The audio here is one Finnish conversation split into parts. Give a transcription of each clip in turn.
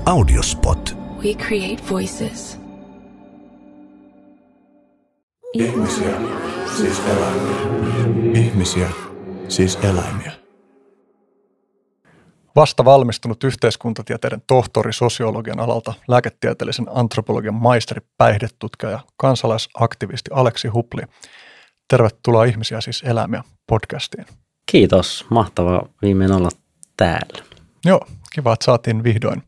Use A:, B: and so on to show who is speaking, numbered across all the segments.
A: Audiospot.
B: We create voices.
A: Ihmisiä, siis eläimiä. Ihmisiä, siis eläimiä.
C: Vasta valmistunut yhteiskuntatieteiden tohtori sosiologian alalta, lääketieteellisen antropologian maisteri, päihdetutkija ja kansalaisaktivisti Aleksi Hupli. Tervetuloa Ihmisiä, siis eläimiä podcastiin.
D: Kiitos. Mahtavaa viimein olla täällä.
C: Joo, kiva, että saatiin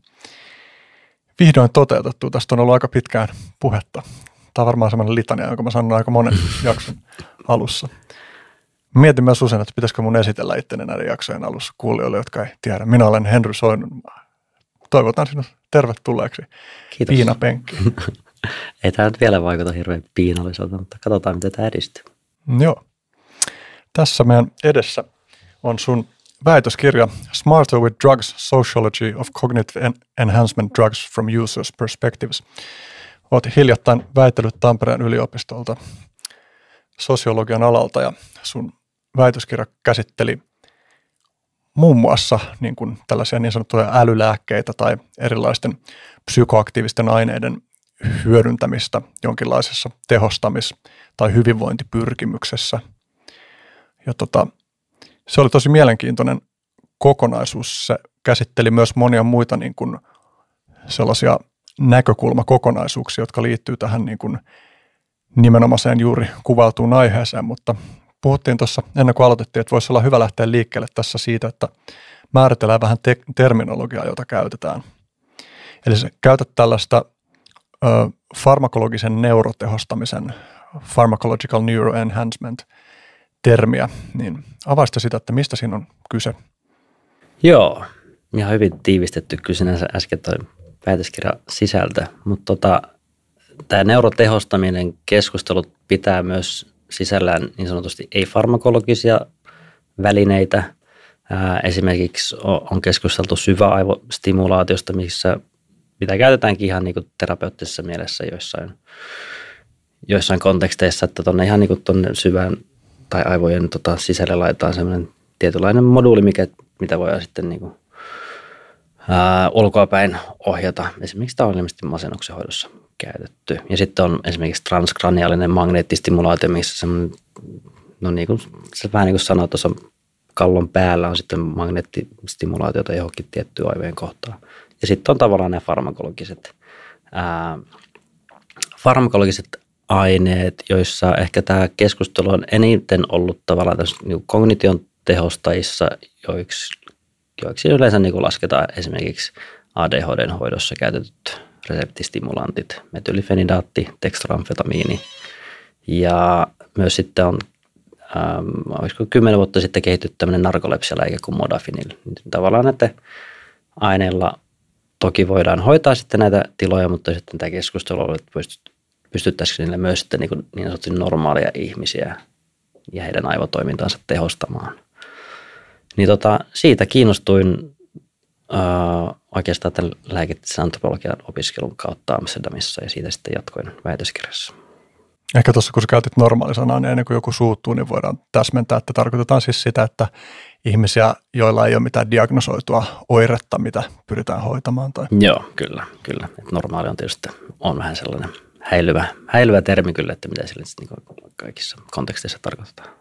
C: vihdoin toteutettua. Tästä on ollut aika pitkään puhetta. Tämä on varmaan sellainen litania, jonka mä sanon aika monen jakson alussa. Mietin myös usein, että pitäisikö mun esitellä itteni näiden jaksojen alussa kuulijoille, jotka ei tiedä. Minä olen Henry Soinun. Toivotan sinut tervetulleeksi.
D: Kiitos.
C: Piinapenkkiin.
D: Ei tämä nyt vielä vaikuta hirveän piinalliselta, mutta katsotaan, miten tämä edistyy.
C: Joo. Tässä meidän edessä on sun väitöskirja Smarter with Drugs, Sociology of Cognitive Enhancement Drugs from Users' Perspectives. Olet hiljattain väitellyt Tampereen yliopistolta sosiologian alalta ja sun väitöskirja käsitteli muun muassa niin kuin tällaisia niin sanottuja älylääkkeitä tai erilaisten psykoaktiivisten aineiden hyödyntämistä jonkinlaisessa tehostamis- tai hyvinvointipyrkimyksessä. Ja se oli tosi mielenkiintoinen kokonaisuus. Se käsitteli myös monia muita niin kuin sellaisia näkökulmakokonaisuuksia, jotka liittyy tähän niin kuin nimenomaiseen juuri kuvailtuun aiheeseen, mutta puhuttiin tuossa ennen kuin aloitettiin, että voisi olla hyvä lähteä liikkeelle tässä siitä, että määritellään vähän terminologiaa, jota käytetään. Eli se käytät tällaista farmakologisen neurotehostamisen, pharmacological neuroenhancement termiä, niin avaista sitä, että mistä siinä on kyse?
D: Joo, ihan hyvin tiivistetty kyllä sinänsä äsken toi väitöskirjan sisältö, mutta tämä neurotehostaminen keskustelut pitää myös sisällään niin sanotusti ei-farmakologisia välineitä. Esimerkiksi on keskusteltu syväaivostimulaatiosta, mitä käytetäänkin ihan niin kuin terapeuttisessa mielessä joissain konteksteissa, että tuonne ihan niin kuin tuonne syvään tai aivojen sisälle laitetaan sellainen tietynlainen moduuli, mitä voidaan sitten niin kuin, ulkoapäin ohjata. Esimerkiksi tämä on ilmeisesti masennuksen hoidossa käytetty. Ja sitten on esimerkiksi transkraniaalinen magneettistimulaatio, missä semmoinen, no niin kuin se vähän niin kuin sanoo, tuossa kallon päällä on sitten magneettistimulaatiota johonkin tiettyyn aivojen kohtaan. Ja sitten on tavallaan nämä farmakologiset aineet, joissa ehkä tämä keskustelu on eniten ollut tavallaan tässä niin kognition tehostajissa, joiksi yleensä niin kuin lasketaan esimerkiksi ADHD:n hoidossa käytetyt reseptistimulantit, metylifenidaatti, dextroamfetamiini. Ja myös sitten on, olisiko 10 vuotta sitten kehitetty tämmöinen narkolepsialääke kuin modafinil. Tavallaan näiden aineilla toki voidaan hoitaa sitten näitä tiloja, mutta sitten tämä keskustelu on, että pystyttäisikö niille myös sitten niin sanotusti normaalia ihmisiä ja heidän aivotoimintaansa tehostamaan. Niin siitä kiinnostuin oikeastaan tämän lääketieteellisen antropologian opiskelun kautta Amsterdamissa ja siitä sitten jatkoin väitöskirjassa.
C: Ehkä tuossa kun sä käytit normaalisanaa, niin ennen kuin joku suuttuu, niin voidaan täsmentää, että tarkoitetaan siis sitä, että ihmisiä, joilla ei ole mitään diagnosoitua oiretta, mitä pyritään hoitamaan. Tai.
D: Joo, kyllä. Et normaali on tietysti vähän sellainen häilyvä termi kyllä, että mitä sillä niin kaikissa konteksteissa tarkoitetaan.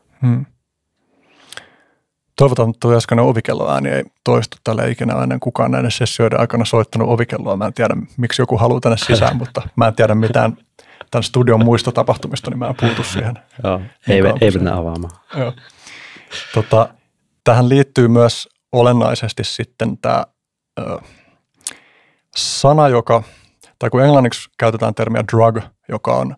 C: Toivotaan, että tuo äskeinen ovikelloääni ei toistu tälle ikinä ennen kukaan näiden sessioiden aikana soittanut ovikelloa. Mä en tiedä, miksi joku haluaa tänne sisään, mutta mä en tiedä mitään tämän studion muista tapahtumista, niin mä en puutu siihen.
D: Joo, ei mennä avaamaan.
C: Joo. Tähän liittyy myös olennaisesti sitten tämä sana, tai kun englanniksi käytetään termiä drug, joka on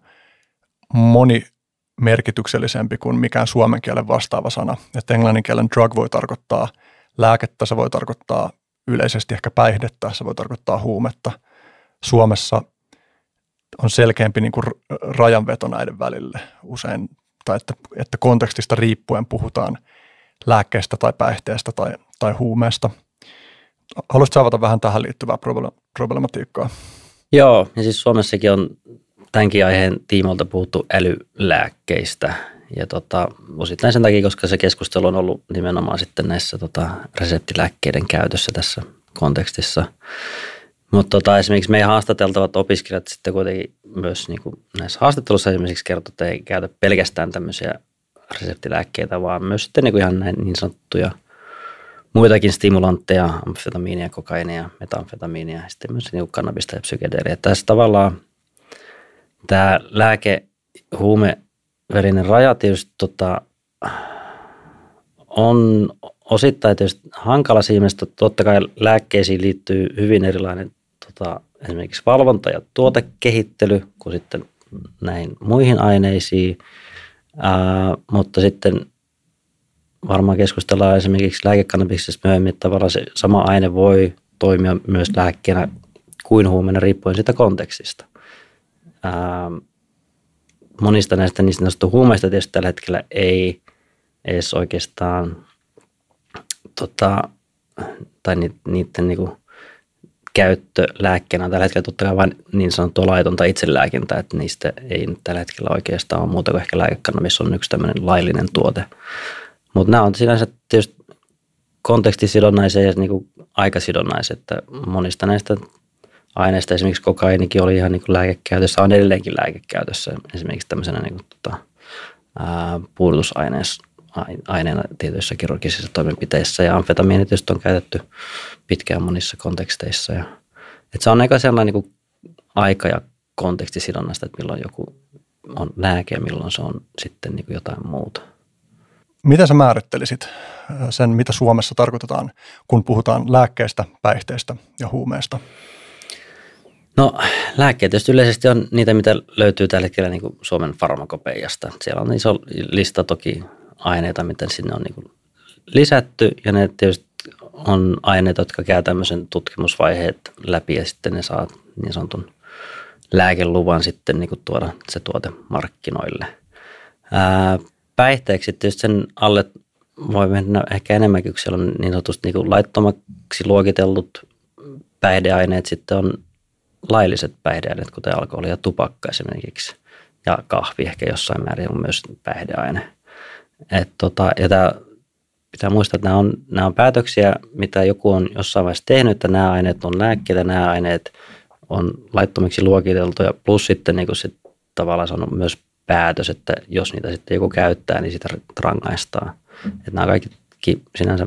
C: monimerkityksellisempi kuin mikään suomen kielen vastaava sana. Että englannin kielen drug voi tarkoittaa lääkettä, se voi tarkoittaa yleisesti ehkä päihdettä, se voi tarkoittaa huumetta. Suomessa on selkeämpi niin kuin rajanveto näiden välille usein, tai että kontekstista riippuen puhutaan lääkkeestä tai päihteestä tai huumeesta. Haluaisitko avata vähän tähän liittyvää problematiikkaa?
D: Joo, ja siis Suomessakin on tämänkin aiheen tiimoilta puhuttu älylääkkeistä. Ja osittain sen takia, koska se keskustelu on ollut nimenomaan sitten näissä reseptilääkkeiden käytössä tässä kontekstissa. Mutta esimerkiksi meidän haastateltavat opiskelijat sitten kuitenkin myös niin kuin näissä haastattelussa esimerkiksi kertoo, että ei käytä pelkästään tämmöisiä reseptilääkkeitä, vaan myös sitten niin kuin ihan näin niin sanottuja muitakin stimulantteja, amfetamiinia, kokainia, metamfetamiinia ja sitten myös niin kuin kannabista ja psykedeeliä. Tässä tavallaan tämä lääke-huume välinen raja tietysti on osittain tietysti hankala siinä mielessä, että totta kai lääkkeisiin liittyy hyvin erilainen esimerkiksi valvonta ja tuotekehittely kuin sitten näihin muihin aineisiin, mutta sitten varmaan keskustellaan esimerkiksi lääkekannabiksesta myöhemmin, että tavallaan se sama aine voi toimia myös lääkkeenä kuin huumeena riippuen siitä kontekstista. Monista näistä niin sanotusta huumeista tietysti tällä hetkellä ei edes oikeastaan tai niiden niinku käyttö lääkkeenä on tällä hetkellä totta kai vain niin sanottua laitonta itselääkintää, että niistä ei tällä hetkellä oikeastaan ole muuta kuin ehkä lääkekannabis on yksi tämmöinen laillinen tuote. Mutta nämä on sinänsä tietysti kontekstisidonnaisia ja niinku aikasidonnaisia, että monista näistä aineista esimerkiksi kokainikin oli ihan niinku lääkekäytössä, on edelleenkin lääkekäytössä esimerkiksi tämmöisenä niinku puudutusaineena tietyissä kirurgisissa toimenpiteissä ja amfetamiini tietysti on käytetty pitkään monissa konteksteissa. Et se on aika sellainen niin kuin aika- ja kontekstisidonnasta, että milloin joku on lääke ja milloin se on sitten niin kuin jotain muuta.
C: Mitä sä määrittelisit sen, mitä Suomessa tarkoitetaan, kun puhutaan lääkkeistä, päihteistä ja huumeista?
D: No lääkkeet tietysti yleisesti on niitä, mitä löytyy tällä hetkellä niin kuin Suomen farmakopeiasta. Siellä on iso lista toki aineita, miten sinne on niin kuin lisätty ja ne tietysti on aineita, jotka käy tämmöisen tutkimusvaiheet läpi ja sitten ne saa niin sanotun lääkeluvan sitten niin kuin tuoda se tuote markkinoille. Päihteeksi tietysti sen alle voi mennä ehkä enemmänkin, kun siellä on niin sanotusti niin kuin laittomaksi luokitellut päihdeaineet, sitten on lailliset päihdeaineet, kuten alkoholi ja tupakka esimerkiksi ja kahvi ehkä jossain määrin on myös päihdeaine. Ja tämä pitää muistaa, että nämä on päätöksiä, mitä joku on jossain vaiheessa tehnyt, että nämä aineet on lääkkeitä, nämä aineet on laittomiksi luokiteltuja, plus sitten niin sit tavallaan se on myös päätös, että jos niitä sitten joku käyttää, niin sitä rangaistaan. Että nämä kaikki sinänsä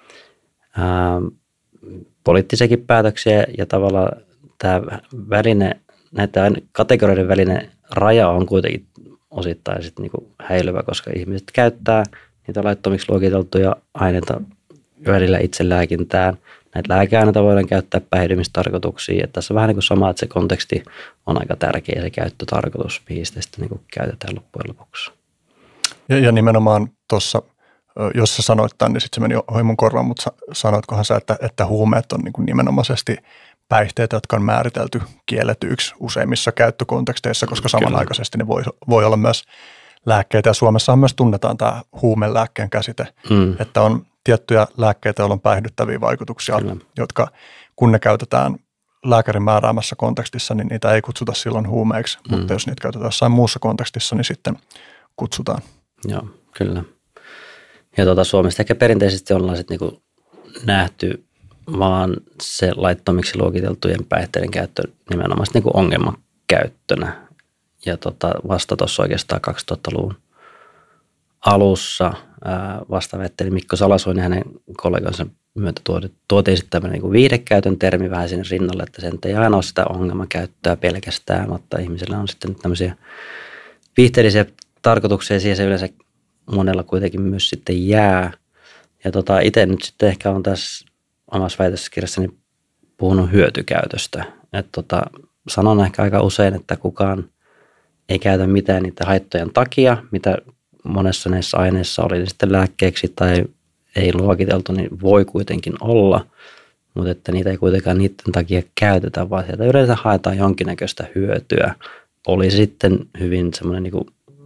D: poliittisiakin päätöksiä ja tavallaan tämä väline, näitä kategorioiden välinen raja on kuitenkin osittain sitten niin kuin häilyvä, koska ihmiset käyttää niitä laittomiksi luokiteltuja aineita välillä itselääkintään. Näitä lääkeaineita voidaan käyttää päihdymistarkoituksiin. Että tässä on vähän niin kuin sama, että se konteksti on aika tärkeä ja se käyttötarkoitus, mihin sitä sitten niin kuin käytetään loppujen lopuksi.
C: Ja nimenomaan tuossa, jos sä sanoit tämän, niin sitten se meni ohi mun korvaan, mutta sanoitkohan sä, että huumeet on niin kuin nimenomaisesti päihteitä, jotka on määritelty kielletyiksi useimmissa käyttökonteksteissa, koska samanaikaisesti ne voi olla myös lääkkeitä. Ja Suomessahan myös tunnetaan tämä huumelääkkeen käsite, että on tiettyjä lääkkeitä, joilla on päihdyttäviä vaikutuksia, jotka kun ne käytetään lääkärin määräämässä kontekstissa, niin niitä ei kutsuta silloin huumeiksi, mutta jos niitä käytetään jossain muussa kontekstissa, niin sitten kutsutaan.
D: Joo, kyllä. Ja Suomesta ehkä perinteisesti ollaan sitten niinku nähty vaan se laittomiksi luokiteltujen päihteiden käyttö nimenomaan niinku ongelmakäyttönä. Ja vasta tuossa oikeastaan 2000-luvun alussa vastaväitteli Mikko Salasuinen hänen kollegansa myötä tuotiin sitten tämmöinen niin kuin viihdekäytön termi vähän sinne rinnalle, että sen ei aina ole sitä ongelmakäyttöä pelkästään, mutta ihmisillä on sitten tämmöisiä viihteellisiä tarkoituksia ja siihen se yleensä monella kuitenkin myös sitten jää. Ja itse nyt sitten ehkä on tässä omassa väitöskirjassani puhunut hyötykäytöstä. Että sanon ehkä aika usein, että kukaan ei käytä mitään niitä haittojen takia, mitä monessa näissä aineissa oli sitten lääkkeeksi tai ei luokiteltu, niin voi kuitenkin olla, mutta että niitä ei kuitenkaan niiden takia käytetä, vaan sieltä yleensä haetaan jonkinnäköistä hyötyä. Oli sitten hyvin semmoinen niin kuin,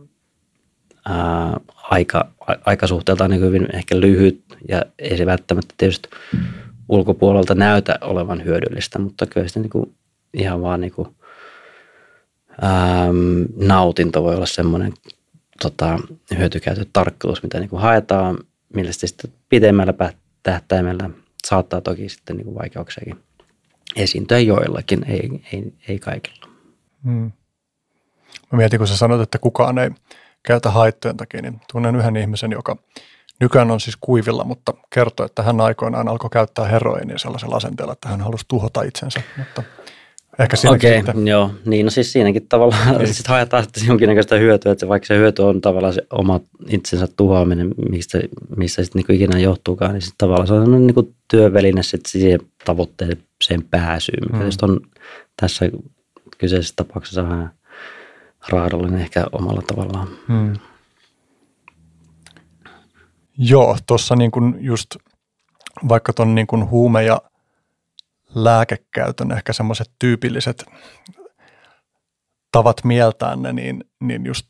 D: aikasuhteeltaan niin hyvin ehkä lyhyt ja ei se välttämättä tietysti ulkopuolelta näytä olevan hyödyllistä, mutta kyllä sitten niin kuin ihan vaan niin kuin, nautinto voi olla semmoinen hyötykäytön tarkkuus, mitä niin kuin haetaan, millä sitten pidemmällä tähtäimellä saattaa toki sitten niin kuin vaikeuksiakin esiintyä joillakin, ei kaikilla.
C: Mä mietin, kun sä sanoit, että kukaan ei käytä haittojen takia, niin tunnen yhden ihmisen, joka nykyään on siis kuivilla, mutta kertoi, että hän aikoinaan alkoi käyttää heroinia sellaisella asenteella, että hän halusi tuhota itsensä, mutta ehkä siinäkin sitten.
D: Joo, niin no siis siinäkin tavallaan sitten haetaan sitten jonkinnäköistä hyötyä, että vaikka se hyöty on tavallaan se oma itsensä tuhoaminen, missä sitten niin ikinä johtuukaan, niin sitten tavallaan se on niin kuin työväline sitten siihen tavoitteeseen pääsyyn, mikä just on tässä kyseisessä tapauksessa vähän raadollinen ehkä omalla tavallaan.
C: Joo, tuossa niin kuin just vaikka tuon niin kuin huume- ja lääkekäytön ehkä semmoiset tyypilliset tavat mieltää ne, niin just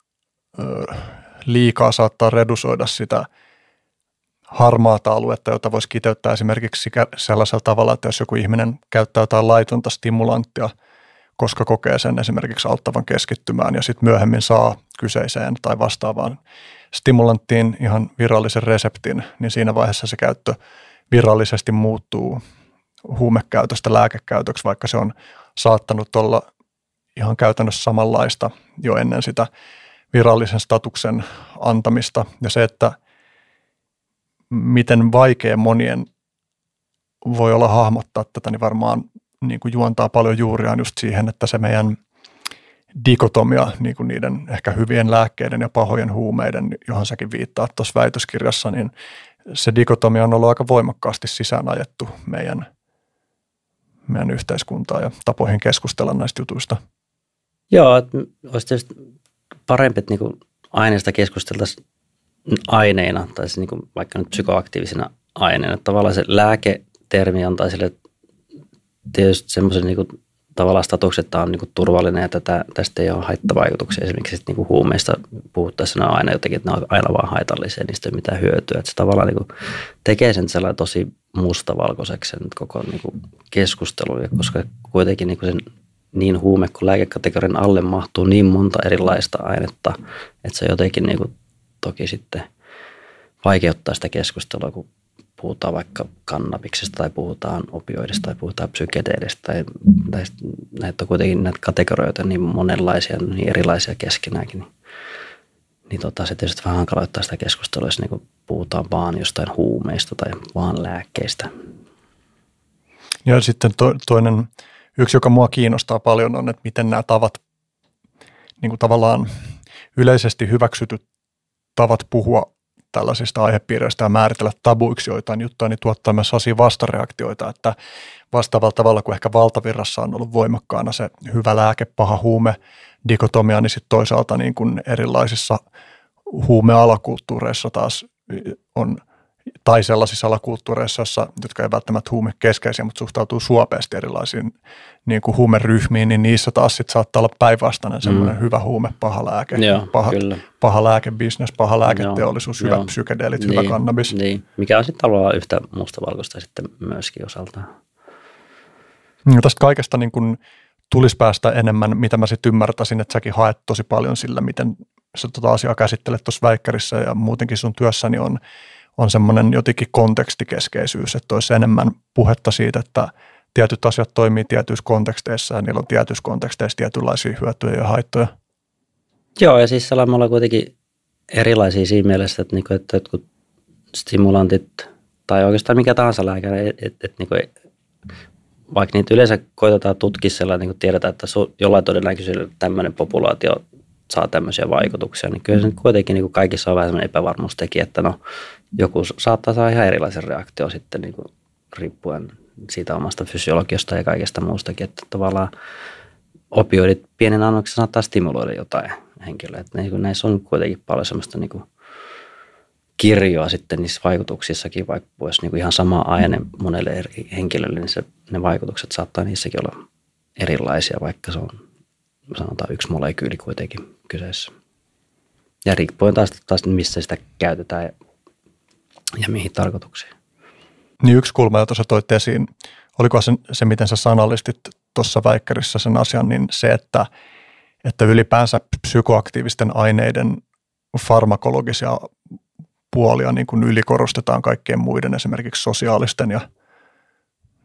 C: liikaa saattaa redusoida sitä harmaata aluetta, jota voisi kiteyttää esimerkiksi sellaisella tavalla, että jos joku ihminen käyttää jotain laitonta stimulanttia, koska kokee sen esimerkiksi auttavan keskittymään ja sitten myöhemmin saa kyseiseen tai vastaavaan stimulanttiin ihan virallisen reseptin, niin siinä vaiheessa se käyttö virallisesti muuttuu huumekäytöstä lääkekäytöksi, vaikka se on saattanut olla ihan käytännössä samanlaista jo ennen sitä virallisen statuksen antamista. Ja se, että miten vaikea monien voi olla hahmottaa tätä, niin varmaan niin kuin juontaa paljon juuriaan just siihen, että se meidän dikotomia niin kuin niiden ehkä hyvien lääkkeiden ja pahojen huumeiden, johon säkin viittaat tuossa väitöskirjassa, niin se dikotomia on ollut aika voimakkaasti sisään ajettu meidän yhteiskuntaa ja tapoihin keskustella näistä jutuista.
D: Joo, olisi tietysti parempi, että niin aineista keskusteltaisiin aineina, tai siis niin vaikka nyt psykoaktiivisina aineina. Tavallaan se lääketermi antaa sille tietysti semmoisen niin tavallaan statuksen, että tämä on niin turvallinen ja tästä ei ole haittavaikutuksia. Esimerkiksi niin huumeista puhuttaessa ne on aina jotenkin, että ne on aina vaan haitallisia, niistä ei ole mitään hyötyä. Että se tavallaan niin tekee sen sellainen tosi mustavalkoiseksi sen koko niin keskustelun, koska kuitenkin niin sen niin huume- kuin lääkekategorian alle mahtuu niin monta erilaista ainetta, että se jotenkin niin kuin toki sitten vaikeuttaa sitä keskustelua, kun puhutaan vaikka kannabiksesta tai puhutaan opioidista tai puhutaan psykedeelistä tai näitä on kuitenkin näitä kategorioita niin monenlaisia, niin erilaisia keskenäänkin. Niin se tietysti vähän hankaloittaa sitä keskustelua, jos niin puhutaan vaan jostain huumeista tai vaan lääkkeistä.
C: Ja sitten toinen, yksi, joka mua kiinnostaa paljon on, että miten nämä tavat, niin kuin tavallaan yleisesti hyväksytyt tavat puhua tällaisista aihepiireistä ja määritellä tabuiksi joitain juttuja, niin tuottaa myös sellaisia vastareaktioita, että vastaavalla tavalla kuin ehkä valtavirrassa on ollut voimakkaana se hyvä lääke, paha huume, dikotomia, niin sitten toisaalta niin kuin erilaisissa huumealakulttuureissa taas on, tai sellaisissa alakulttuureissa, jotka ei välttämättä huumekeskeisiä, mutta suhtautuu suopeasti erilaisiin niin kuin huumeryhmiin, niin niissä taas sit saattaa olla päinvastainen semmoinen hyvä huume, paha lääke, paha lääkebisnes, paha lääketeollisuus, hyvä psykedeelit, hyvä kannabis.
D: Niin, mikä on sitten tavallaan yhtä mustavalkoista sitten myöskin osaltaan.
C: Ja tästä kaikesta niin kun tulisi päästä enemmän, mitä mä sitten ymmärtäisin, että säkin haet tosi paljon sillä, miten sä asiaa käsittelet tuossa väikkärissä ja muutenkin sun työssäni on semmoinen jotenkin kontekstikeskeisyys, että olisi enemmän puhetta siitä, että tietyt asiat toimii tietyissä konteksteissa ja niillä on tietyissä konteksteissa tietynlaisia hyötyjä ja haittoja.
D: Joo, ja siis me ollaan kuitenkin erilaisia siinä mielessä, että jotkut stimulantit tai oikeastaan mikä tahansa lääke, että vaikka niitä yleensä koitetaan tutkia sellainen, niin tiedetään, että jollain todennäköisyydellä tämmöinen populaatio saa tämmöisiä vaikutuksia, niin kyllä se nyt kuitenkin niin kaikissa on vähän sellainen epävarmuustekijä, että no joku saattaa saada ihan erilaisen reaktion sitten niin riippuen siitä omasta fysiologiasta ja kaikesta muustakin, että tavallaan opioidit pienen annoksen saattaa stimuloida jotain henkilöä, että näissä on kuitenkin paljon semmoista niin kuin kirjoa sitten niissä vaikutuksissakin, vaikka voisi niin kuin ihan sama aine monelle eri henkilölle, niin ne vaikutukset saattaa niissäkin olla erilaisia, vaikka se on sanotaan yksi molekyyli kuitenkin kyseessä. Ja riippuen taas missä sitä käytetään ja mihin tarkoituksiin.
C: Niin yksi kulma, jota sä toit esiin, oliko se miten sä sanallistit tuossa väikkärissä sen asian, niin se, että ylipäänsä psykoaktiivisten aineiden farmakologisia puolia niin kuin ylikorostetaan kaikkien muiden, esimerkiksi sosiaalisten ja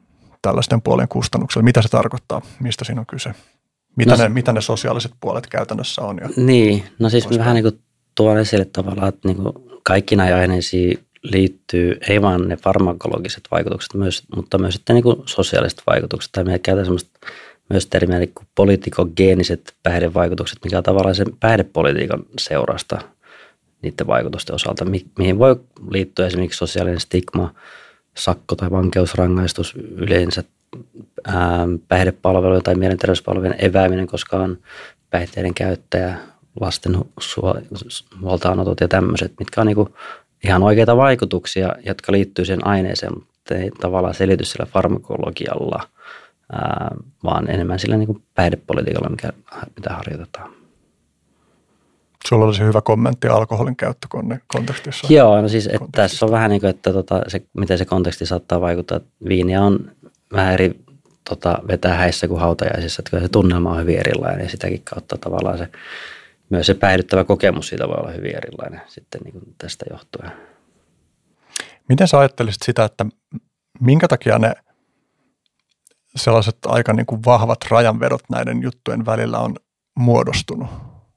C: tällaisten puolien kustannuksella. Mitä se tarkoittaa? Mistä siinä on kyse? Mitä ne sosiaaliset puolet käytännössä on?
D: Niin, no siis vähän niin kuin tuon esille tavallaan, että niin kuin kaikki näihin aineisiin liittyy ei vaan ne farmakologiset vaikutukset, mutta myös sitten niin kuin sosiaaliset vaikutukset. Tai me käytetään semmoista myös termiä niin kuin politikogeeniset päihdevaikutukset, mikä on tavallaan sen päihdepolitiikan seurasta niiden vaikutusten osalta, mihin voi liittyä esimerkiksi sosiaalinen stigma, sakko tai vankeusrangaistus, yleensä päihdepalvelujen tai mielenterveyspalvelujen evääminen, koska on päihteiden käyttäjä, lasten huoltaanotot ja tämmöiset, mitkä on niinku ihan oikeita vaikutuksia, jotka liittyy sen aineeseen, mutta ei tavallaan selity sillä farmakologialla, vaan enemmän sillä niinku päihdepolitiikalla, mitä harjoitetaan.
C: Sulla olisi hyvä kommentti alkoholin käyttökontekstissa.
D: Joo, no siis että tässä on vähän niin kuin, että miten se konteksti saattaa vaikuttaa. Viiniä on vähän eri vetää häissä kuin hautajaisissa, että se tunnelma on hyvin erilainen ja sitäkin kautta tavallaan myös se päihdyttävä kokemus siitä voi olla hyvin erilainen sitten niin kuin tästä johtuen.
C: Miten sä ajattelisit sitä, että minkä takia ne sellaiset aika niin kuin vahvat rajanvedot näiden juttujen välillä on muodostunut?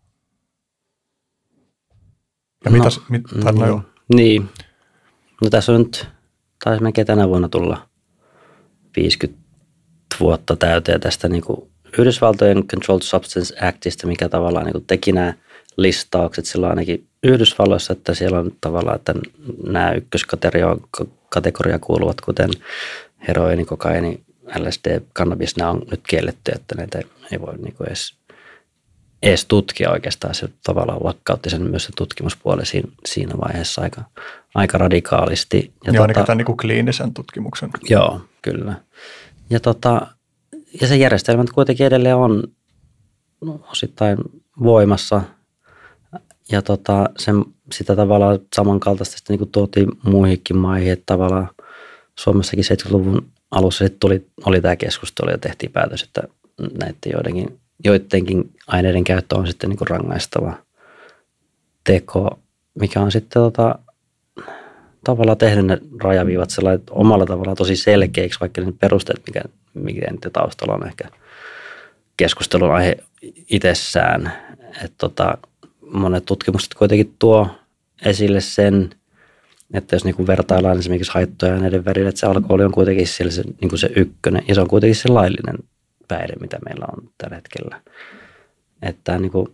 C: Ja
D: Niin. No tässä on nyt, taisi melkein tänä vuonna tulla 50 vuotta täyteen tästä niin kuin Yhdysvaltojen Controlled Substance Actista, mikä tavallaan niin kuin teki nämä listaukset silloin ainakin Yhdysvalloissa, että siellä on tavallaan, että nämä ykköskategoria kuuluvat, kuten heroini, kokaini, LSD, cannabis, nämä on nyt kielletty, että näitä ei voi niin kuin edes tutkia oikeastaan. Se tavallaan lakkautti sen myös se tutkimuspuoli siinä vaiheessa aika radikaalisti.
C: Joo, niin tämän niin kuin kliinisen tutkimuksen.
D: Joo, kyllä. Ja se järjestelmä kuitenkin edelleen on osittain voimassa. Ja sitä tavallaan samankaltaisesti niin kuin tuotiin muihinkin maihin, että tavallaan Suomessakin 70-luvun alussa oli tämä keskustelu ja tehtiin päätös, että näiden joidenkin aineiden käyttö on sitten niin kuin rangaistava teko, mikä on sitten tavallaan tehnyt ne rajaviivat sellainen omalla tavallaan tosi selkeiksi, vaikka ne perusteet, mikä niiden taustalla on ehkä keskustelun aihe itsessään. Että monet tutkimukset kuitenkin tuo esille sen, että jos niinku vertaillaan esimerkiksi haittoja aineiden välillä, että se alkoholi on kuitenkin niinku se ykkönen ja se on kuitenkin se laillinen päihde, mitä meillä on tällä hetkellä. Että niinku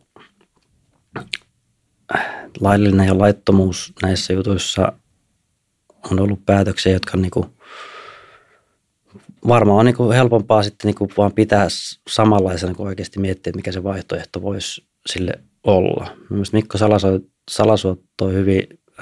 D: laillinen ja laittomuus näissä jutuissa on ollut päätöksiä, jotka niinku varmaan on niinku helpompaa sitten niinku vaan pitää samanlaisena kuin oikeasti miettiä, että mikä se vaihtoehto voisi sille olla. Mielestäni Mikko Salasuo toi hyvin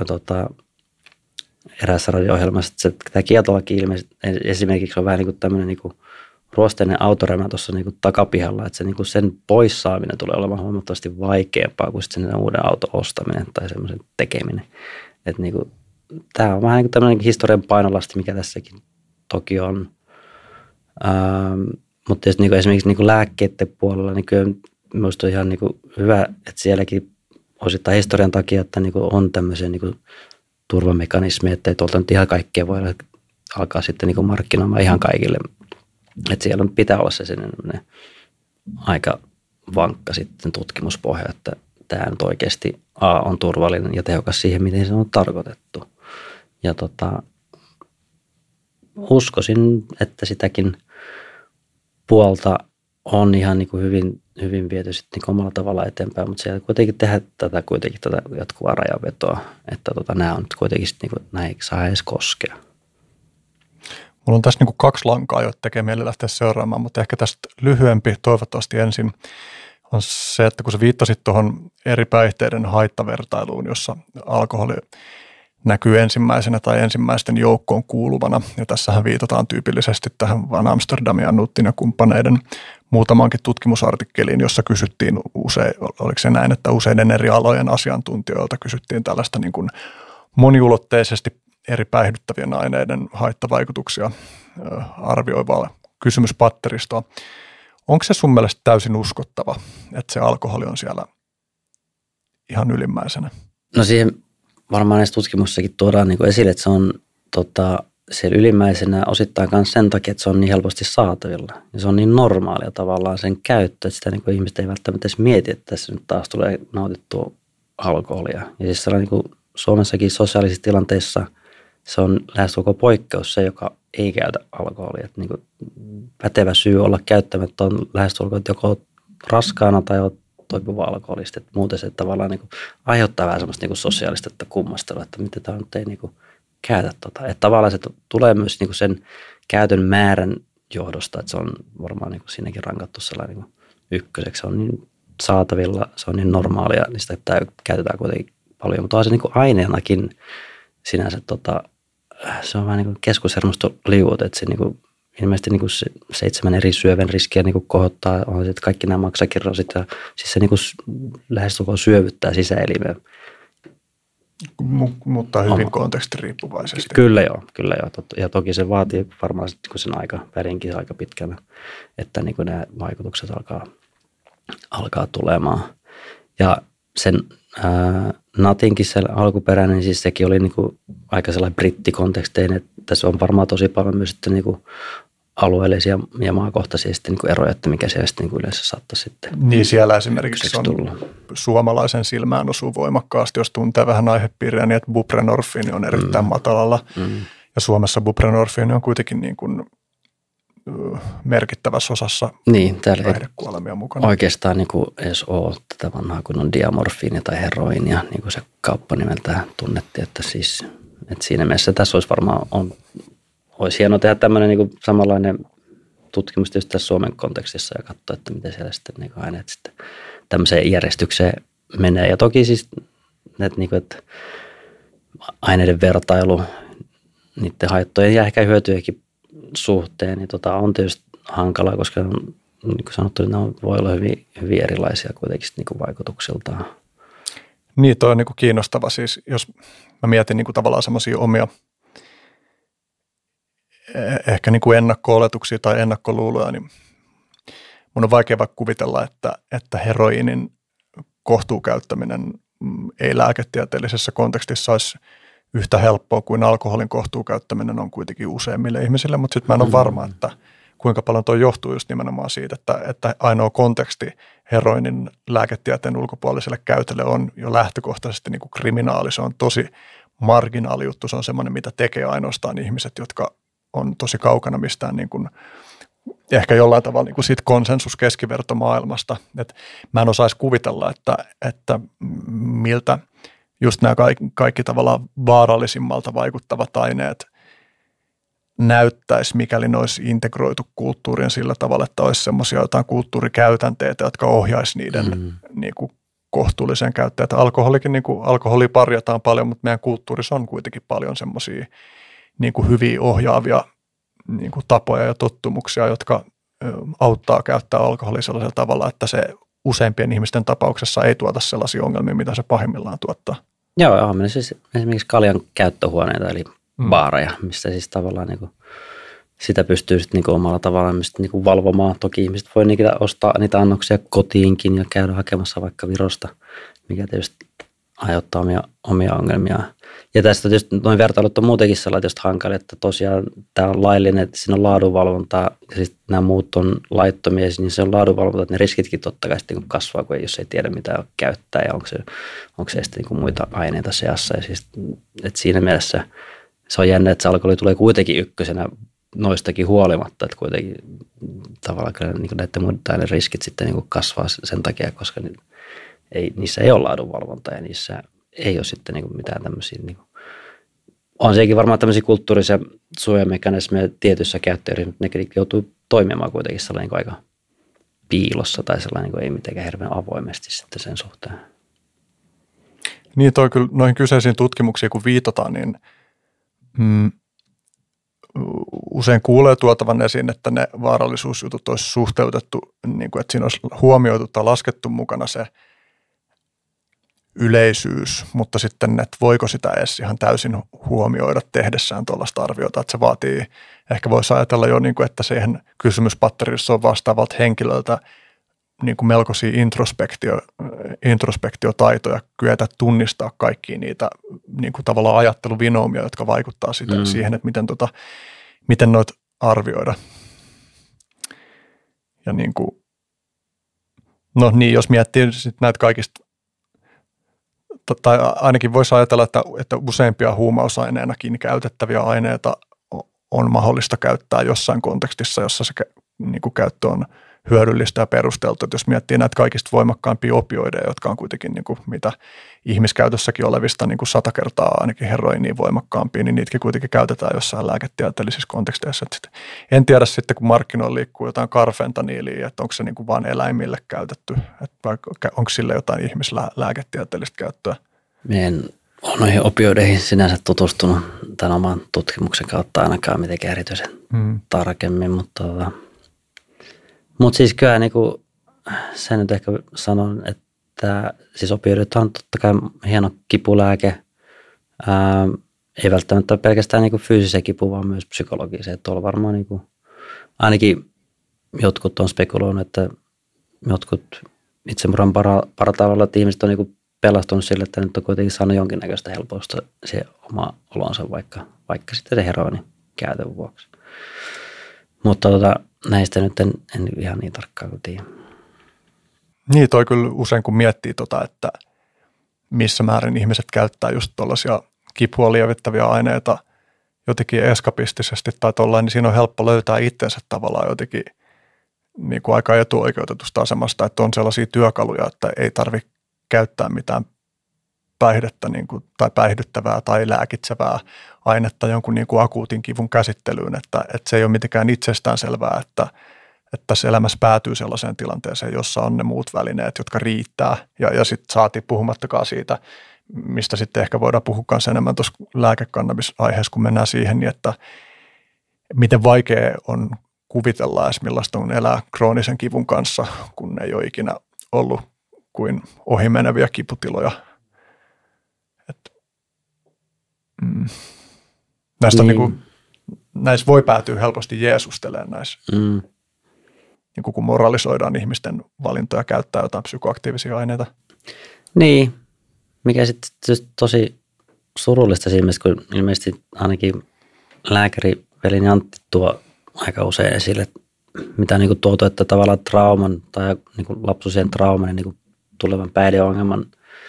D: eräässä radio-ohjelmassa, että tämä kieltolaki ilmeisesti esimerkiksi on vähän niin kuin tämmöinen niin kuin ruosteinen autoremä tuossa niin kuin takapihalla, että se, niin kuin sen poissaaminen tulee olemaan huomattavasti vaikeampaa kuin sitten sen uuden auton ostaminen tai semmoisen tekeminen. Että niin kuin, tämä on vähän niin kuin tämmöinen historian painolasti, mikä tässäkin toki on. Mutta niin kuin esimerkiksi niin kuin lääkkeiden puolella, niin kyllä minusta on ihan niin kuin hyvä, että sielläkin osittain historian takia, että niin kuin on tämmöisiä niin kuin turvamekanismeja, että ei tuolta nyt ihan kaikkea voi alkaa sitten niin kuin markkinoimaan ihan kaikille. Että siellä pitää olla se aika vankka sitten tutkimuspohja, että tämä nyt oikeasti on turvallinen ja tehokas siihen, miten se on tarkoitettu. Ja uskoisin, että sitäkin puolta on ihan niin kuin hyvin viety sitten niin omalla tavalla eteenpäin, mutta siellä kuitenkin tehdä tätä jatkuvaa rajanvetoa, että nämä on nyt kuitenkin sitten niin kuin, näin ei saa edes koskea.
C: Mulla on tässä niin kuin 2 lankaa, joita tekee mieli lähteä seuraamaan, mutta ehkä tästä lyhyempi toivottavasti ensin on se, että kun sä viittasit tuohon eri päihteiden haittavertailuun, jossa alkoholi näkyy ensimmäisenä tai ensimmäisten joukkoon kuuluvana, ja tässähän viitataan tyypillisesti tähän Van Amsterdamin ja Nuttin ja kumppaneiden muutamankin tutkimusartikkeliin, jossa kysyttiin oliko se näin, että useiden eri alojen asiantuntijoilta kysyttiin tällaista niin kuin moniulotteisesti eri päihdyttävien aineiden haittavaikutuksia arvioivaa kysymyspatteristoa. Onko se sun mielestä täysin uskottava, että se alkoholi on siellä ihan ylimmäisenä?
D: No siihen varmaan näissä tutkimuksissakin tuodaan niin kuin esille, että se on siellä ylimmäisenä osittain myös sen takia, että se on niin helposti saatavilla. Ja se on niin normaalia tavallaan sen käyttö, että sitä niin kuin ihmiset ei välttämättä edes mieti, että tässä nyt taas tulee nautittua alkoholia. Ja siis niin kuin Suomessakin sosiaalisissa tilanteissa se on lähestulkoon poikkeus se, joka ei käytä alkoholia. Että niin kuin pätevä syy olla käyttämättä on lähestulkoon, että joko raskaana tai on toipuva alkoholista. Että muuten se tavallaan niin kuin aiheuttaa vähän semmoista niin kuin sosiaalista kummastelua, että mitä tämä nyt ei niin kuin käytä tota. Että tavallaan se tulee myös niin kuin sen käytön määrän johdosta, että se on varmaan niin kuin siinäkin rankattu sellainen niin kuin ykköseksi. Se on niin saatavilla, se on niin normaalia, niin sitä käytetään kuitenkin paljon. Mutta on se niin kuin aineenakin sinänsä, se on vähän niin kuin keskushermostoliuut, että se niin kuin, ilmeisesti niin kuin 7 eri syövän riskiä niin kuin kohottaa, on sitten kaikki nämä maksakirrosit ja siis se niin kuin lähestulkoon syövyttää sisäelimeen.
C: Mutta hyvin kontekstiriippuvaisesti.
D: Kyllä joo. Ja toki se vaatii varmaan sen värinkin aika pitkällä, että niin kuin nämä vaikutukset alkaa tulemaan. Ja sen Natinkin se alkuperäinen, niin siis sekin oli niin kuin aika sellainen brittikonteksteinen, että tässä on varmaan tosi paljon myös sitten niin kuin alueellisia ja maakohtaisia sitten niin kuin eroja, että mikä siellä sitten niin kuin yleensä saattaa sitten.
C: Niin siellä esimerkiksi on suomalaisen silmään osuu voimakkaasti, jos tuntee vähän aihepiiriä, niin että buprenorfiini on erittäin matalalla. Ja Suomessa buprenorfiini on kuitenkin niin kuin merkittävässä osassa päihdekuolemia mukana.
D: Oikeastaan niin kuin edes ole tätä vanhaa, kun on diamorfiini tai heroinia, niin kuin se kauppa nimeltään tunnettiin, että siis että siinä mielessä tässä olisi varmaan olisi hienoa tehdä tämmöinen niin kuin samanlainen tutkimus tietysti tässä Suomen kontekstissa ja katsoa, että miten siellä sitten niin kuin aineet sitten tämmöiseen järjestykseen menee. Ja toki siis että aineiden vertailu, niiden haittojen ja ehkä hyötyjäkin suhteen, niin on tietysti hankalaa, koska niin kuin sanottu, niin ne voi olla hyvin erilaisia kuitenkin niin kuin vaikutuksiltaan.
C: Niin, toi on niin kuin kiinnostava. Siis jos mä mietin niin kuin tavallaan semmoisia omia ehkä niin kuin ennakko-oletuksia tai ennakkoluuloja, niin mun on vaikea vaikka kuvitella, että heroiinin kohtuukäyttäminen ei lääketieteellisessä kontekstissa olisi yhtä helppoa kuin alkoholin kohtuukäyttäminen on kuitenkin useimmille ihmisille, mutta sitten mä en ole varma, että kuinka paljon tuo johtuu just nimenomaan siitä, että ainoa konteksti heroinin lääketieteen ulkopuoliselle käytölle on jo lähtökohtaisesti niin kuin kriminaali. Se on tosi marginaali juttu, se on semmoinen, mitä tekee ainoastaan ihmiset, jotka on tosi kaukana mistään niin kuin, ehkä jollain tavalla niin kuin siitä konsensuskeskivertomaailmasta. Et mä en osaisi kuvitella, että miltä just nämä kaikki tavallaan vaarallisimmalta vaikuttavat aineet näyttäisi, mikäli ne olisi integroitu kulttuuriin sillä tavalla, että olisi semmoisia jotain kulttuurikäytänteitä, jotka ohjaisi niiden niin kuin kohtuulliseen käyttöön. Että alkoholikin, niin kuin alkoholia parjataan paljon, mutta meidän kulttuurissa on kuitenkin paljon semmoisia niin kuin hyviä ohjaavia niin kuin tapoja ja tottumuksia, jotka auttaa käyttää alkoholia sellaisella tavalla, että se useimpien ihmisten tapauksessa ei tuota sellaisia ongelmia, mitä se pahimmillaan tuottaa.
D: Joo, siis esimerkiksi kaljan käyttöhuoneita, eli baareja, mistä siis tavallaan niin kuin, sitä pystyy sitten niin kuin omalla tavallaan niin kuin valvomaan. Toki ihmiset voi ostaa niitä annoksia kotiinkin ja käydä hakemassa vaikka Virosta, mikä tietysti aiheuttaa omia ongelmia. Ja tästä tietysti noin vertailut on muutenkin sellainen hankala, että tosiaan tämä on laillinen, että siinä on laadunvalvontaa ja siis nämä muut on laittomia, niin se on laadunvalvonta, että ne riskitkin totta kai sitten kasvaa, jos ei tiedä mitä käyttää ja onko se sitten niin muita aineita seassa. Ja siis, että siinä mielessä se on jännä, että se alkoholi tulee kuitenkin ykkösenä noistakin huolimatta, että kuitenkin tavallaan niin näiden muiden riskit sitten niin kasvaa sen takia, koska niissä ei ole laadunvalvontaa ja niissä ei ole sitten niin mitään tämmöisiä, niin on sekin varmaan tämmöisiä kulttuurisia suojamekanismeja tietyissä käyttöryhmissä, mutta ne joutuu toimimaan kuitenkin sellainen niin aika piilossa tai sellainen niin ei mitenkään hirveän avoimesti sitten sen suhteen.
C: Niin toi kyllä noihin kyseisiin tutkimuksiin kun viitataan, niin usein kuulee tuotavan esiin, että ne vaarallisuusjutut olisi suhteutettu, niin kuin, että siinä olisi huomioitu tai laskettu mukana se yleisyys, mutta sitten, että voiko sitä edes ihan täysin huomioida tehdessään tuollaista arviota, että se vaatii, ehkä voisi ajatella jo, niin kuin, että siihen kysymyspatterissa on vastaavalta henkilöltä niin kuin melkoisia introspektiotaitoja kyetä tunnistaa kaikkia niitä niin kuin tavallaan ajatteluvinoumia, jotka vaikuttaa siihen, että miten noita arvioida. Ja niin kuin, no niin, jos miettii sit näitä kaikista, tai ainakin voisi ajatella, että useimpia huumausaineenakin käytettäviä aineita on mahdollista käyttää jossain kontekstissa, jossa se niin kuin käyttö on hyödyllistä ja perusteltu. Että jos miettii näitä kaikista voimakkaampia opioideja, jotka on kuitenkin niin kuin mitä ihmiskäytössäkin olevista niin kuin 100 kertaa ainakin heroiniin voimakkaampia, niin niitäkin kuitenkin käytetään jossain lääketieteellisissä konteksteissa. En tiedä sitten, kun markkinoilla liikkuu jotain karfentaniilia, että onko se niin kuin vain eläimille käytetty, vai onko sille jotain ihmislääketieteellistä käyttöä.
D: En ole noihin opioideihin sinänsä tutustunut tämän oman tutkimuksen kautta ainakaan mitenkään erityisen tarkemmin, mutta siis kyllä niin kuin sen nyt ehkä sanon, että siis opioidit on totta kai hieno kipulääke. Ei välttämättä pelkästään niin kuin fyysisen kipu, vaan myös psykologisen. Tuolla varmaan niin kuin, ainakin jotkut on spekuloinut, että jotkut itsemurhan partaalla olevat ihmiset on niin kuin pelastunut sille, että nyt on kuitenkin saanut jonkinnäköistä helpotusta se oma olonsa, vaikka sitten se heroinin käytön vuoksi. Mutta näistä nyt en ihan niin tarkkaan kuin tiedä.
C: Niin, toi kyllä usein kun miettii että missä määrin ihmiset käyttää just tuollaisia kipua lievittäviä aineita jotenkin eskapistisesti tai tollain, niin siinä on helppo löytää itsensä tavallaan jotenkin niin kuin aika etuoikeutetusta asemasta, että on sellaisia työkaluja, että ei tarvitse käyttää mitään päihdettä niin kuin, tai päihdyttävää tai lääkitsevää ainetta jonkun niin kuin akuutin kivun käsittelyyn, että se ei ole mitenkään itsestäänselvää, että tässä elämässä päätyy sellaiseen tilanteeseen, jossa on ne muut välineet, jotka riittää. Ja sitten saatiin puhumattakaan siitä, mistä sitten ehkä voidaan puhua myös enemmän tuossa lääkekannabis-aiheessa, kun mennään siihen, niin että miten vaikea on kuvitella edes millaista on elää kroonisen kivun kanssa, kun ei ole ikinä ollut kuin ohimeneviä kiputiloja. Näistä, näissä voi päätyä helposti jeesustelemaan näissä. Niin kun moralisoidaan ihmisten valintoja käyttää jotain psykoaktiivisia aineita.
D: Niin, mikä sitten tosi surullista siinä mielessä, kun ilmeisesti ainakin lääkäri Velini Antti tuo aika usein esille, mitä on niin kuin tuotu, että tavallaan trauman tai niin kuin lapsuusien trauman ja niin kuin tulevan päihdeongelman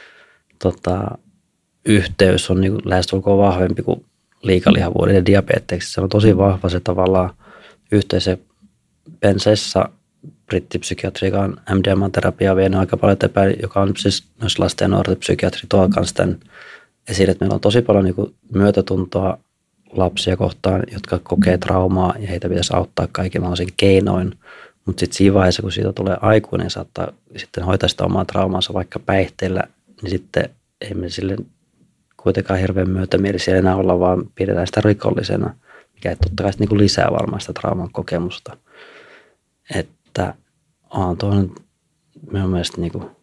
D: yhteys on niin kuin lähestulkoon vahvempi kuin liikalihavuuden ja diabeteeksi. Se on tosi vahva se tavallaan yhteys. Pensessa brittipsykiatri, joka on MDMA-terapiaa vienyt aika paljon eteenpäin, joka on siis myös lasten ja nuorten psykiatri, tuo kanssa tämän esille, että meillä on tosi paljon niin kuin myötätuntoa lapsia kohtaan, jotka kokee traumaa ja heitä pitäisi auttaa kaikin mahdollisin keinoin. Mutta sitten siinä vaiheessa, kun siitä tulee aikuinen, saattaa sitten hoitaa sitä omaa traumaansa vaikka päihteillä, niin sitten ei me sille kuitenkaan hirveän myötämielisiä enää olla, vaan pidetään sitä rikollisena, mikä totta kai niin kuin lisää varmaan sitä trauman kokemusta. Että on tuohon minun mielestä niin kuin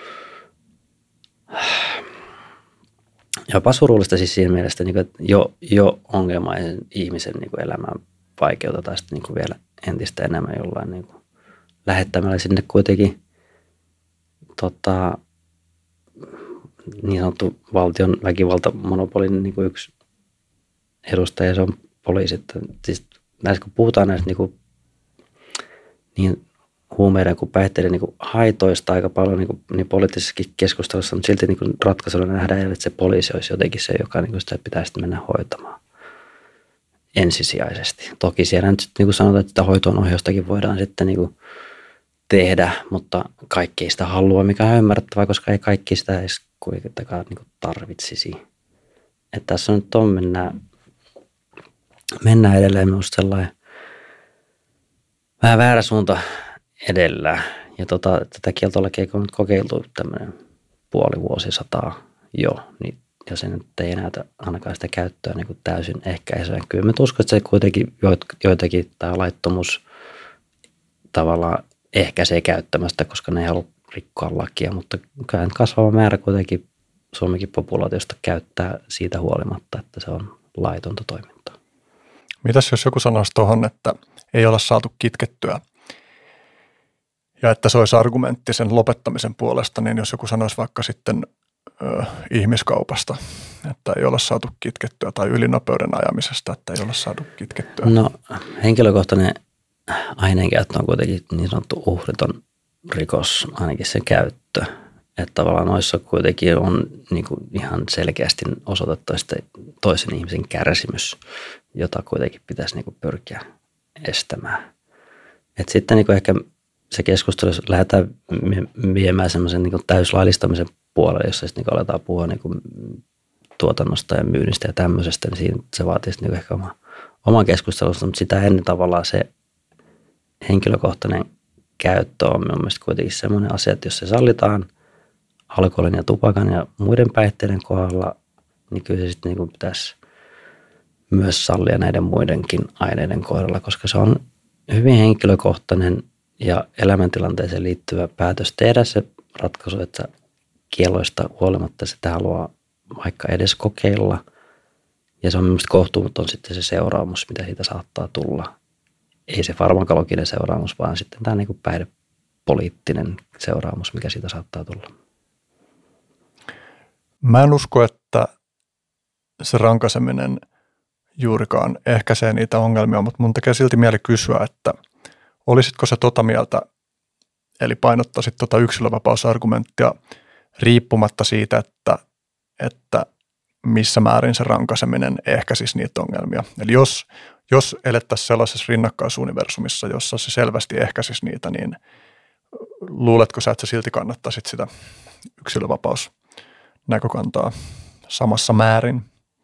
D: jopa surullista siis siinä mielessä, että jo ongelmaisen ihmisen niin kuin elämään vaikeutetaan sitten niin kuin vielä entistä enemmän jollain niin kuin lähettämällä sinne kuitenkin niin sanottu valtion väkivaltamonopolin niin kuin yksi edustaja, se on poliisit. Siis näissä kun puhutaan näistä niin huumeiden kuin päihteiden niin haitoista aika paljon niin poliittisessakin keskustelussa, mutta silti niin ratkaisuna nähdään, että se poliisi olisi jotenkin se, joka niin sitä pitäisi mennä hoitamaan ensisijaisesti. Toki siellä nyt niin sanotaan, että sitä hoitoonohjaustakin voidaan sitten niin tehdä, mutta kaikki ei sitä halua, mikä on ymmärrettävää, koska ei kaikki sitä edes kuitenkaan niin tarvitsisi. Että tässä on nyt mennään edelleen minusta sellainen vähän väärä suunta edellä. Ja tätä kieltolakia on nyt kokeiltu tämmöinen puoli vuosisataa jo, niin, ja se nyt ei näytä ainakaan sitä käyttöä niin kuin täysin ehkäisyä. Kyllä mä uskon, että se kuitenkin joitakin tämä laittomuus tavallaan ehkäisee käyttämästä, koska ne ei halua rikkoa lakia, mutta kyllä kasvava määrä kuitenkin Suomenkin populaatiosta käyttää siitä huolimatta, että se on laitonta toimintaa. Mitäs
C: jos joku sanoisi tuohon, että ei olla saatu kitkettyä Ja että se olisi argumentti sen lopettamisen puolesta, niin jos joku sanoisi vaikka sitten ihmiskaupasta, että ei olla saatu kitkettyä, tai ylinopeuden ajamisesta, että ei olla saatu kitkettyä.
D: No henkilökohtainen aineenkäyttö on kuitenkin niin sanottu uhriton rikos, ainakin sen käyttö. Että tavallaan noissa kuitenkin on niin kuin ihan selkeästi osoitettu toisen ihmisen kärsimys, jota kuitenkin pitäisi niin kuin pyrkiä estämään. Et sitten niin kuin ehkä se keskustelu, jos lähdetään viemään semmoisen niin kuin täyslaillistamisen puolelle, jossa sitten niin aletaan puhua niin kuin tuotannosta ja myynnistä ja tämmöisestä, niin siinä se vaatisi niin kuin ehkä oman keskustelusta, mutta sitä ennen tavallaan se henkilökohtainen käyttö on mun mielestä kuitenkin semmoinen asia, että jos se sallitaan alkoholin ja tupakan ja muiden päihteiden kohdalla, niin kyllä se sitten niin kuin pitäisi myös sallia näiden muidenkin aineiden kohdalla, koska se on hyvin henkilökohtainen ja elämäntilanteeseen liittyvä päätös tehdä se ratkaisu, että kielloista huolimatta sitä haluaa vaikka edes kokeilla. Ja se on mielestäni kohtuuton sitten se seuraamus, mitä siitä saattaa tulla. Ei se farmakologinen seuraamus, vaan sitten tämä niin kuin päihdepoliittinen seuraamus, mikä siitä saattaa tulla.
C: Mä en usko, että se rankaiseminen juurikaan ehkäisee niitä ongelmia, mutta mun tekee silti mieli kysyä, että olisitko se mieltä, eli painottaisit yksilövapausargumenttia riippumatta siitä, että missä määrin se rankaiseminen ehkäisisi niitä ongelmia. Eli jos elettäisiin sellaisessa rinnakkaisuniversumissa, jossa se selvästi ehkäisisi niitä, niin luuletko sä, että sä silti kannattaisit sitä yksilövapausnäkökantaa samassa määrin?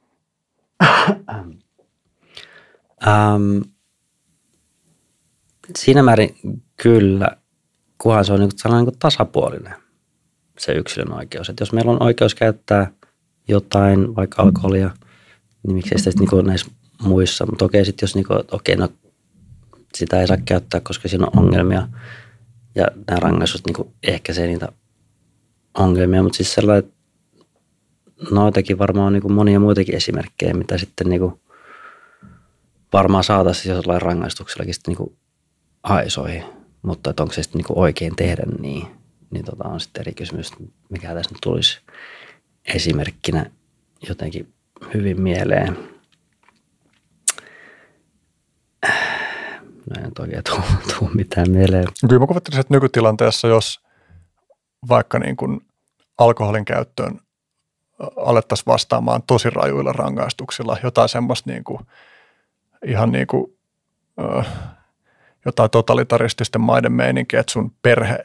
D: Siinä määrin kyllä, kunhan se on sellainen niin tasapuolinen se yksilön oikeus. Että jos meillä on oikeus käyttää jotain, vaikka alkoholia, niin miksei sitä sitten niin näissä muissa. Mutta okei, sitten jos no, sitä ei saa käyttää, koska siinä on ongelmia ja nämä rangaistus niin ehkäisee niitä ongelmia. Mutta siis sellainen, noitakin varmaan on niin monia muitakin esimerkkejä, mitä sitten niin varmaan saataisiin jollain rangaistuksellakin sitten niin aisoihin. Mutta että onko se sitten niin oikein tehdä niin on sitten eri kysymys, mikä tässä nyt tulisi esimerkkinä jotenkin hyvin mieleen. No ei nyt oikein tuu mitään mieleen.
C: Kyllä mä kuvittelisin, että nykytilanteessa, jos vaikka niin kuin alkoholin käyttöön alettaisiin vastaamaan tosi rajuilla rangaistuksilla, jotain semmoista niin kuin, ihan niin kuin jotain totalitarististen maiden meininkiä, että sun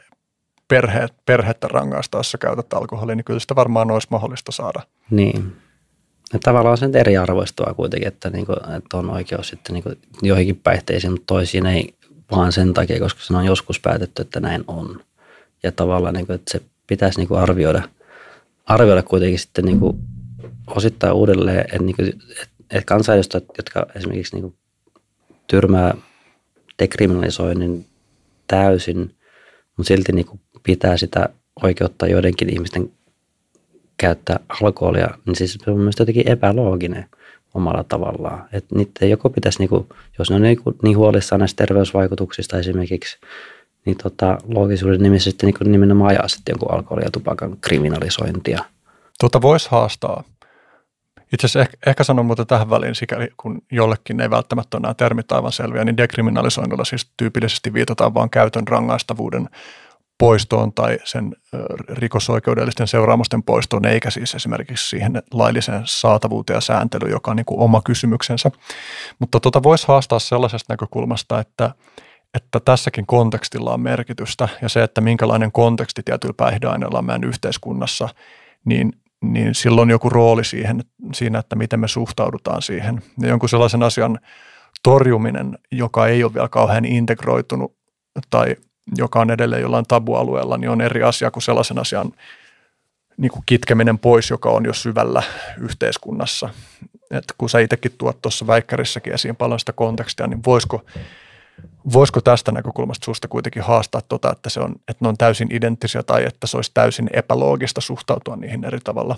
C: perhettä rangaistaa, jos sä käytät alkoholia, niin kyllä sitä varmaan olisi mahdollista saada.
D: Niin. Ja tavallaan se eriarvoistua kuitenkin, että on oikeus sitten joihinkin päihteisiin, mutta toisiin ei vaan sen takia, koska se on joskus päätetty, että näin on. Ja tavallaan, että se pitäisi arvioida kuitenkin sitten osittain uudelleen, että kansanedustajat, jotka esimerkiksi tyrmää dekriminalisoinnin täysin, mutta silti pitää sitä oikeutta joidenkin ihmisten käyttää alkoholia, niin siis se on myös jotenkin epälooginen omalla tavallaan. Että niitä joko pitäisi, jos ne on niin huolissaan näistä terveysvaikutuksista esimerkiksi, niin loogisuuden nimissä sitten nimenomaan ajaa sitten jonkun alkoholin ja tupakan kriminalisointia.
C: Voisi haastaa. Itse asiassa ehkä sanon muuten tähän väliin, sikäli kun jollekin ei välttämättä ole nämä termit aivan selviä, niin dekriminalisoinnilla siis tyypillisesti viitataan vaan käytön rangaistavuuden poistoon tai sen rikosoikeudellisten seuraamusten poistoon, eikä siis esimerkiksi siihen lailliseen saatavuuteen ja sääntelyyn, joka on niin kuin oma kysymyksensä. Mutta voisi haastaa sellaisesta näkökulmasta, että tässäkin kontekstilla on merkitystä ja se, että minkälainen konteksti tietyillä päihdeaineilla on meidän yhteiskunnassa, niin sillä on joku rooli siinä, että miten me suhtaudutaan siihen. Ja jonkun sellaisen asian torjuminen, joka ei ole vielä kauhean integroitunut tai joka on edelleen jollain tabualueella, niin on eri asia kuin sellaisen asian niin kuin kitkeminen pois, joka on jo syvällä yhteiskunnassa. Et kun sä itsekin tuot tuossa väikkärissäkin esiin paljon sitä kontekstia, niin voisiko tästä näkökulmasta susta kuitenkin haastaa että ne on täysin identtisiä tai että se olisi täysin epäloogista suhtautua niihin eri tavalla?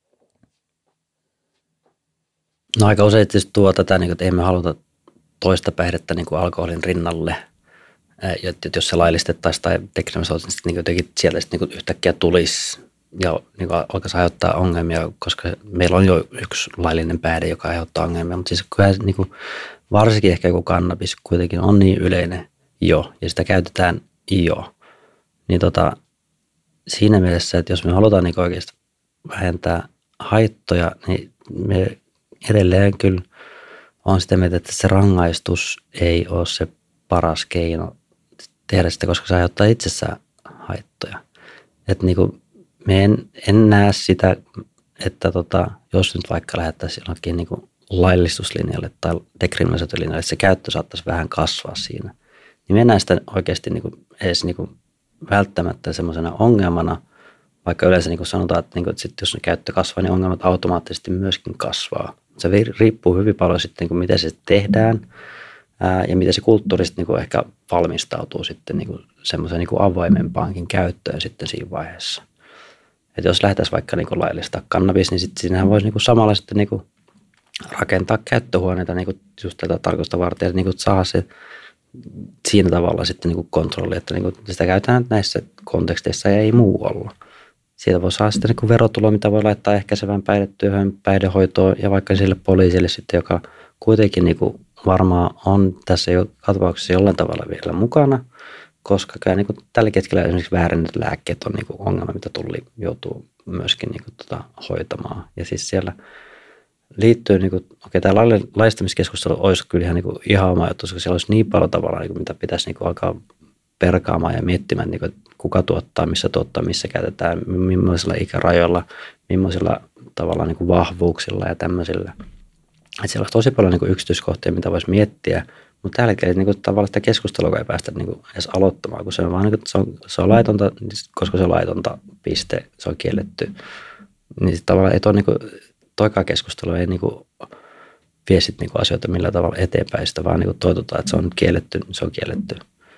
D: No aika usein tietysti tuo tätä, että emme haluta toista päihdettä alkoholin rinnalle. että jos se laillistettaisiin tai dekriminalisoitaisiin, niin sitten jotenkin sieltä sitten niin yhtäkkiä tulisi ja niin alkaisi aiheuttaa ongelmia, koska meillä on jo yksi laillinen päihde, joka aiheuttaa ongelmia, mutta siis kyllä niin kuin, varsinkin ehkä joku kannabis kuitenkin on niin yleinen jo ja sitä käytetään jo, niin siinä mielessä, että jos me halutaan niin oikeasti vähentää haittoja, niin me edelleen kyllä on sitä mieltä, että se rangaistus ei ole se paras keino tehdä sitä, koska se aiheuttaa itsessään haittoja. Että niin kuin me en näe sitä, että jos nyt vaikka lähdettäisiin jollakin niin kuin laillistuslinjalle tai dekriminalisointilinjalle, että se käyttö saattaisi vähän kasvaa siinä, niin me en näe sitä oikeasti niin kuin edes niin kuin välttämättä semmoisena ongelmana, vaikka yleensä niin kuin sanotaan, että, niin kuin, että sit jos ne käyttö kasvaa, niin ongelmat automaattisesti myöskin kasvaa. Se riippuu hyvin paljon sitten, niin kuin miten se tehdään ja miten se kulttuuri sitten, niin kuin ehkä valmistautuu sitten niin kuin semmoiseen niin kuin avoimempaankin käyttöön sitten siinä vaiheessa. Että jos lähdettäisiin vaikka niin kuin laillistaa kannabis, niin sitten siinähän voisi niin kuin samalla sitten niin kuin rakentaa käyttöhuoneita niin kuin just tätä tarkoitusta varten, että niin kuin saa se siinä tavalla sitten niin kuin kontrolli, että niin kuin sitä käytetään näissä konteksteissa ja ei muualla. Siitä voi saada sitten niin verotulo, mitä voi laittaa ehkäisevään päihdetyöhön, päihdehoitoon ja vaikka sille poliisille sitten, joka kuitenkin niin kuin varmaan on tässä jo tapauksessa jollain tavalla vielä mukana, koska kyllä niin kuin tällä hetkellä esimerkiksi väärennetyt lääkkeet on niin kuin ongelma, mitä Tulli joutuu myöskin niin kuin hoitamaan. Ja siis siellä liittyy, niin kuin, tämä laillistamiskeskustelu olisi kyllä ihan oma juttu, koska siellä olisi niin paljon tavalla, niin kuin, mitä pitäisi niin kuin alkaa perkaamaan ja miettimään, niin kuin, että kuka tuottaa, missä käytetään, millaisilla ikärajoilla, millaisilla tavalla niin kuin vahvuuksilla ja tämmöisillä. Että siellä olisi tosi paljon niin kuin yksityiskohtia, mitä voisi miettiä, mutta tällä hetkellä niin kuin, tavallaan sitä keskustelua ei päästä niin kuin edes aloittamaan, kun se on vaan niin kuin, se on laitonta, koska se on laitonta, piste, se on kielletty. Niin tavallaan ei niin kuin, toikaan keskustelu ei niin kuin vie sit niin kuin asioita millään tavalla eteenpäin, sitä vaan niin kuin toitotaan, että se on kielletty, niin se on kielletty.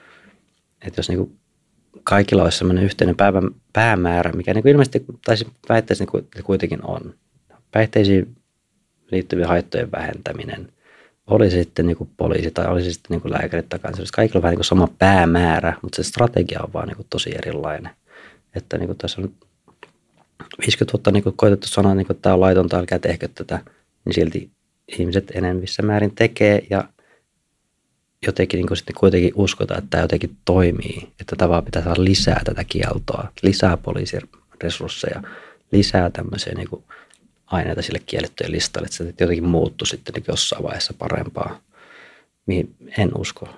D: Että jos niin kuin kaikilla olisi sellainen yhteinen päämäärä, mikä niin kuin ilmeisesti, tai väittäisin, että kuitenkin on. Päihteisiin liittyvien haittojen vähentäminen, oli se sitten niin kuin poliisi tai oli se sitten niin kuin lääkärit takana. Kaikilla on vähän niin kuin sama päämäärä, mutta se strategia on vaan niin kuin tosi erilainen. Että niin kuin tässä on 50 vuotta niin kuin koetettu sanoa, niin kuin, että tämä on laitonta, älkää tehkö tätä, niin silti ihmiset enemmissä määrin tekee ja jotenkin niin kuin sitten kuitenkin uskotaan, että tämä jotenkin toimii, että tämä vaan pitää saada lisää tätä kieltoa, lisää poliisiresursseja, lisää tämmöisiä niin kuin aineita sille kiellettyjen listalle, että se jotenkin muuttui sitten niin jossain vaiheessa parempaa, mihin en usko.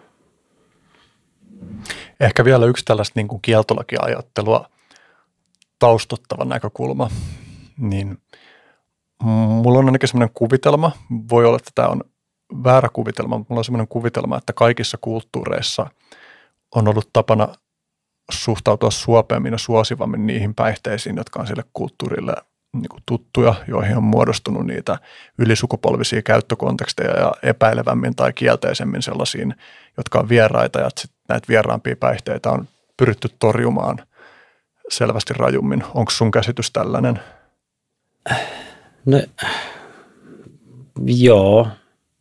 C: Ehkä vielä yksi tällaista niin kuin kieltolakiajattelua taustottava näkökulma, niin mulla on ainakin semmoinen kuvitelma, voi olla, että tämä on väärä kuvitelma, mutta mulla on semmoinen kuvitelma, että kaikissa kulttuureissa on ollut tapana suhtautua suopeammin ja suosivammin niihin päihteisiin, jotka on sille kulttuurille niin kuin tuttuja, joihin on muodostunut niitä ylisukupolvisia käyttökonteksteja ja epäilevämmin tai kielteisemmin sellaisiin, jotka on vieraita ja näitä vieraampia päihteitä on pyritty torjumaan selvästi rajummin. Onko sun käsitys tällainen?
D: No, joo.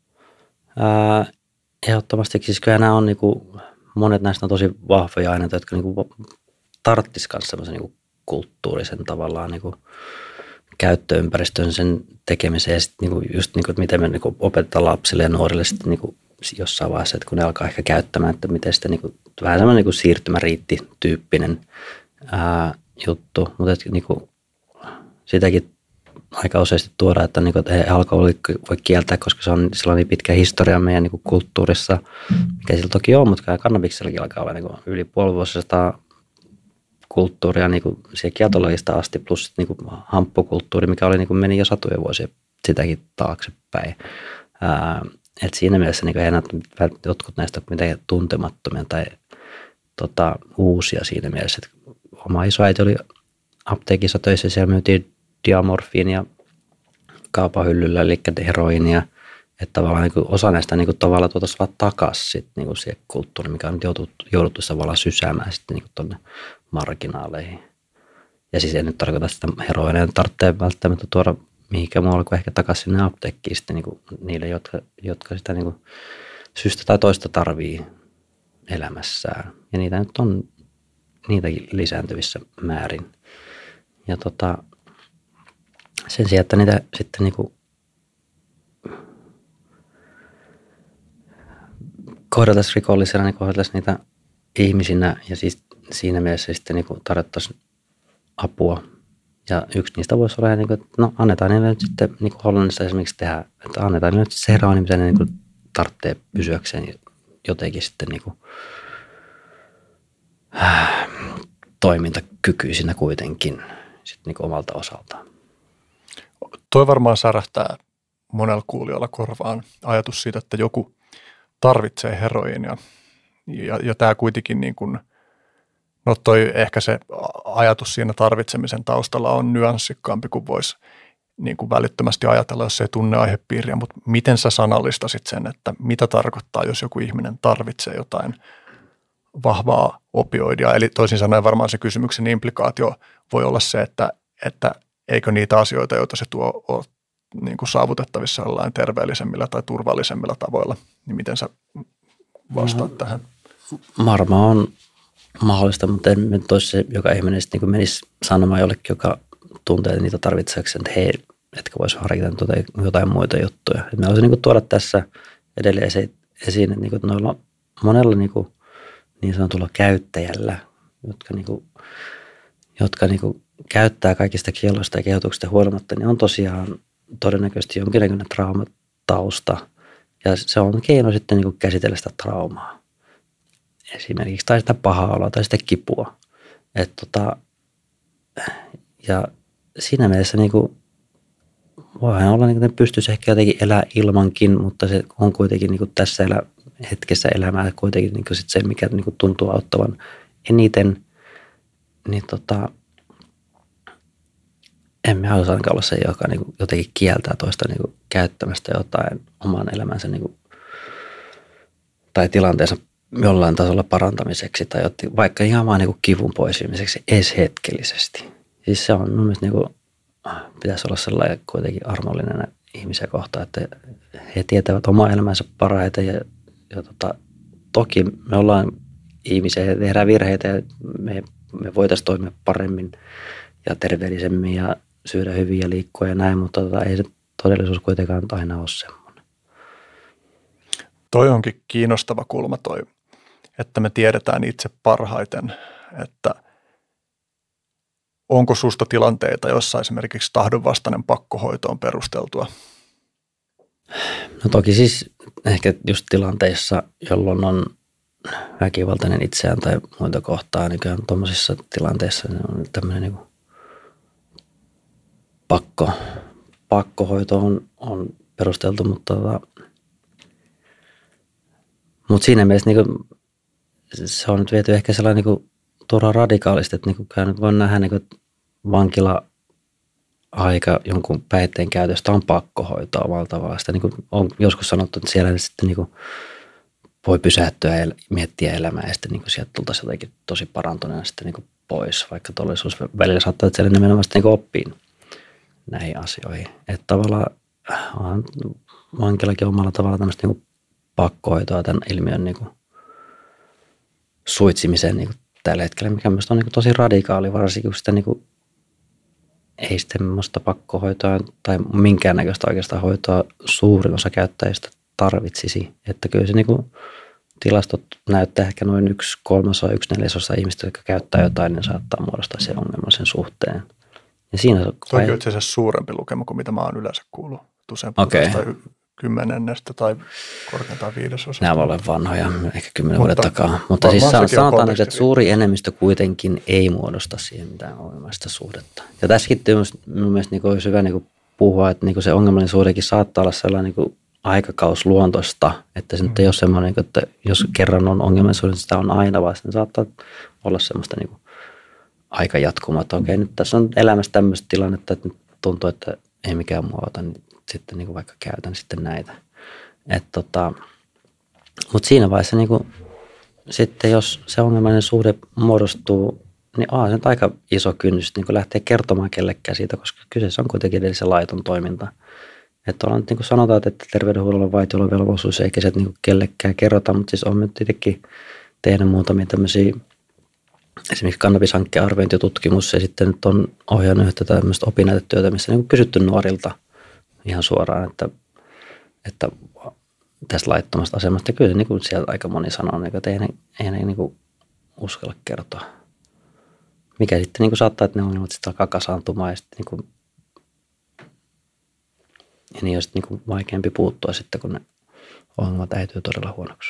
D: Ehdottomasti siis kyllä nämä on niinku, monet näistä on tosi vahvoja aineita, jotka niinku tarttis kanssa semmoisen niinku kulttuurisen tavallaan niinku käyttöympäristön sen tekemiseen ja sitten niinku just niinku, että miten me niinku opetetaan lapsille ja nuorille sitten niinku jossain vaiheessa, että kun ne alkaa ehkä käyttämään, että miten sitten niinku, vähän semmoinen niinku siirtymäriitti-tyyppinen juttu, mutta niinku, sitäkin aika useasti tuoda, että, niinku, että alkoholi voi kieltää, koska sillä on niin pitkä historia meidän niinku kulttuurissa, mikä sillä toki on, mutta kannabiksellakin alkaa olla niinku yli puoli vuosisataa kulttuuria niinku siihen kieltolajista asti, plus niinku hamppukulttuuri, mikä oli, niinku, meni jo satoja vuosia sitäkin taaksepäin. Et siinä mielessä niinku, ei enää jotkut näistä mitenkään tuntemattomia tai uusia siinä mielessä. Et oma isoäiti oli apteekissa töissä, siellä myytiin diamorfiinia kaupahyllyllä, eli heroinia. Että tavallaan niin osa näistä niin tavallaan tuotaisiin vaan takaisin niin siihen kulttuuriin, mikä on nyt jouduttu tavallaan sysäämään sitten niin tuonne marginaaleihin. Ja siis en nyt tarkoita sitä heroinia, tarvitsee välttämättä tuoda mihinkään muualle kuin ehkä takaisin sinne apteekkiin sitten niin niille, jotka sitä niin syystä tai toista tarvii. elämässään. Ja niitä nyt on niitäkin lisääntyvissä määrin. Ja sen sijaan, että niitä sitten niinku kohdeltaisiin rikollisena, niin kohdeltaisiin niitä ihmisinä ja siis siinä mielessä sitten niinku tarjottaisiin apua. Ja yksi niistä voisi olla, että no annetaan niille nyt sitten, niin kuin Hollannissa esimerkiksi tehdään, että annetaan niille nyt se herooni, mitä ne niin tarvitsee pysyäkseen jotenkin sitten niin kuin, toimintakykyisinä kuitenkin sitten niin kuin omalta osaltaan.
C: Toi varmaan särähtää monella kuulijalla korvaan ajatus siitä, että joku tarvitsee heroiinia. Ja tämä kuitenkin niin kuin, no toi ehkä se ajatus siinä tarvitsemisen taustalla on nyanssikkaampi kuin voisi niin kuin välittömästi ajatella, jos ei tunne aihepiiriä, mutta miten sä sanallistasit sen, että mitä tarkoittaa, jos joku ihminen tarvitsee jotain vahvaa opioidia? Eli toisin sanoen varmaan se kysymyksen implikaatio voi olla se, että eikö niitä asioita, joita se tuo, ole niin kuin saavutettavissa jollain terveellisemmillä tai turvallisemmilla tavoilla, niin miten sä vastaat tähän?
D: Varmaan on mahdollista, mutta en toisi se, joka ihminen sitten niin menisi sanomaan jollekin, joka tuntee niitä tarvitseeksi, että hei, etkö voisi harkita jotain muita juttuja. Et me haluaisin niin tuoda tässä edelleen esiin, että, niin noilla monella niin sanotulla käyttäjällä, jotka käyttää kaikista kielloista ja kehotuksista huolimatta, niin on tosiaan todennäköisesti jonkinlainen traumatausta. Ja se on keino sitten niin käsitellä sitä traumaa. Esimerkiksi tai sitä pahaa oloa tai sitä kipua. Ja siinä mielessä voihan olla, että ne pystyisi ehkä jotenkin elää ilmankin, mutta se on kuitenkin tässä hetkessä elämää kuitenkin sit se, mikä tuntuu auttavan eniten. Niin emme halua ainakaan olla se, joka jotenkin kieltää toista käyttämästä jotain oman elämänsä tai tilanteensa jollain tasolla parantamiseksi tai vaikka ihan vaan kivun poisviimiseksi edes hetkellisesti. Siis se on mun mielestä pitäisi olla sellainen kuitenkin armollinen ihmisiä kohtaan, että he tietävät omaa elämänsä parhaiten ja toki me ollaan ihmisiä ja tehdään virheitä ja me voitaisiin toimia paremmin ja terveellisemmin ja syödä hyvin ja liikkua ja näin, mutta ei se todellisuus kuitenkaan aina ole semmoinen.
C: Toi onkin kiinnostava kulma toi, että me tiedetään itse parhaiten, että onko susta tilanteita, jossa esimerkiksi tahdonvastainen pakkohoito on perusteltua?
D: No toki siis ehkä just tilanteissa, jolloin on väkivaltainen itseään tai muita kohtaa, niin kyllä tuommoisissa tilanteissa on tämmöinen pakkohoito on perusteltu, mutta siinä mielessä se on nyt viety ehkä sellainen turha radikaalisti, että nyt voi nähdä vankila-aika jonkun päihteen käytöstä on pakkohoitoa omalla tavalla. Sitä on joskus sanottu, että siellä sitten voi pysähtyä ja miettiä elämää ja sitten sieltä tultaisiin jotenkin tosi parantuneena sitten pois, vaikka todellisuus välillä saattaa, että siellä nimenomaan sitten oppii näihin asioihin. Että tavallaan vankilakin omalla tavalla tämmöistä pakkohoitoa tämän ilmiön suitsimiseen tällä hetkellä, mikä myös on tosi radikaali, varsinkin kun sitä ei semmoista pakkohoitoa tai minkäännäköistä oikeastaan hoitoa suurin osa käyttäjistä tarvitsisi. Että kyllä se tilastot näyttää ehkä noin 1/3, 1/4 ihmistä, jotka käyttää jotain, niin saattaa muodostaa sen ongelman sen suhteen. Ja siinä
C: on itse asiassa suurempi lukema kuin mitä mä oon yleensä kuullut. Usein puhutaan 10 tai korkeintaan 5/5.
D: Nämä voi olla vanhoja, ehkä 10 vuoden takaa. Mutta siis sanotaan, että suuri enemmistö kuitenkin ei muodosta siihen mitään ongelmallista suhdetta. Ja tässäkin minun mielestä olisi hyvä puhua, että se ongelmallinen suhdekin saattaa olla sellainen aikakausluontoista, että se nyt ei ole semmoinen, että jos kerran on ongelmallinen niin sitä on aina, vaan se saattaa olla semmoista aika jatkumaa, että okei, nyt tässä on elämässä tämmöistä tilannetta, että nyt tuntuu, että ei mikään muu auta, niin sitten vaikka käytän sitten näitä. Mutta siinä vaiheessa sitten jos se ongelmallinen suhde muodostuu, niin se on aika iso kynnys lähteä kertomaan kellekään siitä, koska kyseessä on kuitenkin edellisen laiton toiminta. Että ollaan nyt sanotaan, että terveydenhuollolla on vaitiolovelvollisuus eikä se kellekään kerrota, mutta siis on nyt tietenkin tehnyt muutamia tämmöisiä, esimerkiksi kannabishankkeen arviointitutkimus, ja sitten nyt on ohjannut yhtä tämmöistä opinnäytetyötä, missä on niin kysytty nuorilta ihan suoraan, että tästä laittomasta asemasta. Ja kyllä niin kuin sieltä aika moni sanoo, että ei ne niin kuin uskalla kertoa. Mikä sitten niin kuin saattaa, että ne ongelmat sitten alkaa kasaantumaan ja sitten niin kuin, ja niin on sitten niin kuin vaikeampi puuttua sitten, kun ne ongelmat äityy todella huonoksi.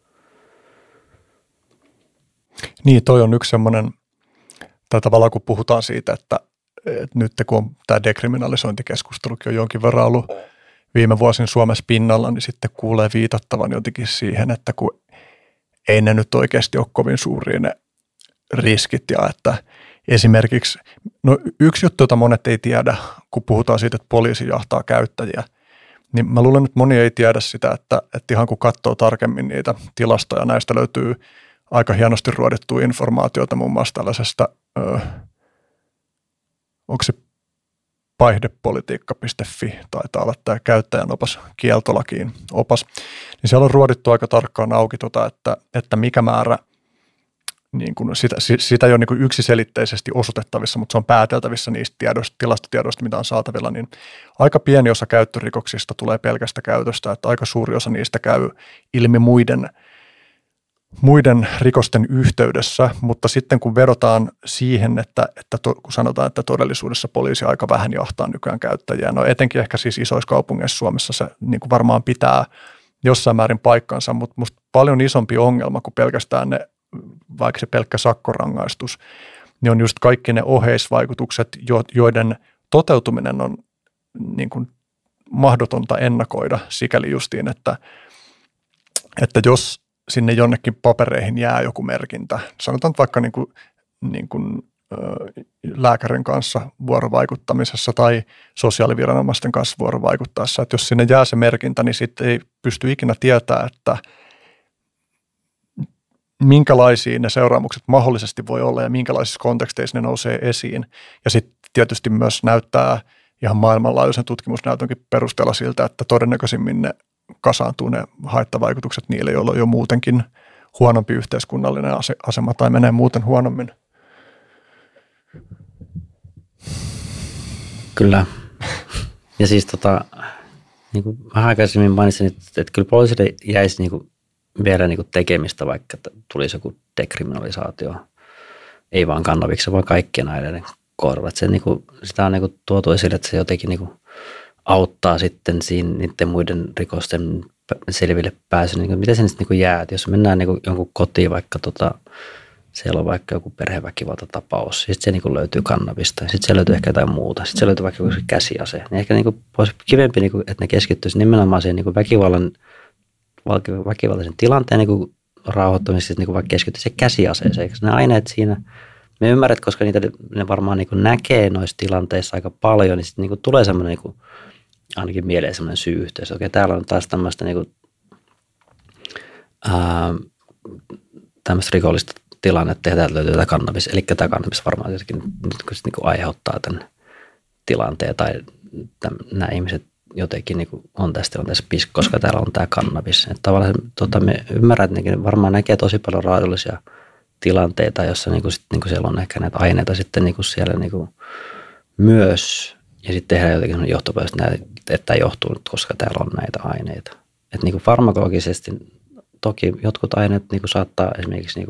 C: Niin, toi on yksi semmoinen, tai tavallaan kun puhutaan siitä, että nyt kun on tämä dekriminalisointikeskustelukin on jonkin verran ollut viime vuosina Suomessa pinnalla, niin sitten kuulee viitattavan jotenkin siihen, että kun ei ne nyt oikeasti ole kovin suuria ne riskit ja että esimerkiksi, no yksi juttu, jota monet ei tiedä, kun puhutaan siitä, että poliisi jahtaa käyttäjiä, niin mä luulen, että moni ei tiedä sitä, että ihan kun katsoo tarkemmin niitä tilastoja, näistä löytyy aika hienosti ruodittua informaatiota muun muassa tällaisesta, onko se päihdepolitiikka.fi, taitaa olla tämä käyttäjän opas, kieltolakiin opas, niin siellä on ruodittu aika tarkkaan auki, että mikä määrä, niin kuin sitä ei ole niin kuin yksiselitteisesti osoitettavissa, mutta se on pääteltävissä niistä tilastotiedoista, mitä on saatavilla, niin aika pieni osa käyttörikoksista tulee pelkästä käytöstä, että aika suuri osa niistä käy ilmi muiden rikosten yhteydessä, mutta sitten kun vedotaan siihen, että kun sanotaan, että todellisuudessa poliisi aika vähän jahtaa nykyään käyttäjiä, no etenkin ehkä siis isoissa kaupungeissa Suomessa se niin kuin varmaan pitää jossain määrin paikkansa, mutta musta paljon isompi ongelma kuin pelkästään ne, vaikka se pelkkä sakkorangaistus, niin on just kaikki ne oheisvaikutukset, joiden toteutuminen on niin kuin mahdotonta ennakoida sikäli justiin, että jos sinne jonnekin papereihin jää joku merkintä, sanotaan vaikka niin kuin lääkärin kanssa vuorovaikuttamisessa tai sosiaaliviranomaisten kanssa vuorovaikuttaessa, että jos sinne jää se merkintä, niin sitten ei pysty ikinä tietämään, että minkälaisia ne seuraamukset mahdollisesti voi olla ja minkälaisissa konteksteissa ne nousee esiin. Ja sitten tietysti myös näyttää ihan maailmanlaajuisen tutkimusnäytönkin perusteella siltä, että todennäköisimmin ne kasaantuu ne haittavaikutukset niille, joilla on jo muutenkin huonompi yhteiskunnallinen asema tai menee muuten huonommin.
D: Kyllä. Ja siis niin kuin vähän aikaisemmin mainitsin, että kyllä poliisille jäisi niin kuin vielä niin kuin tekemistä, vaikka tulisi joku dekriminalisaatio. Ei vaan kannabiksen, vaan kaikkien aineiden kohdalla. Se, niin kuin, sitä on niin kuin tuotu esille, että se jotenkin niin kuin auttaa sitten siinä niiden muiden rikosten selville pääsy. Niin miten se nyt niin jää? Että jos mennään niin jonkun kotiin, vaikka siellä on vaikka joku perheväkivaltatapaus, sitten se niin löytyy kannabista, sitten se löytyy ehkä jotain muuta, sitten se löytyy vaikka joku käsiase. Niin ehkä niin olisi kivempi, niin kuin, että ne keskittyisi nimenomaan siihen niin väkivaltaisen tilanteen niin rauhoittamiseen, niin vaikka keskittyisi siihen käsiaseeseen. Eikö ne aineet siinä, me ymmärrät, koska ne varmaan niin näkee noissa tilanteissa aika paljon, niin sitten niin tulee semmoinen niin ainakin mieleen semmoinen syy-yhteys. Okei, täällä on taas tämmöistä niin tämmöistä rikollista tilannetta ja täältä löytyy tätä kannabis. Eli tämä kannabis varmaan jotenkin niin aiheuttaa tämän tilanteen tai nämä ihmiset jotenkin niin on tässä tilanteessa koska täällä on tämä kannabis. Että tavallaan me ymmärrän, että ne varmaan näkee tosi paljon raadollisia tilanteita, jossa siellä on ehkä näitä aineita sitten siellä myös. Ja sitten tehdään jotenkin johtopäätös, että tämä johtuu nyt, koska täällä on näitä aineita. Että farmakologisesti toki jotkut aineet saattaa esimerkiksi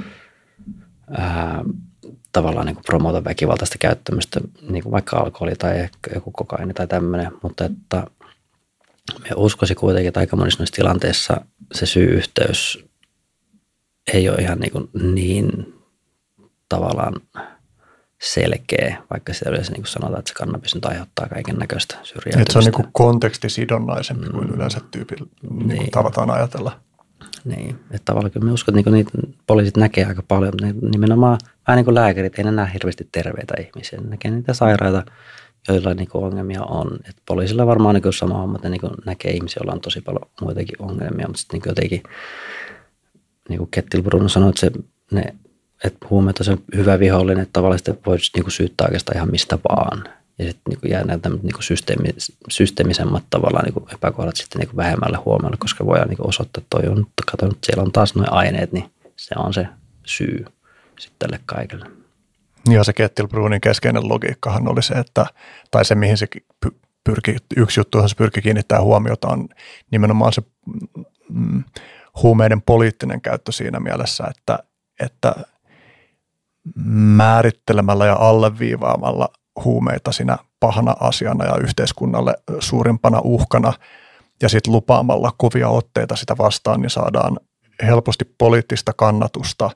D: tavallaan promota väkivaltaista käyttämistä, vaikka alkoholi tai joku kokaini tai tämmöinen. Mutta että me uskoisin kuitenkin, että aika monissa noissa tilanteissa se syy-yhteys ei ole ihan niin tavallaan selkeä, vaikka sitä yleensä sanotaan, että se kannabis nyt aiheuttaa kaiken näköistä syrjäytymistä. Että
C: se on kontekstisidonnaisempi kuin yleensä niin tavataan ajatella.
D: Niin, että tavallaan kyllä me uskon, että niitä poliisit näkee aika paljon, ne nimenomaan vähän niin kuin lääkärit, ei ne näe hirveästi terveitä ihmisiä, ne näkee niitä sairaita, joilla ongelmia on. Että poliisilla varmaan sama homma, että ne näkee ihmisiä, joilla on tosi paljon muitakin ongelmia, mutta sitten jotenkin, niin kuin Kettil Bruno sanoi, että huumeet on se hyvä vihollinen, että tavallaan sitten voi syyttää oikeastaan ihan mistä vaan. Ja sitten jää näitä systeemisemmat tavallaan epäkohdat sitten vähemmälle huomiolle, koska voidaan osoittaa, että kato nyt siellä on taas nuo aineet, niin se on se syy sitten tälle kaikille.
C: Ja se Kettilbruunin keskeinen logiikkahan oli se, että, tai se mihin se yksi juttu, johon se pyrki kiinnittää huomiota, on nimenomaan se huumeiden poliittinen käyttö siinä mielessä, että määrittelemällä ja alleviivaamalla huumeita siinä pahana asiana ja yhteiskunnalle suurimpana uhkana ja sitten lupaamalla kovia otteita sitä vastaan, niin saadaan helposti poliittista kannatusta,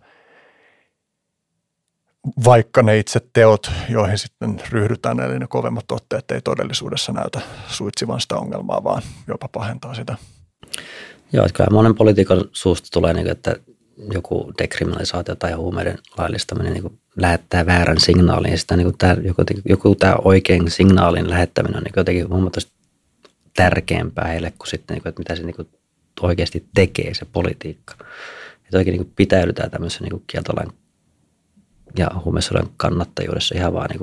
C: vaikka ne itse teot, joihin sitten ryhdytään, eli ne kovemmat otteet ei todellisuudessa näytä suitsivan sitä ongelmaa, vaan jopa pahentaa sitä.
D: Joo, että kyllä monen poliitikon suusta tulee, että joku dekriminalisaatio tai huumeiden laillistaminen lähettää väärän signaalin. Ja sitä, joku tämä oikein signaalin lähettäminen on jotenkin huomattavasti tärkeämpää heille kuin sitten, että mitä se oikeasti tekee se politiikka. Että oikein pitäydytään tämmöisen kieltolain ja huumesodan kannattajuudessa ihan vaan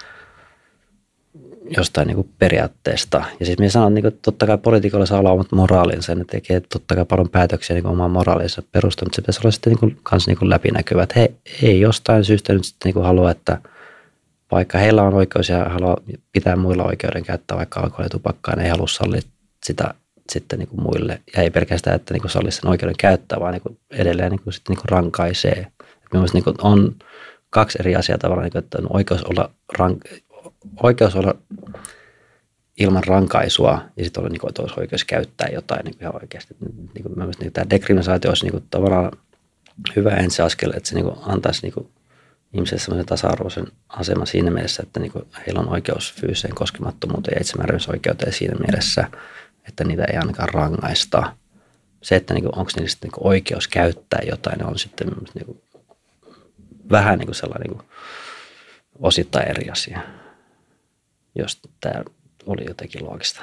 D: jostain periaatteesta. Ja siis minä sanon, että totta kai poliitikolla saa olla omat moraalinsa, ne tekee totta kai paljon päätöksiä omaan moraalinsa perusta, mutta se pitäisi olla sitten kans läpinäkyvä, että he ei jostain syystä nyt sitten halua, että vaikka heillä on oikeus ja haluaa pitää muilla oikeuden käyttää vaikka alkoholia ja tupakkaa, ne ei halua sallia sitä sitten muille. Ja ei pelkästään, että sallisi sen oikeuden käyttää, vaan edelleen sitten rankaisee. Mielestäni on kaksi eri asiaa tavallaan, että on oikeus olla ilman rankaisua ja sitten olla olisi oikeus käyttää jotain ihan oikeasti. Mielestäni tämä dekriminalisaatio olisi tavallaan hyvä ensiaskel, että se antaisi ihmisille sellaisen tasa-arvoisen aseman siinä mielessä, että heillä on oikeus fyysiseen koskemattomuuteen ja itsemääräämisoikeuteen siinä mielessä, että niitä ei ainakaan rangaista. Se, että onko niillä sitten oikeus käyttää jotain, on sitten vähän sellainen osittain eri asia, jos tämä oli jotenkin loogista.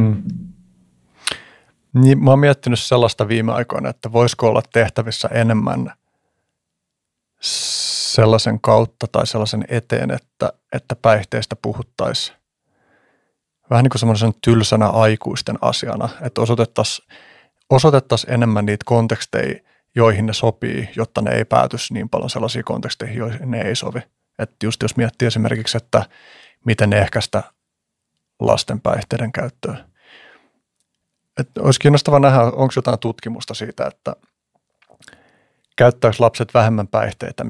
C: Niin, mä oon miettinyt sellaista viime aikoina, että voisiko olla tehtävissä enemmän sellaisen kautta tai sellaisen eteen, että päihteistä puhuttaisiin vähän niin kuin semmoisen tylsänä aikuisten asiana, että osoitettaisiin enemmän niitä konteksteja, joihin ne sopii, jotta ne ei päätyisi niin paljon sellaisiin konteksteihin, joihin ne ei sovi. Että just jos miettii esimerkiksi, että miten ehkäistä lasten päihteiden käyttöä. Että olisi kiinnostavaa nähdä, onko jotain tutkimusta siitä, että käyttäisi lapset vähemmän päihteitä,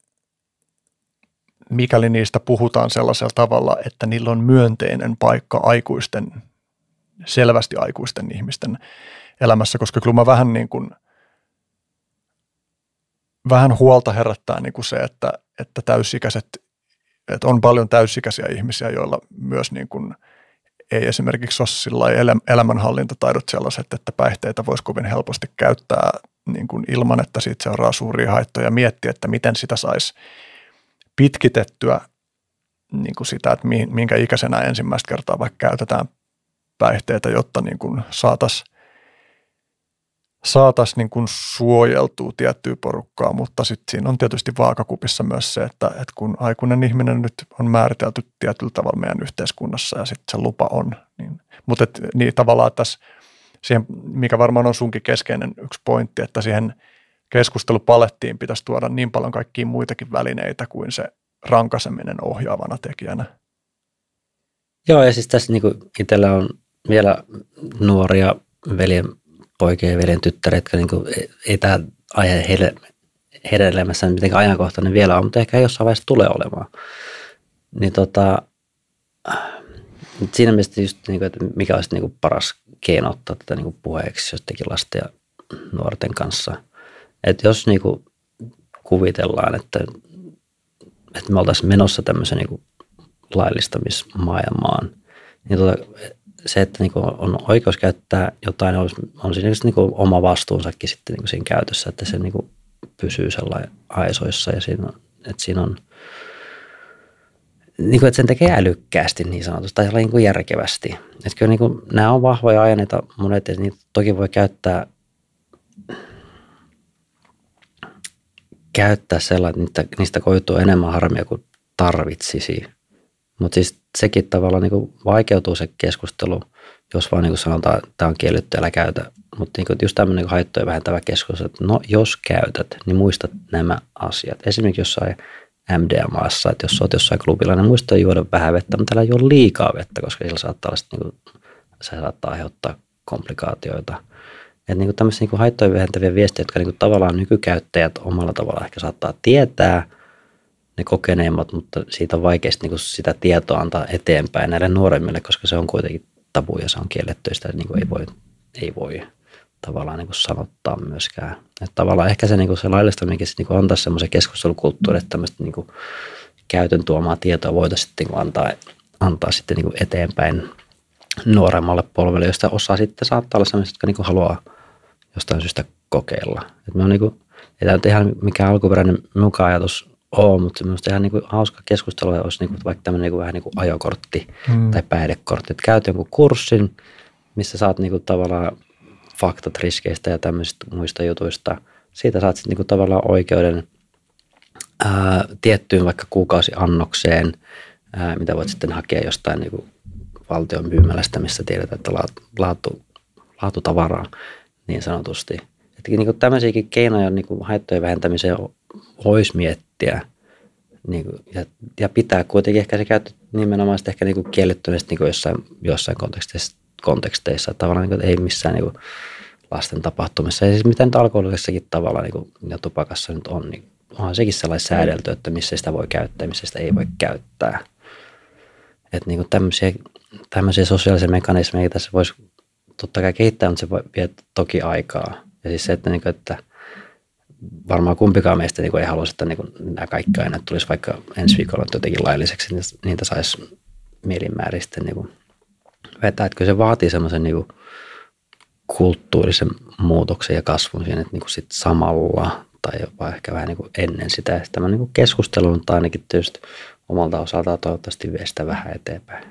C: mikäli niistä puhutaan sellaisella tavalla, että niillä on myönteinen paikka selvästi aikuisten ihmisten elämässä, koska kyllä mä vähän huolta herättää se, että on paljon täysikäisiä ihmisiä, joilla myös ei esimerkiksi ole elämänhallintataidot sellaiset, että päihteitä voisi kovin helposti käyttää ilman, että siitä seuraa suuria haittoja ja miettiä, että miten sitä saisi pitkitettyä sitä, että minkä ikäisenä ensimmäistä kertaa vaikka käytetään päihteitä, jotta saataisiin suojeltua tiettyä porukkaa, mutta sitten siinä on tietysti vaakakupissa myös se, että kun aikuinen ihminen nyt on määritelty tietyllä tavalla meidän yhteiskunnassa ja sitten se lupa on. Mutta niin tavallaan tässä siihen, mikä varmaan on sunkin keskeinen yksi pointti, että siihen keskustelupalettiin pitäisi tuoda niin paljon kaikkia muitakin välineitä kuin se rankaiseminen ohjaavana tekijänä.
D: Joo, ja siis tässä itsellä on vielä nuoria poikia ja veljen tyttäriä, jotka ei tämä aihe heidän elämässään mitenkään ajankohtainen vielä on, mutta ehkä jossain vaiheessa tulee olemaan. Niin siinä mielessä just, että mikä olisi paras keino ottaa tätä puheeksi jostakin lasten ja nuorten kanssa. Että jos kuvitellaan, että me oltaisiin menossa tämmöisen laillistamismaailmaan, niin se, että on oikeus käyttää jotain, on siinä oma vastuunsakin sitten siinä käytössä, että se pysyy sellainen aisoissa ja siinä on että sen tekee älykkäästi niin sanotusti tai järkevästi. Että kyllä nämä on vahvoja aineita monet ja niitä toki voi käyttää sellainen, että niistä koituu enemmän harmia kuin tarvitsisi. Mutta siis sekin tavallaan niin kuin vaikeutuu se keskustelu, jos vaan niin kuin sanotaan, että tämä on kielletty, älä käytä. Mutta niin just tämmöinen niin haittoja vähentävä keskustelu, että no jos käytät, niin muista nämä asiat. Esimerkiksi jossain MDMAssa, että jos olet jossain klubilla, niin muista juoda vähän vettä, mutta älä juo liikaa vettä, koska sillä saattaa olla niin kuin, se saattaa aiheuttaa komplikaatioita. Että niin tämmöisiä niin haittoja vähentäviä viestejä, jotka niin tavallaan nykykäyttäjät omalla tavalla ehkä saattaa tietää, ne kokeneemmat, mutta siitä on vaikeasti niin sitä tietoa antaa eteenpäin näille nuoremmille, koska se on kuitenkin tabu ja se on kielletty, sitä niin ei voi tavallaan niin sanottaa myöskään. Että tavallaan ehkä se, niin se laillistaminenkin niin antaa semmoisen keskustelukulttuurin, että tämmöistä niin käytön tuomaa tietoa voitaisiin niin antaa sitten niin eteenpäin nuoremmalle polvelle, josta osa sitten saattaa olla sellaiset, jotka niin haluaa jostain syystä kokeilla. Että me on niin kuin, ei tämä nyt ihan mikään alkuperäinen mukaan ajatus ole, mutta minusta ihan niin kuin hauska keskustelu olisi niin kuin vaikka tämmöinen niin kuin vähän niin kuin ajokortti tai päihdekortti. Että käyt jonkun kurssin, missä saat niin kuin tavallaan faktat riskeistä ja tämmöisistä muista jutuista. Siitä saat sitten niin kuin tavallaan oikeuden tiettyyn vaikka kuukausiannokseen, mitä voit sitten hakea jostain niin kuin valtion myymälästä, missä tiedetään, että laatutavaraa niin sanotusti. Että niin kuin tämmöisiäkin keinoja niin kuin haittojen vähentämiseen voisi miettiä niin kuin, ja pitää kuitenkin ehkä se käyttö nimenomaan ehkä niin kuin kiellettynä niin kuin jossain konteksteissa. Tavallaan niin kuin, ei missään niin kuin lasten tapahtumissa. Ja siis mitä nyt alkoholisessakin tavalla niin kuin, ja tupakassa nyt on, niin onhan sekin sellainen säädelty, että missä sitä voi käyttää ja missä sitä ei voi käyttää. Että niin kuin tämmöisiä sosiaalisia mekanismeja tässä voisi totta kai kehittää, mutta se voi vie toki aikaa. Ja siis se, että varmaan kumpikaan meistä ei haluaisi, että nämä kaikki aina tulisi vaikka ensi viikolla jotenkin lailliseksi, niin niitä saisi mielinmäärin sitten vetää. Että kyllä se vaatii semmoisen kulttuurisen muutoksen ja kasvun siinä, että sit samalla tai jopa ehkä vähän ennen sitä. Ja tämä keskustelu on ainakin tietysti omalta osaltaan toivottavasti vie sitä vähän eteenpäin.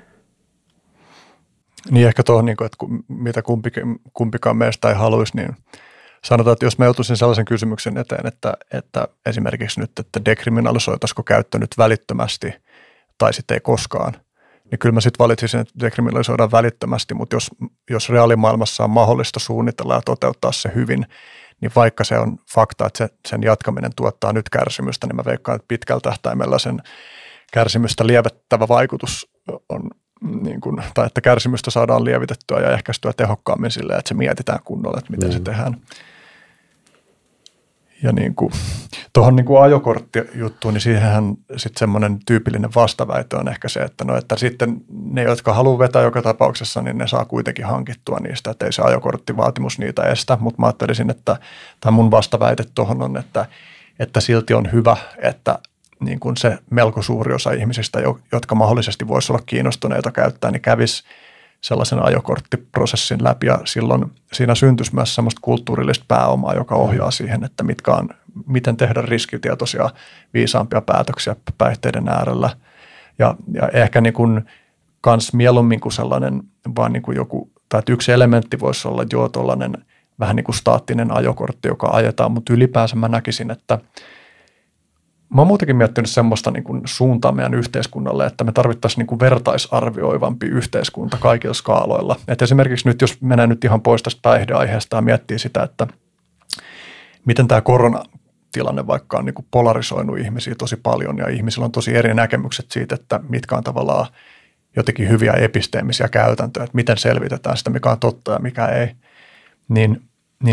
C: Niin ehkä tuohon, että mitä kumpikaan meistä ei haluaisi, niin sanotaan, että jos mä joutuisin sellaisen kysymyksen eteen, että esimerkiksi nyt, että dekriminalisoitaisiko käyttö nyt välittömästi tai sitten ei koskaan, niin kyllä mä sitten valitsisin, että dekriminalisoidaan välittömästi, mutta jos reaalimaailmassa on mahdollista suunnitella ja toteuttaa se hyvin, niin vaikka se on fakta, että sen jatkaminen tuottaa nyt kärsimystä, niin mä veikkaan, että pitkällä tähtäimellä sen kärsimystä lievittävä vaikutus on tai että kärsimystä saadaan lievitettyä ja ehkäistyä tehokkaammin silleen, että se mietitään kunnolla, että miten se tehdään. Ja tuohon ajokorttijuttuun, niin siihenhän sitten semmoinen tyypillinen vastaväite on ehkä se, että sitten ne, jotka haluaa vetää joka tapauksessa, niin ne saa kuitenkin hankittua niistä, että ei se ajokorttivaatimus niitä estä, mutta mä ajattelisin, että tämä mun vastaväite tuohon on, että silti on hyvä, että niin kuin se melko suuri osa ihmisistä, jotka mahdollisesti voisi olla kiinnostuneita käyttää, niin kävisi sellaisen ajokorttiprosessin läpi ja silloin siinä syntyisi myös sellaista kulttuurillista pääomaa, joka ohjaa siihen, että miten tehdä riskitietoisia viisaampia päätöksiä päihteiden äärellä. Ja ehkä kans mieluummin kuin sellainen vaan joku, tai että yksi elementti voisi olla tuollainen vähän staattinen ajokortti, joka ajetaan, mutta ylipäänsä mä näkisin, että mä oon muutenkin miettinyt semmoista suuntaa meidän yhteiskunnalle, että me tarvittaisiin vertaisarvioivampi yhteiskunta kaikilla skaaloilla. Et esimerkiksi nyt, jos mennään nyt ihan pois tästä päihdeaiheesta ja miettii sitä, että miten tämä koronatilanne vaikka on polarisoinut ihmisiä tosi paljon ja ihmisillä on tosi eri näkemykset siitä, että mitkä on tavallaan jotenkin hyviä episteemisiä käytäntöjä, että miten selvitetään sitä, mikä on totta ja mikä ei, niin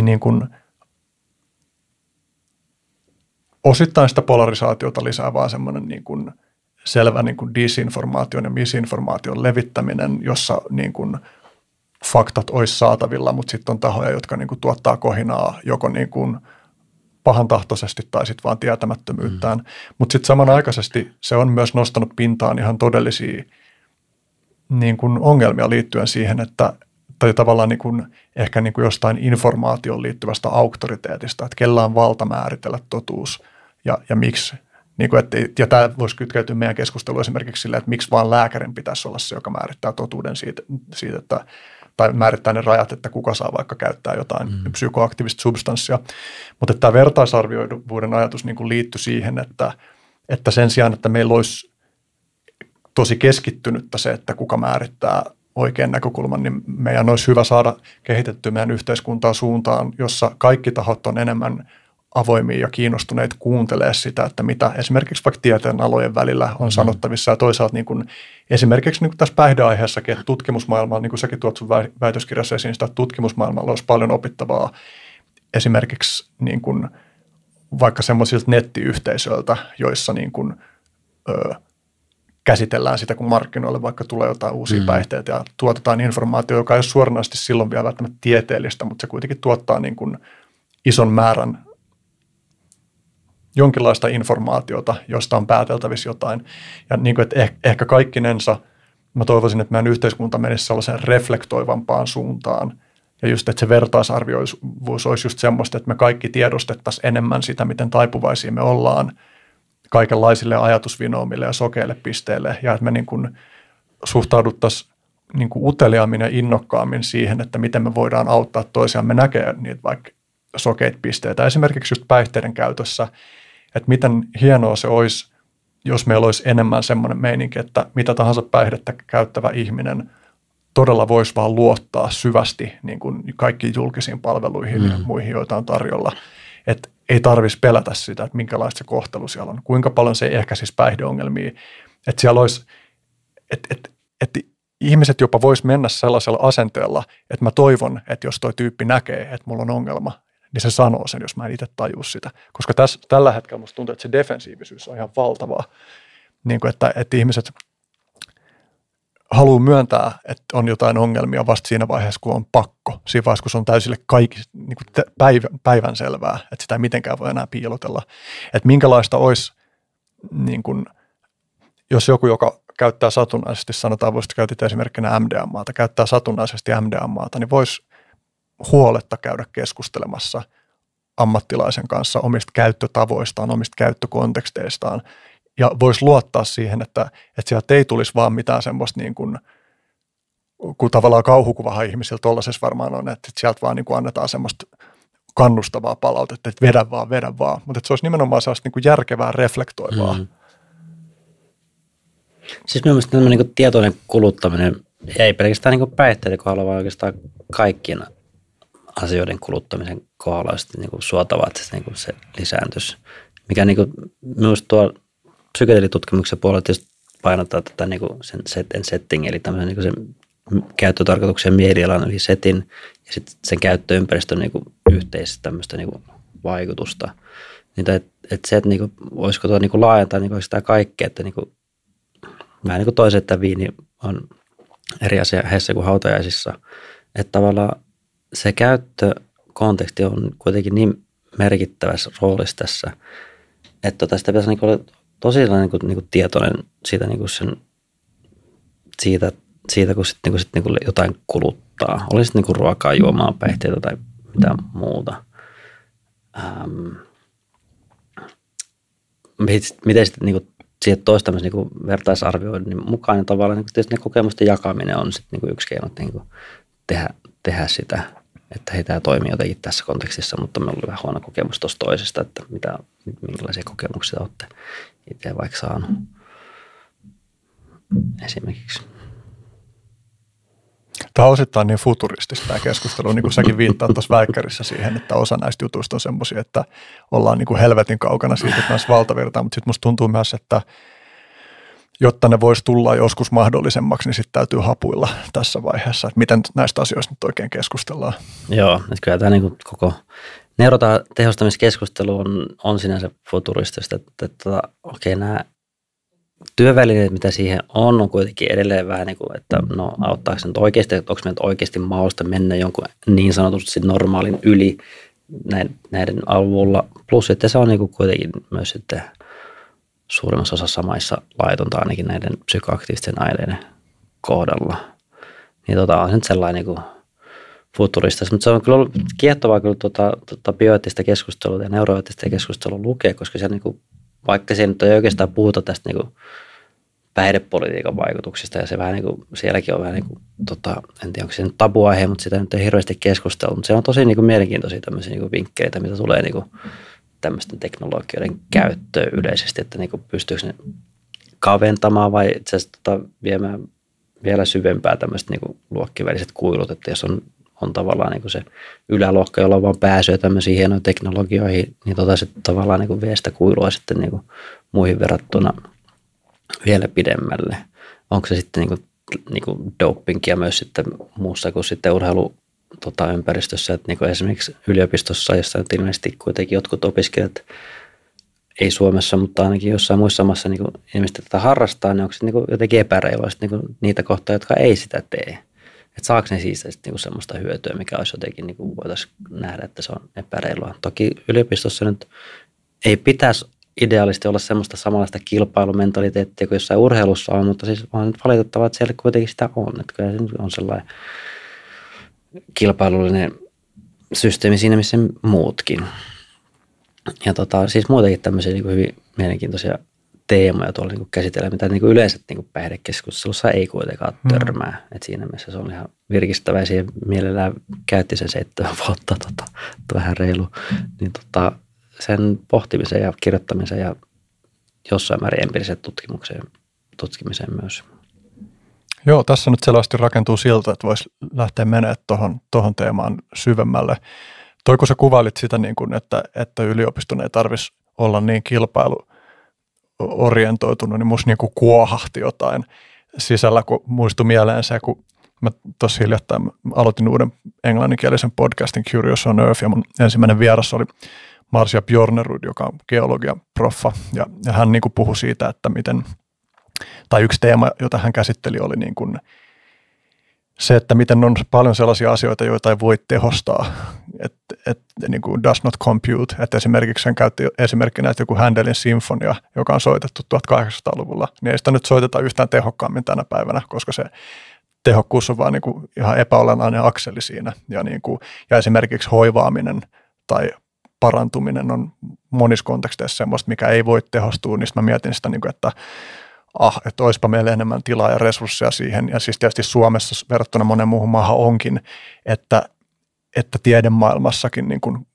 C: osittain sitä polarisaatiota lisää vaan semmoinen selvä disinformaation ja misinformaation levittäminen, jossa faktat olisi saatavilla, mutta sitten on tahoja, jotka tuottaa kohinaa joko pahantahtoisesti tai sitten vaan tietämättömyyttään. Mutta sitten samanaikaisesti se on myös nostanut pintaan ihan todellisia ongelmia liittyen siihen, että tai tavallaan ehkä jostain informaatioon liittyvästä auktoriteetista, että kellä on valta määritellä totuus ja miksi. Ja tämä voisi kytkeytyä meidän keskusteluun esimerkiksi sille, että miksi vaan lääkärin pitäisi olla se, joka määrittää totuuden siitä että, tai määrittää ne rajat, että kuka saa vaikka käyttää jotain psykoaktiivista substanssia. Mutta tämä vertaisarvioivuuden ajatus liittyy siihen, että sen sijaan, että meillä olisi tosi keskittynyttä se, että kuka määrittää oikean näkökulman, niin meidän olisi hyvä saada kehitettyä meidän yhteiskuntaa suuntaan, jossa kaikki tahot on enemmän avoimia ja kiinnostuneet kuuntelee sitä, että mitä esimerkiksi vaikka tieteen alojen välillä on sanottavissa. Ja toisaalta niin kuin, esimerkiksi niin kuin tässä päihdeaiheessakin, että tutkimusmaailmalla, niin kuin säkin tuot sun väitöskirjassa esiin, sitä, että tutkimusmaailmalla olisi paljon opittavaa esimerkiksi niin kuin, vaikka semmoisilta nettiyhteisöiltä, joissa niin kuin, käsitellään sitä, kun markkinoille vaikka tulee jotain uusia päihteitä ja tuotetaan informaatiota, joka ei ole suoranaisesti silloin vielä välttämättä tieteellistä, mutta se kuitenkin tuottaa niin kuin ison määrän jonkinlaista informaatiota, josta on pääteltävissä jotain. Ja niin kuin, että ehkä kaikkinensa mä toivoisin, että meidän yhteiskunta menisi sellaiseen reflektoivampaan suuntaan. Ja just, että se vertaisarvioisuus olisi just semmoista, että me kaikki tiedostettaisiin enemmän sitä, miten taipuvaisia me ollaan kaikenlaisille ajatusvinoumille ja sokeille pisteille. Ja että me niin kuin suhtauduttaisiin niin kuin uteliaammin ja innokkaammin siihen, että miten me voidaan auttaa toisiamme näkee niitä vaikka sokeita pisteitä. Esimerkiksi just päihteiden käytössä, että miten hienoa se olisi, jos meillä olisi enemmän semmoinen meininki, että mitä tahansa päihdettä käyttävä ihminen todella voisi vaan luottaa syvästi niin kuin kaikkiin julkisiin palveluihin ja muihin, joita on tarjolla. Että ei tarvitsisi pelätä sitä, että minkälaista se kohtelu siellä on, kuinka paljon se ehkäisisi päihdeongelmia. Että siellä olisi, että ihmiset jopa vois mennä sellaisella asenteella, että mä toivon, että jos toi tyyppi näkee, että mulla on ongelma, niin se sanoo sen, jos mä en itse tajua sitä. Koska tällä hetkellä musta tuntuu, että se defensiivisyys on ihan valtavaa. Niin kuin, että ihmiset haluaa myöntää, että on jotain ongelmia vasta siinä vaiheessa, kun on pakko. Siinä vaiheessa, kun se on täysille kaikki niin kuin päivänselvää, että sitä ei mitenkään voi enää piilotella. Että minkälaista olisi, niin kuin, jos joku, joka käyttää satunnaisesti, sanotaan, voisit käytit esimerkkinä MDMAta, käyttää satunnaisesti MDMAta, niin voisi huoletta käydä keskustelemassa ammattilaisen kanssa omista käyttötavoistaan, omista käyttökonteksteistaan, ja voisi luottaa siihen, että sieltä ei tulisi vaan mitään semmoista niin kuin, kun tavallaan kauhukuvahan ihmisillä tuollaisessa varmaan on, että sieltä vaan niin kuin annetaan semmoista kannustavaa palautetta, että vedä vaan, mutta että se olisi nimenomaan sellaista niin kuin järkevää, reflektoivaa.
D: Siis mielestäni tämä niin tietoinen kuluttaminen, ei pelkästään niin päihteiden kohdalla, vaan oikeastaan kaikkien asioiden kuluttamisen kohdalla olisi niin suotavaa, että niin se lisääntyisi. Mikä niin minusta tuo psykedelitutkimuksen puolella tietysti painottaa tätä niin sen set and setting, eli tämmöisen niin sen käyttötarkoituksen mielialan yli setin ja sitten sen käyttöympäristön niin yhteistä tämmöistä niin vaikutusta. Niin, että se, että niin kuin, olisiko tuo niin laajentaa niin sitä kaikkea, että niin kuin, vähän niin kuin toiset, että viini on eri asia heissä kuin hautajaisissa, että tavallaan se käyttökonteksti on kuitenkin niin merkittävässä roolissa tässä, että sitä pitäisi niin olla tosi niin tietoinen siitä, niin siitä kun sit jotain kuluttaa. Olisi niin ruokaa, juomaa, päihteitä tai mitään muuta. Miten sitten niin siihen toista niin vertaisarvioinnin mukaan, niin tavallaan niin tietysti ne kokemusten jakaminen on sitten niin yksi keino niin tehdä sitä, että hei, tämä toimii jotenkin tässä kontekstissa, mutta meillä oli vähän huono kokemus tuosta toisesta, että minkälaisia kokemuksia olette itse vaikka saanut esimerkiksi.
C: Tämä on osittain niin futuristista tämä keskustelu, niin kuin säkin viittaat tuossa väikkärissä siihen, että osa näistä jutuista on semmoisia, että ollaan niin kuin helvetin kaukana siitä, että näissä valtavirtaan, mutta sitten musta tuntuu myös, että jotta ne voisi tulla joskus mahdollisemmaksi, niin sitten täytyy hapuilla tässä vaiheessa, että miten näistä asioista nyt oikein keskustellaan.
D: Joo, että kyllä tämä niin koko neurotehostamiskeskustelu on sinänsä futuristista, että okei, nämä työvälineet, mitä siihen on kuitenkin edelleen vähän niin kuin, että no auttaako se nyt oikeasti, että onko meiltä oikeasti mahdollista mennä jonkun niin sanotusti normaalin yli näiden avulla. Plus, että se on niin kuin kuitenkin myös sitten suurimmassa osassa maissa laitonta ainakin näiden psykoaktiivisten aineiden kohdalla. Niin on se nyt sellainen niin kuin futuristista, mutta se on kyllä ollut kiehtovaa kyllä bioeettistä keskustelua ja neuroeettistä keskustelua lukea, koska se niin kuin, vaikka se nyt ei oikeastaan puhuta tästä niin kuin päihdepolitiikan vaikutuksista ja se vähän niin kuin, sielläkin on vähän niin kuin, en tiedä onko se nyt tabuaihe, mutta sitä nyt ei hirveästi keskustella, mutta se on tosi niin kuin mielenkiintoisia tämmöisiä niin kuin vinkkeleitä, mitä tulee niin kuin tämmöisten teknologioiden käyttöön yleisesti, että niin kuin pystyykö ne kaventamaan vai itse asiassa viemään vielä syvempää tämmöiset niin luokkien väliset kuilut, että jos on tavallaan niin se yläluokka, jolla on vaan pääsyä tämmöisiin hienoihin teknologioihin, niin se tavallaan niin vie sitä kuilua sitten niin muihin verrattuna vielä pidemmälle. Onko se sitten niin kuin dopingia myös sitten muussa kuin sitten urheiluympäristössä, että niin kuin esimerkiksi yliopistossa, jossa nyt ilmeisesti kuitenkin jotkut opiskelijat, ei Suomessa, mutta ainakin jossain muissa maassa niin ilmeisesti tätä harrastaa, niin onko se niin jotenkin epäreilua niin niitä kohtaa, jotka ei sitä tee? Että saako ne siitä niin semmoista hyötyä, mikä olisi jotenkin, niin voitaisiin nähdä, että se on epäreilua. Toki yliopistossa nyt ei pitäisi ideaalisesti olla semmoista samanlaista kilpailumentaliteettia kuin jossain urheilussa on, mutta siis on nyt valitettavaa, että siellä kuitenkin sitä on. Että kyllä se on sellainen kilpailullinen systeemi siinä, missä muutkin. Ja siis muutenkin tämmöisiä niin kuin hyvin mielenkiintoisia teemoja tuolla niin kuin käsitellään, mitä niin kuin yleensä niin kuin päihdekeskustelussa ei kuitenkaan törmää. Et siinä mielessä se on ihan virkistävä ja siihen mielellään käytti sen 7 vuotta, vähän reilu, niin sen pohtimisen ja kirjoittamisen ja jossain määrin empiirisen tutkimiseen myös.
C: Joo, tässä nyt selvästi rakentuu siltä, että voisi lähteä menemään tuohon teemaan syvemmälle. Kun sä kuvailit sitä, niin kuin, että yliopiston ei tarvitsisi olla niin kilpailuorientoitunut, niin musta niin kuin kuohahti jotain sisällä, kun muistui mieleen se, kun mä tossa hiljattain aloitin uuden englanninkielisen podcastin Curious on Earth, ja mun ensimmäinen vieras oli Marcia Bjornerud, joka on geologian proffa, ja hän niin kuin puhui siitä, että tai yksi teema, jota hän käsitteli, oli niin kuin se, että miten on paljon sellaisia asioita, joita ei voi tehostaa, että niin kuin does not compute. Että esimerkiksi hän käytti esimerkkinä, että joku Händelin sinfonia, joka on soitettu 1800-luvulla, niin ei sitä nyt soiteta yhtään tehokkaammin tänä päivänä, koska se tehokkuus on vaan niin kuin ihan epäolennainen akseli siinä. Ja esimerkiksi hoivaaminen tai parantuminen on monissa konteksteissa semmoista, mikä ei voi tehostua, niin mä mietin sitä, niin kuin, että olisipa meillä enemmän tilaa ja resursseja siihen. Ja siis tietysti Suomessa verrattuna monen muuhun maahan onkin, että tiedemaailmassakin niin kuin,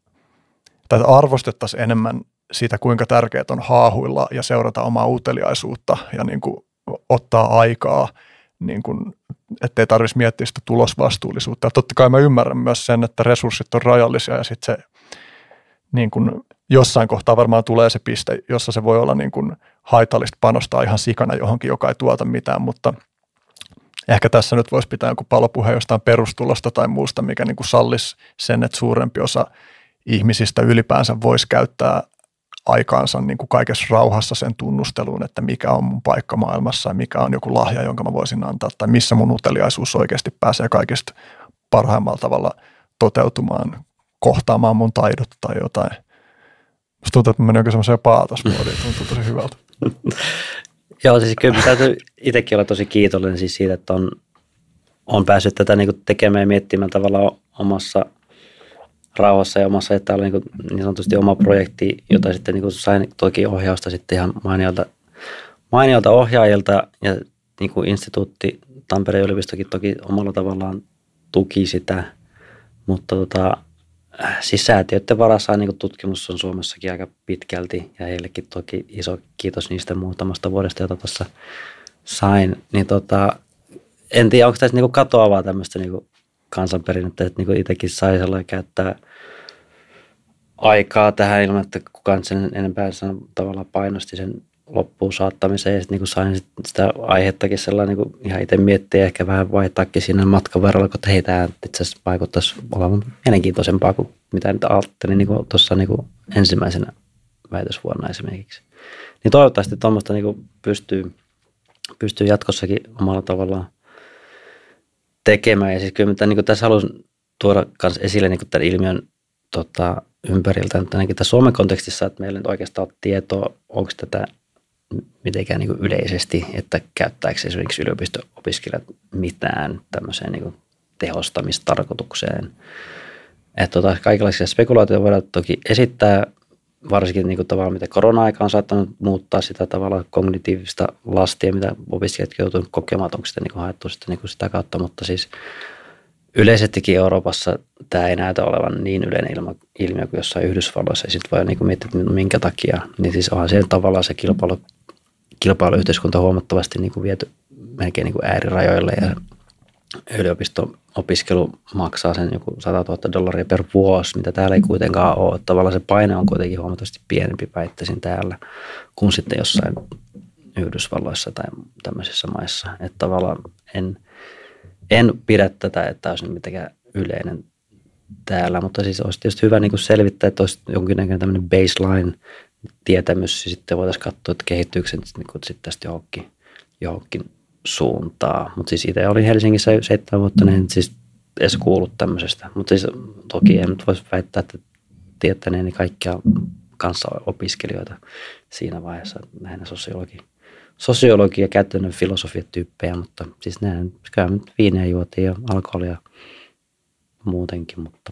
C: tai arvostettaisiin enemmän sitä, kuinka tärkeää on haahuilla ja seurata omaa uteliaisuutta ja niin kuin, ottaa aikaa, niin kuin, ettei tarvitsisi miettiä sitä tulosvastuullisuutta. Ja totta kai mä ymmärrän myös sen, että resurssit on rajallisia ja sitten se niin kuin, jossain kohtaa varmaan tulee se piste, jossa se voi olla niin kuin haitallista panostaa ihan sikana johonkin, joka ei tuota mitään, mutta ehkä tässä nyt voisi pitää joku palopuhe jostain perustulosta tai muusta, mikä niin kuin sallisi sen, että suurempi osa ihmisistä ylipäänsä voisi käyttää aikaansa niin kuin kaikessa rauhassa sen tunnusteluun, että mikä on mun paikka maailmassa ja mikä on joku lahja, jonka mä voisin antaa tai missä mun uteliaisuus oikeasti pääsee kaikista parhaimmalla tavalla toteutumaan, kohtaamaan mun taidot tai jotain. Musta tuntuu, että mä menin oikein semmoiseen paatasmuodiin, tuntuu tosi hyvältä.
D: Joo, siis kyllä täytyy itsekin olla tosi kiitollinen siis siitä, että on päässyt tätä niin kuin tekemään ja miettimään tavallaan omassa rauhassa ja omassa, että täällä on niin sanotusti oma projekti, jota sitten niin kuin sain toki ohjausta sitten ihan mainiolta ohjaajilta ja niin kuin instituutti Tampereen yliopistokin toki omalla tavallaan tuki sitä, mutta siis säätiöiden varassa niin kuin tutkimus on Suomessakin aika pitkälti ja heillekin toki iso kiitos niistä muutamasta vuodesta, jota tuossa sain. Niin en tiedä, onko tässä niin kuin katoavaa tämmöistä niin kuin kansanperinnettä, että niin kuin itsekin sai sellainen käyttää aikaa tähän ilman, että kukaan sen enempää tavallaan painosti sen loppuun saattamiseen ja sitten niin sain sitä aihettakin sellainen niin ihan itse miettiä ja ehkä vähän vaihtaakin siinä matkan varrella, kun hei, tämä itse asiassa vaikuttaisi olevan mielenkiintoisempaa kuin mitä nyt ajattelin niin tuossa niin ensimmäisenä väitösvuonna esimerkiksi. Niin toivottavasti tuommoista niin pystyy jatkossakin omalla tavallaan tekemään ja siis kyllä niin tässä haluan tuoda myös esille niin tämän ilmiön ympäriltä, että ainakin tässä Suomen kontekstissa, että meillä nyt oikeastaan on tietoa, onko tätä mitenkään niin kuin yleisesti, että käyttääkö esimerkiksi yliopisto-opiskelijat mitään tämmöiseen niin kuin tehostamistarkoitukseen. Että kaikenlaisia spekulaatioita voidaan toki esittää, varsinkin niin kuin tavallaan, mitä korona-aika on saattanut muuttaa sitä tavalla kognitiivista lastia, mitä opiskelijat joutuvat kokemaan, onko sitä niin kuin haettu sitten niin kuin sitä kautta, mutta siis yleisestikin Euroopassa tämä ei näytä olevan niin yleinen ilmiö kuin jossain Yhdysvalloissa. Ja sitten voi niin miettiä, että minkä takia. Niin siis onhan se tavallaan se kilpailuyhteiskunta huomattavasti niin kuin viety melkein niin kuin äärirajoille ja yliopisto-opiskelu maksaa sen joku $100,000 per vuosi, mitä täällä ei kuitenkaan ole. Tavallaan se paine on kuitenkin huomattavasti pienempi, väittäisin täällä, kuin sitten jossain Yhdysvalloissa tai tämmöisissä maissa. Että tavallaan en pidä tätä, että olisi mitenkään yleinen täällä, mutta siis olisi tietysti hyvä niin kuin selvittää, että olisi jonkinnäköinen tämmöinen baseline-tietämys, ja sitten voitaisiin katsoa, että kehittyykö se niin sitten tästä johonkin suuntaa. Mutta siis itse olin Helsingissä 7 vuotta, niin en siis edes kuullut tämmöisestä. Mutta siis toki en nyt voisi väittää, että tietäneeni kaikkia kanssaopiskelijoita siinä vaiheessa, lähinnä sosiologi- ja käytännön filosofiatyyppejä, mutta siis nämä kyllä viineä juotiin ja alkoholia muutenkin, mutta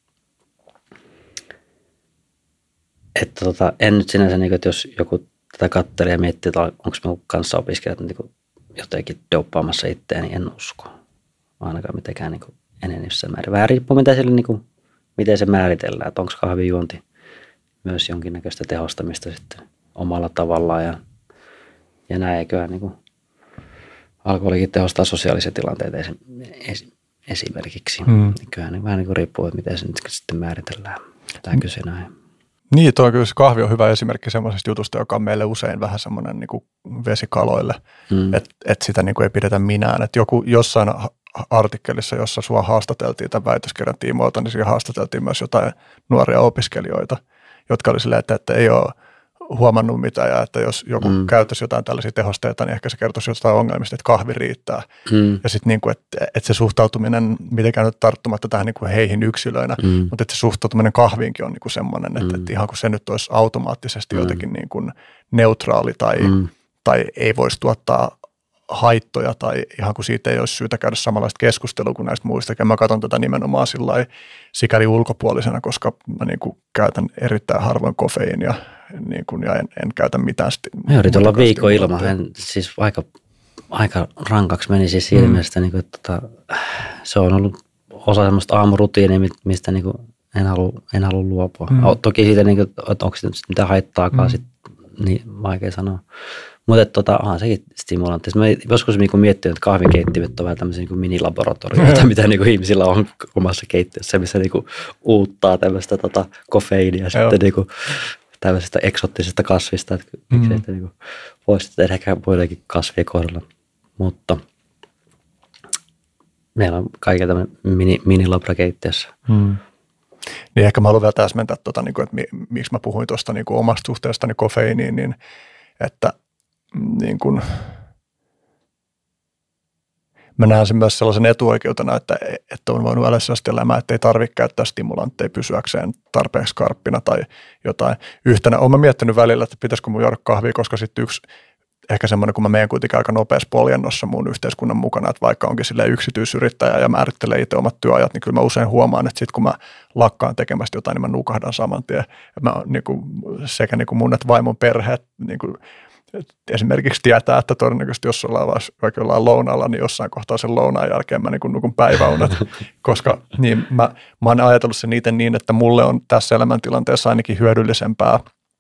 D: että en nyt sinänsä, niin kuin, että jos joku tätä katselee ja miettii, että onko minun kanssa opiskelijat niin kuin jotenkin douppaamassa itseään, niin en usko ainakaan mitenkään niin kuin enenevissä määrin. Vähän riippuu, miten se määritellään, että onko kahvijuonti myös jonkinnäköistä tehostamista sitten omalla tavallaan ja näin, eiköhän niin kuin alkoholikin tehostaa sosiaalisia tilanteita esimerkiksi. Kyllähän niin vähän niin kuin riippuu, että miten se nyt sitten määritellään tämä kyse näin.
C: Niin, tuo kyllä kahvi on hyvä esimerkki semmoisesta jutusta, joka on meille usein vähän semmoinen niin kuin vesikaloille, että sitä niin kuin ei pidetä minään. Että jossain artikkelissa, jossa sua haastateltiin tämän väitöskirjan tiimoilta, niin siinä haastateltiin myös jotain nuoria opiskelijoita, jotka oli silleen, että ei ole huomannut mitään ja että jos joku käyttäisi jotain tällaisia tehosteita, niin ehkä se kertoisi jotain ongelmista, että kahvi riittää. Ja sitten niin kuin, että se suhtautuminen, mitenkään nyt tarttumatta tähän niin kuin heihin yksilöinä, mutta että se suhtautuminen kahviinkin on niin kuin semmoinen, että ihan kun se nyt olisi automaattisesti jotenkin niin kuin neutraali tai ei voisi tuottaa haittoja tai ihan kun siitä ei olisi syytä käydä samanlaista keskustelua kuin näistä muista. Ja mä katson tätä nimenomaan sikäli ulkopuolisena, koska mä niin kuin käytän erittäin harvoin kofeiinia niin kuin, ja en käytä mitään.
D: Mä yritin olla viikon ilman. Siis aika rankaksi meni siis siinä mielessä, niin kuin, että se on ollut osa semmoista aamurutiinia, mistä niin kuin en halua luopua. Toki siitä, niin kuin, että onko se mitään haittaakaan, niin vaikea sanoa. Mutta onhan sekin stimulantti. Mä joskus niin miettinyt, että kahvinkeittimet on vähän tämmöisiä niin minilaboratorioita, mitä niin ihmisillä on omassa keittiössä, missä niin uuttaa tämmöistä kofeiinia sitten niin tämmöisestä eksottisesta kasvista, että miksi että niin voisi tehdä muidenkin kasvien kohdalla. Mutta meillä on kaikilla tämmöinen minilabrakeittiössä.
C: Niin ehkä mä haluan vielä täsmentää, että miksi mä puhuin tuosta niin omasta suhteestani kofeiiniin, niin että niin kuin, mä näen sen myös sellaisen etuoikeutena, että on voinut elää sellaista elämää, että ei tarvitse käyttää stimulantteja pysyäkseen tarpeeksi skarppina tai jotain. Yhtenä olen miettinyt välillä, että pitäisikö mun juoda kahvia, koska sitten yksi ehkä semmoinen, kun mä menen kuitenkin aika nopeassa poljennossa mun yhteiskunnan mukana, että vaikka onkin silleen yksityisyrittäjä ja määrittelee itse omat työajat, niin kyllä mä usein huomaan, että sitten kun mä lakkaan tekemästä jotain, niin mä nukahdan saman tien. Mä niin kuin, sekä niin kuin mun että vaimon perheet niin kuin, esimerkiksi tietää, että todennäköisesti jos ollaan vaikka jollain lounaalla, niin jossain kohtaa sen lounaan jälkeen mä niin kuin nukun päiväunet, koska niin mä oon ajatellut sen niin, että mulle on tässä elämäntilanteessa ainakin hyödyllisempää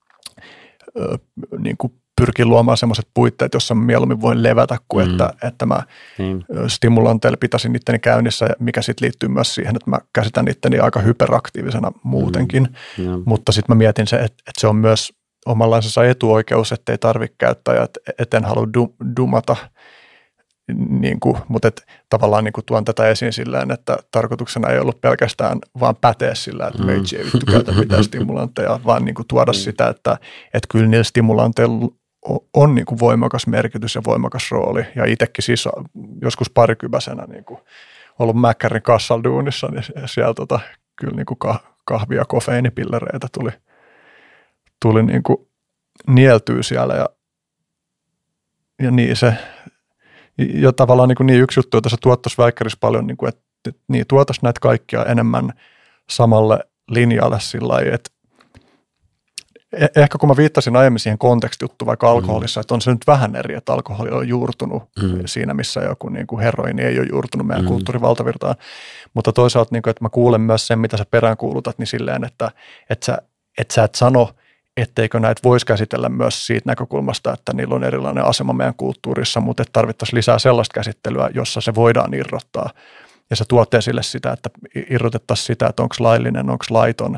C: niin kuin pyrkii luomaan sellaiset puitteet, jossa mä mieluummin voin levätä, kuin että mä stimulanteilla pitäisin itteni käynnissä, mikä sitten liittyy myös siihen, että mä käsitän itteni aika hyperaktiivisena muutenkin. Mutta sitten mä mietin se, että se on myös omanlaisensa etuoikeus, että ei tarvitse käyttää ja että en halua dumata, niin kuin, mutta tavallaan niin kuin tuon tätä esiin sillä että tarkoituksena ei ollut pelkästään vaan päteä sillä, että meitsi ei vittu käytä mitään stimulantteja, vaan niin kuin tuoda sitä, että kyllä niillä stimulanteilla on niin kuin voimakas merkitys ja voimakas rooli. Ja itsekin siis joskus parikypäisenä niin kuin ollut Mäkkärin kassalduunissa, niin siellä kyllä niin kuin kahvia ja kofeiinipillereitä tuli niin kuin nieltyä siellä ja niin se ja tavallaan niin yksi juttu, jota se tuottaisi väikkärissä paljon, niin kuin, että niin tuotaisi näitä kaikkia enemmän samalle linjalle sillä lailla, että ehkä kun mä viittasin aiemmin siihen kontekstijuttuun vaikka alkoholissa, että on se nyt vähän eri, että alkoholi on juurtunut siinä, missä joku niin kuin heroini ei ole juurtunut meidän kulttuurivaltavirtaan, mutta toisaalta, niin kuin, että mä kuulen myös sen, mitä sä peräänkuulutat, niin silleen, että sä et sano, etteikö näitä voisi käsitellä myös siitä näkökulmasta, että niillä on erilainen asema meidän kulttuurissa, mutta että tarvittaisiin lisää sellaista käsittelyä, jossa se voidaan irrottaa. Ja se tuo esille sitä, että irrotettaisiin sitä, että onko laillinen, onko laiton.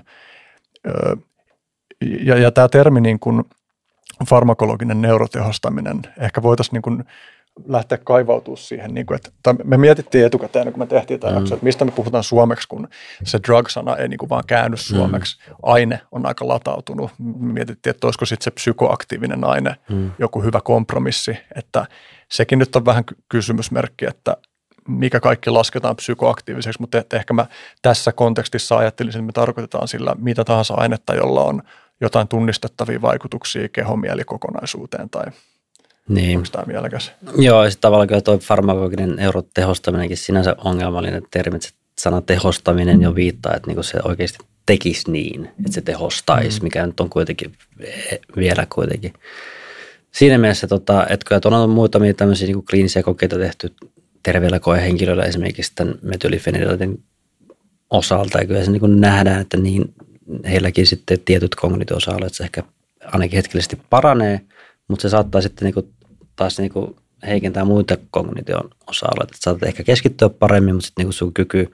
C: Ja tämä termi niin kuin farmakologinen neurotehostaminen, ehkä voitaisiin niin kuin lähteä kaivautumaan siihen, niin kuin, että me mietittiin etukäteen, kun me tehtiin tämä jakso, että mistä me puhutaan suomeksi, kun se drug-sana ei niin kuin vaan käänny suomeksi. Aine on aika latautunut. Me mietittiin, että olisiko sitten se psykoaktiivinen aine joku hyvä kompromissi, että sekin nyt on vähän kysymysmerkki, että mikä kaikki lasketaan psykoaktiiviseksi, mutta ehkä mä tässä kontekstissa ajattelisin, että me tarkoitetaan sillä mitä tahansa ainetta, jolla on jotain tunnistettavia vaikutuksia kehomielikkokonaisuuteen tai
D: niin.
C: Onko tämä mielekäs?
D: Joo, ja sitten tavallaan kyllä tuo farmakologinen neurotehostaminenkin sinänsä ongelmallinen termi, että sana tehostaminen jo viittaa, että niinku se oikeasti tekisi niin, että se tehostaisi, mikä nyt on kuitenkin vielä kuitenkin. Siinä mielessä, että kyllä on muutamia tämmöisiä niinku kliinisiä kokeita tehty terveillä koehenkilöillä esimerkiksi tämän metylifenidatin osalta, ja kyllä se niinku nähdään, että niin heilläkin sitten tietyt kognitio-osa-alueet se ehkä ainakin hetkellisesti paranee, mutta se saattaa sitten taas heikentää muita kognition osa-alueita. Että saatat ehkä keskittyä paremmin, mutta sitten sun kyky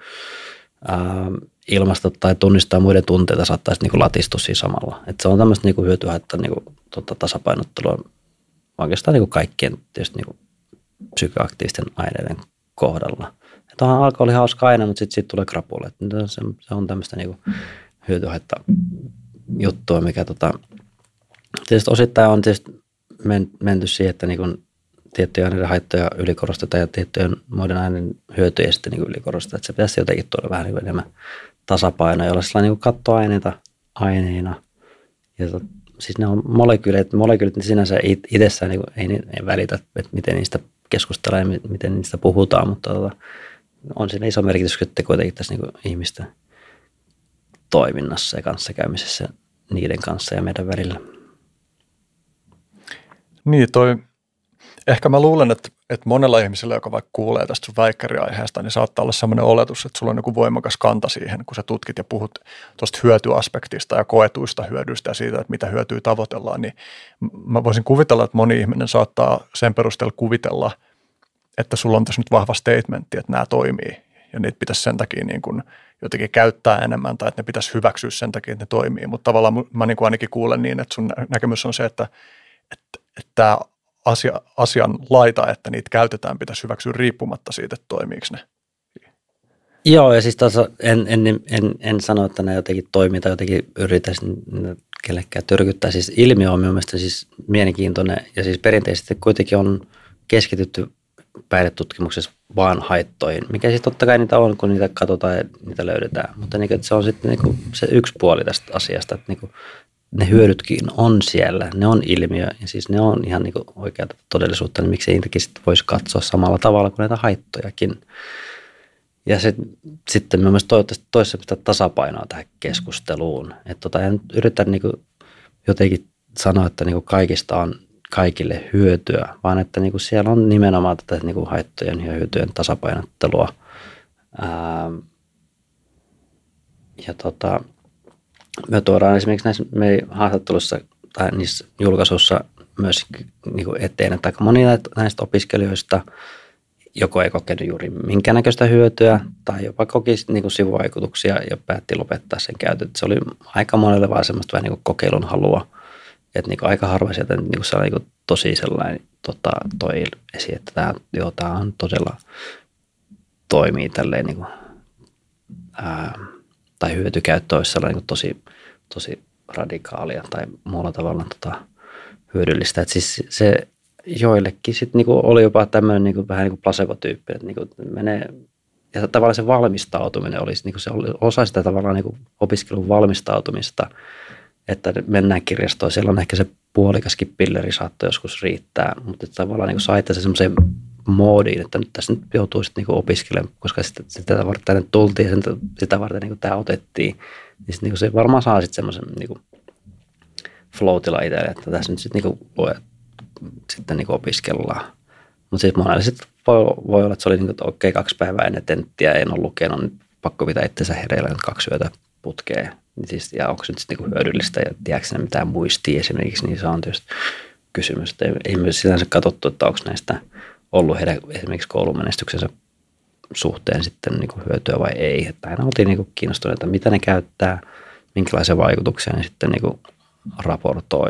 D: ilmaista tai tunnistaa muiden tunteita saattaa sitten latistua siinä samalla. Että se on tämmöistä hyötyhaittaa tasapainottelua oikeastaan kaikkien tietysti psykoaktiivisten aineiden kohdalla. Että onhan alkoholi hauska aine, mutta sitten tulee krapula. Se on tämmöistä hyötyhaittaa juttua, mikä tietysti osittain on tietysti menty siihen, että tiettyjä aineiden haittoja ylikorostetaan ja tiettyjen muiden aineiden hyötyjä sitten ylikorostetaan. Että se pitäisi jotenkin tuoda vähän enemmän tasapainoa, jolla sellainen kattoaineita aineina. Ja siis ne on molekyylit niin sinänsä itsessään ei välitä, että miten niistä keskustellaan ja miten niistä puhutaan, mutta on siinä iso merkitys sitten kuitenkin tässä ihmisten toiminnassa ja kanssakäymisessä niiden kanssa ja meidän välillä.
C: Niin, ehkä mä luulen, että monella ihmisellä, joka vaikka kuulee tästä sun väikkäriaiheesta, niin saattaa olla sellainen oletus, että sulla on joku voimakas kanta siihen, kun sä tutkit ja puhut tuosta hyötyaspektista ja koetuista hyödyistä ja siitä, että mitä hyötyä tavoitellaan, niin mä voisin kuvitella, että moni ihminen saattaa sen perusteella kuvitella, että sulla on tässä nyt vahva statementti, että nämä toimii ja niitä pitäisi sen takia niin kuin jotenkin käyttää enemmän tai että ne pitäisi hyväksyä sen takia, että ne toimii, mutta tavallaan mä niin kuin ainakin kuulen niin, että sun näkemys on se, että tämä asian laita, että niitä käytetään, pitäisi hyväksyä riippumatta siitä, että toimiiko ne.
D: Joo, ja siis taas en sano, että ne jotenkin toimii tai jotenkin yrittäisi kellekään tyrkyttää. Siis ilmiö on minun mielestä siis mielenkiintoinen ja siis perinteisesti kuitenkin on keskitytty päihdetutkimuksessa vaan haittoihin, mikä siis totta kai niitä on, kun niitä katsotaan ja niitä löydetään. Mutta se on sitten se yksi puoli tästä asiasta, että ne hyödytkin on siellä, ne on ilmiö ja siis ne on ihan oikeaa todellisuutta, niin miksi niitäkin sitten voisi katsoa samalla tavalla kuin näitä haittojakin. Ja sitten mä myös toivottavasti toisaalta tasapainoa tähän keskusteluun. Että en yritä jotenkin sanoa, että kaikista on kaikille hyötyä, vaan että siellä on nimenomaan tätä haittojen ja hyötyjen tasapainottelua. Me tuodaan esimerkiksi näissä meidän haastattelussa tai niissä julkaisuissa myös eteen, että aika moni näistä opiskelijoista joko ei kokenut juuri minkäännäköistä hyötyä tai jopa koki sivuvaikutuksia ja päätti lopettaa sen käytön. Se oli aika monelle vaan semmoista vähän kokeilun halua, että aika harva sieltä se oli tosi sellainen toi esiin, että tämä on todella toimii tälleen tai hyötykäyttö olisi sellainen tosi radikaalia tai muulla tavalla hyödyllistä. Että siis se joillekin sitten oli jopa tämmöinen vähän placebo-tyyppi, että menee, ja tavallaan se valmistautuminen olisi, se oli osa sitä tavallaan opiskelun valmistautumista, että mennään kirjastoon, siellä on ehkä se puolikaskin pilleri saattoi joskus riittää, mutta tavallaan saitte se semmoiseen moodiin, että nyt tässä nyt joutuu sitten opiskelemaan, koska sitä varten tänne tultiin ja sitä varten tämä otettiin, niin sitten se varmaan saa sitten semmoisen flow-tila itselle, että tässä nyt sitten sitten opiskellaan. Mutta sitten monelle sitten voi olla, että se oli että okei, 2 päivää ennen tenttiä, en ole lukenut, niin pakko pitää itsensä hereillä nyt 2 yötä putkeen. Siis, ja onko se nyt niin hyödyllistä ja tiedätkö ne mitään muistia esimerkiksi, niin se on tietysti kysymys. Että ei myös sinänsä katsottu, että onko näistä ollut heidän esimerkiksi koulumenestyksensä suhteen sitten niin kuin hyötyä vai ei. Että aina oltiin niin kuin kiinnostuneita, mitä ne käyttää, minkälaisia vaikutuksia ne sitten niin kuin raportoi.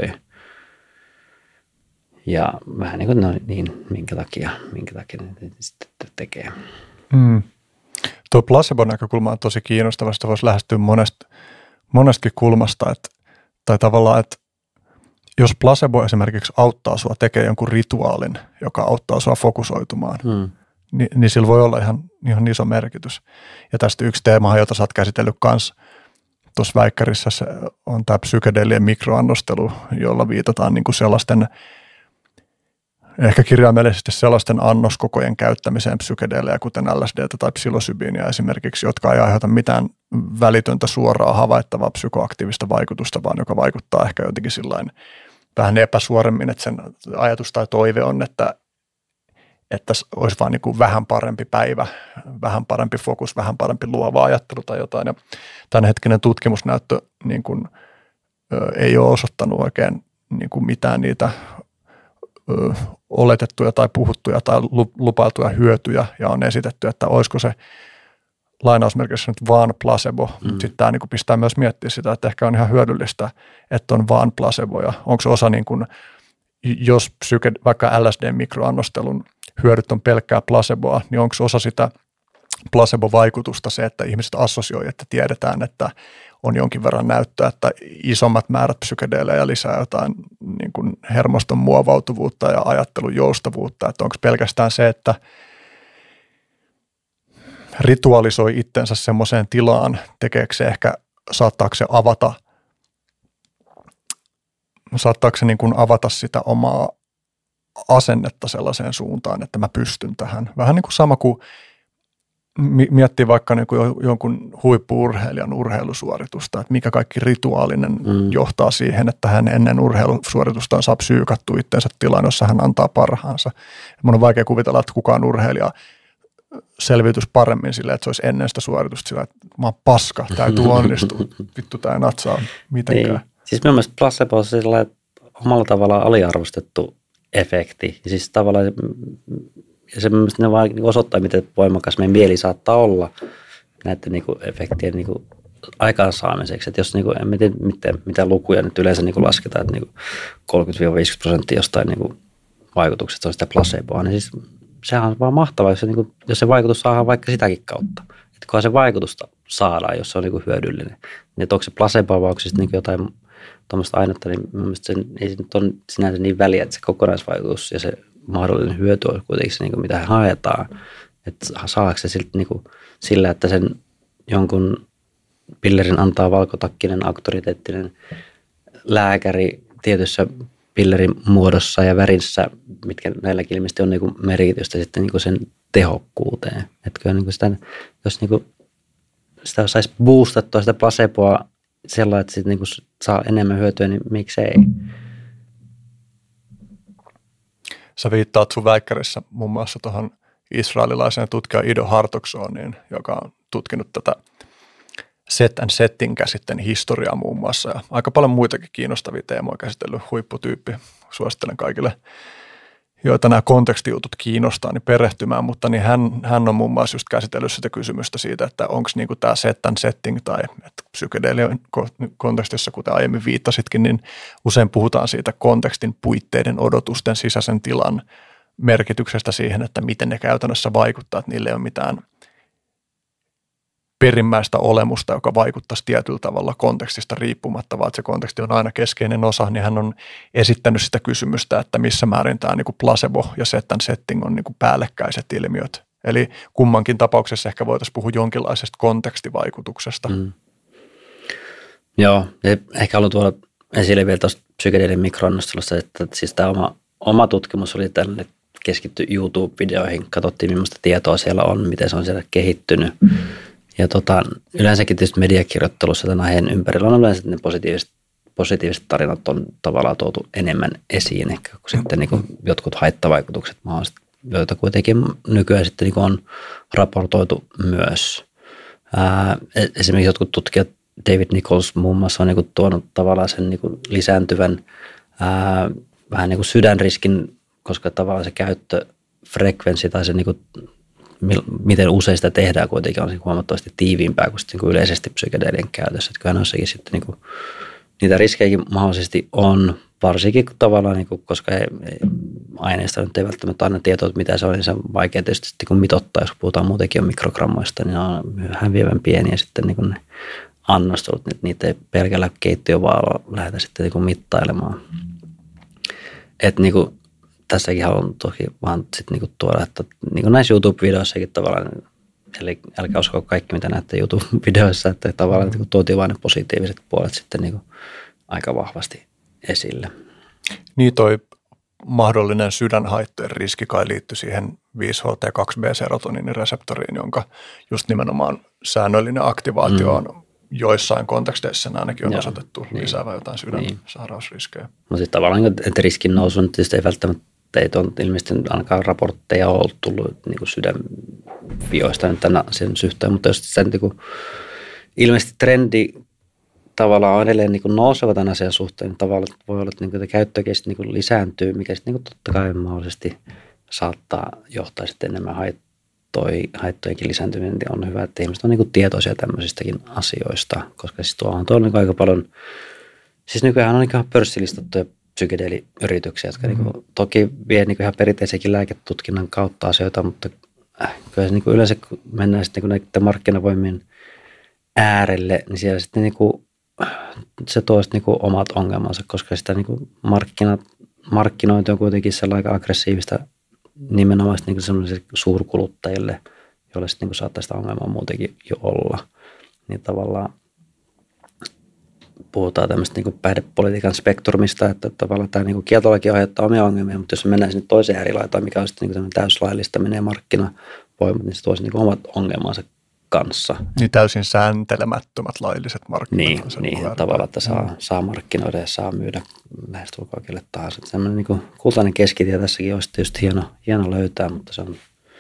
D: Ja vähän niin kuin no, niin, minkä takia ne sitten tekee.
C: Tuo placebo-näkökulma on tosi kiinnostava, sitä voisi lähestyä monestakin kulmasta, tai tavallaan, että jos placebo esimerkiksi auttaa sua tekemään jonkun rituaalin, joka auttaa sua fokusoitumaan, niin sillä voi olla ihan iso merkitys. Ja tästä yksi teema, jota sä oot käsitellyt kanssa tuossa väikkärissä, se on tämä psykedeelien mikroannostelu, jolla viitataan niin kuin sellaisten, ehkä kirjaimellisesti sellaisten annoskokojen käyttämiseen psykedeelejä, kuten LSDtä tai psilosybiinia esimerkiksi, jotka ei aiheuta mitään välitöntä suoraa havaittavaa psykoaktiivista vaikutusta, vaan joka vaikuttaa ehkä jotenkin sillain vähän epäsuoremmin, että sen ajatus tai toive on, että olisi vaan niin kuin vähän parempi päivä, vähän parempi fokus, vähän parempi luova ajattelu tai jotain. Ja tämänhetkinen tutkimusnäyttö niin kuin, ei ole osoittanut oikein niin kuin mitään niitä oletettuja tai puhuttuja tai lupailtuja hyötyjä, ja on esitetty, että olisiko se lainausmerkissä nyt vaan placebo. Sitten tämä niin kuin pistää myös miettiä sitä, että ehkä on ihan hyödyllistä, että on vaan placeboja. Onko se osa, niin kuin, jos vaikka LSD-mikroannostelun hyödyt on pelkkää placeboa, niin onko osa sitä placebo-vaikutusta se, että ihmiset assosioi, että tiedetään, että on jonkin verran näyttöä, että isommat määrät psykedeelejä lisää jotain niin kuin hermoston muovautuvuutta ja ajattelun joustavuutta, että onko pelkästään se, että ritualisoi itsensä semmoiseen tilaan, tekeekö se ehkä, saattaako se niin kuin avata sitä omaa asennetta sellaiseen suuntaan, että mä pystyn tähän. Vähän niin kuin sama kuin miettii vaikka niin kuin jonkun huippu-urheilijan urheilusuoritusta, että mikä kaikki rituaalinen johtaa siihen, että hän ennen urheilusuoritustaan saa psyykattua itsensä tilaan, jossa hän antaa parhaansa. Mun on vaikea kuvitella, että kukaan urheilija selviytyisi paremmin silleen, että se olisi ennen sitä suoritusta sillä, että mä oon paska, täytyy onnistua, vittu tää ei natsaa mitenkään. Niin.
D: Siis minun mielestä placebo on sillä omalla tavallaan aliarvostettu efekti. Ja siis tavallaan ja se mielestäni ne vaan osoittaa, miten voimakas meidän mieli saattaa olla näiden niin kuin efektien niin kuin aikaansaamiseksi. Että jos niin kuin, en tiedä, mitä lukuja nyt yleensä niin kuin lasketaan, että niin kuin 30-50% jostain niin kuin vaikutuksesta on sitä placeboa, niin siis sehän on vaan mahtavaa, jos se vaikutus saadaan vaikka sitäkin kautta. Että kunhan se vaikutusta saadaan, jos se on niin kuin hyödyllinen. Niin että onko se placebo vai onko se niin jotain tuommoista ainetta, niin mielestäni ei se nyt ole sinänsä niin väliä, että se kokonaisvaikutus ja se mahdollinen hyöty on kuitenkin se, niin kuin mitä he haetaan. Että saako se siltä, niin kuin, sillä, että sen jonkun pillerin antaa valkotakkinen, auktoriteettinen lääkäri tietyssä pillerin muodossa ja värissä, mitkä näilläkin ilmeisesti on niin kuin merkitystä sitten niin kuin sen tehokkuuteen. Että kyllä niin kuin sitä, jos niin kuin sitä saisi boostattua sitä placeboa sellainen, että sit niin kuin saa enemmän hyötyä, niin miksei?
C: Sä viittaat sun väikkärissä muun muassa tuohon israelilaiseen tutkija Ido Hartogsoniin, joka on tutkinut tätä set and setting -käsitteen historiaa muun muassa ja aika paljon muitakin kiinnostavia teemoja käsitellyt huipputyyppi. Suosittelen kaikille, joita nämä kontekstijutut kiinnostaa, niin perehtymään, mutta niin hän on muun muassa just käsitellyt sitä kysymystä siitä, että onko niinku tämä set and setting tai että psykedeelien kontekstissa, kuten aiemmin viittasitkin, niin usein puhutaan siitä kontekstin, puitteiden, odotusten, sisäisen tilan merkityksestä siihen, että miten ne käytännössä vaikuttaa, että niille ei ole mitään perimmäistä olemusta, joka vaikuttaisi tietyllä tavalla kontekstista riippumatta, vaan että se konteksti on aina keskeinen osa, niin hän on esittänyt sitä kysymystä, että missä määrin tämä niin kuin placebo ja set and setting on niin kuin päällekkäiset ilmiöt. Eli kummankin tapauksessa ehkä voitaisiin puhua jonkinlaisesta kontekstivaikutuksesta.
D: Joo, ja ehkä haluan tuoda esille vielä tuosta psykedeelin mikroannostelusta, että siis tämä oma tutkimus oli tällainen, keskittyi YouTube-videoihin, katsottiin millaista tietoa siellä on, miten se on siellä kehittynyt. Ja yleensäkin tietysti mediakirjoittelussa tämän aiheen ympärillä on yleensä ne positiiviset tarinat on tavallaan tuotu enemmän esiin, ehkä kuin sitten niin kuin jotkut haittavaikutukset, joita kuitenkin nykyään sitten niin kuin on raportoitu myös. Esimerkiksi jotkut tutkijat David Nichols muun muassa on niin kuin tuonut tavallaan sen niin kuin lisääntyvän vähän niin kuin sydänriskin, koska tavallaan se käyttöfrekvenssi tai se niin kuin, miten usein sitä tehdään kuitenkin on huomattavasti tiiviimpää kuin sitten niin kuin yleisesti psykedeelien käytössä. Että kyllähän noissakin sitten niin kuin, niitä riskejäkin mahdollisesti on, varsinkin tavallaan, niin kuin, koska aineista nyt ei välttämättä aina tietoa, että mitä se on, niin se on vaikea tietysti sitten kun mitottaa, jos puhutaan muutenkin jo mikrogrammoista, niin ne on häviävän pieniä sitten niin kuin ne annostelut, niin niitä ei pelkällä keittiövaalla lähdetä sitten niin kuin mittailemaan. Että niin kuin, tässäkin haluan toki vaan sitten niin kuin tuoda, että niin kuin näissä YouTube-videoissakin tavallaan, eli älkää usko kaikki, mitä näette YouTube-videoissa, että tavallaan niin tuotiin vain ne positiiviset puolet sitten niin kuin aika vahvasti esille.
C: Niin toi mahdollinen sydänhaittojen riski kai liittyy siihen 5-HT2B-serotoniinireseptoriin, jonka just nimenomaan säännöllinen aktivaatio on joissain konteksteissa ainakin on osoitettu lisäävän jotain sydänsairausriskejä.
D: No sitten tavallaan, että riskin nousu nyt tietysti ei välttämättä, teitä on ilmeisesti ainakaan raportteja ollut tullut niin kuin sydänvioista nyt tämän sen suhteen, mutta jos sen niin kuin, ilmeisesti trendi tavallaan on edelleen niin kuin nouseva tämän asian suhteen, niin tavallaan voi olla, että niin käyttökin niin kuin lisääntyy, mikä sitten niin kuin totta kai mahdollisesti saattaa johtaa sitten enemmän haittojenkin lisääntyminen, niin on hyvä, että ihmiset on niin kuin tietoisia tämmöisistäkin asioista, koska siis tuohon on niin aika paljon, siis nykyään on ihan pörssilistattuja psykedeeliyrityksiä, jotka niin kuin, toki vie niin kuin ihan perinteisenkin lääketutkinnan kautta asioita, mutta kyllä se niin kuin yleensä, kun mennään sitten niin kuin näiden markkinavoimien äärelle, niin siellä sitten niin kuin, se tuo sitten niin kuin omat ongelmansa, koska sitä niin kuin markkinointi on kuitenkin sellainen aika aggressiivista nimenomaan niin kuin sellaisille suurkuluttajille, joille sitten niin saattaa sitä ongelmaa muutenkin jo olla. Niin tavallaan puhutaan tämmöistä niin kuin päihdepolitiikan spektrumista, että tavallaan tämä niin kuin kieltolaki aiheuttaa omia ongelmia, mutta jos mennään sinne toiseen äärilaitaan, mikä on sitten niin täyslaillistaminen ja markkinavoimat, niin se toisi niin kuin omat ongelmansa kanssa.
C: Niin täysin sääntelemättömät lailliset markkinat.
D: Niin tavallaan, että saa markkinoida ja saa myydä lähestulkoon kelle tahansa. Sellainen niin kuin kultainen keskitie tässäkin olisi tietysti hieno löytää, mutta se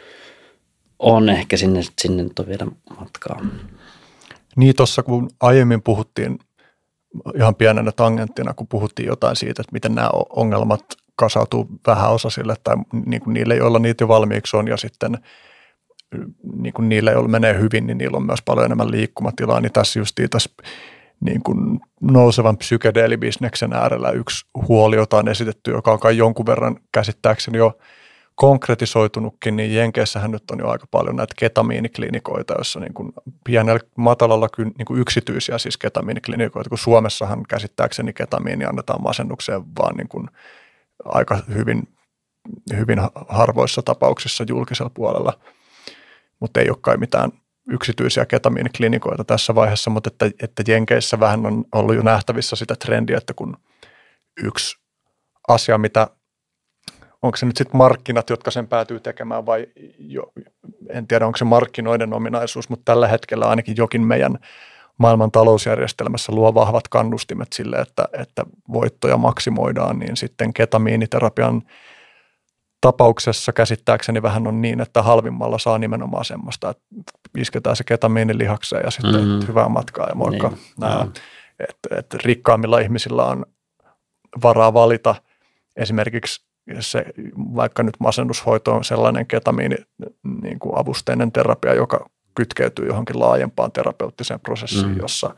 D: on ehkä sinne nyt on vielä matkaa.
C: Niin tuossa kun aiemmin puhuttiin ihan pienenä tangenttina, kun puhuttiin jotain siitä, että miten nämä ongelmat kasautuu vähäosaisille tai niin kuin niille, joilla niitä jo valmiiksi on ja sitten niin kuin niillä, joilla menee hyvin, niin niillä on myös paljon enemmän liikkumatilaa, niin tässä justiin tässä niin kuin nousevan psykedeelibisneksen äärellä yksi huoli, jota on esitetty, joka on kai jonkun verran käsittääkseni jo konkretisoitunutkin, niin Jenkeissähän nyt on jo aika paljon näitä ketamiiniklinikoita, joissa niin kuin pienellä matalalla niin kuin yksityisiä siis ketamiiniklinikoita, kun Suomessahan käsittääkseni ketamiini annetaan masennukseen vaan niin kuin aika hyvin harvoissa tapauksissa julkisella puolella, mutta ei ole kai mitään yksityisiä ketamiiniklinikoita tässä vaiheessa, mutta että Jenkeissä vähän on ollut jo nähtävissä sitä trendiä, että kun yksi asia, mitä onko se nyt sitten markkinat, jotka sen päätyy tekemään vai en tiedä, onko se markkinoiden ominaisuus, mutta tällä hetkellä ainakin jokin meidän maailman talousjärjestelmässä luo vahvat kannustimet sille, että voittoja maksimoidaan, niin sitten ketamiiniterapian tapauksessa käsittääkseni vähän on niin, että halvimmalla saa nimenomaan semmoista, että isketään se ketamiini lihakseen ja sitten hyvää matkaa ja moikka. Niin. Että rikkaammilla ihmisillä on varaa valita esimerkiksi se, vaikka nyt masennushoito on sellainen ketamiini niin kuin avusteinen terapia, joka kytkeytyy johonkin laajempaan terapeuttiseen prosessiin,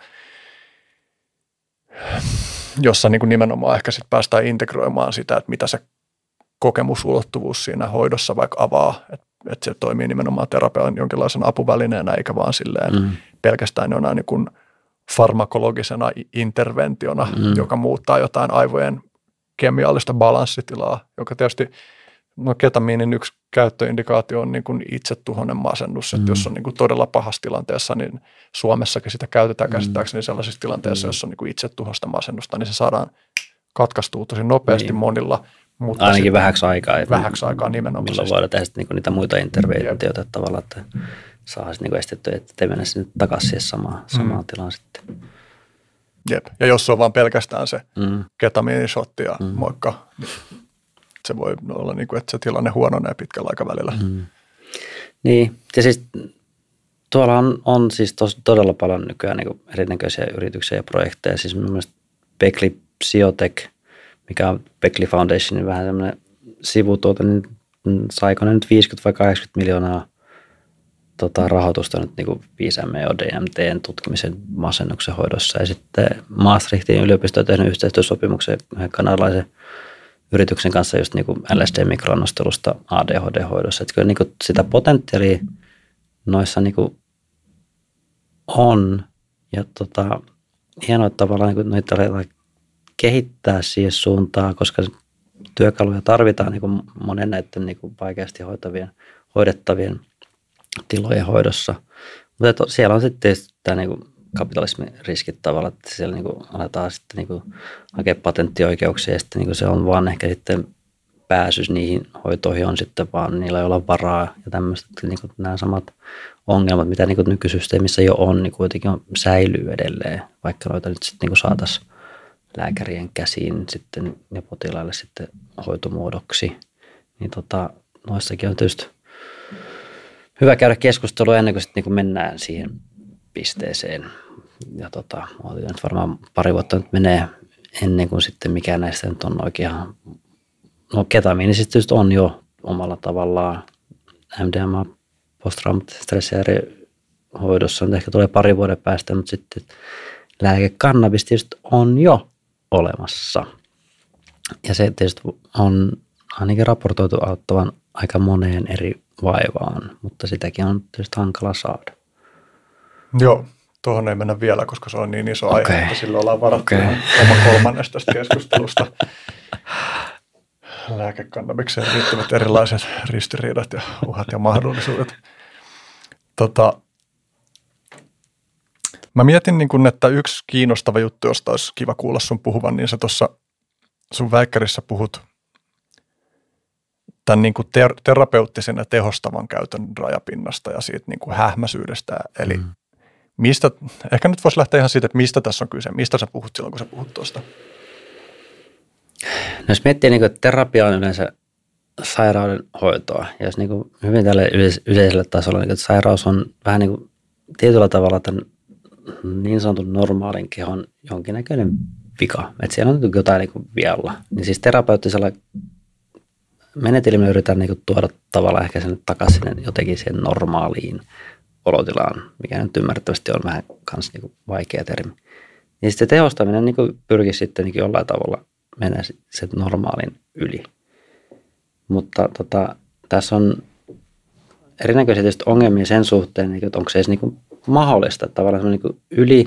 C: jossa niin kuin nimenomaan ehkä sitten päästään integroimaan sitä, että mitä se kokemusulottuvuus siinä hoidossa vaikka avaa, että se toimii nimenomaan terapian jonkinlaisen apuvälineenä, eikä vaan silleen pelkästään jonain niin kuin farmakologisena interventiona, joka muuttaa jotain aivojen kemiallista balanssitilaa, joka tietysti ketamiinin yksi käyttöindikaatio on niin kuin itsetuhoinen masennus, että jos on niin kuin todella pahassa tilanteessa, niin Suomessakin sitä käytetään käsittääkseni sellaisissa tilanteissa, jos on niin kuin itsetuhoista masennusta, niin se saadaan katkaistua tosi nopeasti monilla. Mutta
D: ainakin vähäksi aikaa.
C: Vähäksi aikaa nimenomaan.
D: Milloin voidaan tehdä niinku niitä muita interventioita tavallaan, että saadaan niinku estettyä, että ei mennä sinne takaisin siihen samaan tilaan sitten.
C: Jep. Ja jos se on vaan pelkästään se ketamiinisotti ja moikka, niin se voi olla niin kuin, että se tilanne huononee pitkällä aikavälillä.
D: Niin, ja siis tuolla on siis todella paljon nykyään niin erinäköisiä yrityksiä ja projekteja. Siis mun mielestä Beckley Psyotech, mikä on Beckley Foundationin vähän semmoinen sivutuote, niin saiko ne nyt 50 vai 80 miljoonaa rahoitusta nyt niin 5M ja DMTn tutkimisen masennuksen hoidossa. Ja sitten Maastrichtin yliopisto on tehnyt yhteistyösopimuksen yhden kanadalaisen yrityksen kanssa just niin LSD-mikroannostelusta ADHD-hoidossa. Että kyllä niin sitä potentiaalia noissa niin on. Ja hienoa, että tavallaan niin noita kehittää siihen suuntaan, koska työkaluja tarvitaan niin monen näiden niin vaikeasti hoidettavien tilojen hoidossa. Mutta siellä on sitten tämä niin kapitalismin riskit tavalla, että siellä niin aletaan sitten niin hakea patenttioikeuksia ja sitten niin se on vaan ehkä sitten pääsys niihin hoitoihin on sitten vaan niillä ei ole varaa ja tämmöistä, niin nämä samat ongelmat, mitä niin nykysysteemissä jo on, niin kuitenkin säilyy edelleen, vaikka noita nyt sitten niin saataisiin lääkärien käsiin sitten ja potilaille sitten hoitomuodoksi. Niin noissakin on tietysti hyvä käydä keskustelua ennen kuin sitten niin mennään siihen pisteeseen. Ja nyt varmaan pari vuotta nyt menee ennen kuin sitten mikään näistä nyt on oikein. No ketamiini sitten on jo omalla tavallaan MDMA posttraumaattisessa stressihäiriöhoidossa. Nyt ehkä tulee 2 vuoden päästä, mutta sitten lääkekannabis tietysti on jo olemassa. Ja se tietysti on ainakin raportoitu auttavan aika moneen eri vaivaan, mutta sitäkin on tietysti hankala saada.
C: Joo, tuohon ei mennä vielä, koska se on niin iso aihe, että sillä ollaan varattu oma 3. tästä keskustelusta. Lääkekannabikseen liittyvät erilaiset ristiriidat ja uhat ja mahdollisuudet. Mä mietin, että yksi kiinnostava juttu, josta olisi kiva kuulla sun puhuvan, niin sä tuossa sun väikkärissä puhut tämän terapeuttisen ja tehostavan käytön rajapinnasta ja siitä hähmäisyydestä. Eli mistä, ehkä nyt voisi lähteä ihan siitä, että mistä tässä on kyse, mistä sä puhut silloin, kun sä puhut tuosta?
D: No jos miettii, että terapia on yleensä sairauden hoitoa, ja jos hyvin tälle yleisellä tasolla, että sairaus on vähän tietyllä tavalla tämän niin sanotun normaalin kehon jonkinnäköinen vika, että siellä on jotain vialla. Niin siis terapeuttisella menetelmillä yritetään tuoda tavallaan ehkä sen takaisin jotenkin siihen normaaliin olotilaan, mikä nyt ymmärrettävästi on vähän kans vaikea termi. Niin sitten tehostaminen pyrkisi sitten jollain tavalla mennä sen normaalin yli. Mutta tässä on erinäköisiä tietysti ongelmia sen suhteen, että onko se edes mahdollista, että tavallaan yli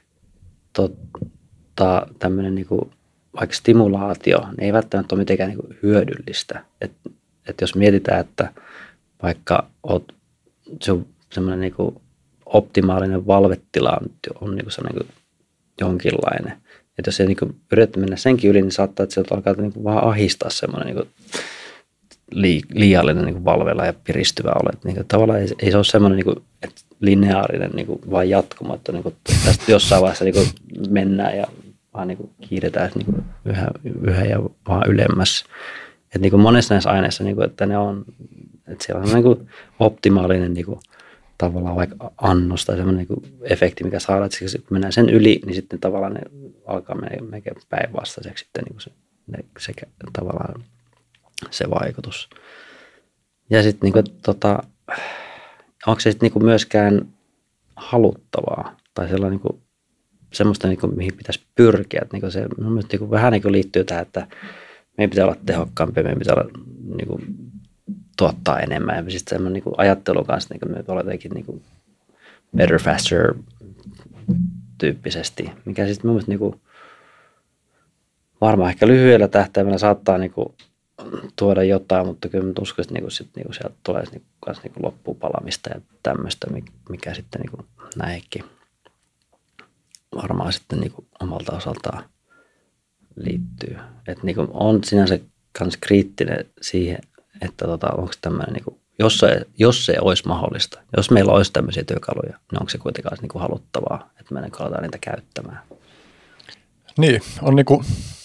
D: tämmöinen vaikka stimulaatio, niin ei välttämättä ole mitenkään hyödyllistä. Että jos mietitään, että vaikka semmoinen optimaalinen valvetila on sellainen jonkinlainen, että jos ei yritetty mennä senkin yli, niin saattaa, että sieltä alkaa vaan ahistaa semmoinen liiallinen valvela ja piristyvä ole. Että tavallaan ei se ole semmoinen että lineaarinen vaan jatkuma, että tästä jossain vaiheessa mennään ja vaan kiiretään yhä ja vaan ylemmäs. Että monessa näissä aineissa, että ne on, että siellä on optimaalinen tavallaan vaikka annos tai semmoinen efekti, mikä saadaan, että kun mennään sen yli, niin sitten tavallaan ne alkaa mennä päinvastaiseksi sitten sekä tavallaan se vaikutus. Ja sitten onko se sitten myöskään haluttavaa tai sellainen semmoista, mihin pitäisi pyrkiä. Että se mun mielestä vähän liittyy tähän, että meidän pitää olla tehokkaampia, meidän pitää olla tuottaa enemmän. Ja sitten semmoinen ajattelun kanssa me ollaan jotenkin better, faster tyyppisesti, mikä sitten mun mielestä varmaan ehkä lyhyellä tähtäimellä saattaa tuoda jotain, mutta kyllä mä uskon, että sieltä tulee myös loppupalamista ja tämmöistä, mikä sitten näihinkin varmaan sitten omalta osaltaan liittyy. Että on sinänsä myös kriittinen siihen, että onko tämmöinen, jos se olisi mahdollista, jos meillä olisi tämmöisiä työkaluja, niin onko se kuitenkaan haluttavaa, että me aletaan niitä käyttämään.
C: Niin,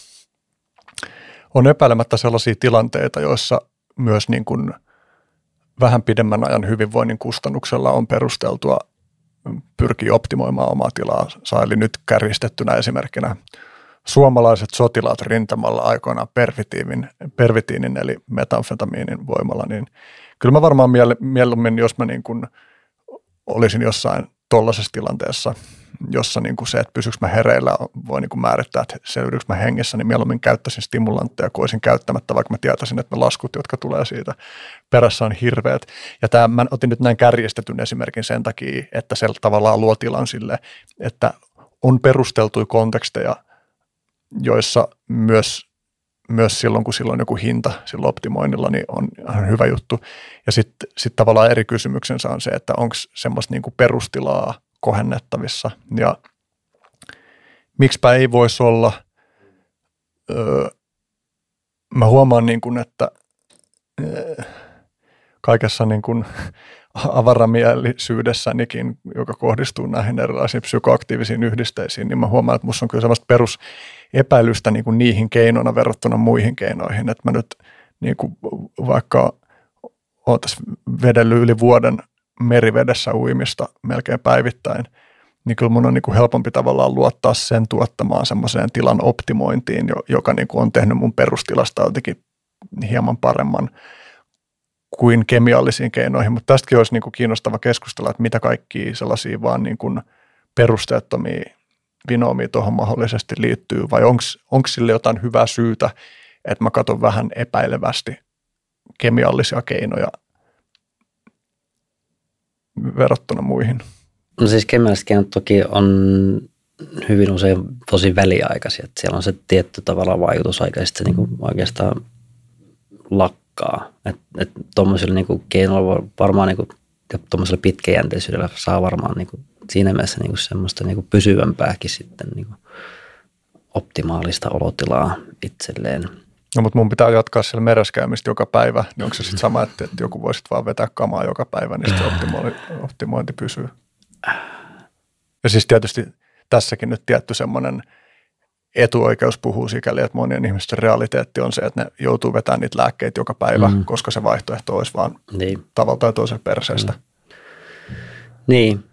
C: on epäilemättä sellaisia tilanteita, joissa myös vähän pidemmän ajan hyvinvoinnin kustannuksella on perusteltua pyrkiä optimoimaan omaa tilaa. Eli nyt kärjistettynä esimerkkinä suomalaiset sotilaat rintamalla aikoinaan pervitiinin eli metamfetamiinin voimalla, niin kyllä mä varmaan mieluummin, jos mä niin kuin olisin jossain tollaisessa tilanteessa, jossa niin kuin se, että pysyykö mä hereillä, voi niin kuin määrittää, että selviydykö mä hengessä, niin mieluummin käyttäisin stimulantteja, kun olisin käyttämättä, vaikka mä tietäisin, että ne laskut, jotka tulee siitä perässä, on hirveät. Ja mä otin nyt näin kärjestetyn esimerkin sen takia, että se tavallaan luo tilan sille, että on perusteltuja konteksteja, joissa myös silloin, kun silloin joku hinta sillä optimoinnilla, niin on hyvä juttu. Ja sitten tavallaan eri kysymyksensä on se, että onko semmoista niin kuin perustilaa kohennettavissa. Ja miksipä ei voisi olla. Mä huomaan, niin kuin, että kaikessa niin kuin avaramielisyydessänikin, joka kohdistuu näihin erilaisiin psykoaktiivisiin yhdisteisiin, niin mä huomaan, että musta on kyllä semmoista perusepäilystä niin kuin niihin keinoina verrattuna muihin keinoihin. Että mä nyt niin kuin vaikka oon tässä vedellyt yli vuoden merivedessä uimista melkein päivittäin, niin kyllä mun on niin kuin helpompi tavallaan luottaa sen tuottamaan semmoiseen tilan optimointiin, joka niin kuin on tehnyt mun perustilasta jotenkin hieman paremman kuin kemiallisiin keinoihin, mutta tästäkin olisi niin kuin kiinnostava keskustella, että mitä kaikkia sellaisia vaan niin kuin perusteettomia vinoomia tuohon mahdollisesti liittyy, vai onko sille jotain hyvää syytä, että mä katson vähän epäilevästi kemiallisia keinoja verrattuna muihin.
D: No siis kemialliset keinot toki on hyvin usein tosi väliaikaisia, että siellä on se tietty tavallaan vaikutusaika ja sitten se niin oikeastaan lakkaa. Että tuommoisilla niin keinoilla varmaan niin ja tuommoisella pitkäjänteisyydellä saa varmaan niin siinä mielessä niin semmoista niin pysyvämpääkin sitten niin optimaalista olotilaa itselleen.
C: No mutta mun pitää jatkaa siellä mereskäymistä joka päivä, niin onko se sitten sama, että joku voisi vaan vetää kamaa joka päivä, niin se optimointi pysyy. Ja siis tietysti tässäkin nyt tietty semmoinen etuoikeus puhuu sikäli, että monien ihmisten realiteetti on se, että ne joutuu vetämään niitä lääkkeitä joka päivä, koska se vaihtoehto olisi vaan tavalla tai toisella perseestä.
D: Niin.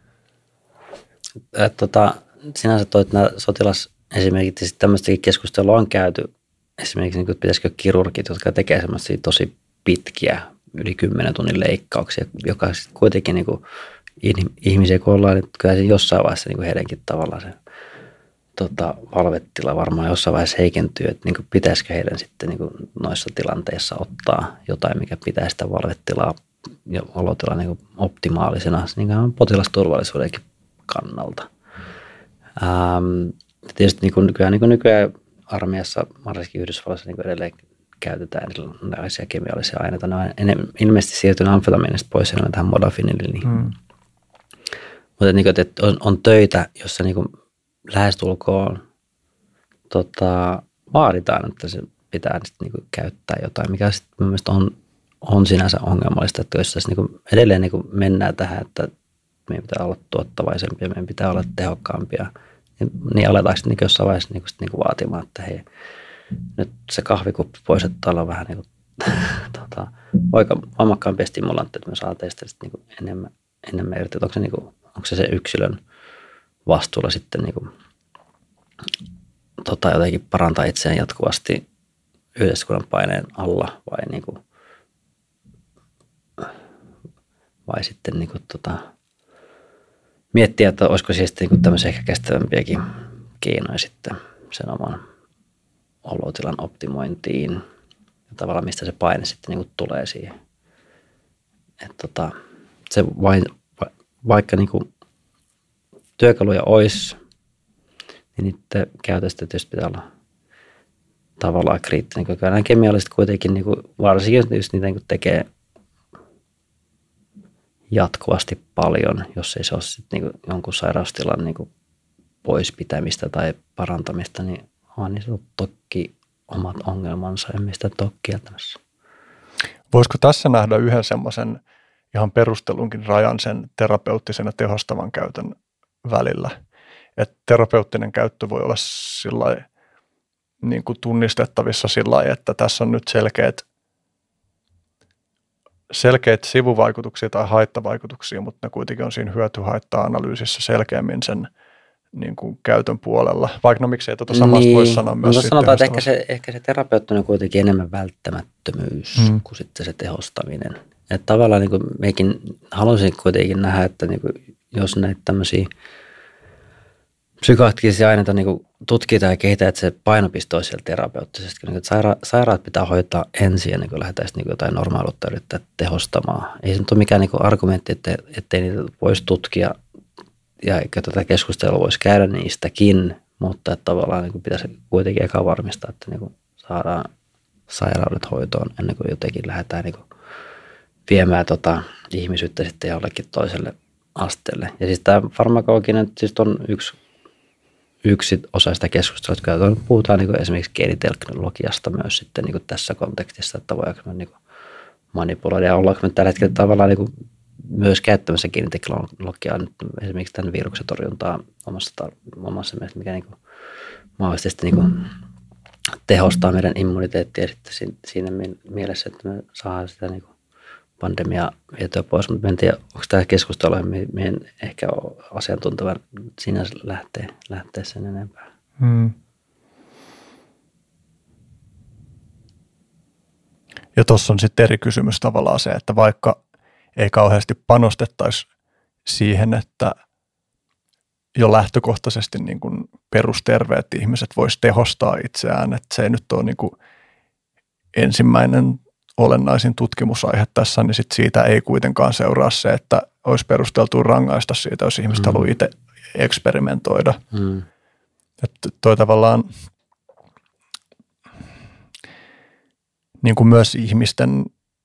D: Sinänsä toit nämä sotilasesimerkit ja sitten tämmöistäkin keskustelua on käyty. Esimerkiksi niin pitäisikö kirurgit, jotka tekee semmoisia tosi pitkiä, yli 10 tunnin leikkauksia, joka sitten kuitenkin niin kuin ihmisiä kun ollaan, niin kyllä se jossain vaiheessa niin heidänkin tavallaan se valvetila varmaan jossain vaiheessa heikentyy, että niin pitäisikö heidän sitten niin noissa tilanteissa ottaa jotain, mikä pitää sitä valvetilaa ja olotilaa niin optimaalisena niin potilasturvallisuudenkin kannalta. Tietysti nykyään armeijassa, varsinkin Yhdysvalloissa niin edelleen käytetään erilaisia kemiallisia aineita. Ne on ilmeisesti siirtynyt amfetamiinista pois enemmän tähän modafiniliin. Mutta niin että on töitä, jossa niin lähestulkoon vaaditaan, että se pitää niin käyttää jotain, mikä sitten mun mielestä on sinänsä ongelmallista, että jos niin edelleen niin mennään tähän, että meidän pitää olla tuottavaisempia, meidän pitää olla tehokkaampia, niin aletaanko niin jossain vaiheessa niin vaatimaan, että hei, nyt se kahvikuppi pois, että ollaan vähän niin voimakkaampia stimulantteja, että me saa teistä niin enemmän irti. Onko se yksilön vastuulla sitten niin jotenkin parantaa itseään jatkuvasti yhteiskunnan paineen alla vai sitten niin kuin, miettiä, että olisiko siis niin tämmöisiä ehkä kestävämpiäkin keinoja sitten sen oman olotilan optimointiin ja tavallaan mistä se paine sitten niin tulee siihen. Että se vaikka niin kuin työkaluja olisi, niin niiden käytöstä tietysti pitää olla tavallaan kriittinen. Kyllä nämä kemialliset kuitenkin, niin kuin, varsinkin jos niitä niin tekee jatkuvasti paljon, jos ei se ole sitten niin jonkun sairaustilan niin pois pitämistä tai parantamista, niin on niin toki omat ongelmansa ja mistä toki kieltämässä.
C: Voisiko tässä nähdä yhden semmoisen ihan perustelunkin rajan sen terapeuttisen ja tehostavan käytön välillä? Että terapeuttinen käyttö voi olla sillai, niin kuin tunnistettavissa sillä lailla, että tässä on nyt selkeät selkeitä sivuvaikutuksia tai haittavaikutuksia, mutta ne kuitenkin on siinä hyöty-haitta-analyysissä selkeämmin sen niin kuin käytön puolella. Vaikka no miksei tuota samasta voi sanoa myös
D: sitten sanotaan, että ehkä se terapeutti on kuitenkin enemmän välttämättömyys kuin sitten se tehostaminen. Että tavallaan niin kuin mekin haluaisin kuitenkin nähdä, että niin kuin, jos näitä tämmöisiä psykoaktiivisia aineita niin tutkitaan ja kehitetään, että se painopiste olisi siellä terapeuttisesti. Niin, sairaat pitää hoitaa ensin ennen kuin lähdetään niin jotain normaaliutta yrittää tehostamaan. Ei se nyt ole mikään niin argumentti, ettei niitä voisi tutkia ja eikä tätä keskustelua voisi käydä niistäkin, mutta että tavallaan niin pitäisi kuitenkin eka varmistaa, että niin saadaan sairaudet hoitoon ennen kuin jotenkin lähdetään niin viemään ihmisyyttä sitten jollekin toiselle asteelle. Ja siis tämä farmakologinen siis on yksi osa sitä keskustelua, että puhutaan niin esimerkiksi geeniteknologiasta myös sitten niin tässä kontekstissa, että voidaanko me niin manipuloida ja ollaanko me tällä hetkellä tavallaan niin myös käyttämässä geeniteknologiaa esimerkiksi tämän viruksen torjuntaa omassa mielessä, mikä niin mahdollisesti niin tehostaa meidän immuniteettia sitten siinä mielessä, että me saadaan sitä niin pandemiaa vietyä pois, mutta en tiedä, onko tämä keskustelu, mihin ehkä ole asiantunteva sinänsä lähteä sen enempää.
C: Ja tuossa on sitten eri kysymys tavallaan se, että vaikka ei kauheasti panostettaisi siihen, että jo lähtökohtaisesti niin kuin perusterveet ihmiset vois tehostaa itseään, että se ei nyt ole niin kuin ensimmäinen olennaisin tutkimusaihe tässä, niin sit siitä ei kuitenkaan seuraa se, että olisi perusteltua rangaista siitä, jos ihmiset haluaa itse eksperimentoida. Että toi tavallaan niin kuin myös ihmisten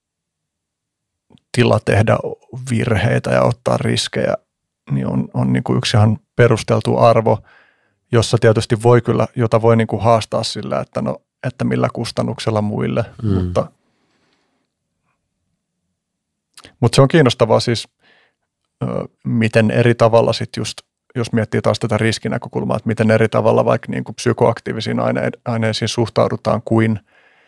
C: tila tehdä virheitä ja ottaa riskejä, niin on niin kuin yksi ihan perusteltu arvo, jossa tietysti jota voi niin kuin haastaa sillä, että millä kustannuksella muille, mutta se on kiinnostavaa siis, miten eri tavalla sitten just, jos miettii taas tätä riskinäkökulmaa, että miten eri tavalla vaikka niin kuin psykoaktiivisiin aineisiin suhtaudutaan kuin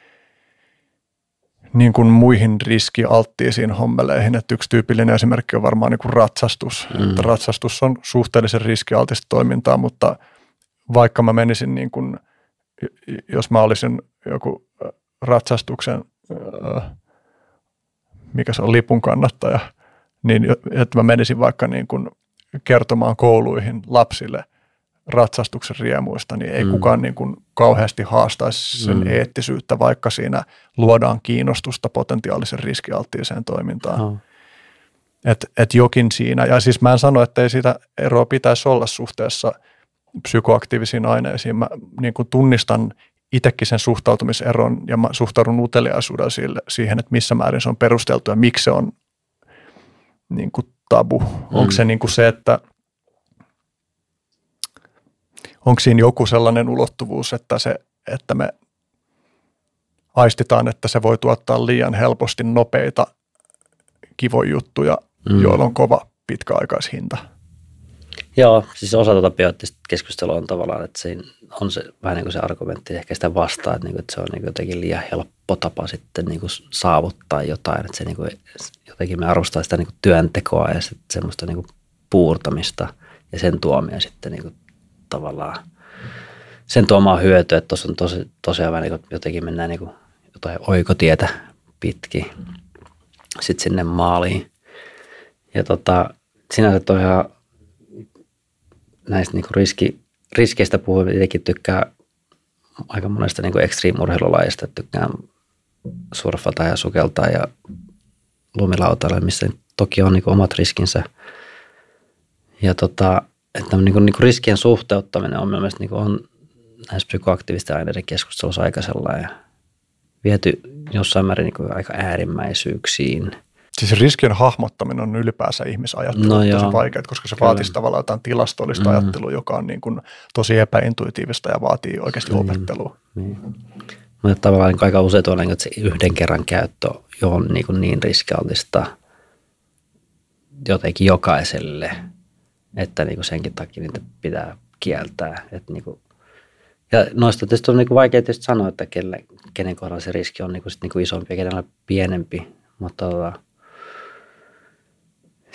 C: niin kuin muihin riskialttiisiin hommeleihin. Että yksi tyypillinen esimerkki on varmaan niin kuin ratsastus. Että ratsastus on suhteellisen riskialtista toimintaa, mutta vaikka mä menisin niin kuin, jos mä olisin joku ratsastuksen mikä se on, lipun kannattaja, niin että mä menisin vaikka niin kuin kertomaan kouluihin lapsille ratsastuksen riemuista, niin ei kukaan niin kuin kauheasti haastaisi sen eettisyyttä, vaikka siinä luodaan kiinnostusta potentiaalisen riskialttiiseen toimintaan. Et jokin siinä, ja siis mä en sano, että ei siitä eroa pitäisi olla suhteessa psykoaktiivisiin aineisiin. Mä niin kuin tunnistan itsekin sen suhtautumiseron ja mä suhtaudun uteliaisuudella siihen, että missä määrin se on perusteltu ja miksi se on niin kuin tabu. Onko se niin kuin se, että onko siinä joku sellainen ulottuvuus, että me aistitaan, että se voi tuottaa liian helposti nopeita kivojuttuja, joilla on kova pitkäaikaishinta.
D: Joo, siis osa tuota bioeettistä keskustelua on tavallaan, että siinä on se vähän niin kuin se argumentti ehkä sitä vastaan, että se on niin kuin jotenkin liian helppo tapa sitten niin kuin saavuttaa jotain, että se niin kuin, jotenkin me arvostaa sitä niin kuin työntekoa ja sitten semmoista niin kuin puurtamista ja sen tuomia sitten niin kuin tavallaan sen tuomaa hyötyä, että tuossa on tosiaan vähän niin kuin jotenkin mennään niin kuin jotain oikotietä pitkin sitten sinne maaliin ja sinänsä toi ihan näistä niin kuin riskeistä puhuen itsekin tykkää aika monesta niin kuin extreme-urheilulajista, että tykkään surfata ja sukeltaa ja lumilautailla, missä toki on niin kuin omat riskinsä. Ja että niin kuin riskien suhteuttaminen on mielestäni niin kuin on näissä psykoaktiivisten aineiden keskustelussa aika sellainen viety jossain määrin niin kuin aika äärimmäisyyksiin.
C: Siis riskien hahmottaminen on ylipäänsä ihmisajattelua tosi vaikeaa, koska se vaatisi tavallaan jotain tilastollista ajattelua, joka on niin kuin tosi epäintuitiivista ja vaatii oikeasti opettelua.
D: Mutta tavallaan niin aika usein tuolla, että se yhden kerran käyttö on niin riskialtista jotenkin jokaiselle, että niin kuin senkin takia niitä pitää kieltää. Että niin kuin, ja noista tietysti on niin kuin vaikea tietysti sanoa, että kenen kohdalla se riski on niin kuin isompi ja kenellä pienempi, mutta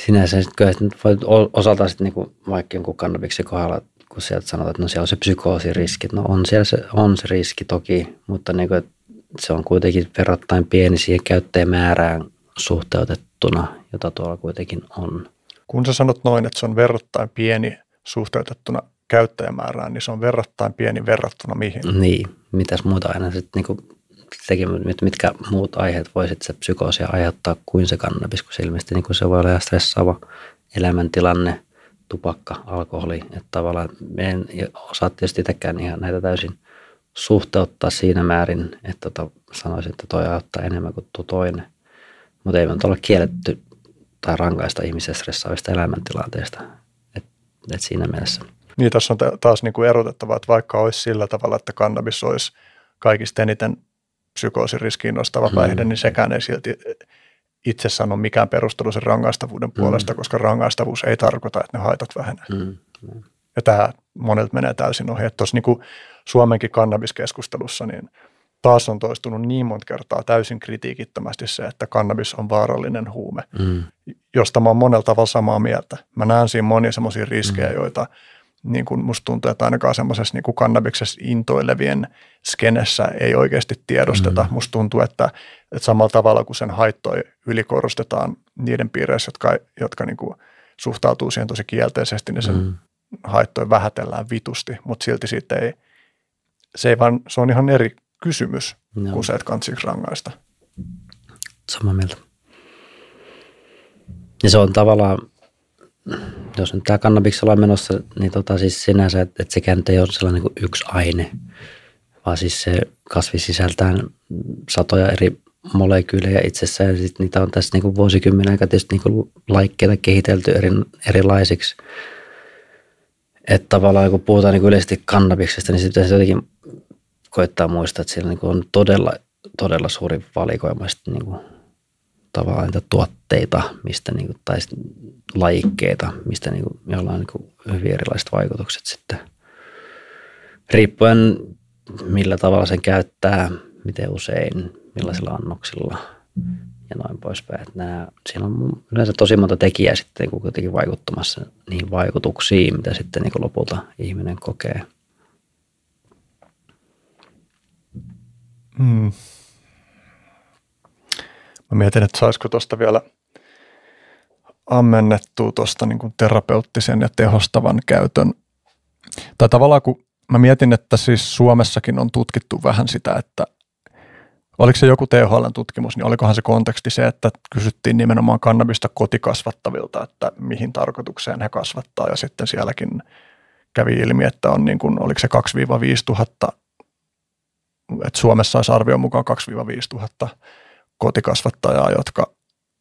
D: Sinänsä kyllä voi osaltaan sitten niinku, vaikka jonkun kannabiksen kohdalla, kun sieltä sanotaan, että no siellä on se psykoosiriski. No on se riski toki, mutta niinku, se on kuitenkin verrattain pieni siihen käyttäjämäärään suhteutettuna, jota tuolla kuitenkin on.
C: Kun sä sanot noin, että se on verrattain pieni suhteutettuna käyttäjämäärään, niin se on verrattain pieni verrattuna mihin?
D: Niin, mitäs muuta aina sitten niinku, mitkä muut aiheet voisit se psykoosia aiheuttaa kuin se kannabis, kun se ilmeisesti niin se voi olla stressaava elämäntilanne, tupakka, alkoholi, että tavallaan me en osaa tietysti itsekään ihan näitä täysin suhteuttaa siinä määrin, että sanoisin, että toi aiheuttaa enemmän kuin tuo toinen, mutta ei me olla kielletty tai rankaista ihmisiä stressaavista elämäntilanteista, että siinä mielessä.
C: Niin, tässä on taas niin kuin erotettava, että vaikka olisi sillä tavalla, että kannabis olisi kaikista eniten psykoosiriskiin nostava päihde, niin sekään ei silti itsessään ole mikään perustelu sen rangaistavuuden puolesta, koska rangaistavuus ei tarkoita, että ne haitat vähenee. Ja tämä monelta menee täysin ohi. Että tuossa niin kuin Suomenkin kannabiskeskustelussa, niin taas on toistunut niin monta kertaa täysin kritiikittömästi se, että kannabis on vaarallinen huume, josta mä oon monella tavalla samaa mieltä. Mä näen siinä monia semmoisia riskejä, joita niin kuin musta tuntuu, että ainakaan semmoisessa niin kuin kannabiksessa intoilevien skenessä ei oikeasti tiedosteta. Musta tuntuu, että samalla tavalla kuin sen haittoja ylikorostetaan niiden piireissä, jotka niin kuin suhtautuu siihen tosi kielteisesti, niin sen haittoja vähätellään vitusti, mutta silti siitä se on ihan eri kysymys kuin se, että kantsiksi rangaista.
D: Samaa mieltä. Ja se on tavallaan, jos nyt tämä kannabiksella on menossa, niin siis sinänsä, että sekään nyt ei ole sellainen niin kuin yksi aine, vaan siis se kasvi sisältää satoja eri molekyylejä itsessään, ja sitten niitä on tässä niin kuin vuosikymmenen aika tietysti niin kuin laikkeita kehitelty erilaisiksi. Että tavallaan kun puhutaan niin kuin yleisesti kannabiksesta, niin sitten se jotenkin koittaa muistaa, että siellä niin kuin on todella suuri valikoima sitten niin kuin tavallaan niitä tuotteita, mistä niin kuin, tai lajikkeita, mistä niin kuin, joilla on niin kuin hyvin erilaiset vaikutukset sitten. Riippuen millä tavalla sen käyttää, miten usein, millaisilla annoksilla ja noin poispäin. Siinä on yleensä tosi monta tekijää sitten niin kuitenkin vaikuttamassa niihin vaikutuksiin, mitä sitten niin kuin lopulta ihminen kokee.
C: Mä mietin, että saisiko tuosta vielä ammennettua tuosta niin kuin terapeuttisen ja tehostavan käytön. Tai tavallaan kun mä mietin, että siis Suomessakin on tutkittu vähän sitä, että oliko se joku THL-tutkimus, niin olikohan se konteksti se, että kysyttiin nimenomaan kannabista kotikasvattavilta, että mihin tarkoitukseen he kasvattaa. Ja sitten sielläkin kävi ilmi, että on niin kuin, oliko se 2-5 tuhatta, että Suomessa olisi arvion mukaan 2-5 tuhatta kotikasvattajaa, jotka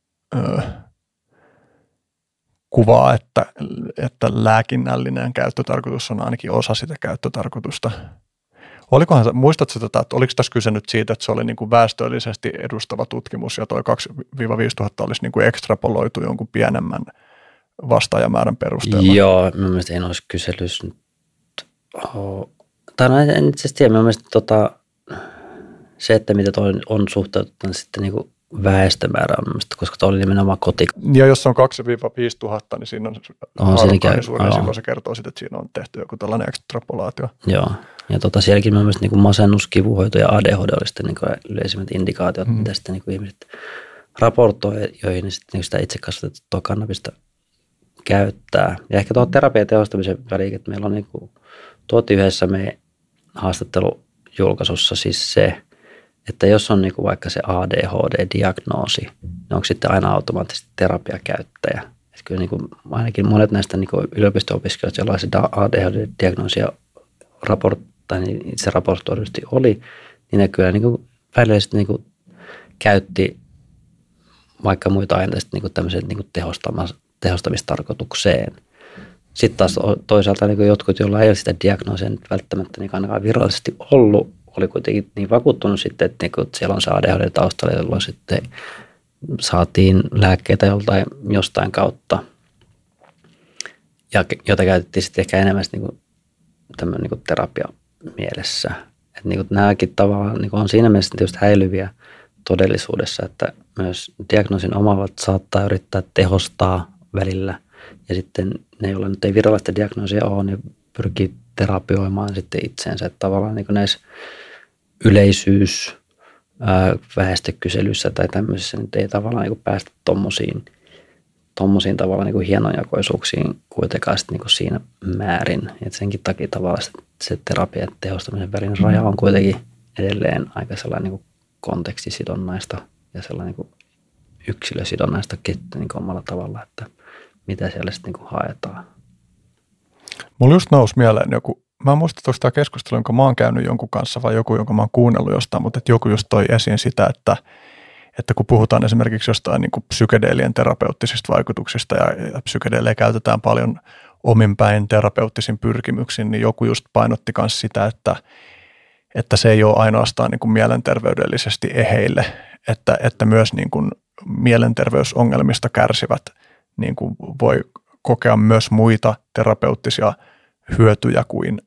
C: kuvaa, että lääkinnällinen käyttötarkoitus on ainakin osa sitä käyttötarkoitusta. Muistatko tätä, että oliko tässä kyse nyt siitä, että se oli niin kuin väestöllisesti edustava tutkimus ja toi 2-5 tuhatta olisi niin kuin ekstrapoloitu jonkun pienemmän vastaajamäärän perusteella?
D: Joo, minun mielestä en olisi kyselyssä nyt. Tai no, en itse asiassa tiedä, minun mielestä se, että mitä toi on suhteutettu sitten niin kuin väestömäärä on mielestäni, koska tuo oli nimenomaan koti.
C: Ja jos on 2-5 tuhatta, niin siinä on arvokkaan suurin, silloin se kertoo sitten, että siinä on tehty joku tällainen ekstrapolaatio.
D: Joo, ja sielläkin mielestäni niin masennus, kivuhoito ja ADHD oli sitten niin yleisimmät indikaatiot, mitä sitten niin ihmiset raportoi, joihin sitten niin sitä itse kasvatettua kannabista käyttää. Ja ehkä tuohon terapian tehostamisen väliin, että meillä on niin kuin, tuotiin yhdessä meidän haastattelujulkaisussa siis se, että jos on niin kuin vaikka se ADHD-diagnoosi, niin onko sitten aina automaattisesti terapiakäyttäjä. Että kyllä niin kuin ainakin monet näistä niin kuin yliopisto-opiskelijoista, joilla se ADHD-diagnoosia niin se raportoidusti oli, niin ne kyllä niin kuin välillisesti niin kuin käytti vaikka muita aineita niin kuin tämmöiseen niin kuin tehostamistarkoitukseen. Sitten taas toisaalta niin kuin jotkut, joilla ei ole sitä diagnoosia nyt välttämättä niin ainakaan virallisesti ollut, oli kuitenkin niin vakuuttunut sitten, että niin siellä on se ADHD taustalla, jolloin sitten saatiin lääkkeitä jostain kautta, ja jota käytettiin sitten ehkä enemmän niin tämmöinen niin terapia mielessä. Että niin nämäkin tavallaan niin on siinä mielessä tietysti häilyviä todellisuudessa, että myös diagnoosin omaavat saattaa yrittää tehostaa välillä. Ja sitten ne, joilla nyt ei virallista diagnoosia ole, niin pyrkii terapioimaan sitten itseensä. Että tavallaan niin kuin näissä väestökyselyissä tai tämmöisissä nyt ei tavallaan niin kuin päästä tommosiin tavallaan niin kuin hienonjakoisuuksiin kuitenkaan sitten niin kuin siinä määrin. Et senkin takia tavallaan se terapian tehostamisen välinen raja on kuitenkin edelleen aika sellainen niin kuin kontekstisidonnaista ja sellainen niin kuin yksilösidonnaista niin kuin omalla tavalla, että mitä siellä sitten niin kuin haetaan.
C: Mulla just nousi mieleen joku, mä en muista, onko tämä keskustelu, jonka mä oon käynyt jonkun kanssa vai joku, jonka mä oon kuunnellut jostain, mutta että joku just toi esiin sitä, että kun puhutaan esimerkiksi jostain niin kuin psykedeelien terapeuttisista vaikutuksista ja psykedeelejä käytetään paljon ominpäin terapeuttisin pyrkimyksin, niin joku just painotti myös sitä, että se ei ole ainoastaan niin kuin mielenterveydellisesti eheille, että myös niin kuin mielenterveysongelmista kärsivät niin kuin voi kokea myös muita terapeuttisia hyötyjä kuin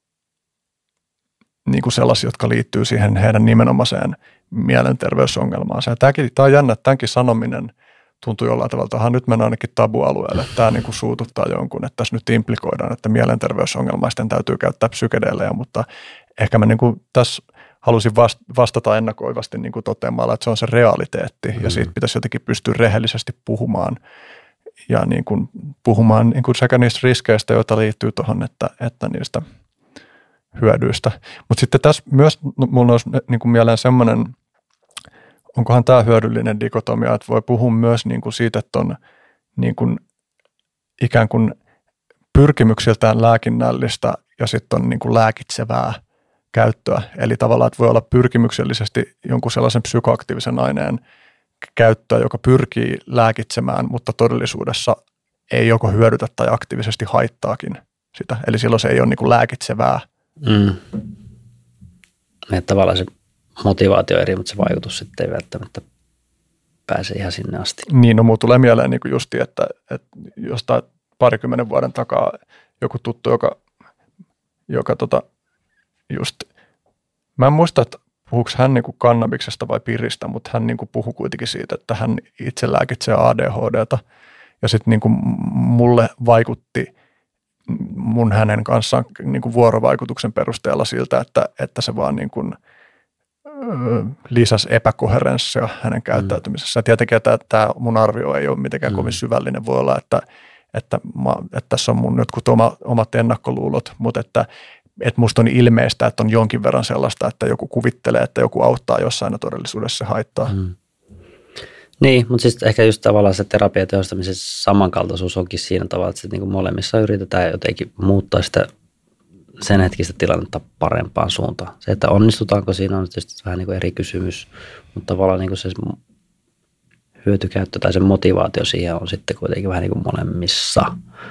C: sellaisia, jotka liittyy siihen heidän nimenomaiseen mielenterveysongelmaan. Tämä on jännä, että tämänkin sanominen tuntuu jollain tavalla, että nyt mennään ainakin tabualueelle, että tämä niin kuin suututtaa jonkun, että tässä nyt implikoidaan, että mielenterveysongelmaisten täytyy käyttää psykedeelejä, mutta ehkä mä niin kuin tässä halusin vastata ennakoivasti niin kuin toteamalla, että se on se realiteetti ja siitä pitäisi jotenkin pystyä rehellisesti puhumaan ja niin kuin puhumaan niin kuin sekä niistä riskeistä, joita liittyy tuohon, että niistä hyödyistä. Mutta sitten tässä myös minulla olisi niin kuin mieleen semmoinen, onkohan tämä hyödyllinen dikotomia, että voi puhua myös niin kuin siitä, että on niin kuin ikään kuin pyrkimyksiltään lääkinnällistä ja sitten on niin kuin lääkitsevää käyttöä. Eli tavallaan, että voi olla pyrkimyksellisesti jonkun sellaisen psykoaktiivisen aineen käyttöä, joka pyrkii lääkitsemään, mutta todellisuudessa ei joko hyödytä tai aktiivisesti haittaakin sitä. Eli silloin se ei ole niin kuin lääkitsevää.
D: Että tavallaan se motivaatio eri, mutta se vaikutus sitten ei välttämättä pääse ihan sinne asti.
C: Niin, no mulla tulee mieleen niin kuin justi, että jostain 20 vuoden takaa joku tuttu, joka just, mä en muista, että puhuuko hän niin kuin kannabiksesta vai piristä, mutta hän niin kuin puhui kuitenkin siitä, että hän itse lääkitsee ADHDta. Ja sitten niin kuin mulle vaikutti hänen kanssaan niin kuin vuorovaikutuksen perusteella siltä, että se vaan niin kuin lisäsi epäkoherenssia hänen käyttäytymisessä. Tietenkin tämä mun arvio ei ole mitenkään kovin syvällinen. Voi olla, että tässä on mun jotkut omat ennakkoluulot, mutta että musta on ilmeistä, että on jonkin verran sellaista, että joku kuvittelee, että joku auttaa jossain ja todellisuudessa se haittaa.
D: Niin, mutta siis ehkä just tavallaan se terapiatehostamisen samankaltaisuus onkin siinä tavalla, että niin kuin molemmissa yritetään jotenkin muuttaa sitä sen hetkistä tilannetta parempaan suuntaan. Se, että onnistutaanko siinä on tietysti vähän niin kuin eri kysymys, mutta tavallaan niin kuin se hyötykäyttö tai se motivaatio siihen on sitten kuitenkin vähän niin kuin molemmissa.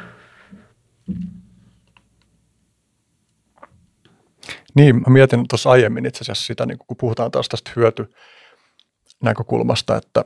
C: Niin, mä mietin tuossa aiemmin itse asiassa sitä, niin kun puhutaan taas tästä hyötynäkökulmasta, että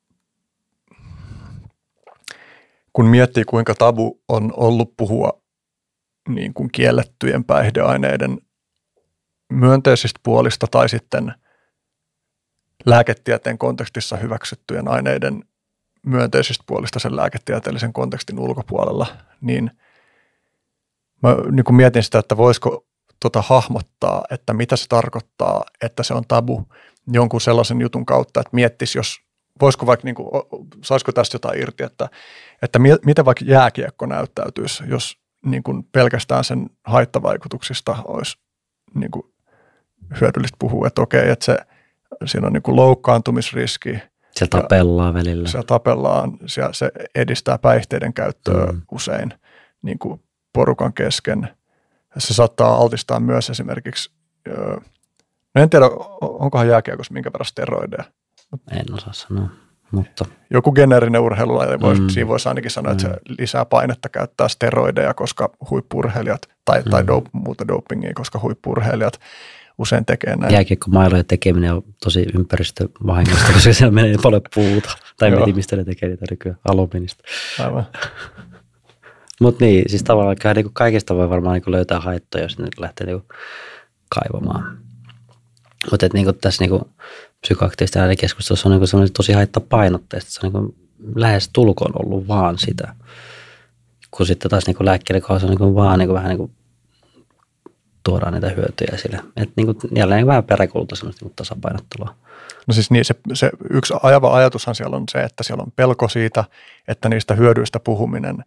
C: kun miettii kuinka tabu on ollut puhua niin kuin kiellettyjen päihdeaineiden myönteisistä puolista tai sitten lääketieteen kontekstissa hyväksyttyjen aineiden myönteisistä puolista sen lääketieteellisen kontekstin ulkopuolella, niin mä niin kuin mietin sitä, että voisiko hahmottaa, että mitä se tarkoittaa, että se on tabu jonkun sellaisen jutun kautta, että miettisi, voisiko vaikka, niin kuin, saisiko tästä jotain irti, että miten vaikka jääkiekko näyttäytyisi, jos niin kuin pelkästään sen haittavaikutuksista olisi niin kuin hyödyllistä puhua, että okei, että siinä on niin kuin loukkaantumisriski.
D: Se tapellaan välillä.
C: Se tapellaan, se edistää päihteiden käyttöä usein niin kuin porukan kesken. Se saattaa altistaa myös esimerkiksi, no en tiedä, onkohan jääkiekossa minkä verran steroideja.
D: En osaa sanoa, mutta
C: joku geneerinen urheilulaji, siinä voisi ainakin sanoa, että se lisää painetta käyttää steroideja, koska huippu-urheilijat, tai muuta dopingia, koska huippu-urheilijat usein tekee näin.
D: Jääkiekkomailojen tekeminen on tosi ympäristövahingosta, koska siellä menee paljon puuta. Tai mistä ne tekee niitä nykyään, alumiinista. Aivan. Mutta niin, siis tavallaan niin kaikesta voi varmaan niin löytää haittoja, jos ne lähtee niin kaivamaan. Mutta niin tässä niin psykoaktiivisten aineiden keskustelussa on niin tosi haittapainotteista. Se on niin lähes tulkoon ollut vaan sitä. Kun sitten taas niin kuin lääkkeiden kohdassa on niin kuin vaan niin kuin vähän niin kuin tuodaan niitä hyötyjä sille. Että niin kuin jälleen vähän peräkulta semmoista niin kuin tasapainottelua.
C: No siis niin, se yksi ajava ajatushan siellä on se, että siellä on pelko siitä, että niistä hyödyistä puhuminen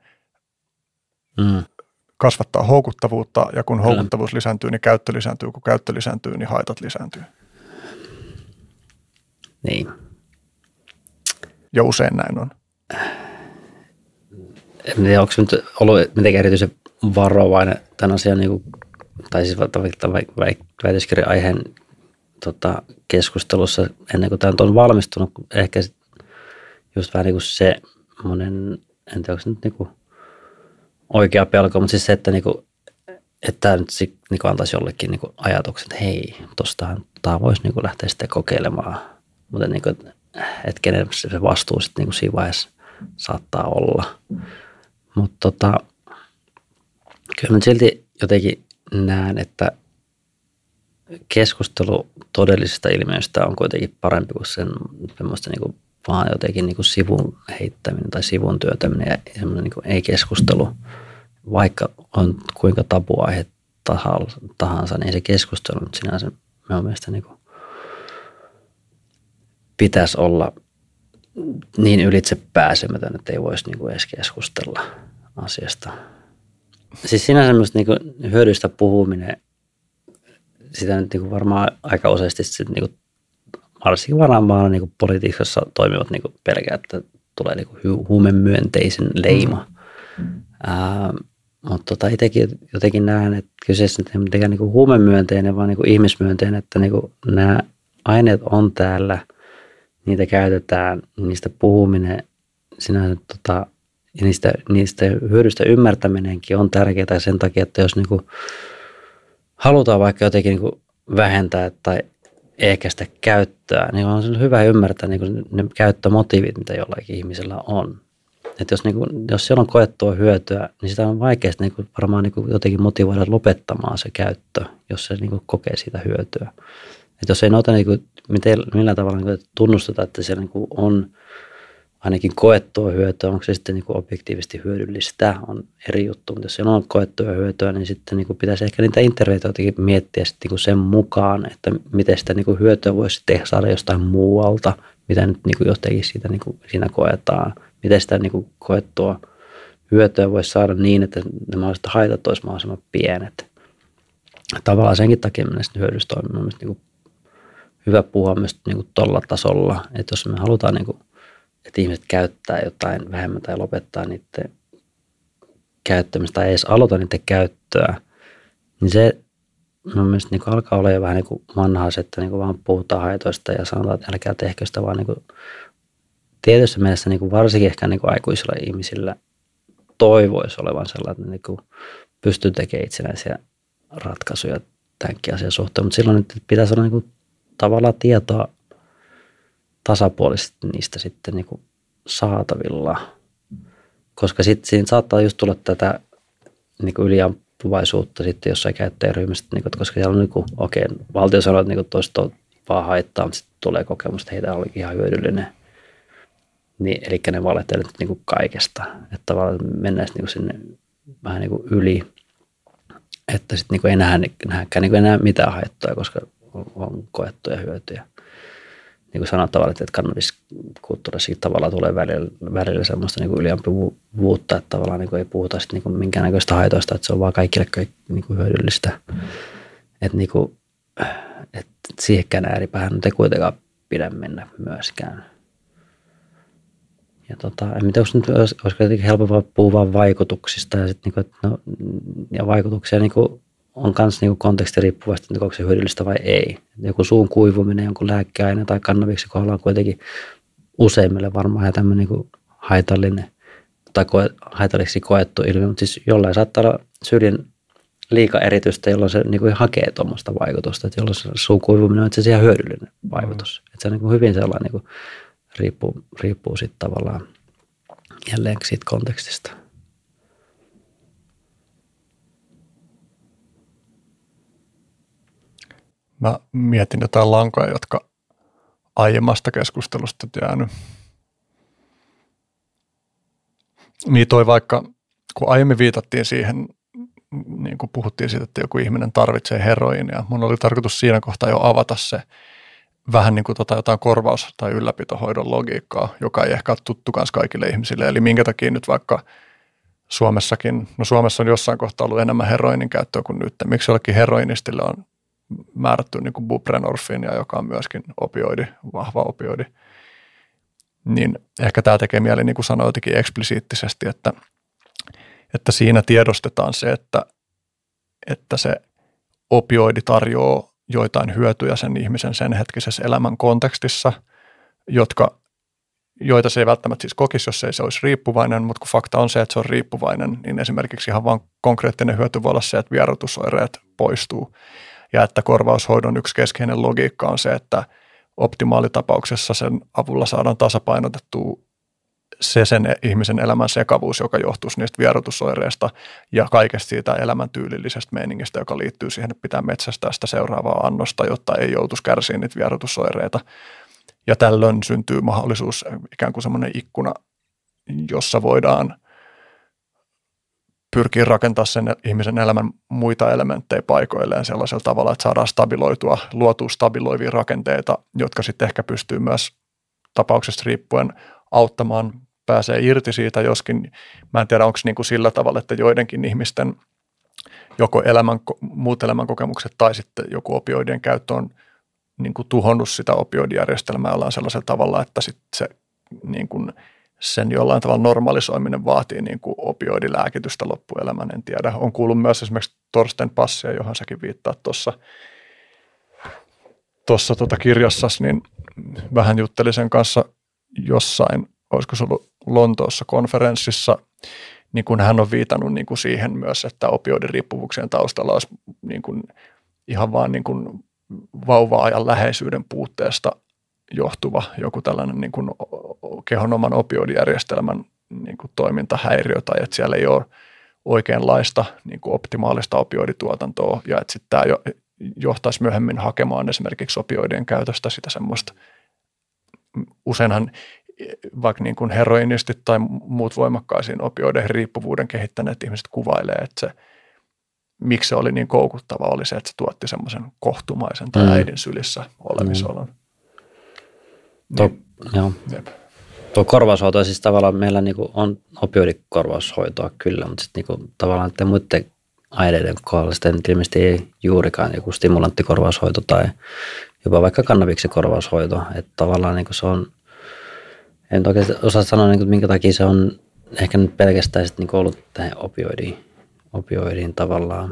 C: kasvattaa houkuttavuutta, ja kun houkuttavuus lisääntyy, niin käyttö lisääntyy. Kun käyttö lisääntyy, niin haitat lisääntyy.
D: Niin.
C: Ja usein näin on.
D: En tiedä, onko se nyt ollut mitenkään erityisen varovainen tämän asian, niin kuin, tai siis väitöskirjan aiheen keskustelussa ennen kuin tämä on valmistunut. Ehkä just vähän niin kuin se monen, en tiedä, onko se nyt niin kuin oikea pelko, mutta siis se, että, niin kuin, että tämä nyt niin kuin antaisi jollekin niin kuin ajatuksen, että hei, tuostahan tämä voisi niin kuin lähteä sitten kokeilemaan. Mutta niin kuin, että kenen se vastuu sitten niin kuin siinä vaiheessa saattaa olla. Mutta kyllä mä silti jotenkin näen, että keskustelu todellisista ilmiöistä on kuitenkin parempi kuin semmoista niin kuin vaan jotenkin niin kuin sivun heittäminen tai sivun työtäminen ja semmoinen niin kuin ei-keskustelu. Vaikka on kuinka tabuaihe tahansa, niin se keskustelu nyt sinänsä minun mielestä niin kuin pitäisi olla niin ylitse pääsemätön, että ei voisi niin kuin edes keskustella asiasta. Siis sinänsä semmoista niin kuin hyödyistä puhuminen, sitä nyt niin kuin varmaan aika useasti niin kuin, varsinkin varmaan niin kuin politiikassa toimivat niin kuin pelkää, että tulee niin kuin huumemyönteisen leima. Mutta itsekin jotenkin näen, että kyseessä ei mitenkään niin kuin huumemyönteinen, vaan niin kuin ihmismyönteinen, että niin kuin nämä aineet on täällä, niitä käytetään, niistä puhuminen sinänsä ja niistä hyödyistä ymmärtäminenkin on tärkeää sen takia, että jos niin kuin halutaan vaikka jotenkin niin kuin vähentää tai ehkäistä käyttöä, niin on se hyvä ymmärtää niin kuin ne käyttömotiivit, mitä jollakin ihmisellä on. Että jos siellä on koettua hyötyä, niin sitä on vaikea niin kuin varmaan niin kuin jotenkin motivoida lopettamaan se käyttö, jos se niin kuin kokee siitä hyötyä. Että jos ei noita niin kuin millään tavalla niin tunnusteta, että siellä niin kuin on ainakin koettua hyötyä, onko se sitten niin kuin objektiivisesti hyödyllistä, on eri juttu. Mutta jos siellä on koettua hyötyä, niin sitten niin kuin pitäisi ehkä niitä interventioitakin miettiä sitten niin kuin sen mukaan, että miten sitä niin kuin hyötyä voisi saada jostain muualta, mitä nyt niin kuin jotenkin siitä niin kuin siinä koetaan. Miten sitä niin kuin koettua hyötyä voisi saada niin, että ne mahdolliset haitat olisi mahdollisimman pienet. Tavallaan senkin takia näistä hyödyistä on mielestäni niin kuin hyvä puhua myös niin kuin tuolla tasolla, että jos me halutaan, niin kuin, että ihmiset käyttää jotain vähemmän tai lopettaa niiden käyttämistä tai edes aloita niiden käyttöä, niin se mielestäni niin kuin alkaa olla jo vähän niin kuin vanhaa se, että niin kuin vaan puhutaan haitoista ja sanotaan, että älkää tehkö sitä, vaan niin kuin tietyssä mielessä niin kuin varsinkin ehkä niin kuin aikuisilla ihmisillä toivoisi olevan sellainen, että niin kuin pystyy tekemään itsenäisiä ratkaisuja tämänkin asian suhteen, mutta silloin nyt pitäisi olla niin kuin tavallaan tietoa tasapuolisesti niistä sitten niin kuin saatavilla, koska sitten siinä saattaa just tulla tätä niin kuin yliampuvaisuutta sitten jossain käyttäjäryhmässä, niin kuin, koska siellä on niin kuin, okei, valtio sanoo, että niin toista on vaan haittaa, mutta sitten tulee kokemus, että heitä oli ihan hyödyllinen. Niin, eli ne valehtelee nyt niin kuin kaikesta, että tavallaan mennään niin kuin sinne vähän niin kuin yli, että sitten niin kuin ei nähdäkään niin kuin enää mitään haittoja, koska on koettuja hyötyjä. Niin kuin sanotaan tavallaan, että kannabiskulttuurissa tavallaan tulee välillä semmoista niin kuin yliampuvuutta, että tavallaan niin kuin ei puhuta sitten niin kuin minkäännäköistä haitoista, että se on vaan kaikille niin kuin hyödyllistä. Että niin kuin, että siihenkään ääripäähän nyt ei kuitenkaan pidä mennä myöskään. Ja en tiedä, olisiko jotenkin helpompaa puhua vain vaikutuksista ja, sitten, no, ja vaikutuksia niin kuin, on myös niin kontekstiriippuvasti, onko se hyödyllistä vai ei. Joku suun kuivuminen, jonkun lääkeaine tai kannabiksen kohdalla on kuitenkin useimmille varmaan ja tämmöinen niin haitallinen tai haitalliksi koettu ilmiö, mutta siis jollain saattaa olla syljen liikaeritystä, jolloin se niin kuin hakee tuommoista vaikutusta, että jolloin se suun kuivuminen on itse asiassa hyödyllinen vaikutus. Että se on niin kuin hyvin sellainen, niin kuin riippuu sitten tavallaan jälleen siitä kontekstista.
C: Mä mietin jotain lankoja, jotka aiemmasta keskustelusta jäänyt Niin toi vaikka, kun aiemmin viitattiin siihen, niin kuin puhuttiin siitä, että joku ihminen tarvitsee heroiinia. Mun oli tarkoitus siinä kohtaa jo avata se vähän niin kuin jotain korvaus- tai ylläpitohoidon logiikkaa, joka ei ehkä ole tuttu kans kaikille ihmisille. Eli minkä takia nyt vaikka Suomessakin, no Suomessa on jossain kohtaa ollut enemmän heroinin käyttöä kuin nyt. Miksi jollekin heroinistille on määrätty niin kuin buprenorfiinia, joka on myöskin opioidi, vahva opioidi. Niin ehkä tämä tekee mieli, niin kuin sanoitikin eksplisiittisesti, että siinä tiedostetaan se, että se opioidi tarjoaa joitain hyötyjä sen ihmisen sen hetkisessä elämän kontekstissa, joita se ei välttämättä siis kokisi, jos ei se olisi riippuvainen, mutta kun fakta on se, että se on riippuvainen, niin esimerkiksi ihan vaan konkreettinen hyöty voi olla se, että vieroitusoireet poistuu. Ja että korvaushoidon yksi keskeinen logiikka on se, että optimaalitapauksessa sen avulla saadaan tasapainotettua se sen ihmisen elämän sekavuus, joka johtuisi niistä vieroitusoireista ja kaikesta siitä elämäntyylillisestä meiningistä, joka liittyy siihen, että pitää metsästää sitä seuraavaa annosta, jotta ei joutuisi kärsiä niitä vieroitusoireita. Ja tällöin syntyy mahdollisuus ikään kuin semmoinen ikkuna, jossa voidaan pyrkii rakentamaan sen ihmisen elämän muita elementtejä paikoilleen sellaisella tavalla, että saadaan luotua stabiloivia rakenteita, jotka sitten ehkä pystyy myös tapauksesta riippuen auttamaan, pääsee irti siitä, joskin mä en tiedä, onko niin kuin sillä tavalla, että joidenkin ihmisten joko muut elämänkokemukset tai sitten joku opioidien käyttö on niin kuin tuhonnut sitä opioidijärjestelmää jollain sellaisella tavalla, että sitten se niin kuin sen jollain tavalla normalisoiminen vaatii niin kuin opioidilääkitystä loppuelämän, en tiedä. On kuullut myös esimerkiksi Torsten Passia, johon säkin viittaat tuossa kirjassasi, niin vähän juttelin sen kanssa jossain, olisiko se ollut Lontoossa konferenssissa, niin kun hän on viitannut niin kuin siihen myös, että opioidiriippuvuuksien taustalla olisi niin kuin ihan vaan niin kuin vauva-ajan läheisyyden puutteesta johtuva joku tällainen niin kuin kehon oman opioidijärjestelmän niin kuin toimintahäiriö tai että siellä ei ole oikeanlaista niin kuin optimaalista opioidituotantoa ja että sitten tämä johtaisi myöhemmin hakemaan esimerkiksi opioidien käytöstä sitä semmoista. Useinhan vaikka niin kuin heroinistit tai muut voimakkaisiin opioideihin riippuvuuden kehittäneet ihmiset kuvailee, että se miksi se oli niin koukuttava oli se, että se tuotti semmoisen kohtumaisen tai äidin sylissä olemisolon.
D: Tuo korvaushoito, siis tavallaan meillä niinku on opioidikorvaushoitoa kyllä, mutta sitten niinku tavallaan että muiden aineiden kohdalla sitten ilmeisesti ei juurikaan joku stimulanttikorvaushoito tai jopa vaikka kannabiksikorvaushoito. Että tavallaan niinku se on, en oikeasti osaa sanoa, niinku, minkä takia se on ehkä nyt pelkästään sit niinku ollut tähän opioidiin tavallaan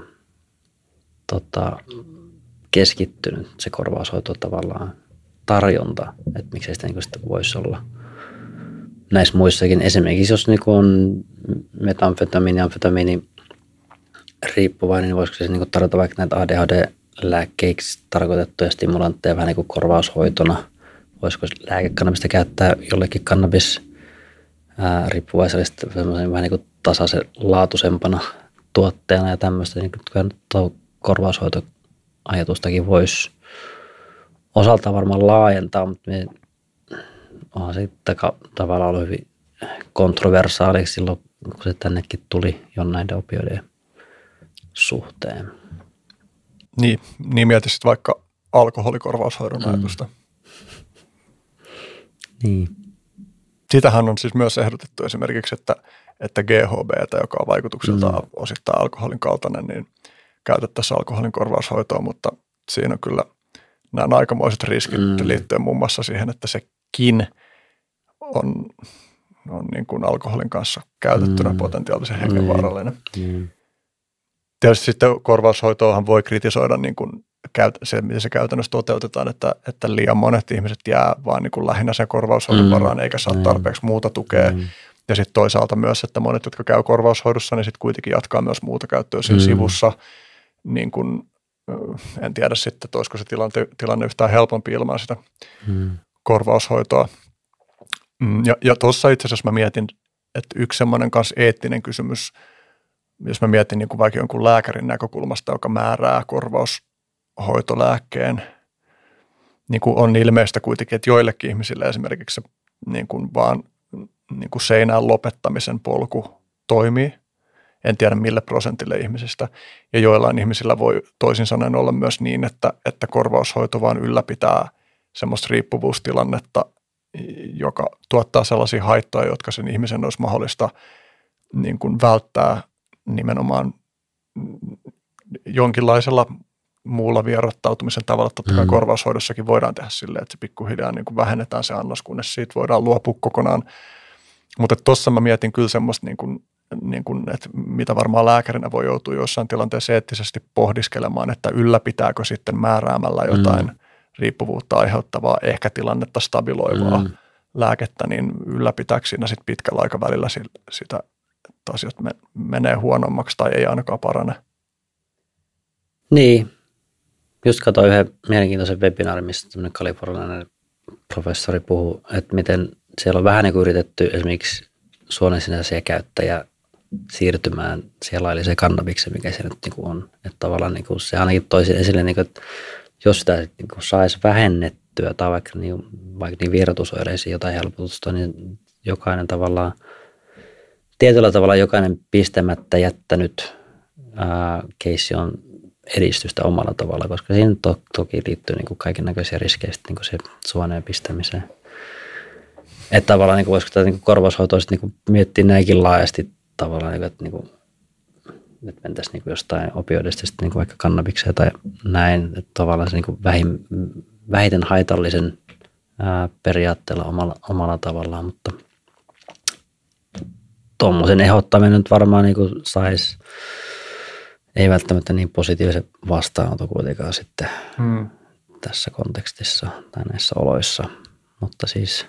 D: keskittynyt se korvaushoito tavallaan tarjonta, että miksei sitä, niin sitä voisi olla näissä muissakin. Esimerkiksi jos niin on metamfetamiini, amfetamiini riippuvainen, niin voisiko se niin tarjota vaikka näitä ADHD-lääkkeiksi tarkoitettuja stimulantteja vähän niin kuin korvaushoitona. Voisiko lääkekannabista käyttää jollekin kannabis riippuvaiselle vähän niin kuin tasaisen laatuisempana tuotteena ja tämmöistä. Niin tuo korvaushoitoajatustakin voisi osaltaan varmaan laajentaa, mutta onhan se tavallaan ollut hyvin kontroversaaliksi silloin, kun se tännekin tuli jo näiden opioidien suhteen.
C: Niin mietisit vaikka alkoholikorvaushoidon ajatusta.
D: Niin.
C: Sitähän on siis myös ehdotettu esimerkiksi, että GHB, joka on vaikutuksiltaan osittain alkoholin kaltainen, niin käytettäisiin alkoholin korvaushoitoa, mutta siinä on kyllä nämä aikamoiset riskit liittyen muun muassa siihen, että sekin on niin kuin alkoholin kanssa käytettynä potentiaalisen hengenvaarallinen. Tietysti sitten korvaushoitoahan voi kritisoida niin kuin se, miten se käytännössä toteutetaan, että liian monet ihmiset jää vaan niin kuin lähinnä sen korvaushoidon varaan eikä saa tarpeeksi muuta tukea. Ja sitten toisaalta myös, että monet, jotka käy korvaushoidossa, niin sitten kuitenkin jatkaa myös muuta käyttöä siinä sivussa. Niin kuin, en tiedä sitten, että olisiko se tilanne yhtään helpompi ilman sitä korvaushoitoa. Ja tuossa itse asiassa mä mietin, että yksi semmoinen kanssa eettinen kysymys, jos mä mietin niin kuin vaikka jonkun lääkärin näkökulmasta, joka määrää korvaushoitolääkkeen, niin kuin on ilmeistä kuitenkin, että joillekin ihmisille esimerkiksi se niin kuin vaan niin kuin seinään lopettamisen polku toimii. En tiedä mille prosentille ihmisistä. Ja joillain ihmisillä voi toisin sanoen olla myös niin, että korvaushoito vaan ylläpitää semmoista riippuvuustilannetta, joka tuottaa sellaisia haittoja, jotka sen ihmisen olisi mahdollista niin kuin välttää nimenomaan jonkinlaisella muulla vierottautumisen tavalla. Totta kai korvaushoidossakin voidaan tehdä silleen, että se pikkuhiljaa niin kuin vähennetään se annos, kunnes siitä voidaan luopua kokonaan. Mutta tuossa mä mietin kyllä semmoista, niin kuin, että mitä varmaan lääkärinä voi joutua jossain tilanteessa eettisesti pohdiskelemaan, että ylläpitääkö sitten määräämällä jotain riippuvuutta aiheuttavaa, ehkä tilannetta stabiloivaa lääkettä, niin ylläpitääkö siinä sitten pitkällä aikavälillä sitä, että asiat menee huonommaksi tai ei ainakaan parane.
D: Niin, just katsoin yhden mielenkiintoisen webinaarin, missä tämmöinen kalifornialainen professori puhuu, että miten siellä on vähän niin kuin yritetty esimerkiksi suonensinäisiä käyttäjä siirtymään siihen lailliseen kannabikseen, mikä se nyt niin kuin on. Että tavallaan niin kuin se ainakin toisi esille, niin kuin, että jos sitä niin kuin saisi vähennettyä tai vaikka niin vierotusoireisiin jotain helpotusta, niin jokainen tavallaan, tietyllä tavalla jokainen pistämättä jättänyt keissi on edistystä omalla tavalla, koska siinä toki liittyy niin kuin kaiken näköisiä riskejä niin kuin se suoneen pistämiseen. Että tavallaan niin voisiko tätä niin korvaushoitoa niin miettiä näinkin laajasti tavallaan, että nyt mentäisiin niin jostain opioidista sitten niin vaikka kannabikseen tai näin, että tavallaan se niin vähiten haitallisen periaatteella omalla tavallaan, mutta tuommoisen ehdottaminen nyt varmaan niin saisi, ei välttämättä niin positiivisen vastaanoton kuitenkaan sitten tässä kontekstissa tai näissä oloissa, mutta siis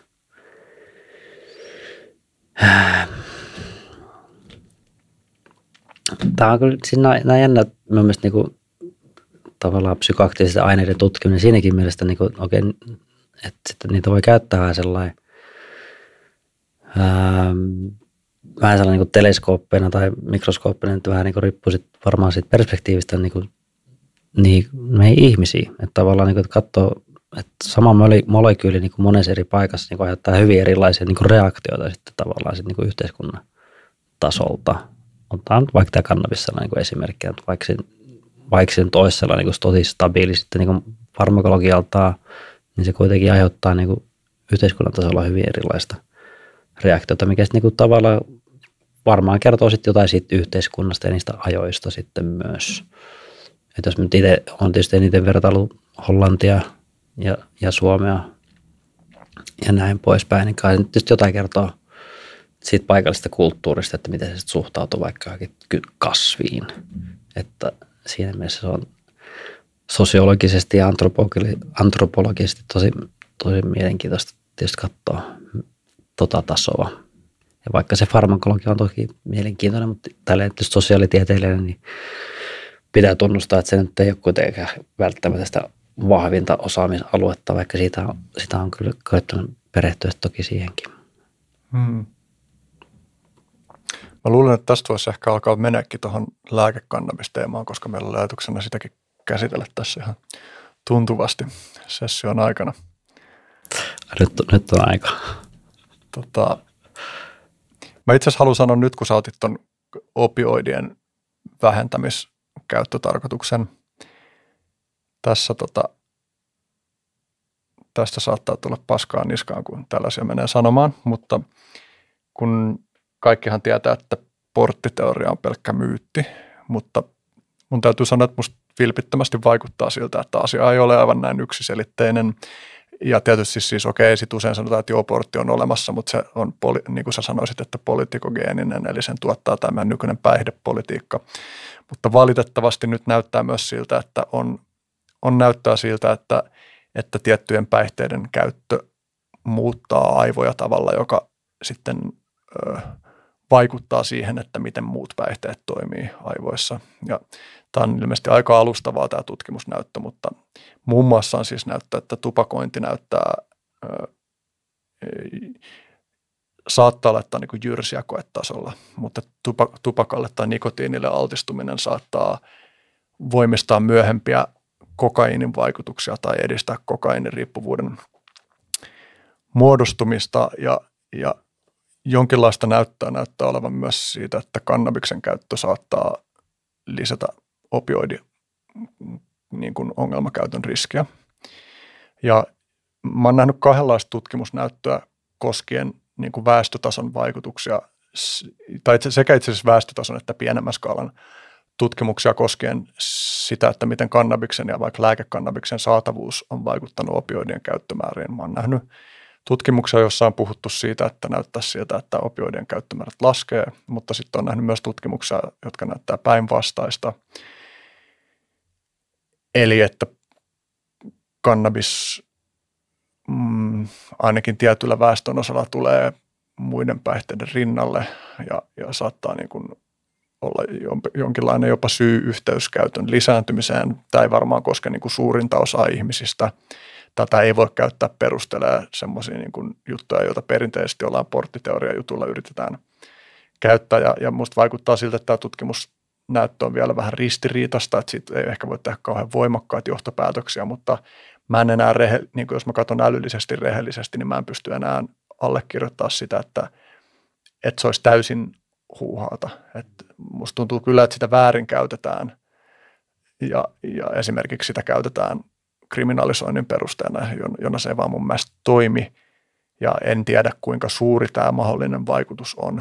D: tämä on kyllä, siinä jännä mun mielestä niin kuin, tavallaan psykoaktiivisten aineiden tutkiminen siinäkin mielessä, niin kuin, okay, että sitten niitä voi käyttää vähän sellainen vähän sellainen niin teleskooppeina tai mikroskooppeina, että vähän niin kuin riippuu sit varmaan siitä perspektiivistä niin meihin ihmisiin. Että tavallaan niin kuin, että katsoo, että sama molekyyli niin kuin monessa eri paikassa niin kuin aiheuttaa hyvin erilaisia niin kuin reaktioita sitten tavallaan sit, niin kuin yhteiskunnan tasolta. Otetaan vaikka tämä kannabis niin esimerkki, että vaikka se nyt olisi sellainen niin tosi stabiili sitten niin farmakologialtaan, niin se kuitenkin aiheuttaa niin kuin yhteiskunnan tasolla hyvin erilaista reaktiota, mikä sitten niin tavallaan varmaan kertoo sitten jotain siitä yhteiskunnasta ja niistä ajoista sitten myös. Että jos nyt itse on tietysti eniten vertailu Hollantia ja Suomea ja näin poispäin, niin kai nyt tietysti jotain kertoo siitä paikallisesta kulttuurista, että miten se suhtautuu vaikka kasviin. Että siinä mielessä se on sosiologisesti ja antropologisesti tosi mielenkiintoista tietysti katsoa tota tasoa. Ja vaikka se farmakologia on toki mielenkiintoinen, mutta tälleen tietysti sosiaalitieteilijänä, niin pitää tunnustaa, että se nyt ei ole kuitenkaan välttämättä sitä vahvinta osaamisaluetta, vaikka sitä on kyllä koettanut perehtyä toki siihenkin.
C: Mä luulen, että tästä voisi ehkä alkaa meneekin tuohon lääkekannabisteemaan, koska meillä on ajatuksena sitäkin käsitellä tässä ihan tuntuvasti session aikana.
D: Nyt on aika.
C: Mä itse asiassa haluan sanoa nyt, kun sä otit ton opioidien vähentämiskäyttötarkoituksen. Tästä saattaa tulla paskaa niskaan, kun tällaisia menee sanomaan, mutta kun kaikkihan tietää, että porttiteoria on pelkkä myytti, mutta mun täytyy sanoa, että musta vilpittömästi vaikuttaa siltä, että asia ei ole aivan näin yksiselitteinen. Ja tietysti siis okei, sit usein sanotaan, että joo, portti on olemassa, mutta se on, niin kuin sä sanoisit, että politikogeeninen, eli sen tuottaa tämä nykyinen päihdepolitiikka. Mutta valitettavasti nyt näyttää myös siltä, että on näyttää siltä, että tiettyjen päihteiden käyttö muuttaa aivoja tavalla, joka sitten vaikuttaa siihen, että miten muut päihteet toimii aivoissa. Ja tämä on ilmeisesti aika alustavaa tämä tutkimusnäyttö, mutta muun muassa on siis näyttö, että tupakointi saattaa laittaa niin kuin jyrsiä koetasolla, mutta tupakalle tai nikotiinille altistuminen saattaa voimistaa myöhempiä kokaiinin vaikutuksia tai edistää kokaiiniriippuvuuden muodostumista ja jonkinlaista näyttää olevan myös siitä, että kannabiksen käyttö saattaa lisätä opioidi niin kuin ongelmakäytön riskiä. Ja mä oon nähnyt kahdenlaista tutkimusnäyttöä koskien niin kuin väestötason vaikutuksia, tai sekä itse asiassa väestötason että pienemmän skaalan tutkimuksia koskien sitä, että miten kannabiksen ja vaikka lääkekannabiksen saatavuus on vaikuttanut opioidien käyttömääriin. Mä oon nähnyt tutkimuksia, joissa on puhuttu siitä, että näyttää siltä, että opioidien käyttömäärät laskee, mutta sitten on nähnyt myös tutkimuksia, jotka näyttää päinvastaista. Eli että kannabis ainakin tietyllä väestönosalla tulee muiden päihteiden rinnalle ja saattaa niin kuin olla jonkinlainen jopa syy yhteyskäytön lisääntymiseen. Tämä ei varmaan koske niin kuin suurinta osaa ihmisistä. Tätä ei voi käyttää perustelee semmoisia niin kuin juttuja, joita perinteisesti ollaan porttiteoria-jutulla yritetään käyttää. Ja musta vaikuttaa siltä, että tämä tutkimusnäyttö on vielä vähän ristiriitasta, että siitä ei ehkä voi tehdä kauhean voimakkaita johtopäätöksiä, mutta mä en enää, niin kuin jos mä katson älyllisesti rehellisesti, niin mä en pysty enää allekirjoittaa sitä, että se olisi täysin huuhaata. Että musta tuntuu kyllä, että sitä väärin käytetään ja esimerkiksi sitä käytetään kriminalisoinnin perusteena, jona se ei vaan mun mielestä toimi ja en tiedä kuinka suuri tämä mahdollinen vaikutus on.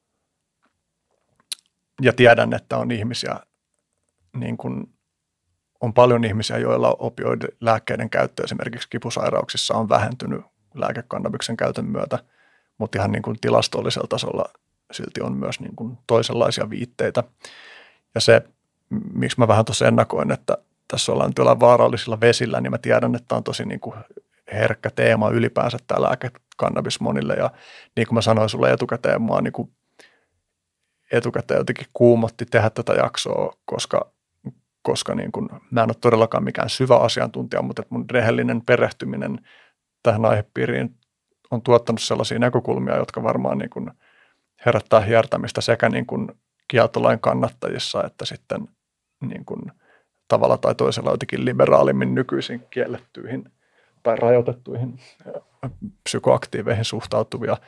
C: Ja tiedän, että on ihmisiä, niin kuin on paljon ihmisiä, joilla opioidilääkkeiden käyttö esimerkiksi kipusairauksissa on vähentynyt lääkekannabiksen käytön myötä, mutta ihan niin kuin tilastollisella tasolla silti on myös niin kuin toisenlaisia viitteitä. Ja se, miksi mä vähän tuossa ennakoin, että tässä ollaan nyt jollain vaarallisilla vesillä, niin mä tiedän, että on tosi niin kuin herkkä teema ylipäänsä tämä lääkekannabis monille. Ja niin kuin mä sanoin sulle etukäteen, mua niin kuin etukäteen jotenkin kuumotti tehdä tätä jaksoa, koska niin kuin, mä en ole todellakaan mikään syvä asiantuntija, mutta että mun rehellinen perehtyminen tähän aihepiiriin on tuottanut sellaisia näkökulmia, jotka varmaan niin kuin herättää hiertämistä sekä niin kuin kieltolain kannattajissa että sitten niin kuin tavalla tai toisella jotenkin liberaalimmin nykyisin kiellettyihin tai rajoitettuihin psykoaktiiveihin suhtautuvia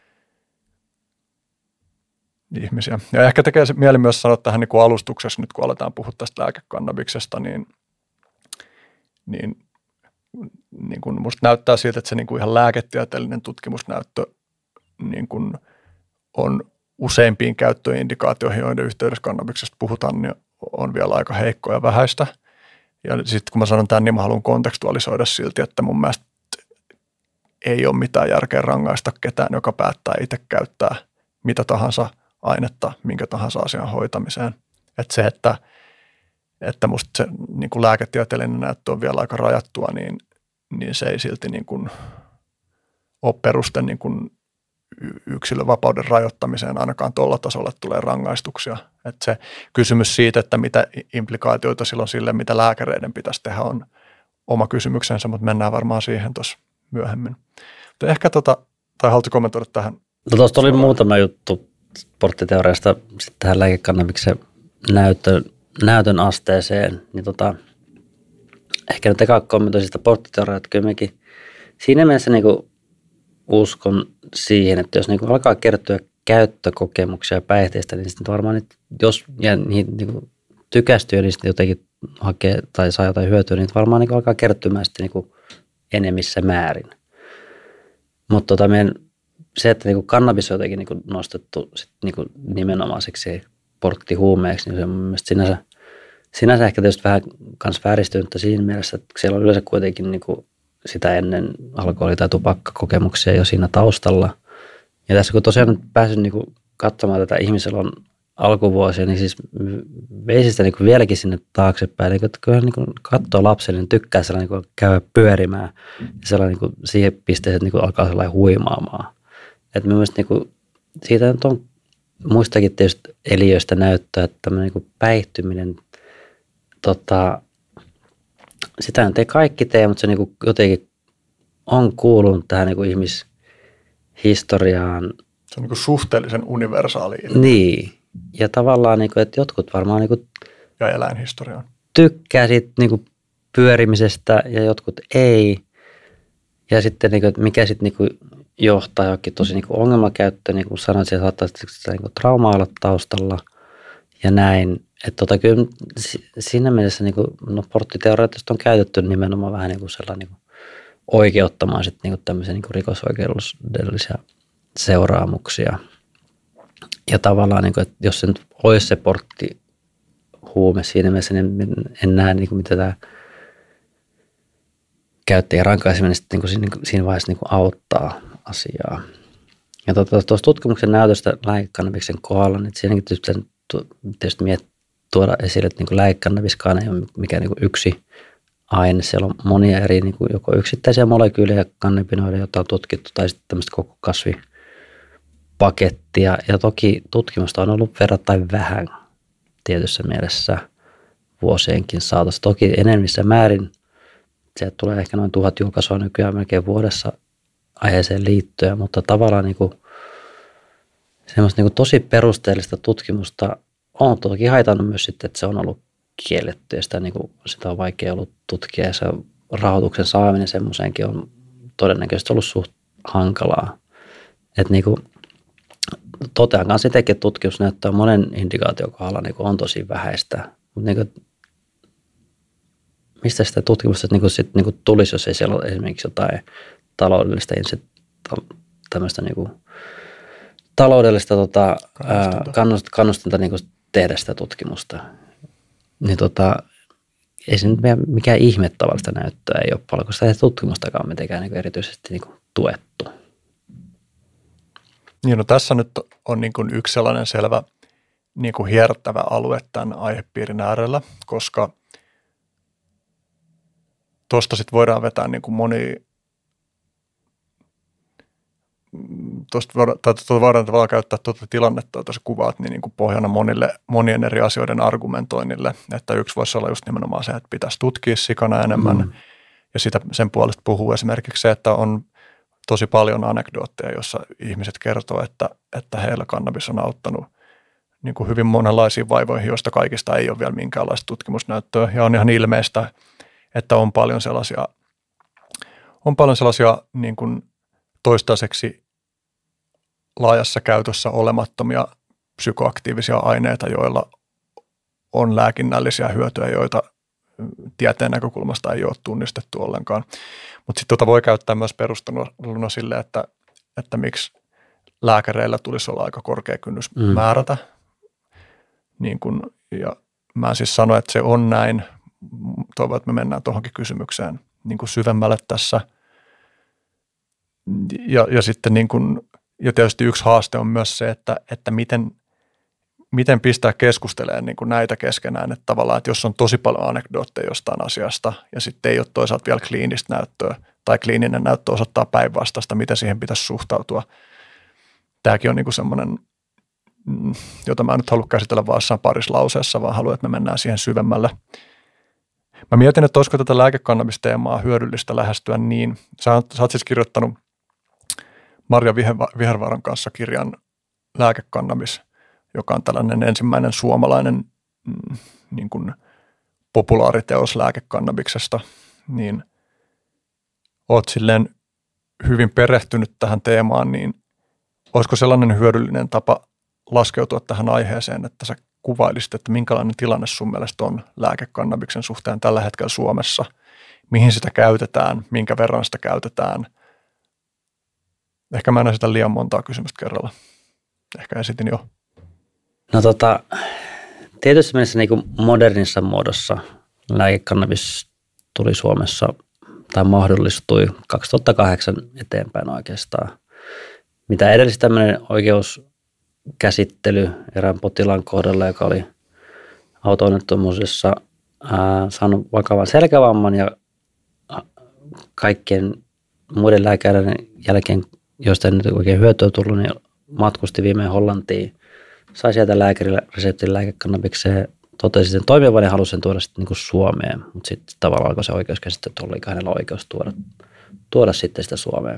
C: ihmisiä. Ja ehkä tekee mieli myös sanoa tähän niin kuin alustuksessa, nyt kun aletaan puhua tästä lääkekannabiksesta, niin kuin musta näyttää siltä, että se niin kuin ihan lääketieteellinen tutkimusnäyttö niin kuin on useimpiin käyttöindikaatioihin, joiden yhteydessä kannabiksesta puhutaan, niin on vielä aika heikko ja vähäistä. Ja sitten kun mä sanon tämän, niin mä haluan kontekstualisoida silti, että mun mielestä ei ole mitään järkeä rangaista ketään, joka päättää itse käyttää mitä tahansa ainetta minkä tahansa asian hoitamiseen. Että se, että musta se niin kuin lääketieteellinen näyttö on vielä aika rajattua, niin se ei silti niin kuin ole peruste niin kuin yksilövapauden rajoittamiseen ainakaan tuolla tasolla, että tulee rangaistuksia. Että se kysymys siitä, että mitä implikaatioita silloin sille, mitä lääkäreiden pitäisi tehdä, on oma kysymyksensä, mutta mennään varmaan siihen tuossa myöhemmin. Mutta ehkä tai haluatko kommentoida tähän?
D: No tuosta oli muutama juttu porttiteoriasta sitten tähän lääkekannabiksen näytön asteeseen, niin ehkä nyt eka kommentoin sitä porttiteoriaa, että kyllä mekin siinä mielessä niin kuin uskon siihen, että jos niin alkaa kertyä käyttökokemuksia päihteistä, niin sitten varmaan, jos niihin niin tykästyy, niin sitten jotenkin hakee tai saa jotain hyötyä, niin varmaan niin alkaa kertymään sitten niin enemmissä määrin. Mutta se, että niin kannabis on jotenkin niin nostettu sit niin nimenomaiseksi porttihuumeeksi, niin se on mielestäni sinänsä ehkä tietysti vähän kans vääristynyttä siinä mielessä, että siellä on yleensä kuitenkin niin sitä ennen alkoholi- tai tupakkakokemuksia jo siinä taustalla. Ja tässä kun tosiaan pääsin niin katsomaan tätä ihmiselon alkuvuosia, niin siis veisi sitä niin vieläkin sinne taaksepäin. Eli kun niin katsoo lapsen, niin tykkää sellainen niin käydä pyörimään ja sellainen niin siihen pisteeseen, että niin alkaa sellainen huimaamaan. Että mielestäni niin siitä on muistakin tietysti eliöistä näyttää, että tämmöinen niin päihtyminen, sitä nyt ei kaikki tee, mutta se niin jotenkin on kuulunut tähän niin ihmishistoriaan.
C: Se on niin suhteellisen universaali.
D: Niin, ja tavallaan, niin kuin, että jotkut varmaan niin
C: ja eläinhistoriaan
D: tykkää siitä niin pyörimisestä ja jotkut ei. Ja sitten, niin kuin, että mikä sitten niin johtaa johonkin tosi niin kuin ongelmakäyttöön, niin kuin sanoin, siellä saattaa sitä niin kuin traumaa olla taustalla ja näin. Että kyllä siinä mielessä niin kuin, no, porttiteoreettisesti on käytetty nimenomaan vähän niin kuin sellainen niin kuin oikeuttamaan sitten niin kuin tämmöisiä niin kuin rikosoikeudellisia seuraamuksia. Ja tavallaan, niin kuin, että jos se nyt olisi se porttihuume siinä mielessä, niin en näe, niin kuin, mitä tämä käyttäjän rankaiseminen sitten niin kuin siinä vaiheessa niin kuin auttaa asiaa. Ja tuossa tutkimuksen näytöstä lääkekannabiksen kohdalla, niin siinäkin tietysti tuoda esille, että niin lääkekannabiskaan ei ole mikään niin yksi aine. Siellä on monia eri niin kuin joko yksittäisiä molekyylejä kannabinoida, joita on tutkittu, tai sitten tämmöistä koko kasvipakettia. Ja toki tutkimusta on ollut verrattain vähän tietyssä mielessä vuosienkin saatossa. Toki enemmissä määrin sieltä tulee ehkä noin 1000 julkaisua nykyään melkein vuodessa aiheeseen liittyen, mutta tavallaan niin kuin semmoista niin kuin tosi perusteellista tutkimusta on toki haitannut myös sitten, että se on ollut kielletty ja sitä on vaikea ollut tutkia ja se rahoituksen saaminen semmoiseenkin on todennäköisesti ollut suht hankalaa. Että niin kuin totean kanssa itsekin, että tutkimus näyttää monen indikaation kohdalla niin kuin on tosi vähäistä, mutta niin kuin mistä sitä tutkimusta niin kuin tulisi, jos ei siellä ole esimerkiksi jotain taloudellista tämmöistä niin kuin taloudellista kannustinta niin kuin tehdä sitä tutkimusta. Niin ei se nyt mikään ihme tavallista näyttöä ei ole paljon, koska sitä tutkimustakaan mitenkään niin kuin erityisesti niin kuin tuettu.
C: Niin, no tässä nyt on niin kuin yksi sellainen selvä niin kuin hiertävä alue tämän aihepiirin äärellä, koska tuosta sitten voidaan vetää niin kuin voidaan tavallaan käyttää tuota tilannetta, jota sä kuvaat, niin kuin pohjana monien eri asioiden argumentoinnille, että yksi voisi olla just nimenomaan se, että pitäisi tutkia sikana enemmän, ja sen puolesta puhuu esimerkiksi se, että on tosi paljon anekdootteja, joissa ihmiset kertoo, että heillä kannabis on auttanut niin kuin hyvin monenlaisiin vaivoihin, joista kaikista ei ole vielä minkäänlaista tutkimusnäyttöä, ja on ihan ilmeistä, että on paljon sellaisia niin kuin toistaiseksi laajassa käytössä olemattomia psykoaktiivisia aineita, joilla on lääkinnällisiä hyötyjä, joita tieteen näkökulmasta ei ole tunnistettu ollenkaan. Mutta sitten voi käyttää myös perusteluna sille, että miksi lääkäreillä tulisi olla aika korkea kynnys määrätä. Niin kun, ja mä siis sanoin, että se on näin. Toivon, että me mennään tuohonkin kysymykseen niin kuin syvemmälle tässä. Ja sitten niin kuin, ja tietysti yksi haaste on myös se, että miten pistää keskustelemaan niin kuin näitä keskenään, että tavallaan, että jos on tosi paljon anekdootteja jostain asiasta ja sitten ei ole toisaalta vielä kliinistä näyttöä tai kliininen näyttö osoittaa päinvastaista, miten siihen pitäisi suhtautua. Tämäkin on niin kuin semmoinen, jota mä en nyt halua käsitellä vaan jossain parissa lauseessa, vaan haluan, että me mennään siihen syvemmälle. Mä mietin, että olisiko tätä lääkekannabisteemaa hyödyllistä lähestyä niin. Sä oot siis kirjoittanut Marja Vihervaaran kanssa kirjan Lääkekannabis, joka on tällainen ensimmäinen suomalainen niin kuin populaariteos lääkekannabiksesta, niin oot silleen hyvin perehtynyt tähän teemaan, niin olisiko sellainen hyödyllinen tapa laskeutua tähän aiheeseen, että sä kuvailisit, että minkälainen tilanne sun mielestä on lääkekannabiksen suhteen tällä hetkellä Suomessa, mihin sitä käytetään, minkä verran sitä käytetään. Ehkä mä en esitä liian montaa kysymystä kerralla. Ehkä esitin jo.
D: No tietysti mielessä niin kuin modernissa muodossa lääkekannabis tuli Suomessa tai mahdollistui 2008 eteenpäin oikeastaan. Mitä edellis tämmöinen oikeuskäsittely erään potilaan kohdalla, joka oli auto-onnettomuudessa saanut vakavan selkävamman ja kaikkien muiden lääkäreiden jälkeen, joista ei nyt oikein hyötyä tullut, niin matkusti viimein Hollantiin. Sai sieltä lääkärille reseptin lääkekannabikseen, totesi sen toimivan ja halusi sen tuoda sitten niin Suomeen. Mutta sitten tavallaan alkoi se oikeuskäsittely, että oli hänellä oikeus tuoda sitten sitä Suomeen.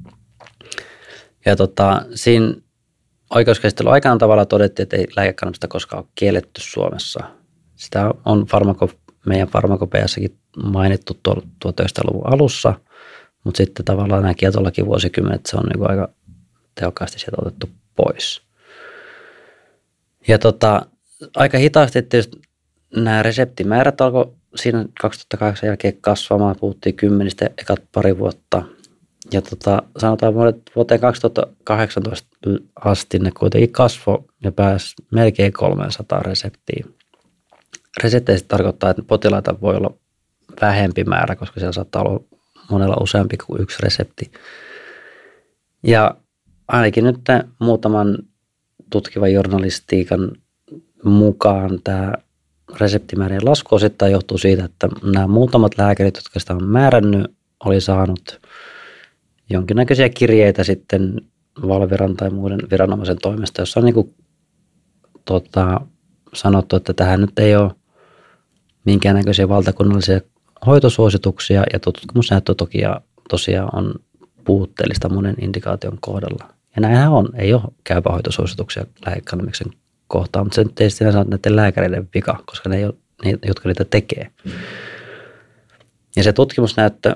D: Ja siinä oikeuskäsittelyn aikana tavallaan todettiin, että ei lääkekannabista koskaan ole kielletty Suomessa. Sitä on meidän farmakopeassakin mainittu 1900-luvun alussa, Mutta sitten tavallaan nämä kieltolaki vuosikymmenet, se on niin kuin aika tehokkaasti sieltä otettu pois. Ja aika hitaasti tietysti nämä reseptimäärät alkoi siinä 2008 jälkeen kasvamaan, puhuttiin 10 ekat pari vuotta. Ja sanotaan vuoteen 2018 asti ne kuitenkin kasvoi ja pääsi melkein 300 reseptiä. Resepteistä tarkoittaa, että potilaita voi olla vähempi määrä, koska siellä saattaa olla monella useampi kuin yksi resepti. Ja ainakin nyt muutaman tutkivan journalistiikan mukaan tämä reseptimäärien lasku osittain johtuu siitä, että nämä muutamat lääkärit, jotka sitä on määrännyt, oli saanut jonkinnäköisiä kirjeitä sitten Valviran tai muiden viranomaisen toimesta, jossa on niin kuin, sanottu, että tähän nyt ei ole minkäännäköisiä valtakunnallisia hoitosuosituksia ja tutkimusnäyttö tosiaan on puutteellista monen indikaation kohdalla. Ja näinhän on, ei ole käypähoitosuosituksia lääkekannabiksen kohtaan, mutta se nyt ei sinänsä ole näiden lääkäreiden vika, koska ne ei ole niitä, jotka niitä tekee. Ja se tutkimusnäyttö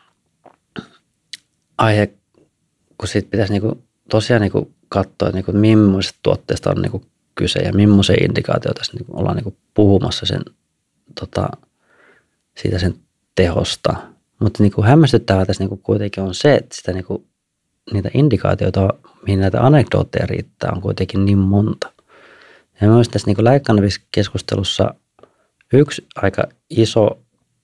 D: aihe, kun siitä pitäisi tosiaan katsoa, että millaiset tuotteista on kyse ja millaisia indikaatioita tässä ollaan puhumassa siitä sen tehosta. Mutta hämmästyttävää tässä kuitenkin on se, että sitä niitä indikaatioita, mihin näitä anekdootteja riittää, on kuitenkin niin monta. Ja mielestäni tässä lääkekannabiskeskustelussa yksi aika iso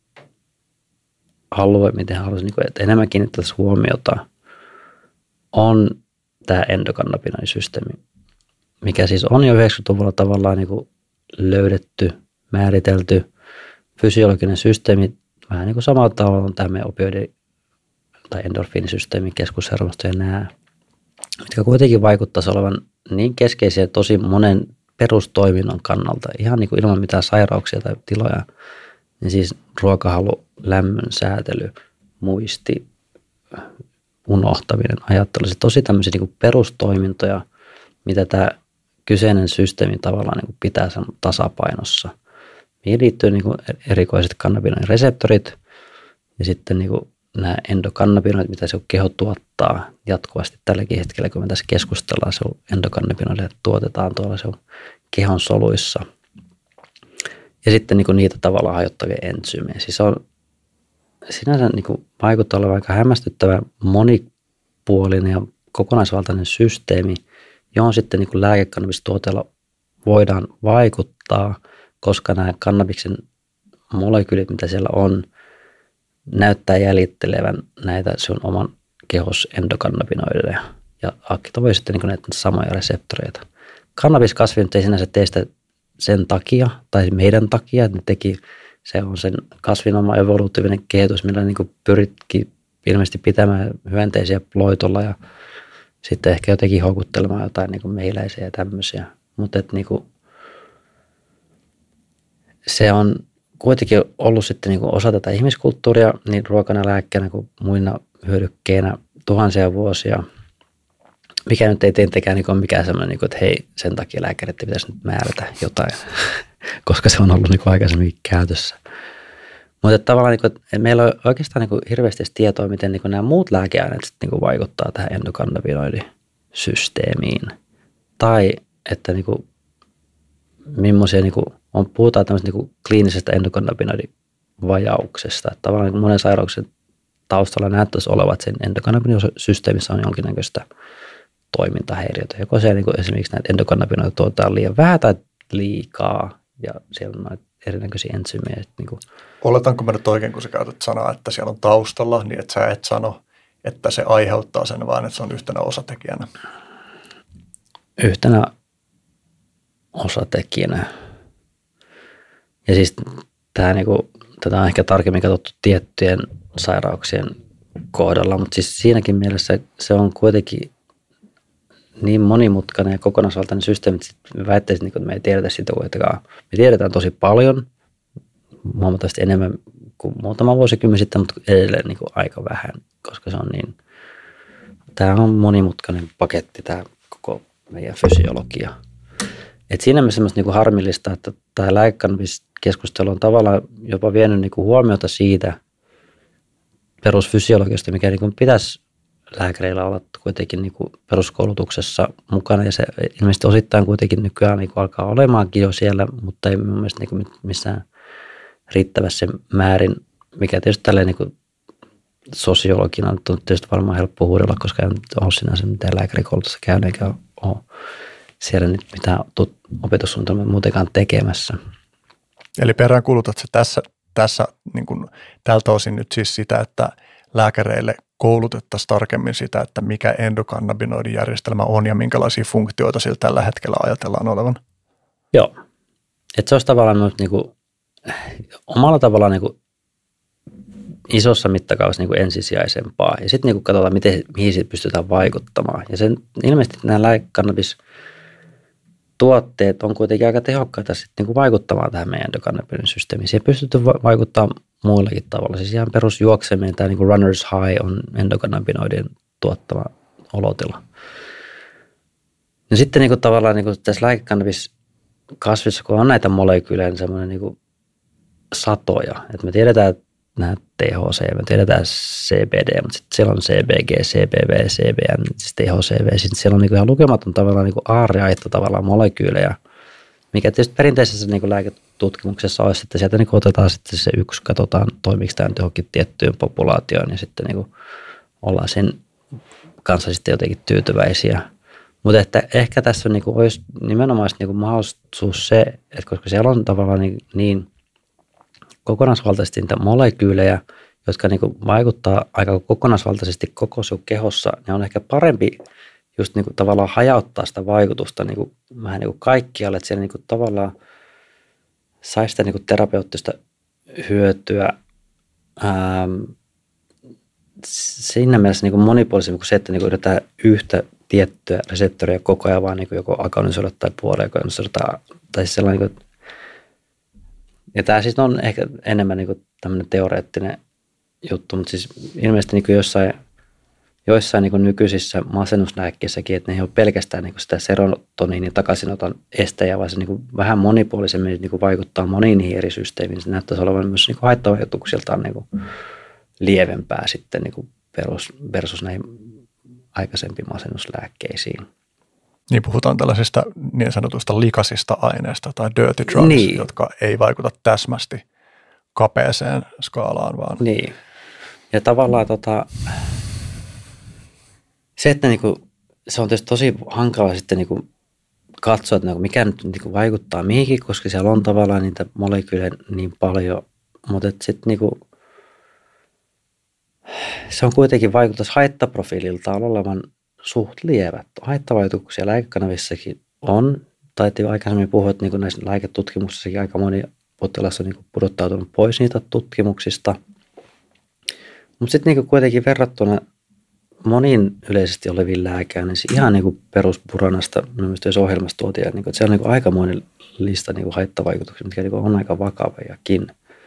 D: alue, miten haluaisin, että enemmän kiinnittäisiin huomiota, on tämä endokannabinoidisysteemi, mikä siis on jo 90-luvulla tavallaan löydetty, määritelty fysiologinen systeemi, vähän niin kuin samalla tavalla on tämä meidän opioidi- tai endorfiinisysteemi, keskushermosto ja nämä, mitkä kuitenkin vaikuttaisi olevan niin keskeisiä tosi monen perustoiminnon kannalta, ihan niin kuin ilman mitään sairauksia tai tiloja, niin siis ruokahalu, lämmön säätely, muisti, unohtaminen, ajattelu, se tosi tämmöisiä niin kuin perustoimintoja, mitä tämä kyseinen systeemi tavallaan niin pitää sen tasapainossa. Mihin liittyy niin erikoiset kannabinoidireseptorit ja sitten niin nämä endokannabinoidit, mitä se keho tuottaa jatkuvasti tälläkin hetkellä, kun me tässä keskustellaan, se endokannabinoidia tuotetaan tuolla se kehon soluissa. Ja sitten niin niitä tavallaan hajottavia entsyymejä. Siis on sinänsä niin vaikuttaa olevan aika hämmästyttävä monipuolinen ja kokonaisvaltainen systeemi, johon sitten niin lääkekannabistuotteella voidaan vaikuttaa, koska nämä kannabiksen molekyylit, mitä siellä on, näyttää jäljittelevän näitä sun oman kehos endokannabinoideja ja aktivoi sitten niin näitä samoja reseptoreita. Kannabiskasvi ei sinänsä tee sitä sen takia tai meidän takia, että se on sen kasvin oma evoluutiivinen kehitys, millä niin pyritkin ilmeisesti pitämään hyönteisiä loitolla ja sitten ehkä jotenkin houkuttelemaan jotain niin meiläisiä ja tämmöisiä. Mutta niin se on kuitenkin ollut sitten niin osa tätä ihmiskulttuuria niin ruokana, lääkkeenä kuin muina hyödykkeinä tuhansia vuosia, mikä nyt ei tietenkään niin ole mikään semmoinen, että hei, sen takia lääkärit pitäisi nyt määrätä jotain, koska se on ollut niin aikaisemmin käytössä. Mutta tavallaan että meillä on oikeastaan hirveästi tietoa, miten nämä muut lääkeaineet sitten vaikuttaa tähän endokannabinoidisysteemiin. Tai että millaisia puhutaan tämmöisestä kliinisestä endokannabinoidivajauksesta. Että tavallaan monen sairauksen taustalla näyttäisi olevat, että sen endokannabinoidisysteemissä on jonkinnäköistä toimintahäiriötä. Joko se esimerkiksi näitä endokannabinoita tuotetaan liian vähän tai liikaa ja siellä on näitä erinäköisiä entsyymejä.
C: Oletanko mä nyt oikein, kun sä käytät sanaa, että siellä on taustalla, niin että sä et sano, että se aiheuttaa sen, vaan että se on yhtenä osatekijänä?
D: Yhtenä osatekijänä. Ja siis tätä on ehkä tarkemmin katsottu tiettyjen sairauksien kohdalla, mutta siis siinäkin mielessä se on kuitenkin niin monimutkainen ja kokonaisvaltainen systeemi, että väittäisin, että me ei tiedetä sitä kuitenkaan. Me tiedetään tosi paljon, huomattavasti enemmän kuin muutama vuosikymmen sitten, mutta edelleen aika vähän, koska se on niin, tämä on monimutkainen paketti, tämä koko meidän fysiologia. Et siinä mielessä semmoista harmillista, että tämä lääkekannabiskeskustelu on tavallaan jopa vienyt huomiota siitä perusfysiologiasta, mikä niin kuin pitäisi lääkäreillä olla kuitenkin niin kuin peruskoulutuksessa mukana, ja se ilmeisesti osittain kuitenkin nykyään niin kuin alkaa olemaankin jo siellä, mutta ei mun mielestä niin kuin missään riittävässä määrin, mikä tietysti tälleen niin kuin sosiologina on tietysti varmaan helppo huudella, koska en ole sinänsä mitään lääkärikoulutusta käynyt, eikä ole siellä nyt mitään opetussuunnitelmaa muutenkaan tekemässä.
C: Eli peräänkuulutat se tässä niin kuin tältä osin nyt siis sitä, että lääkäreille koulutettaisiin tarkemmin sitä, että mikä endokannabinoidijärjestelmä on ja minkälaisia funktioita sillä tällä hetkellä ajatellaan olevan.
D: Joo. Että se olisi tavallaan myös niin kuin, omalla tavallaan niin kuin isossa mittakaavassa niin kuin ensisijaisempaa. Ja sitten niin katsotaan, mihin siitä pystytään vaikuttamaan. Ja sen, ilmeisesti nämä lääkekannabis-tuotteet on kuitenkin aika tehokkaita sitten niin kuin vaikuttamaan tähän meidän endokannabinoidisysteemiin. Siihen pystytään vaikuttamaan muillakin tavalla. Siis ihan perusjuokseminen, tämä niin kuin runner's high on endokannabinoidin tuottama olotila. Ja sitten niin kuin tavallaan niin kuin tässä lääkekannabis-kasvissa, kun on näitä molekyylejä, niin semmoinen niin kuin satoja. Että me tiedetään, että nämä THC, me tiedetään CBD, mutta sitten siellä on CBG, CBV, CBN, siis THCV. Sitten siellä on niin kuin ihan lukematon tavallaan niin kuin aarreaitta tavallaan molekyylejä, mikä tietysti perinteisessä niin kuin lääketutkimuksessa olisi, että sieltä niin kuin otetaan sitten se yksi, katsotaan toimiiko tämä nyt johonkin tiettyyn populaatioon ja sitten niin kuin ollaan sen kanssa sitten jotenkin tyytyväisiä. Mutta että ehkä tässä on, niin kuin, olisi nimenomaan niin kuin mahdollisuus se, että koska siellä on tavallaan niin kokonaisvaltaisesti niitä molekyylejä, jotka niin kuin vaikuttaa aika kokonaisvaltaisesti koko sun kehossa, niin on ehkä parempi just niin kuin tavallaan hajauttaa sitä vaikutusta niin kuin vähän niin kuin kaikkialle, että siellä niin kuin tavallaan saisi sitä niin kuin terapeuttista hyötyä siinä mielessä niin kuin monipuolisemmin kuin se, että niin kuin yritetään yhtä tiettyä reseptoria koko ajan vaan niin kuin joko agonisoida tai puoliagonisoida tai sellainen, niin kuin, ja tämä siis on ehkä enemmän niin kuin tämmöinen teoreettinen juttu, mutta siis ilmeisesti niin kuin joissain niin kuin nykyisissä masennuslääkkeissäkin, että ne ei ole pelkästään niin kuin sitä serotoniinin takaisinoton estäjä, vaan se niin kuin vähän monipuolisemmin niin kuin vaikuttaa moniin niihin eri systeemiin. Se näyttäisi olevan myös niin kuin haittavaikutuksiltaan niin kuin lievempää sitten niin kuin versus näihin aikaisempiin masennuslääkkeisiin.
C: Niin puhutaan tällaisista niin sanotusta likaisista aineista tai dirty drugs, niin, jotka ei vaikuta täsmästi kapeeseen skaalaan vaan.
D: Niin. Ja tavallaan se, että niinku, se on tietysti tosi hankala sitten niinku katsoa, että niinku mikä nyt niinku vaikuttaa mihinkin, koska siellä on tavallaan niitä molekyylejä niin paljon, mutta sitten niinku, se on kuitenkin vaikutus haittaprofiililtaan olevan suht lievät. Haittavaikutuksia lääkekanavissakin on, tai aikaisemmin puhuin, että niin näissä lääketutkimuksissakin aika moni potilas on niin pudottautunut pois niitä tutkimuksista. Mutta sitten niin kuitenkin verrattuna moniin yleisesti oleviin lääkään, niin se ihan niin peruspuranasta, jos ohjelmassa tuotiin, niin että siellä on niin aikamoinen lista niin haittavaikutuksia, mitkä niin on aika vakavajakin.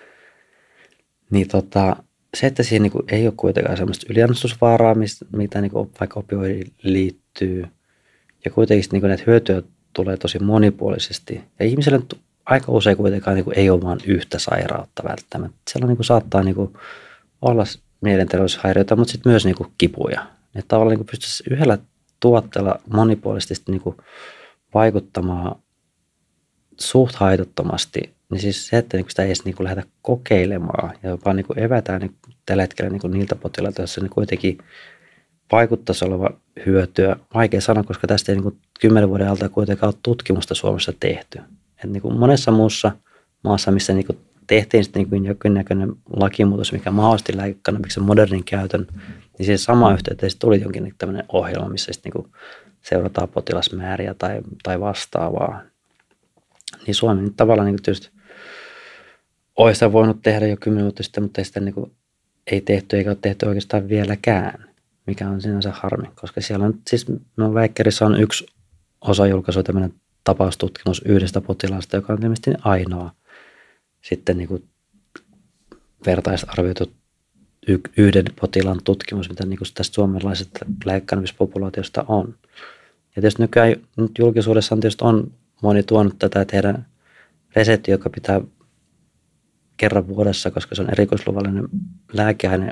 D: Niin se, että siihen niin ei ole kuitenkaan sellaista yliannostusvaaraa, mitä niin vaikka opioidiin liittyy, ja kuitenkin niin näitä hyötyjä tulee tosi monipuolisesti. Ja ihmiselle aika usein kuitenkaan niin ei ole vain yhtä sairautta välttämättä. Siellä niin saattaa niin olla mielenterveyshäiriöitä, mutta sitten myös niin kipuja. Että tavallaan niin pystyisi yhdellä tuotteella monipuolisesti niin vaikuttamaan suht haitattomasti. Niin siis se, että sitä ei edes niin lähdetä kokeilemaan ja vaan niin evätään niin tällä hetkellä niin niiltä potilailta, joissa niin kuitenkin vaikuttaisi olevan hyötyä. Vaikea sanoa, koska tästä ei niin 10 vuoden alta kuitenkaan ole tutkimusta Suomessa tehty. Et niin monessa muussa maassa, missä niin tehtiin sitten niin jonkinnäköinen lakimuutos, mikä mahdollisti lääkekannabiksen modernin käytön, niin siihen samaan yhteyteen tuli jonkin tämmöinen ohjelma, missä sitten niin seurataan potilasmääriä tai vastaavaa. Niin Suomi nyt tavallaan niin tietysti olisi sitä voinut tehdä jo 10 vuotta sitten, mutta ei sitä niin ei tehty eikä ole tehty oikeastaan vieläkään, mikä on sinänsä harmi, koska siellä on siis Väikkärissä on yksi osajulkaisu, tämmöinen tapaustutkimus yhdestä potilaasta, joka on ilmeisesti ainoa sitten niin kuin vertaisarvioitu yhden potilaan tutkimus, mitä niin kuin tästä suomalaisesta lääkekannabispopulaatiosta on. Ja tietysti nykyään nyt julkisuudessa on moni tuonut tätä, että heidän resepti, joka pitää kerran vuodessa, koska se on erikoisluvallinen lääkeaine,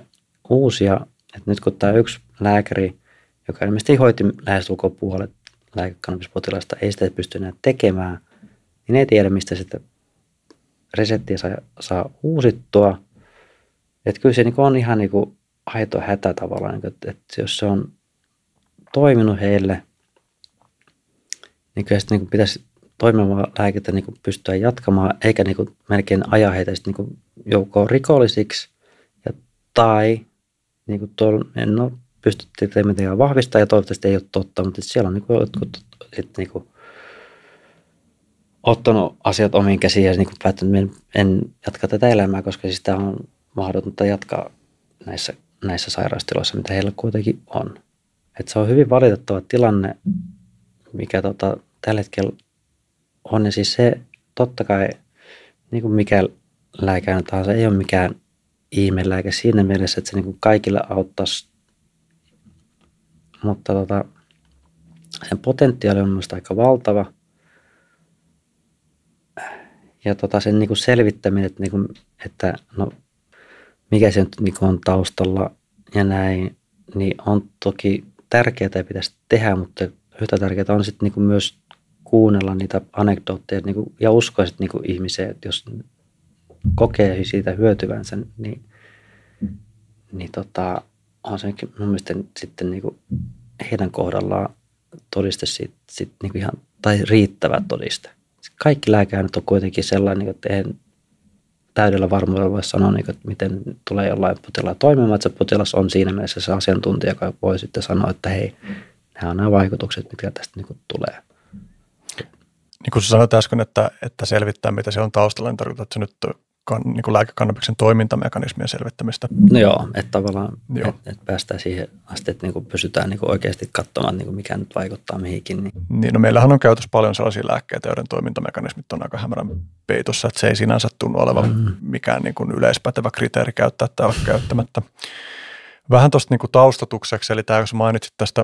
D: uusia. Että nyt kun tämä yksi lääkäri, joka ilmeisesti hoiti lähestulkoon puolet lääkekannabispotilaista, ei sitä pysty enää tekemään, niin ei tiedä, mistä sitä reseptiä saa uusittua. Että kyllä se niin on ihan niin kuin aito hätä tavallaan, että jos se on toiminut heille, niin kyllä sitten niin pitäisi toimivaa lääkettä niin pystyä jatkamaan, eikä niin melkein ajaa heitä sitten niin joukkoon rikollisiksi. Tai niin kuin tuolla, en ole pystytty mitenkään vahvistaa ja toivottavasti ei ole totta, mutta siellä on niin jotkut niin ottanut asiat omiin käsiin ja niin päättänyt, että en jatka tätä elämää, koska siis tämä on mahdotonta jatkaa näissä sairaustiloissa, mitä heillä kuitenkin on. Että se on hyvin valitettava tilanne, mikä tällä hetkellä on. Ja siis se totta kai, niin kuin mikä lääkäinen tahansa, ei ole mikään ihmelääke siinä mielessä, että se niin kuin kaikille auttaisi. Mutta sen potentiaali on minusta aika valtava. Ja sen niin kuin selvittäminen, että, niin kuin, että no, mikä se nyt niin kuin on taustalla ja näin, niin on toki tärkeää ja pitäisi tehdä, mutta yhtä tärkeää on sitten niin kuin myös kuunnella niitä anekdootteja niin kuin, ja uskoa sitten niin kuin ihmiseen, että jos kokee siitä hyötyvänsä, niin on se mun mielestä sitten niin kuin heidän kohdallaan todiste siitä niin kuin ihan, tai riittävä todiste. Kaikki lääkärit on kuitenkin sellainen, että en täydellä varmuudella voi sanoa, että miten tulee jollain potilaalla toimimaan, että se potilas on siinä mielessä se asiantuntija, joka voi sitten sanoa, että hei, nämä on nämä vaikutukset, mitkä tästä niin kuin tulee.
C: Niin kuin sanoit äsken, että selvittää, mitä siellä on taustalla, niin tarkoittaa, että se nyt niin kuin lääkekannabiksen toimintamekanismien selvittämistä.
D: No joo, että tavallaan että päästään siihen asti, että niin kuin pysytään niin kuin oikeasti katsomaan, niin kuin mikä nyt vaikuttaa mihinkin.
C: Niin, no meillähän on käytössä paljon sellaisia lääkkeitä, joiden toimintamekanismit on aika hämärän peitossa, että se ei sinänsä tunnu olevan mikään niin kuin yleispätevä kriteeri käyttää tai olla käyttämättä. Vähän tuosta niin kuin taustatukseksi, eli tämä, jos mainitsit tästä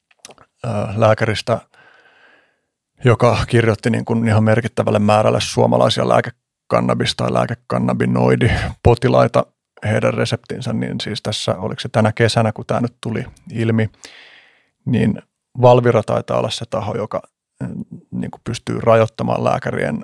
C: lääkäristä, joka kirjoitti niin kuin ihan merkittävälle määrälle suomalaisia lääkekannabis- tai lääkekannabinoidipotilaita heidän reseptinsä, niin siis tässä, oliko se tänä kesänä, kun tämä nyt tuli ilmi, niin Valvira taitaa olla se taho, joka niin kuin pystyy rajoittamaan lääkärien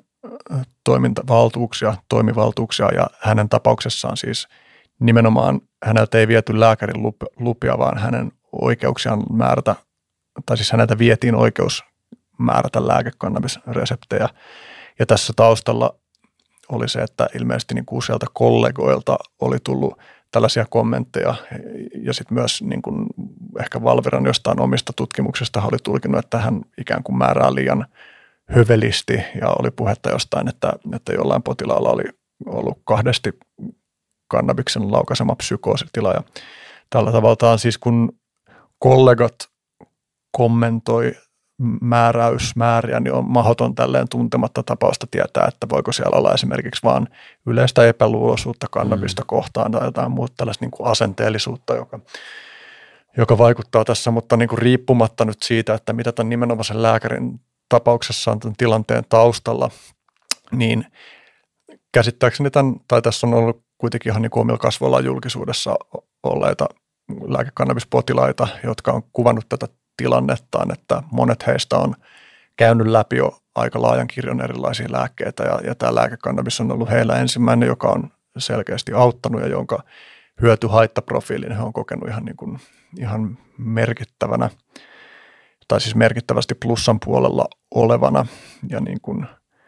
C: toimivaltuuksia, ja hänen tapauksessaan siis nimenomaan häneltä ei viety lääkärin lupia, vaan hänen oikeuksiaan määrätä, tai siis häneltä vietiin oikeus määrätä lääkekannabisreseptejä. Ja tässä taustalla oli se, että ilmeisesti niin kuin useilta kollegoilta oli tullut tällaisia kommentteja, ja sitten myös niin kuin ehkä Valviran jostain omista tutkimuksista oli tulkinut, että hän ikään kuin määrää liian hövelisti, ja oli puhetta jostain, että jollain potilaalla oli ollut 2 kannabiksen laukaisema psykoositila, ja tällä tavalla siis kun kollegat kommentoi määräysmääriä, niin on mahdoton tälleen tuntematta tapausta tietää, että voiko siellä olla esimerkiksi vaan yleistä epäluuloisuutta kannabista kohtaan tai jotain muuta tällaista niin kuin asenteellisuutta, joka vaikuttaa tässä, mutta niin kuin riippumatta nyt siitä, että mitä tämän nimenomaisen lääkärin tapauksessa on tämän tilanteen taustalla, niin käsittääkseni tässä on ollut kuitenkin ihan niin kuin omilla kasvoillaan julkisuudessa olleita lääkekannabispotilaita, jotka on kuvannut tätä tilannettaan, että monet heistä on käynyt läpi jo aika laajan kirjon erilaisia lääkkeitä, ja tämä lääkekannabis on ollut heillä ensimmäinen, joka on selkeästi auttanut ja jonka hyöty-haittaprofiilin he on kokenut ihan merkittävänä, tai siis merkittävästi plussan puolella olevana, ja niin kuin,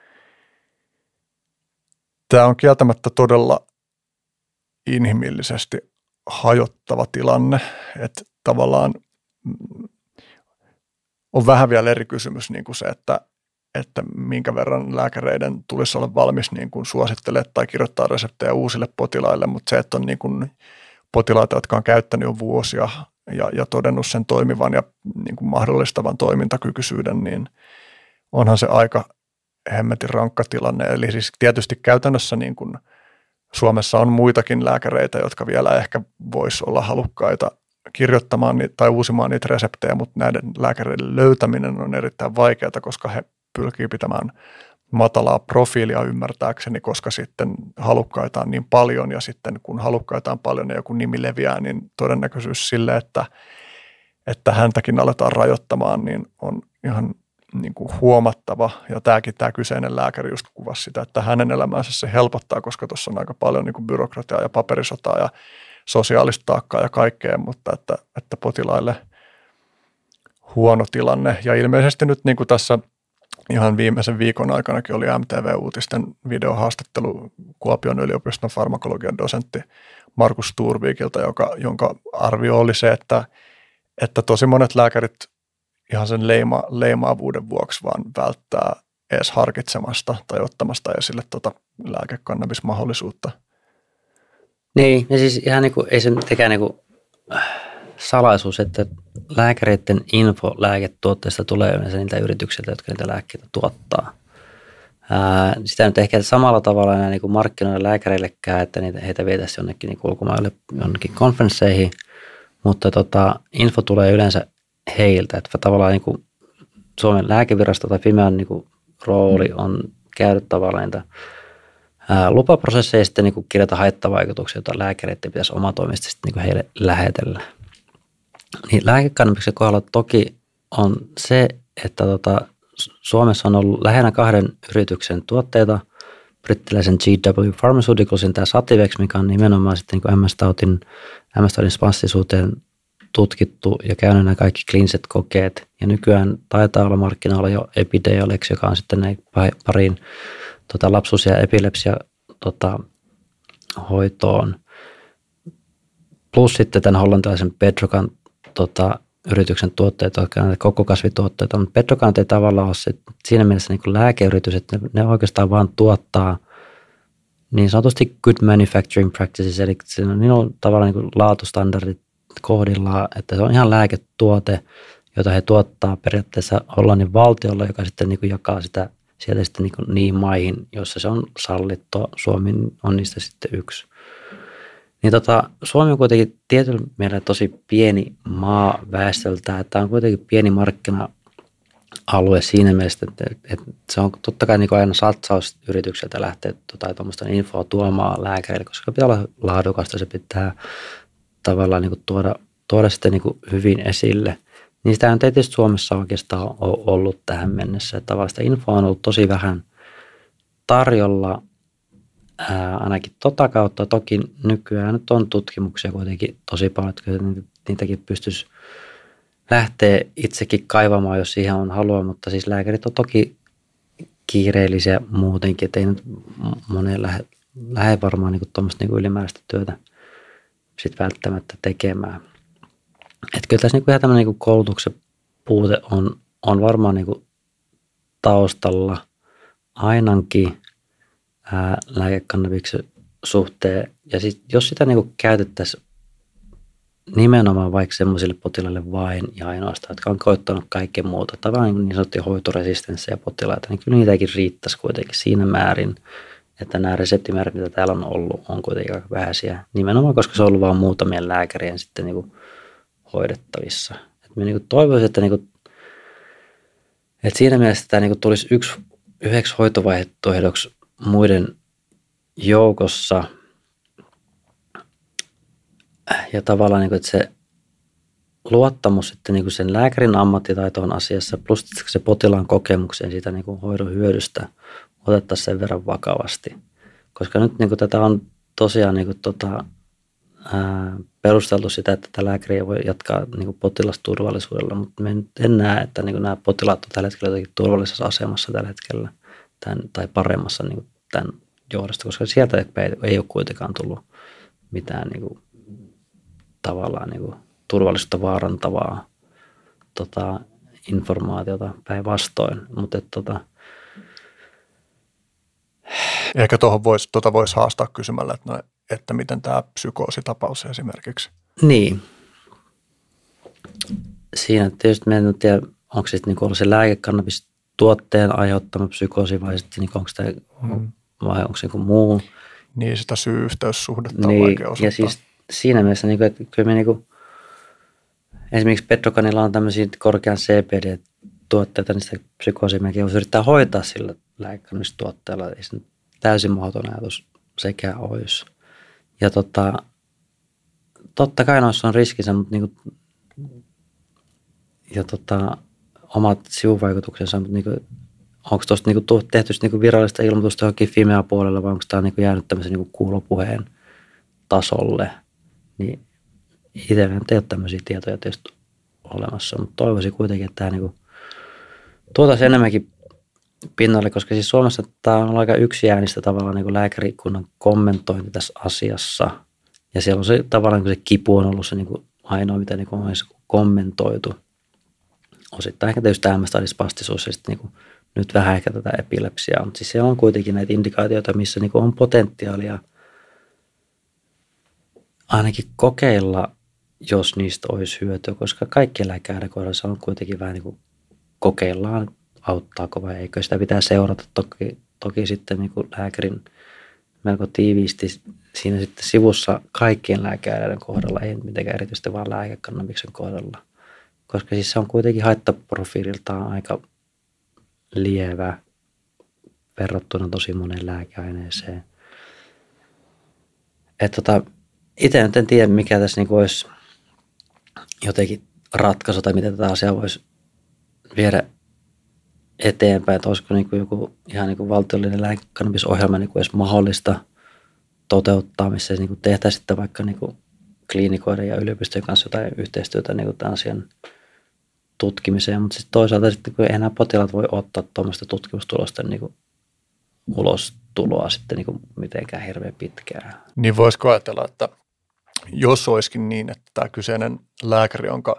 C: tämä on kieltämättä todella inhimillisesti hajottava tilanne, että tavallaan on vähän vielä eri kysymys niin kuin se, että minkä verran lääkäreiden tulisi olla valmis niin kuin suosittelemaan tai kirjoittaa reseptejä uusille potilaille, mutta se, että on niin kuin potilaita, jotka on käyttänyt jo vuosia ja todennut sen toimivan ja niin kuin mahdollistavan toimintakykyisyyden, niin onhan se aika hemmetin rankka tilanne. Eli siis tietysti käytännössä niin kuin Suomessa on muitakin lääkäreitä, jotka vielä ehkä voisi olla halukkaita kirjoittamaan tai uusimaan niitä reseptejä, mutta näiden lääkäreiden löytäminen on erittäin vaikeaa, koska he pyrkii pitämään matalaa profiilia ymmärtääkseni, koska sitten halukkaita on niin paljon ja sitten kun halukkaita on paljon ja joku nimi leviää, niin todennäköisyys sille, että häntäkin aletaan rajoittamaan, niin on ihan niin kuin huomattava. Ja tämä kyseinen lääkäri just kuvasi sitä, että hänen elämänsä se helpottaa, koska tuossa on aika paljon niin kuin byrokratiaa ja paperisotaa ja sosiaalista taakkaa ja kaikkea, mutta että potilaille huono tilanne. Ja ilmeisesti nyt niin kuin tässä ihan viimeisen viikon aikanakin oli MTV-uutisten videohaastattelu Kuopion yliopiston farmakologian dosentti Markus Turvikilta, jonka arvio oli se, että tosi monet lääkärit ihan sen leimaavuuden vuoksi vaan välttää edes harkitsemasta tai ottamasta esille lääkekannabismahdollisuutta.
D: Niin, ja siis ihan niin kuin, ei se mitenkään niin kuin salaisuus, että lääkäreiden info lääketuotteista tulee yleensä niiltä yrityksiltä, jotka niitä lääkkeitä tuottaa. Sitä nyt ehkä samalla tavalla enää niin kuin markkinoida lääkäreillekään, että heitä vietäisiin jonnekin niin ulkomaille jonnekin konferensseihin, mutta info tulee yleensä heiltä, että tavallaan niin kuin Suomen lääkevirasto tai Fimean niin kuin rooli on käydä tavallaan niitä lupaprosesseja ja sitten niin kuin kirjata haittavaikutuksia, joita lääkäreiden pitäisi omatoimisesti sitten niin kuin heille lähetellä. Niin lääkekannabiksen kohdalla toki on se, että Suomessa on ollut lähinnä 2 yrityksen tuotteita, brittiläisen GW Pharmaceuticalsin tämä Sativex, mikä on nimenomaan sitten niin MS-taudin spastisuuteen tutkittu ja käynyt nämä kaikki kliiniset kokeet. Ja nykyään taitaa olla markkinoilla jo Epidiolex, joka on sitten näin pariin lapsuus- ja epilepsia hoitoon. Plus sitten tämän hollantilaisen Bedrocan yrityksen tuotteet, jotka on koko kasvituotteita. Mutta Bedrocan ei tavallaan ole se, siinä mielessä niin kuin lääkeyritys, että ne oikeastaan vaan tuottaa niin sanotusti good manufacturing practices, eli niillä on tavallaan niin kuin laatustandardit kohdillaan, että se on ihan lääketuote, jota he tuottaa periaatteessa Hollannin valtiolla, joka sitten niin kuin jakaa sitä sieltä sitten niin maihin, joissa se on sallittua. Suomi on niistä sitten yksi. Niin Suomi on kuitenkin tietyllä mielellä tosi pieni maa väestöltä, että on kuitenkin pieni markkina-alue siinä mielessä, että se on totta kai niin kuin aina satsaus yritykseltä lähteä tuommoista infoa tuomaan lääkärille, koska se pitää olla laadukasta, se pitää tavallaan niin kuin tuoda sitten niin kuin hyvin esille. Niin sitä on tietysti Suomessa oikeastaan ollut tähän mennessä. Että tavallaan sitä infoa on ollut tosi vähän tarjolla, ainakin kautta. Toki nykyään nyt on tutkimuksia kuitenkin tosi paljon, että niitäkin pystyisi lähteä itsekin kaivamaan, jos siihen on halua, mutta siis lääkärit on toki kiireellisiä muutenkin, että ei nyt moneen lähde varmaan niin tuommoista niin ylimääräistä työtä sit välttämättä tekemään. Että kyllä tässä ihan tämmöinen niin koulutuksen puute on varmaan niin taustalla ainakin lääkekannabiksen suhteen. Ja sit, jos sitä niin käytettäisiin nimenomaan vaikka semmoisille potilaille vain ja ainoastaan, jotka on koittanut kaikkea muuta, tavallaan niin sanottuja hoitoresistenssejä potilaita, niin kyllä niitäkin riittäisi kuitenkin siinä määrin, että nämä reseptimäärät, mitä täällä on ollut, on kuitenkin aika vähäisiä. Nimenomaan, koska se on ollut vain muutamien lääkärien sitten niin hoidettavissa. Et mä niin toivoisin, että, niin kuin, että siinä mielessä tämä niin tulisi yhdeksi hoitovaihtoehdoksi muiden joukossa. Ja tavallaan, niin kuin, että se luottamus sitten niin kuin sen lääkärin ammattitaitoon asiassa, plus se potilaan kokemukseen siitä niin kuin hoidon hyödystä otettaisiin sen verran vakavasti. Koska nyt niin kuin, tätä on tosiaan niin kuin, perusteltu sitä, että tätä lääkäriä voi jatkaa niin kuin potilasturvallisuudella, mutta en näe, että niin kuin nämä potilaat on tällä hetkellä jotenkin turvallisessa asemassa tällä hetkellä tai paremmassa niin kuin tämän johdosta, koska sieltä ei ole kuitenkaan tullut mitään niin kuin, tavallaan niin kuin, turvallisuutta vaarantavaa informaatiota päinvastoin. Mutta
C: ehkä tuohon voisi haastaa kysymällä, että miten tämä psykoositapaus esimerkiksi.
D: Niin. Siinä tietysti me en tiedä, onko se niinku ollut se lääkekannabistuotteen aiheuttama psykoosi vai sitten niinku onko tämä vai onko se joku muu.
C: Niin, sitä syy-yhteyssuhdetta on vaikea osoittaa.
D: Ja siis siinä mielessä, että kyllä me esimerkiksi Bedrocanilla on tämmöisiä korkean CBD tuotteita, niin sitä psykoosiakin voisi yrittää hoitaa sillä lääkekannabistuotteella. Ei se täysin mahdoton ajatus sekään olisi. Ja totta kai noissa on riskinsä, mutta niinku, ja omat sivuvaikutuksensa, mutta niinku, onko tuosta niinku tehty niinku virallista ilmoitusta johonkin Fimea-puolella vai onko tämä niinku jäänyt tämmöisen niinku kuulopuheen tasolle, niin itsellä ei ole tämmöisiä tietoja tietysti olemassa, mutta toivoisin kuitenkin, että tämä niinku tuotaisiin enemmänkin pinnalle, koska siis Suomessa tämä on aika yksiäänistä tavallaan niin kuin lääkärikunnan kommentointi tässä asiassa. Ja siellä on se tavallaan niin se kipu on ollut se niin kuin ainoa, mitä niin kuin on kommentoitu. Osittain ehkä tietysti MS-spastisuus ja sitten niin kuin nyt vähän ehkä tätä epilepsiaa, mutta siis se on kuitenkin näitä indikaatioita, missä niin kuin on potentiaalia ainakin kokeilla, jos niistä olisi hyötyä, koska kaikkien lääkäiden kohdassa on kuitenkin vähän niin kuin kokeillaan, auttaako vai eikö. Sitä pitää seurata toki sitten niin kuin lääkärin melko tiiviisti siinä sitten sivussa kaikkien lääkäiden kohdalla, ei mitenkään erityisesti vaan lääkekannabiksen kohdalla. Koska siis se on kuitenkin haittaprofiililtaan aika lievä verrattuna tosi moneen lääkeaineeseen. Itse nyt en tiedä, mikä tässä niin kuin olisi jotenkin ratkaisu tai miten tätä asiaa voisi viedä eteenpäin, että olisiko niin kuin joku ihan niin kuin valtiollinen lääkekannabisohjelma niin kuin edes mahdollista toteuttaa, missä niin kuin tehtäisiin sitten vaikka niin kuin kliinikoiden ja yliopistojen kanssa jotain yhteistyötä niin kuin tämän asian tutkimiseen, mutta sitten toisaalta sitten kun ei enää potilaat voi ottaa tuommoista tutkimustulosta niin kuin ulostuloa sitten niin kuin mitenkään hirveän pitkään.
C: Niin voisiko ajatella, että jos olisikin niin, että tämä kyseinen lääkäri, jonka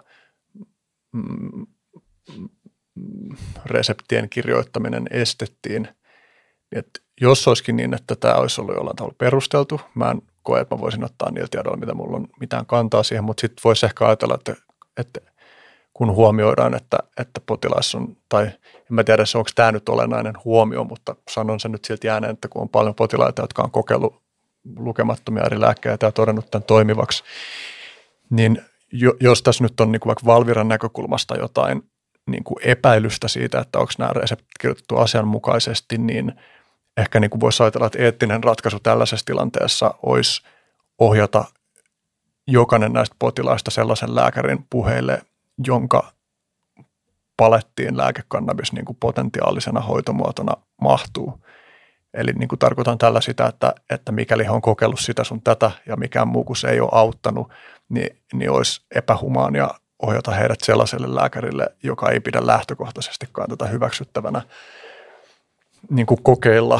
C: reseptien kirjoittaminen estettiin, että jos olisikin niin, että tämä olisi ollut jollain tavalla perusteltu, mä en koe, että mä voisin ottaa niillä tiedoilla, mitä mulla on mitään kantaa siihen, mutta sitten voisi ehkä ajatella, että kun huomioidaan, että potilaissa on, tai en mä tiedä, onko tämä nyt olennainen huomio, mutta sanon sen nyt silti ääneen, että kun on paljon potilaita, jotka on kokeillut lukemattomia eri lääkkeitä ja todennut tämän toimivaksi, niin jos tässä nyt on niin kuin vaikka Valviran näkökulmasta jotain niin kuin epäilystä siitä, että onko nämä reseptit kirjoitettu asianmukaisesti, niin ehkä niin kuin voisi ajatella, että eettinen ratkaisu tällaisessa tilanteessa olisi ohjata jokainen näistä potilaista sellaisen lääkärin puheille, jonka palettiin lääkekannabis niin kuin potentiaalisena hoitomuotona mahtuu. Eli niin kuin tarkoitan tällä sitä, että mikäli he on kokeillut sitä sun tätä ja mikään muu kuin se ei ole auttanut, niin olisi epähumaania ohjata heidät sellaiselle lääkärille, joka ei pidä lähtökohtaisestikaan tätä hyväksyttävänä niin kuin kokeilla.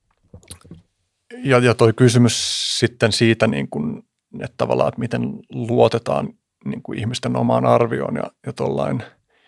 C: Ja toi kysymys sitten siitä, niin kuin, että tavallaan, että miten luotetaan niin kuin ihmisten omaan arvioon ja tollain.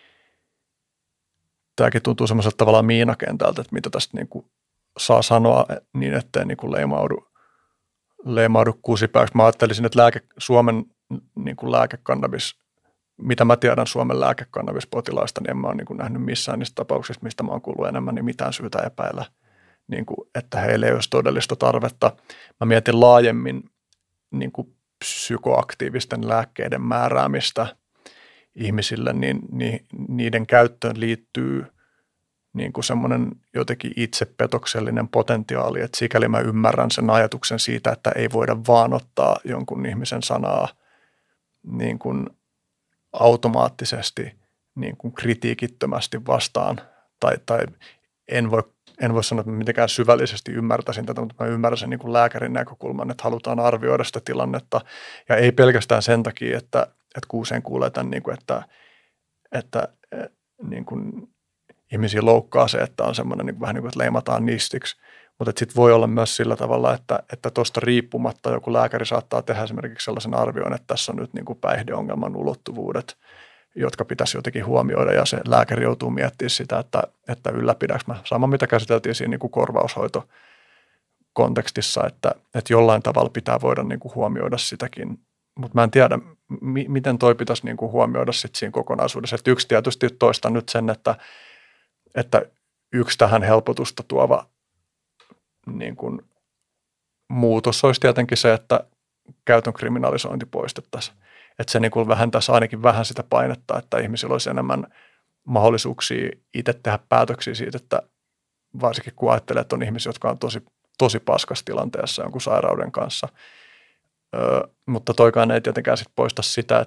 C: Tämäkin tuntuu semmoiselta tavallaan miinakentältä, että mitä tästä niin kuin saa sanoa niin, ettei niin kuin leimaudu kusipääksi. Mä ajattelisin, että Suomen niin kuin lääkekannabis, mitä mä tiedän Suomen lääkekannabispotilaista, niin en mä ole niin kuin nähnyt missään niistä tapauksista, mistä mä oon kuullut enemmän, niin mitään syytä epäillä, niin kuin, että heillä ei olisi todellista tarvetta. Mä mietin laajemmin niin kuin psykoaktiivisten lääkkeiden määräämistä ihmisille, niin niiden käyttöön liittyy niin kuin semmoinen jotenkin itsepetoksellinen potentiaali, että sikäli mä ymmärrän sen ajatuksen siitä, että ei voida vaan ottaa jonkun ihmisen sanaa niin kuin automaattisesti niin kuin kritiikittömästi vastaan, tai en voi sanoa, että mitenkään syvällisesti ymmärtäisin tätä, mutta mä ymmärrän sen niin kuin lääkärin näkökulman, että halutaan arvioida sitä tilannetta, ja ei pelkästään sen takia, että kun usein kuulee tämän, niin kuin, että niin kuin ihmisiä loukkaa se, että on semmoinen niin kuin, vähän niin kuin, että leimataan nistiksi, mutta sitten voi olla myös sillä tavalla, että tuosta riippumatta joku lääkäri saattaa tehdä esimerkiksi sellaisen arvion, että tässä on nyt niin kuin päihdeongelman ulottuvuudet, jotka pitäisi jotenkin huomioida, ja se lääkäri joutuu miettimään sitä, että ylläpidäks mä. Sama mitä käsiteltiin siinä niin kuin korvaushoitokontekstissa, että jollain tavalla pitää voida niin kuin huomioida sitäkin. Mutta mä en tiedä, miten toi pitäisi niin kuin huomioida sit siinä kokonaisuudessa. Et yksi tietysti toistan nyt sen, että yksi tähän helpotusta tuova niin kuin muutos olisi tietenkin se, että käytön kriminalisointi poistettaisiin. Että se niin kuin vähentäisi ainakin vähän sitä painetta, että ihmisillä olisi enemmän mahdollisuuksia itse tehdä päätöksiä siitä, että varsinkin kun ajattelee, että on ihmisiä, jotka on tosi paskassa tilanteessa jonkun sairauden kanssa. Mutta toikaan ei tietenkään sit poista sitä,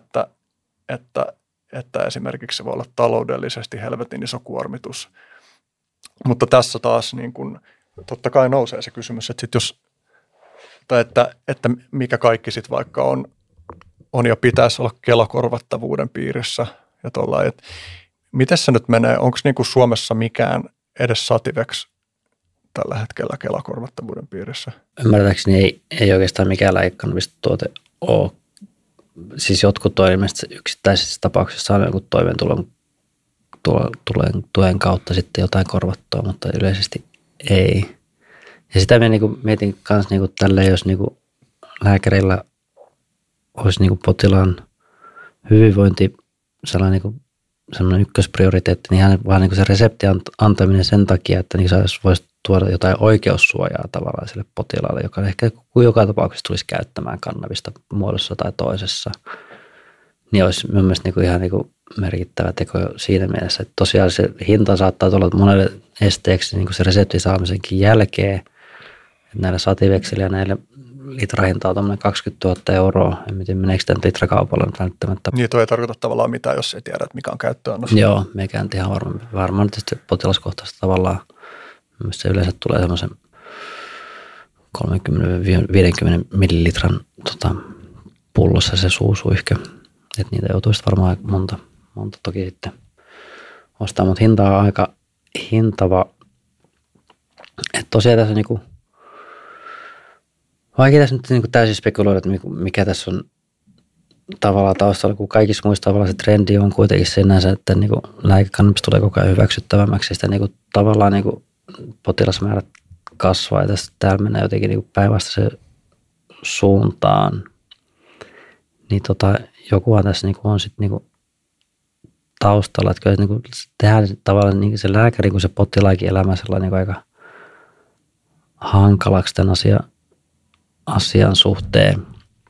C: että esimerkiksi se voi olla taloudellisesti helvetin iso kuormitus. Mutta tässä taas niin kun, totta kai nousee se kysymys, että, sit jos, tai että mikä kaikki sitten vaikka on ja pitäisi olla Kela-korvattavuuden piirissä. Ja että miten se nyt menee? Onko niin kuin Suomessa mikään edes Sativex tällä hetkellä Kela-korvattavuuden piirissä?
D: Ymmärtääkseni ei oikeastaan mikään lääkekannabis-tuote ole. Siis jotkut on ilmeisesti yksittäisissä tapauksissa saanut jonkun toimeentulotuen kautta sitten jotain korvattua, mutta yleisesti ei. Ja sitä minä mietin myös tälleen, jos lääkärillä olisi potilaan hyvinvointi sellainen ykkösprioriteetti, niin hän vaan se resepti antaminen sen takia, että voisi tuoda jotain oikeussuojaa tavallaan sille potilaalle, joka ehkä joka tapauksessa tulisi käyttämään kannabista muodossa tai toisessa, niin olisi minun mielestä ihan merkittävä teko siinä mielessä, että tosiaan se hinta saattaa tulla monelle esteeksi se reseptin saamisenkin jälkeen, että näillä Sativeksillä ja näille litrahinta on tuommoinen 20 000 €. En tiedä, meneekö tämän litrakaupalla välttämättä.
C: Niin, tuo ei tarkoita tavallaan mitään, jos ei tiedä, että mikä on käyttöannos.
D: Joo, mekään ihan varmaan tietysti potilaskohtaisesti tavallaan. Se yleensä tulee semmoisen 30-50 millilitran pullossa se suusuihke. Että niitä joutuisi varmaan monta toki sitten ostaa, mutta hinta on aika hintava. Että tosiaan tässä vaikea tässä nyt täysin spekuloida, että mikä tässä on tavallaan taustalla, kun kaikissa muissa tavallaan se trendi on kuitenkin sinänsä, että lääkekannabis tulee koko ajan hyväksyttävämmäksi ja sitä tavallaan potilasmäärät kasvaa ja täällä mennään jotenkin päinvastaiseen suuntaan. Niin jokuhan tässä on sitten taustalla, että kyllä tehdään tavallaan se lääkäri kuin se potilaakin elämä sellainen aika hankalaksi tämän asian suhteen.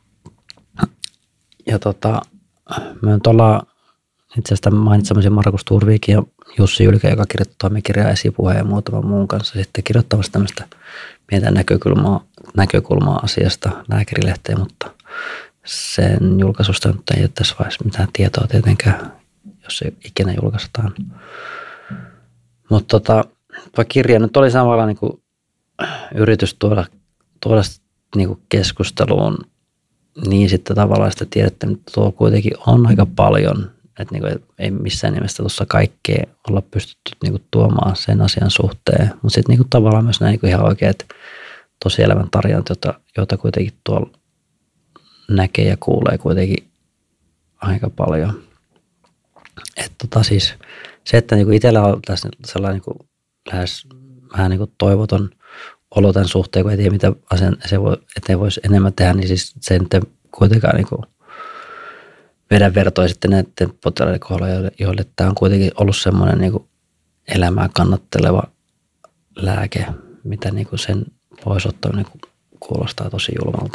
D: Ja me on tuolla itse asiassa mainitsemisen Markus Turviikin ja Jussi Ylkä, joka kirjoittaa Toimikirjaa esipuheen ja muutaman muun kanssa sitten kirjoittamassa tämmöistä pientä näkökulmaa asiasta lääkärilehteen, mutta sen julkaisusta nyt ei ole tässä vaiheessa mitään tietoa tietenkään, jos se ikinä julkaistaan. Mutta tuo kirja nyt oli samalla yritys tuoda keskusteluun niin sitten tavallaan sitä tiedettä, että tuo kuitenkin on aika paljon, että ei missään nimessä tuossa kaikkea olla pystytty tuomaan sen asian suhteen, mutta sitten tavallaan myös nämä ihan oikeat tosielämän tarinat, joita kuitenkin tuolla näkee ja kuulee kuitenkin aika paljon. Että siis se, että itsellä on tässä sellainen lähes vähän toivoton olo tämän suhteen, kun ei tiedä mitä asian eteen voisi enemmän tehdä, niin siis se ei kuitenkaan vedä vertoja sitten näiden potilaiden kohdalla, joille tämä on kuitenkin ollut semmoinen elämää kannatteleva lääke, mitä sen pois ottaminen kuulostaa tosi julmalta.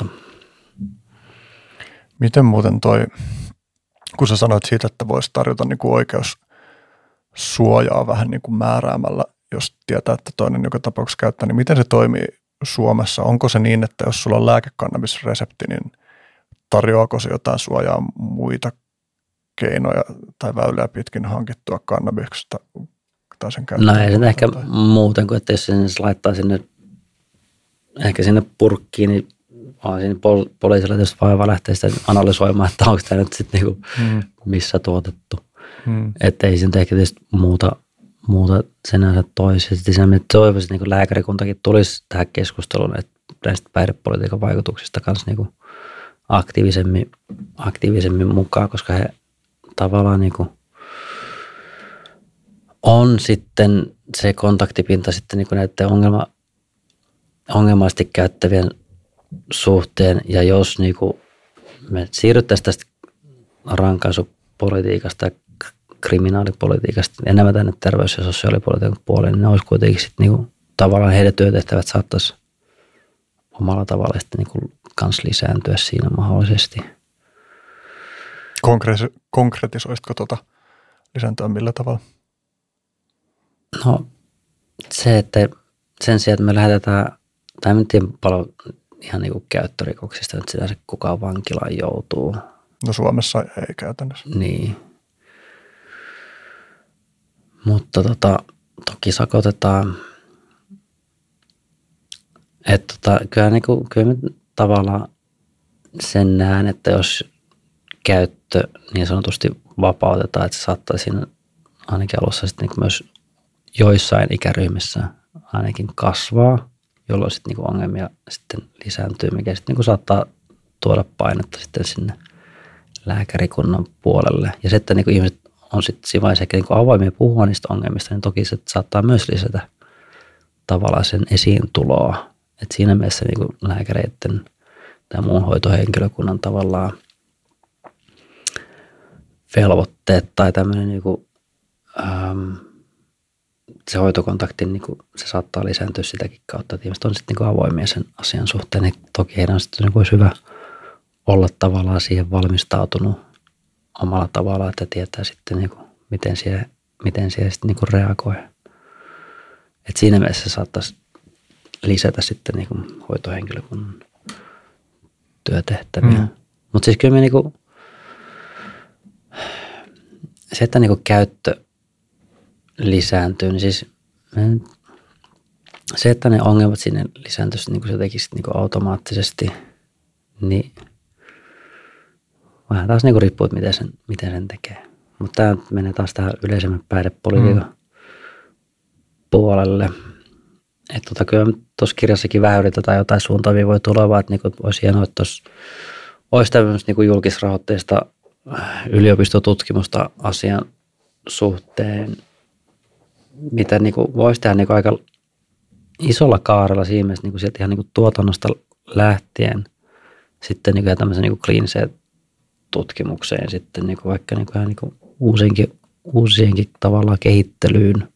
C: Miten muuten kun sä sanoit siitä, että voisi tarjota oikeussuojaa vähän määräämällä, jos tietää, että toinen joka tapauksessa käyttää, niin miten se toimii Suomessa? Onko se niin, että jos sulla on lääkekannabisresepti, niin tarjoako se jotain suojaa muita keinoja tai väyliä pitkin hankittua kannabiksesta tai sen käyttöä?
D: No ei se ehkä muuten kuin, että jos se laittaa sinne purkkiin, niin vaan siinä poliisilla tietysti vaiva lähtee sitä analysoimaan, että onko tämä nyt sitten missä tuotettu. Että ei sen ehkä tietysti muuta senänsä toisi. Sitten toivoisin, että lääkärikuntakin tulisi tähän keskusteluun näistä päihdepolitiikan vaikutuksista kanssa aktiivisemmin mukaan, koska he tavallaan on sitten se kontaktipinta sitten näiden ongelmaisesti käyttävien suhteen. Ja jos me siirryttäisiin tästä rankaisupolitiikasta ja kriminaalipolitiikasta enemmän tänne terveys- ja sosiaalipolitiikan puolelle, niin ne olisi kuitenkin sitten tavallaan heidän työtehtävät saattaisi omalla tavalla sitten kans lisääntyä siinä mahdollisesti.
C: Konkretisoisitko lisääntyä millä tavalla?
D: No se, että sen sijaan, että me lähetetään, tai en tiedä paljon ihan niin kuin käyttörikoksista, että sinänsä kukaan vankilaan joutuu.
C: No Suomessa ei käytännössä.
D: Niin. Mutta toki sakotetaan. Että kyllä, kyllä me tavallaan sen näen, että jos käyttö niin sanotusti vapautetaan, että se saattaa siinä ainakin alussa sitten niin myös joissain ikäryhmissä ainakin kasvaa, jolloin sitten niin ongelmia sitten lisääntyy, mikä sitten niin saattaa tuoda painetta sitten sinne lääkärikunnan puolelle. Ja se, että niin ihmiset on sitten siinä vaiheessa ehkä niin avoimia puhua niistä ongelmista, niin toki se saattaa myös lisätä tavallaan sen esiintuloa. Et siinä mielessä niin lääkäreiden tai muun hoitohenkilökunnan tavallaan velvoitteet tai tämmöinen niin se hoitokontakti, niin se saattaa lisääntyä sitäkin kautta, että ihmiset on sitten niin avoimia sen asian suhteen. Niin toki heidän sitten niin olisi hyvä olla tavallaan siihen valmistautunut omalla tavallaan, että tietää sitten niin miten siihen sitten niin reagoi. Et siinä mielessä se saattaisi lisätä sitten niin hoitohenkilökunnan työtehtäviä. Mutta siis kyllä me niin se, että niin käyttö lisääntyy, niin siis se, että ne ongelmat sinne lisääntyisi niin se tekisi niin automaattisesti, niin vähän taas niin riippuu, että miten sen tekee. Mutta tämä menee taas tähän yleisemmän päihdepolitiikan puolelle. Että kyllä tuossa kirjassakin vähän yritetään jotain suuntaavia voi tulevaa, että niin olisi hienoa, että olisi tämmöistä niin julkisrahoitteista yliopistotutkimusta asian suhteen, mitä niin voisi tehdä niin aika isolla kaarella siinä mielessä niin sieltä ihan niin tuotannosta lähtien sitten niin ihan tämmöiseen niin kliiniseen tutkimukseen, sitten niin vaikka niin ihan niin uusienkin tavallaan kehittelyyn.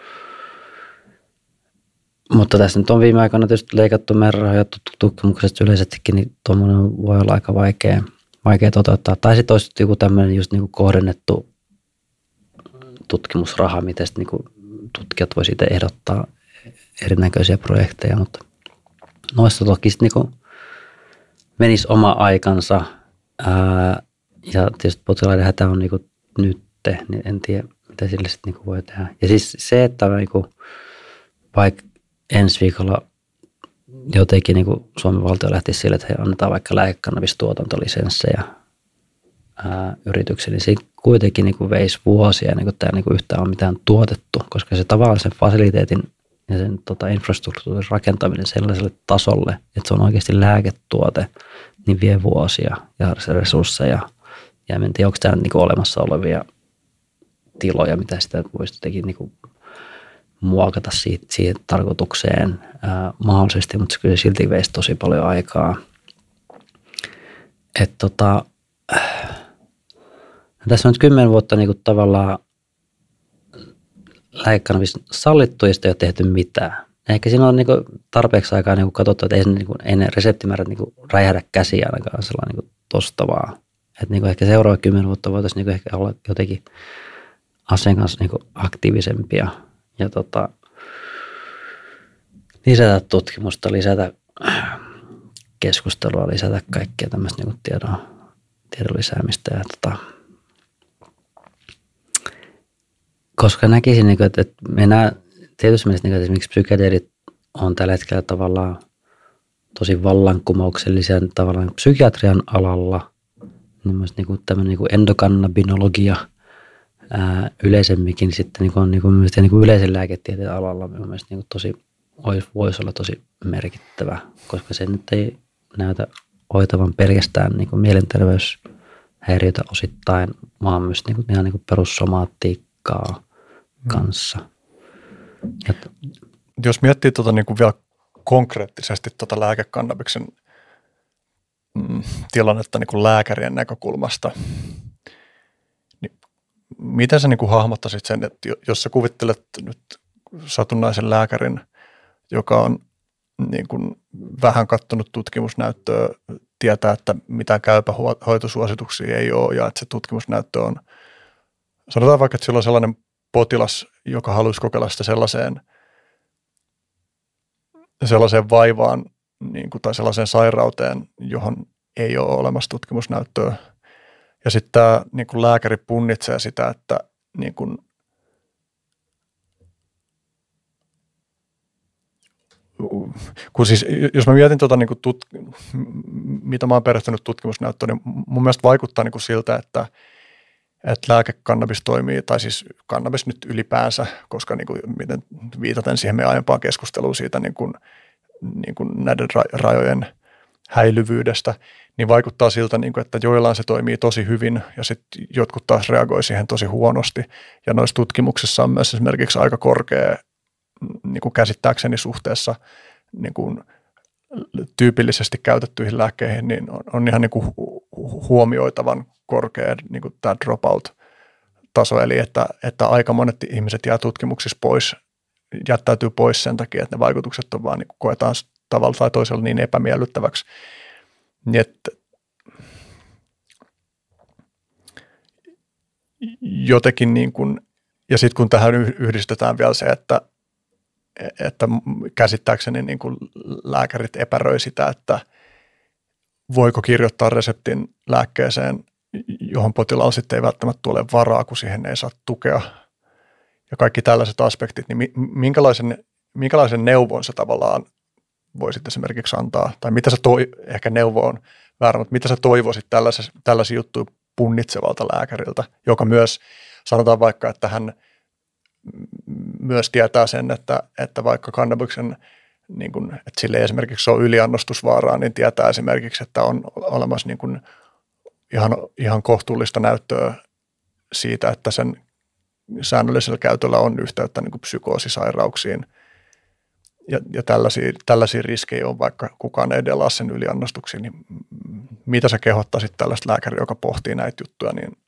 D: Mutta tässä nyt on viime aikoina tietysti leikattu määrärahoja tutkimuksesta yleisestikin, niin tuommoinen voi olla aika vaikea toteuttaa. Tai sitten olisi joku tämmöinen just niin kohdennettu tutkimusraha, miten sitten niin tutkijat voi siitä ehdottaa erinäköisiä projekteja, mutta noista toki sitten niin menisi oma aikansa. Ja tietysti potilaiden hätä on niin nyt, niin en tiedä, mitä sille sitten niin voi tehdä. Ja siis se, että niin vaikka ensi viikolla jotenkin niin Suomen valtio lähtisi sille, että he annetaan vaikka lääkekannabistuotantolisenssejä yrityksille, niin se kuitenkin niin veisi vuosia ennen kuin tämä niin yhtään on mitään tuotettu, koska se tavallaan sen fasiliteetin ja sen infrastruktuurin rakentaminen sellaiselle tasolle, että se on oikeasti lääketuote, niin vie vuosia ja resursseja. Ja en tiedä, onko tämä niin olemassa olevia tiloja, mitä sitä voisi jotenkin niin muokata siihen tarkoitukseen mahdollisesti, mutta se kyllä silti veisi tosi paljon aikaa. Tässä on nyt 10 vuotta niin tavallaan lääkekannabis sallittu ja sitä ei ole tehty mitään. Ehkä siinä on niin tarpeeksi aikaa niin katsottu, että ei ne reseptimäärät niin räjähdä käsiä ainakaan sellainen niin tosta vaan. Että niin ehkä seuraava 10 vuotta voitaisiin niin ehkä olla jotenkin asian kanssa niin aktiivisempia ja lisätä tutkimusta, lisätä keskustelua, lisätä kaikkea tämmöistä niin tiedon lisäämistä. Ja koska näkisin, että mennään tietysti mielessä, että esimerkiksi psykedeelit on tällä hetkellä tavallaan tosi vallankumouksellisia tavallaan psykiatrian alalla, niin myös niin tämmöinen niin endokannabinologia yleisemminkin sitten on niin yleisen lääketieteen alalla mielestäni niin tosi voisi olla tosi merkittävä, koska se nyt ei näytä hoitavan pelkästään niin mielenterveyshäiriöitä osittain, vaan myös ihan niin perussomaattiikkaa kanssa.
C: Jos miettii niin kuin vielä konkreettisesti lääkekannabiksen tilannetta niin kuin lääkärien näkökulmasta, niin miten sä niin kuin hahmottaisit sen, että jos sä kuvittelet nyt satunnaisen lääkärin, joka on niin kuin vähän katsonut tutkimusnäyttöä, tietää, että mitään hoitosuosituksia ei ole ja että se tutkimusnäyttö on, sanotaan vaikka, että sillä on sellainen potilas, joka haluaisi kokeilla sitä sellaiseen vaivaan niin kuin, tai sellaiseen sairauteen, johon ei ole olemassa tutkimusnäyttöä. Ja sitten tämä niin kuin lääkäri punnitsee sitä, että niin kuin, kun siis, jos mä mietin niin kuin mitä mä oon perehtynyt tutkimusnäyttöön, niin mun mielestä vaikuttaa niin kuin siltä, että lääkekannabis toimii, tai siis kannabis nyt ylipäänsä, koska niin kuin, miten viitaten siihen meidän aiempaan keskusteluun siitä niin kuin näiden rajojen häilyvyydestä, niin vaikuttaa siltä, niin kuin, että joillain se toimii tosi hyvin ja sitten jotkut taas reagoi siihen tosi huonosti. Ja noissa tutkimuksissa on myös esimerkiksi aika korkea niin kuin käsittääkseni suhteessa niin kuin tyypillisesti käytettyihin lääkkeihin, niin on ihan niin kuin huomioitavan korkea niin kuin tämä dropout-taso, eli että aika monet ihmiset jää tutkimuksissa pois, jättäytyy pois sen takia, että ne vaikutukset on vaan niin kuin koetaan tavalla tai toisella niin epämiellyttäväksi. Niin että jotenkin niin kuin, ja sitten kun tähän yhdistetään vielä se, että käsittääkseni niin kuin lääkärit epäröi sitä, että voiko kirjoittaa reseptin lääkkeeseen, johon potilaalla sitten ei välttämättä ole varaa, kun siihen ei saa tukea. Ja kaikki tällaiset aspektit, niin minkälaisen neuvon sä tavallaan voisit esimerkiksi antaa, tai mitä sä ehkä neuvo on väärä, mutta mitä sä toivoisit tällaisia juttuja punnitsevalta lääkäriltä, joka myös, sanotaan vaikka, että hän myös tietää sen, että vaikka kannabiksen, niin kun, että sille ei esimerkiksi ole yliannostusvaaraa, niin tietää esimerkiksi, että on olemassa niin kun ihan kohtuullista näyttöä siitä, että sen säännöllisellä käytöllä on yhteyttä niin kuin psykoosisairauksiin. Ja tällaisia riskejä on, vaikka kukaan ei delaa sen yliannostuksiin, niin mitä sä kehottaisit tällaista lääkäriä, joka pohtii näitä juttuja? Niin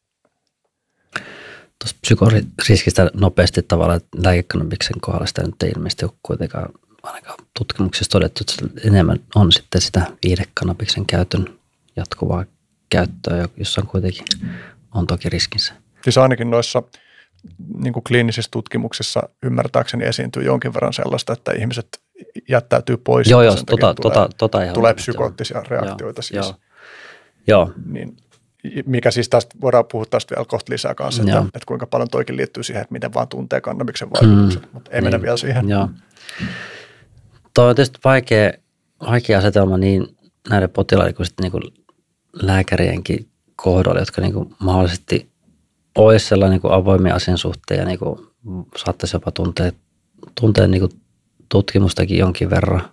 D: tuosta psykoriskistä nopeasti tavallaan, että lääkekannabiksen kohdalla sitä nyt ei ilmeisesti ole kuitenkaan ainakaan tutkimuksessa todettu, että enemmän on sitten sitä viihdekannabiksen käytön jatkuvaa käyttöä, jossa on kuitenkin on toki riskinsä.
C: Siis ainakin noissa niin kuin kliinisissä tutkimuksissa ymmärtääkseni esiintyy jonkin verran sellaista, että ihmiset jättäytyy pois.
D: Joo,
C: tulee psykoottisia reaktioita siis.
D: Joo.
C: Niin, mikä siis tästä, voidaan puhua tästä vielä kohta lisää kanssa, että kuinka paljon toikin liittyy siihen, että miten vaan tuntee kannabiksen vaikutukset, mutta ei mennä vielä siihen.
D: Joo. Tuo on tietysti vaikea asetelma niin näiden potilaiden kuin sitten niin lääkärienkin kohdalla, jotka niin kuin mahdollisesti olisi sellainen niin kuin avoimia asian suhteen ja niin kuin saattaisi jopa tuntea niin kuin tutkimustakin jonkin verran.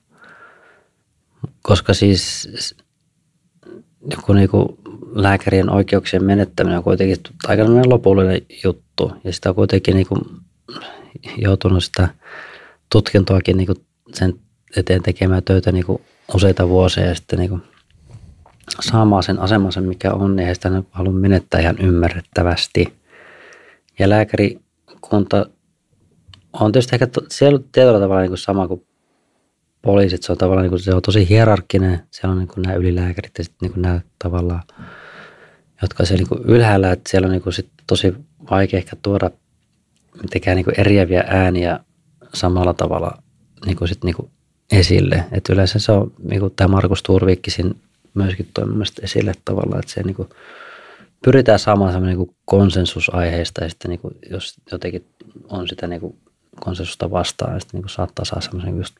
D: Koska siis niin kuin lääkärien oikeuksien menettäminen on kuitenkin aika lopullinen juttu. Ja sitä on kuitenkin niin kuin joutunut sitä tutkintoakin niin kuin sen eteen tekemään töitä niin kuin useita vuosia ja sitten niin kuin saamaan sen asemansa, mikä on, niin ei sitä halua menettää ihan ymmärrettävästi. Ja lääkärikunta on tietysti ehkä siellä tietyllä tavalla niin kuin sama kuin poliisit. Se on tavallaan niin kuin, se on tosi hierarkkinen. Siellä on niin kuin nämä ylilääkärit ja sitten niin kuin nämä tavallaan, jotka siellä niin kuin ylhäällä. Että siellä on niin kuin sit tosi vaikea ehkä tuoda mitenkään niin kuin eriäviä ääniä samalla tavalla niin kuin sit niin kuin esille. Että yleensä se on, niin kuin tämä Markus Turvikkisin myöskin toi mielestäni esille tavallaan, että se niin kuin pyritään saamaan semmoinen niin kuin konsensusaiheista ja sitten niin kuin, jos jotenkin on sitä niin kuin konsensusta vastaan, ja sitten niin kuin saattaa saada semmoisen just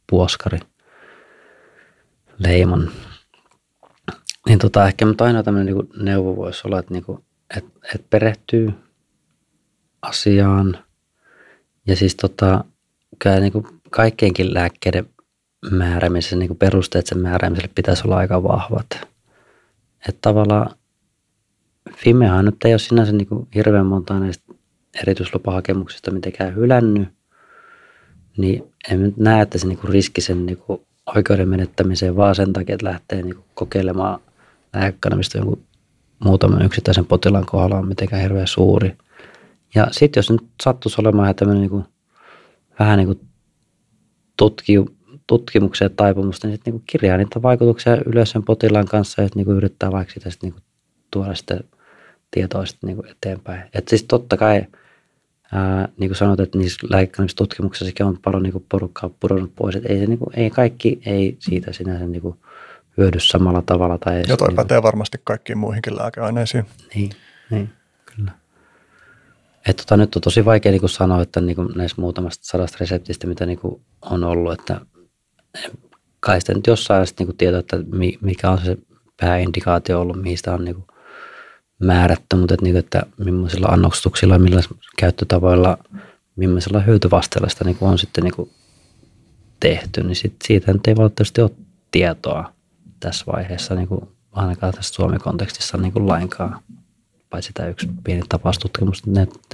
D: puoskarileiman. Niin ehkä ainoa tämmöinen niin kuin neuvo voisi olla, että, niin kuin, että perehtyy asiaan ja siis kyllä niin kuin kaikkeenkin lääkkeiden määräämisessä, niin kuin perusteet sen määräämiselle pitäisi olla aika vahvat. Että tavallaan Fimeahan nyt ei ole sinänsä niin kuin hirveän monta näistä erityislupahakemuksista mitenkään hylännyt, niin en nyt näe, että se niin kuin riski sen niin kuin oikeuden menettämiseen vaan sen takia, että lähtee niin kuin kokeilemaan lääkekannabista jonkun muutaman yksittäisen potilaan kohdalla on mitenkään hirveän suuri. Ja sitten jos nyt sattuisi olemaan ihan tämmöinen niin kuin, vähän niin kuin tutkimuksia ja taipumusta, niin sitten niin kirjaa niitä vaikutuksia ylös sen potilaan kanssa ja niin kuin yrittää vaikka sitä sitten niin kuin tuoda sitten tietoa sitten niin kuin eteenpäin. Että siis totta kai Niin kuin sanoit, että niissä lääkekannabistutkimuksissakin on paljon niin kuin porukkaa pudonnut pois. Että ei, se, niin kuin, ei kaikki ei siitä sinänsä niin kuin hyödy samalla tavalla. Tai
C: ja toi
D: niin
C: pätee varmasti kaikkiin muihinkin lääkeaineisiin.
D: Niin, kyllä. Että nyt on tosi vaikea niin kuin sanoa, että niin kuin näissä muutamasta 100 reseptistä, mitä niin kuin on ollut, että kai sitä nyt jossain niin kuin tietää, että mikä on se pääindikaatio ollut, mihin sitä on niin kuin määrätty, mutta että millaisilla annostuksilla ja millaisilla käyttötavoilla, millaisilla hyötyvasteilla sitä niin kuin on sitten niin kuin tehty, niin siitä nyt ei valitettavasti ole tietoa tässä vaiheessa, niin kuin ainakaan tässä Suomi-kontekstissa niin kuin lainkaan, paitsi tämä yksi pieni tapaustutkimus,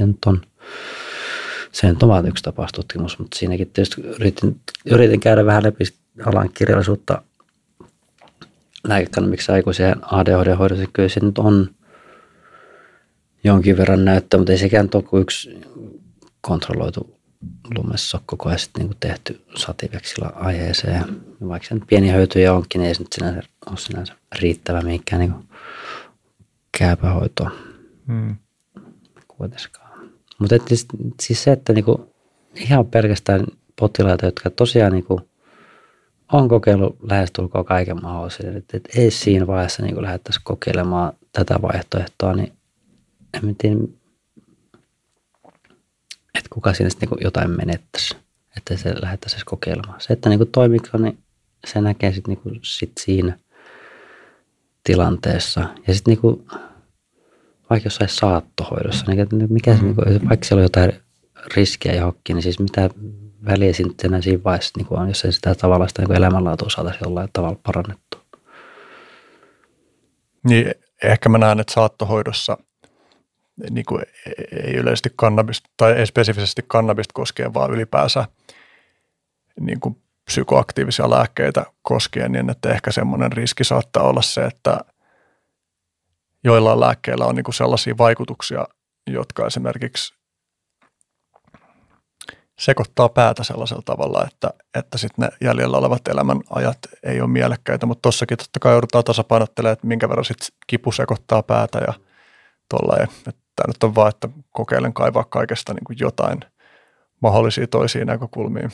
D: se nyt on vain yksi tapaustutkimus, mutta siinäkin tietysti yritin käydä vähän läpi alan kirjallisuutta lääkekannabiksen aikuiseen ADHD-hoidossa. Kyllä se nyt on jonkin verran näyttää, mutta ei sekään ole kuin yksi kontrolloitu lumessokkokoe sitten niin tehty sativeksillä aiheeseen. Vaikka sen pieniä hyötyjä onkin, niin ei se nyt sinänsä riittävä mihinkään niin kääpähoitoon kuitenkaan. Mutta siis se, että niinku ihan pelkästään potilaita, jotka tosiaan niinku on kokeillut lähestulkoon kaiken mahdollisen, että ei siinä vaiheessa niinku lähdettäisiin kokeilemaan tätä vaihtoehtoa, niin en tiedä, että kuka siinä sitten niinku jotain menettäisi, että se lähdettäisiin kokeilemaan. Se, että niinku toimiko, niin se näkee sitten niinku siinä tilanteessa. Ja sitten niinku vaikka jossain saattohoidossa, niin mikä se, vaikka siellä on jotain riskiä johonkin, niin siis mitä väliä siinä vaiheessa niin on, jos ei sitä tavallaan sitä niin elämänlaatua saataisiin jollain tavalla parannettua.
C: Niin ehkä mä näen, että saattohoidossa niin kuin ei yleisesti kannabista, tai ei spesifisesti kannabista koskien, vaan ylipäänsä niin kuin psykoaktiivisia lääkkeitä koskien, niin että ehkä semmoinen riski saattaa olla se, että joillain lääkkeillä on niin kuin sellaisia vaikutuksia, jotka esimerkiksi sekoittaa päätä sellaisella tavalla, että sitten ne jäljellä olevat elämän ajat ei ole mielekkäitä, mutta tossakin totta kai joudutaan tasapainottelemaan, että minkä verran sitten kipu sekoittaa päätä ja tollain. Tämä nyt on vaan, että kokeilen kaivaa kaikesta niin kuin jotain mahdollisia toisia näkökulmia.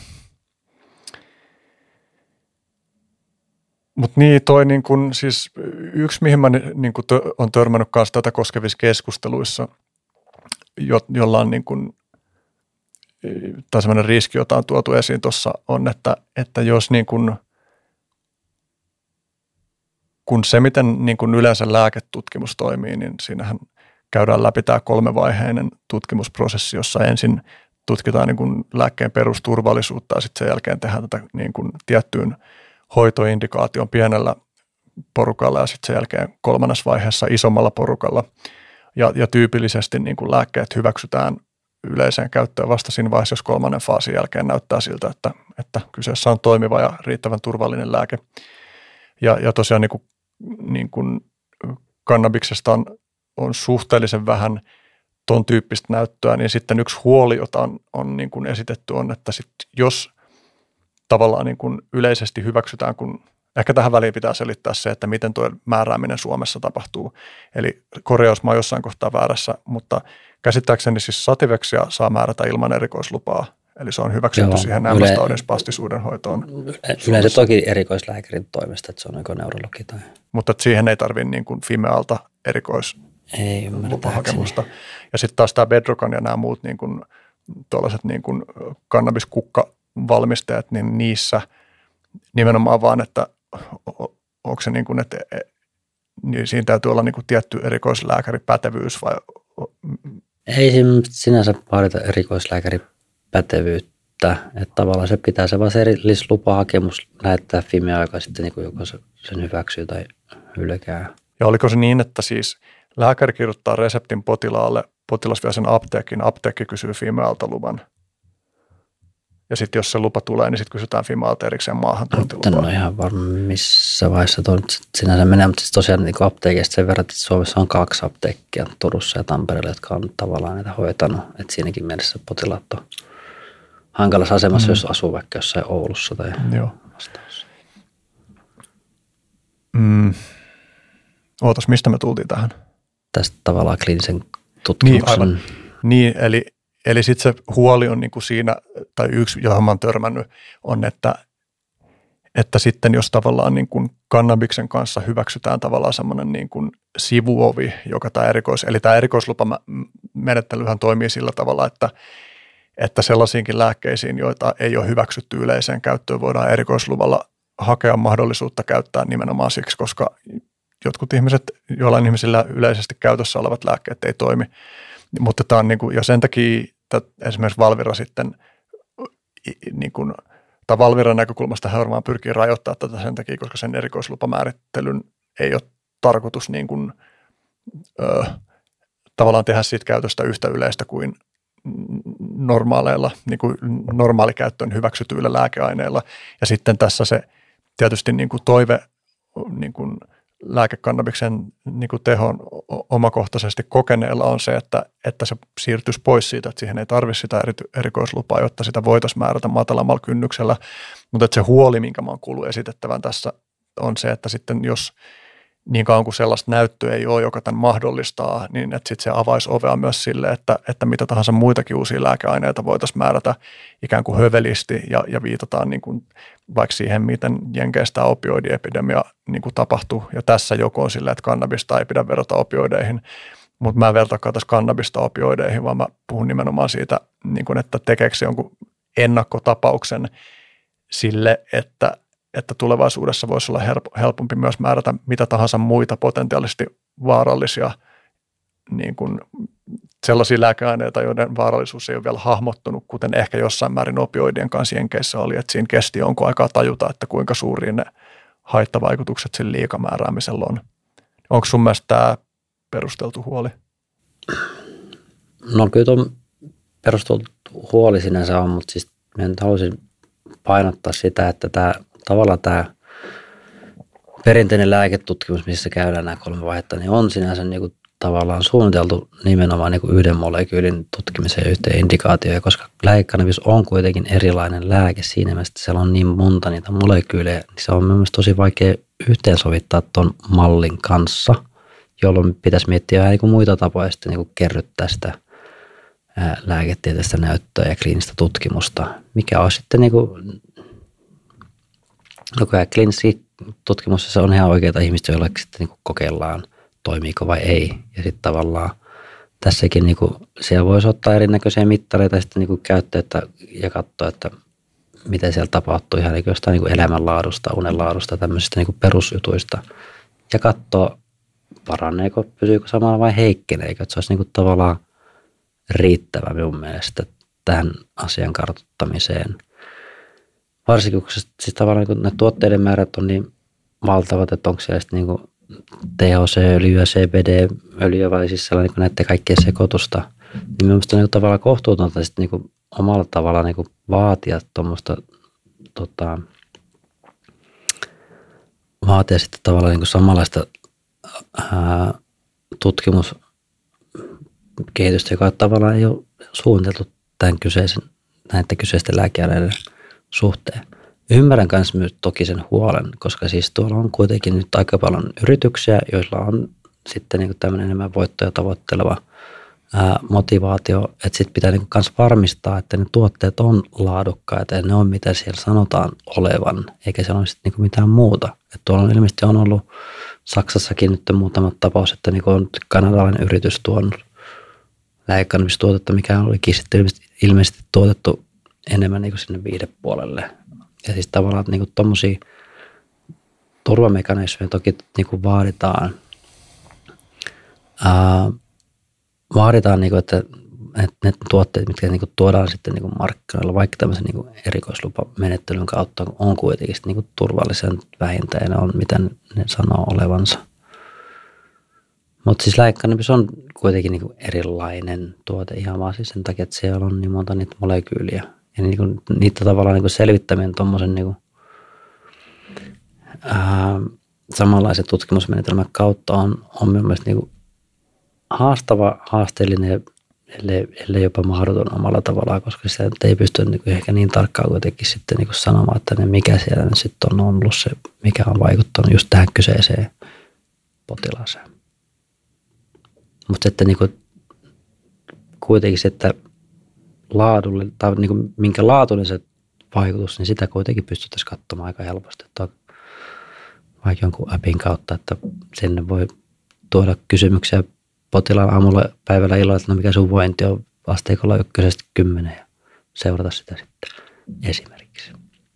C: Mutta niin, toi niin kun, siis yksi, mihin mä niin kun on törmännyt kanssa tätä koskevissa keskusteluissa, jolla on niin kun, tai sellainen riski, jota on tuotu esiin tuossa, on, että jos niin kun se, miten niin kun yleensä lääketutkimus toimii, niin siinähän käydään läpi tämä 3-vaiheinen tutkimusprosessi, jossa ensin tutkitaan niin kun lääkkeen perusturvallisuutta ja sitten sen jälkeen tehdään tätä niin kun tiettyyn hoitoindikaation pienellä porukalla ja sitten sen jälkeen 3. vaiheessa isommalla porukalla. Ja tyypillisesti niin kuin lääkkeet hyväksytään yleiseen käyttöön vasta siinä vaiheessa, jos 3. faasin jälkeen näyttää siltä, että kyseessä on toimiva ja riittävän turvallinen lääke. Ja tosiaan niin kuin kannabiksesta on suhteellisen vähän ton tyyppistä näyttöä, niin sitten yksi huoli, jota on niin kuin esitetty on, että sit jos tavallaan niin kuin yleisesti hyväksytään, kun ehkä tähän väliin pitää selittää se, että miten tuo määrääminen Suomessa tapahtuu. Eli korjaus mä oon jossain kohtaa väärässä, mutta käsittääkseni siis sativeksia saa määrätä ilman erikoislupaa. Eli se on hyväksytty siihen MS-taudin spastisuuden hoitoon.
D: Yleensä toki erikoislääkärin toimesta, että se on joko neurologi tai...
C: Mutta siihen ei tarvitse niin kuin Fimealta erikoislupahakemusta. Ja sitten taas tämä Bedrocan ja nämä muut niin kuin tuollaiset niin kuin kannabiskukkavalmisteet, niin niissä nimenomaan vaan, että onko se niin kuin, että niin siinä täytyy olla niin kuin tietty erikoislääkäripätevyys vai?
D: Ei sinänsä vaadita erikoislääkäripätevyyttä, että tavallaan se pitää se vaan se erillislupahakemus lähettää Fimea, joka sitten niin kuin joko sen hyväksyy tai hylkää.
C: Ja oliko se niin, että siis lääkäri kirjoittaa reseptin potilaalle, potilas vie sen apteekin, apteekki kysyy Fimealta luvan. Ja sitten jos se lupa tulee, niin sitten kysytään Fimealta erikseen maahantuontilupaa.
D: En ole ihan varma, missä vaiheessa tuo nyt sinänsä menee, mutta siis tosiaan niin apteekista sen verran, että Suomessa on 2 apteekkia Turussa ja Tampereella, jotka on tavallaan näitä hoitanut. Että siinäkin mielessä potilaat on hankalassa asemassa, jos asuu vaikka jossain Oulussa tai vastaavassa.
C: Ootas, mistä me tultiin tähän?
D: Tästä tavallaan kliinisen tutkimuksen.
C: Niin, eli Eli sitten se huoli on niin kuin siinä, tai yksi, johon mä oon törmännyt, on, että sitten jos tavallaan niin kuin kannabiksen kanssa hyväksytään tavallaan semmoinen niin kuin sivuovi, joka eli tämä erikoislupamenettelyhän toimii sillä tavalla, että sellaisiinkin lääkkeisiin, joita ei ole hyväksytty yleiseen käyttöön, voidaan erikoisluvalla hakea mahdollisuutta käyttää nimenomaan siksi, koska jotkut ihmiset, joillain ihmisillä yleisesti käytössä olevat lääkkeet ei toimi. Mutta tämä on niin kuin, ja sen takia esimerkiksi Valvira sitten niin kuin, tai Valviran näkökulmasta hän varmaan pyrkii rajoittamaan tätä sen takia, koska sen erikoislupamäärittelyn ei ole tarkoitus niin kuin, tavallaan tehdä siitä käytöstä yhtä yleistä kuin normaaleilla, niin kuin normaalikäyttöön hyväksytyillä lääkeaineilla. Ja sitten tässä se tietysti niin kuin toive niin kuin lääkekannabiksen niin kuin tehon omakohtaisesti kokeneella on se, että se siirtyisi pois siitä, että siihen ei tarvitse sitä erikoislupaa, jotta sitä voitaisiin määrätä matalammalla kynnyksellä. Mutta se huoli, minkä mä oon kuullut esitettävän tässä, on se, että sitten jos niin kauan kuin sellaista näyttöä ei ole, joka tämän mahdollistaa, niin että sitten se avaisi ovea myös sille, että mitä tahansa muitakin uusia lääkeaineita voitaisiin määrätä ikään kuin hövelisti ja viitataan niin kuin vaikka siihen, miten Jenkeistä opioidiepidemia niin kuin tapahtuu. Ja tässä joko on sille, että kannabista ei pidä verrata opioideihin, mutta mä en vertaakaan tässä kannabista opioideihin, vaan mä puhun nimenomaan siitä, niin kuin, että tekeekö se jonkun ennakkotapauksen sille, että tulevaisuudessa voisi olla helpompi myös määrätä mitä tahansa muita potentiaalisesti vaarallisia niin kuin sellaisia lääkeaineita, joiden vaarallisuus ei ole vielä hahmottunut, kuten ehkä jossain määrin opioidien kanssa Jenkeissä oli, että siinä kesti jonkun aikaa tajuta, että kuinka suuria ne haittavaikutukset sillä liikamääräämisellä on. Onko sun mielestä tämä perusteltu huoli?
D: No kyllä tuon perusteltu huoli sinänsä on, mutta siis haluaisin painottaa sitä, että tavallaan tämä perinteinen lääketutkimus, missä käydään nämä 3 vaihetta, niin on sinänsä niin kuin tavallaan suunniteltu nimenomaan niin kuin yhden molekyylin tutkimiseen ja yhteen indikaatioon, koska lääkekannabis on kuitenkin erilainen lääke siinä mielessä, että siellä on niin monta niitä molekyylejä, niin se on mielestäni tosi vaikea yhteensovittaa tuon mallin kanssa, jolloin pitäisi miettiä vähän niin kuin muita tapoja sitten niin kuin kerryttää sitä lääketieteellistä näyttöä ja kliinistä tutkimusta, mikä on sitten niin kuin kliinisesti tutkimuksessa se on ihan oikeita ihmistä, joilla sitten niin kokeillaan, toimiiko vai ei. Ja sitten tavallaan tässäkin niin kuin, siellä voisi ottaa erinäköisiä mittareita sitten niin käyttöön ja katsoa, että miten siellä tapahtuu ihan niin jostain niin elämänlaadusta, unenlaadusta, tämmöisistä niin perusjutuista. Ja katsoa, paraneeko, pysyykö samalla vai heikkeneekö. Että se olisi niin kuin tavallaan riittävä minun mielestä tähän asian kartoittamiseen. Varsinkin, kun siis tavallaan niin ne tuotteiden määrät on niin valtavat, että onko siellä sitten niin THC-öljyä, CBD-öljyä vai siis sellainen niin näiden kaikkien sekoitusta, niin mielestäni on niin tavallaan kohtuutonta sitten niin omalla tavallaan niin vaatia tuommoista vaatia sitten tavallaan niin samanlaista tutkimuskehitystä, joka tavallaan ei ole suunniteltu näiden kyseisten lääkeaineiden suhteen. Ymmärrän myös toki sen huolen, koska siis tuolla on kuitenkin nyt aika paljon yrityksiä, joilla on sitten niin tämmöinen enemmän voittoja tavoitteleva motivaatio, että sitten pitää niin myös varmistaa, että ne tuotteet on laadukkaita ja ne on mitä siellä sanotaan olevan, eikä siellä ole sitten niin mitään muuta. Että tuolla on ilmeisesti ollut Saksassakin nyt muutamat tapaus, että niin on kanadalainen yritys tuonut lääkekannabistuotetta, mikä olikin sitten ilmeisesti tuotettu enemmän niin sinne viihdepuolelle. Ja siis tavallaan niin tuommoisia turvamekanismeja toki niin vaaditaan. Vaaditaan, niin kuin, että ne tuotteet, mitkä niin tuodaan sitten niin markkinoilla, vaikka tämmöisen niin erikoislupamenettelyn kautta, on kuitenkin niin turvallisen vähintään ja ne on, mitä ne sanoo olevansa. Mutta siis lääkekannabis on kuitenkin niin erilainen tuote ihan vaan siis sen takia, että siellä on niin monta niitä molekyyliä. Ja niin niitä tavallaan niin selvittäminen tuommoisen niin samanlaisen tutkimusmenetelmän kautta on mielestäni niin haasteellinen, ellei jopa mahdoton omalla tavallaan, koska sitä ei pysty niin ehkä niin tarkkaan kuitenkin sitten niin sanomaan, että mikä siellä nyt sitten on ollut se, mikä on vaikuttanut just tähän kyseiseen potilaaseen. Mutta sitten niin kuitenkin se, että laadulle, tai niin kuin minkä laatulliset vaikutus, niin sitä kuitenkin pystyttäisiin katsomaan aika helposti. Että vaikka jonkun appin kautta, että sinne voi tuoda kysymyksiä potilaan aamulla päivällä illalla, että no mikä sun vointi on asteikolla 1–10 ja seurata sitä sitten esimerkiksi.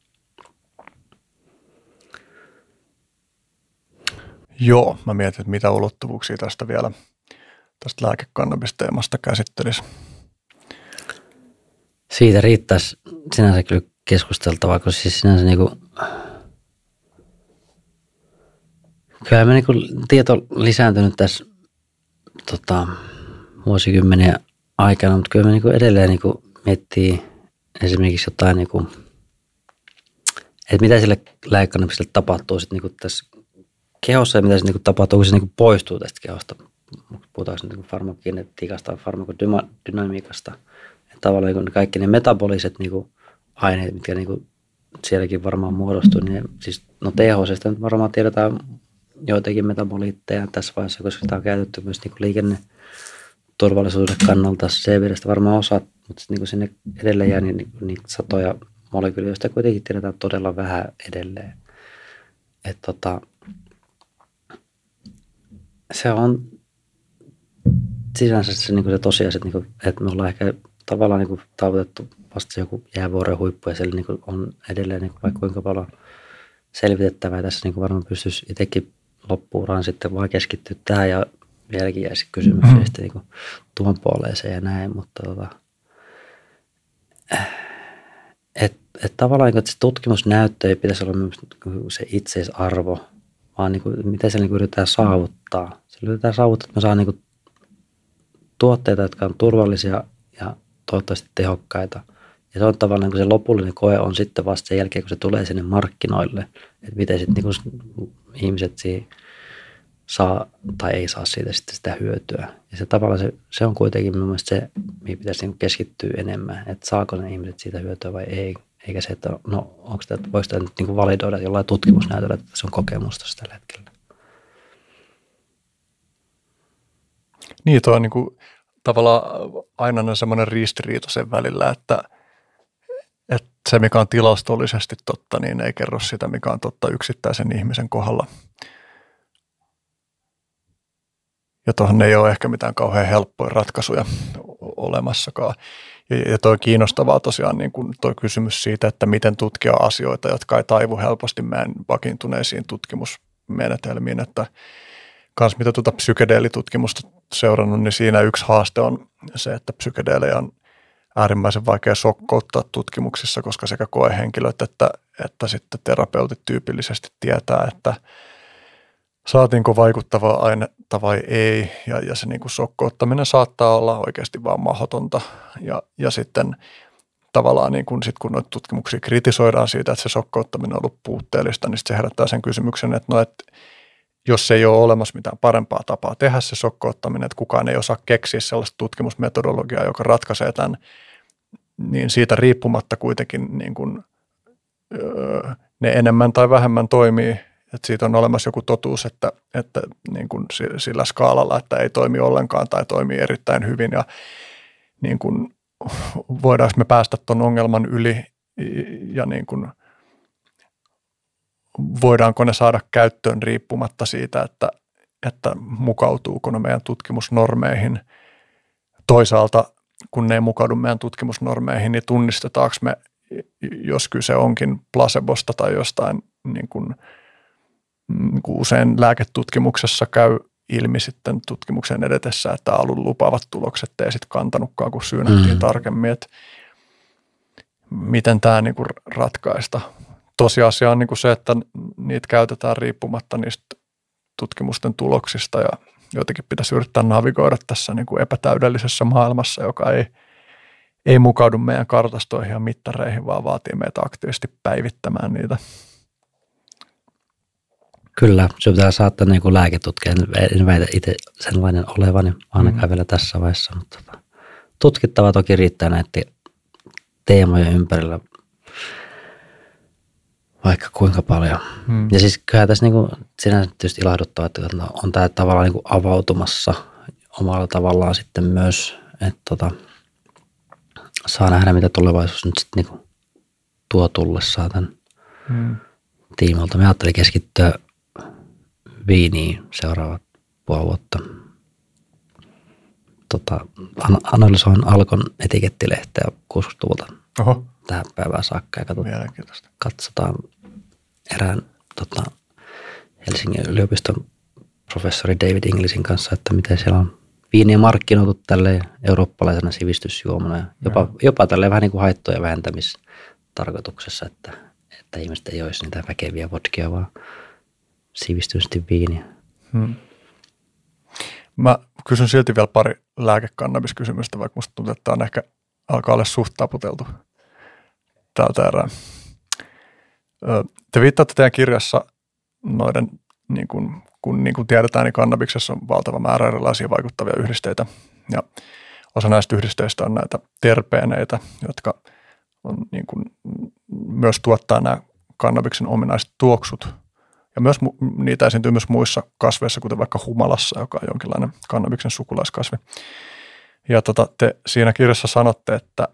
C: Joo, mä mietin, että mitä ulottuvuuksia tästä vielä tästä lääkekannabisteemasta käsittelisi.
D: Siitä riittäisi sinänsä kyllä keskusteltavaa, koska siis sinänsä niinku, kyllä me niinku tieto lisääntynyt tässä vuosikymmeniä aikana, mutta kyllä me niinku edelleen niinku miettii esimerkiksi jotain, niinku, että mitä sille lääkekannabikselle tapahtuu sitten niinku tässä kehossa ja mitä se niinku tapahtuu, kun se niinku poistuu tästä kehosta. Puhutaanko niinku farmakokinetiikasta tai farmakodynamiikasta. Tavallaan niin kaikki ne metaboliset niin aineet, mitkä niin sielläkin varmaan muodostuu, niin siis, no THC:stä nyt varmaan tiedetään joitakin metaboliitteja tässä vaiheessa, koska sitä on käytetty myös niin liikenneturvallisuuden kannalta. CBD:stä varmaan osa, mutta niin sinne edelleen jää niin satoja molekyyliä, joista kuitenkin tiedetään todella vähän edelleen. Se on sinänsä se, niin se tosiasia, että me ollaan ehkä tavallaan niin tavoitettu vasta se joku jäävuoren huippu ja siellä niin on edelleen niin vaikka kuinka paljon selvitettävää. Tässä niin varmaan pystyisi itsekin loppuuraan sitten vaan keskittyä tähän ja vieläkin jäisi kysymyksiä sitten niin tuon puoleeseen ja näin. Mutta tavallaan että se tutkimusnäyttö ei pitäisi olla myös se itseisarvo, vaan niin kuin, miten se niin yritetään saavuttaa. Se yritetään saavuttaa, että me saa niin tuotteita, jotka on turvallisia ja toivottavasti tehokkaita. Ja se on tavallaan, kun se lopullinen koe on sitten vasta sen jälkeen, kun se tulee sinne markkinoille, että miten sitten niin ihmiset saa tai ei saa siitä sitten sitä hyötyä. Ja se tavallaan se on kuitenkin minun mielestä se, mihin pitäisi niin keskittyä enemmän, että saako ne ihmiset siitä hyötyä vai ei. Eikä se, että no voiko sitä nyt niin validoida jollain tutkimusnäytöllä, että se on kokemusta tällä hetkellä.
C: Niin, tuo on niin kuin tavallaan aina semmoinen ristiriita sen välillä, että se, mikä on tilastollisesti totta, niin ei kerro sitä, mikä on totta yksittäisen ihmisen kohdalla. Ja tuohon ei ole ehkä mitään kauhean helppoja ratkaisuja olemassakaan. Ja toi kiinnostavaa tosiaan niin kuin toi kysymys siitä, että miten tutkia asioita, jotka ei taivu helposti meidän vakiintuneisiin tutkimusmenetelmiin, että kans mitä tuota psykedeelitutkimusta seurannut, niin siinä yksi haaste on se, että psykedeelejä on äärimmäisen vaikea sokkouttaa tutkimuksissa, koska sekä koehenkilöt että sitten terapeutit tyypillisesti tietää, että saatiinko vaikuttavaa ainetta vai ei, ja se niin kuin sokkouttaminen saattaa olla oikeasti vaan mahdotonta, ja sitten tavallaan niin kun noita tutkimuksia kritisoidaan siitä, että se sokkouttaminen on ollut puutteellista, niin se herättää sen kysymyksen, että jos ei ole olemassa mitään parempaa tapaa tehdä se sokkouttaminen, että kukaan ei osaa keksiä sellaista tutkimusmetodologiaa, joka ratkaisee tämän, niin siitä riippumatta kuitenkin niin kuin, ne enemmän tai vähemmän toimii, että siitä on olemassa joku totuus, että niin kuin sillä skaalalla, että ei toimi ollenkaan tai toimii erittäin hyvin ja niin kuin, voidaanko me päästä tuon ongelman yli ja niin kuin, voidaanko ne saada käyttöön riippumatta siitä, että mukautuuko ne meidän tutkimusnormeihin. Toisaalta, kun ne ei mukaudu meidän tutkimusnormeihin, niin tunnistetaanko me, jos kyse onkin placebosta tai jostain, niin kuin usein lääketutkimuksessa käy ilmi sitten tutkimuksen edetessä, että alun lupaavat tulokset ei sitten kantanutkaan, kun syynättiin tarkemmin, että miten tämä niin kuin ratkaista. Tosiasia on niin kuin se, että niitä käytetään riippumatta niistä tutkimusten tuloksista ja jotenkin pitäisi yrittää navigoida tässä niin kuin epätäydellisessä maailmassa, joka ei mukaudu meidän kartastoihin ja mittareihin, vaan vaatii meitä aktiivisesti päivittämään niitä.
D: Kyllä, se pitää saattaa niin kuin lääketutkija. En väitä itse sellainen olevani ainakaan vielä tässä vaiheessa, mutta tutkittavaa toki riittää näiden teemojen ympärillä vaikka kuinka paljon. Ja siis kyllähän tässä niin kuin, sinänsä tietysti ilahduttavaa, että on tämä tavallaan niin kuin avautumassa omalla tavallaan sitten myös, että saa nähdä, mitä tulevaisuus nyt sitten niin tuo tullessaan tämän tiimalta. Me ajattelin keskittyä viiniin seuraavat puoli vuotta. Analysoin Alkon etikettilehteä 60-luvulta tähän päivään saakka ja katsotaan erään Helsingin yliopiston professori David Inglissin kanssa, että miten siellä on viiniä markkinoitu tälleen eurooppalaisena sivistysjuomana ja jopa tälleen vähän niin kuin haittoja vähentämistarkoituksessa, että ihmiset ei olisi niitä väkeviä vodkia, vaan sivistyisesti viiniä.
C: Mä kysyn silti vielä pari lääkekannabiskysymystä, vaikka musta tuntuu, että tämä on ehkä alkaa olla suht taputeltu tältä erää. Te viittaatte teidän kirjassa noiden, kun tiedetään, niin kannabiksessa on valtava määrä erilaisia vaikuttavia yhdisteitä. Ja osa näistä yhdisteistä on näitä terpeeneitä, jotka on, myös tuottaa nämä kannabiksen ominaiset tuoksut. Ja myös niitä esiintyy myös muissa kasveissa, kuten vaikka humalassa, joka on jonkinlainen kannabiksen sukulaiskasvi. Ja te siinä kirjassa sanotte, että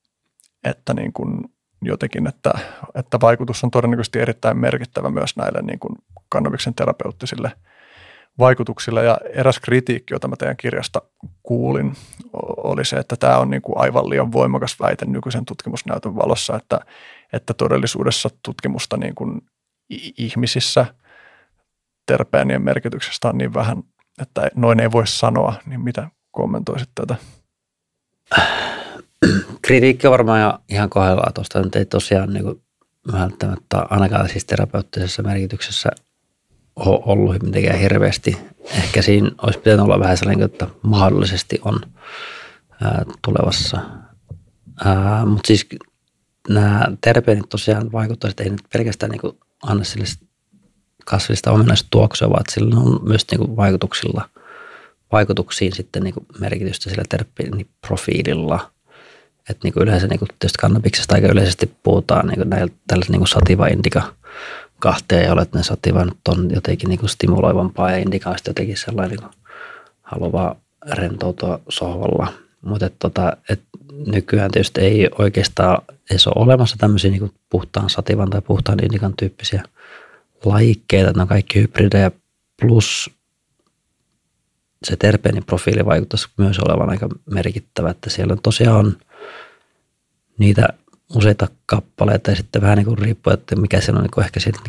C: jotenkin, että vaikutus on todennäköisesti erittäin merkittävä myös näille kannabiksen terapeuttisille vaikutuksille. Ja eräs kritiikki, jota mä teidän kirjasta kuulin, oli se, että tämä on aivan liian voimakas väite nykyisen tutkimusnäytön valossa, että todellisuudessa tutkimusta ihmisissä terpeenien merkityksestä on niin vähän, että noin ei voi sanoa. Niin mitä kommentoisit tätä?
D: Kritiikki on varmaan ihan kohdallaan tuosta, nyt ei tosiaan välttämättä ainakaan siis terapeuttisessa merkityksessä ole ollut mitenkään hirveästi. Ehkä siinä olisi pitänyt olla vähän sellainen, että mahdollisesti on tulevassa. Mutta siis nämä terpeenit tosiaan vaikuttavat, että ei nyt pelkästään anna sille kasvillista ominaista tuoksua, vaan sillä on myös vaikutuksiin sitten merkitystä sillä terpeeniprofiililla. Että yleensä tietysti kannabiksesta aika yleisesti puhutaan tällaisen sativa indica kahteen, ja että ne sativa nyt on jotenkin stimuloivampaa ja indica on jotenkin sellainen haluaa rentoutua sohvalla. Mutta nykyään tietysti ei oikeastaan edes ole olemassa tämmöisiä puhtaan sativan tai puhtaan indikan tyyppisiä lajikkeita. Ne on kaikki hybridejä plus se terpeeniprofiili vaikuttaisi myös olevan aika merkittävä, että siellä tosiaan niitä useita kappaleita ja sitten vähän riippuu, että mikä siellä on ehkä siitä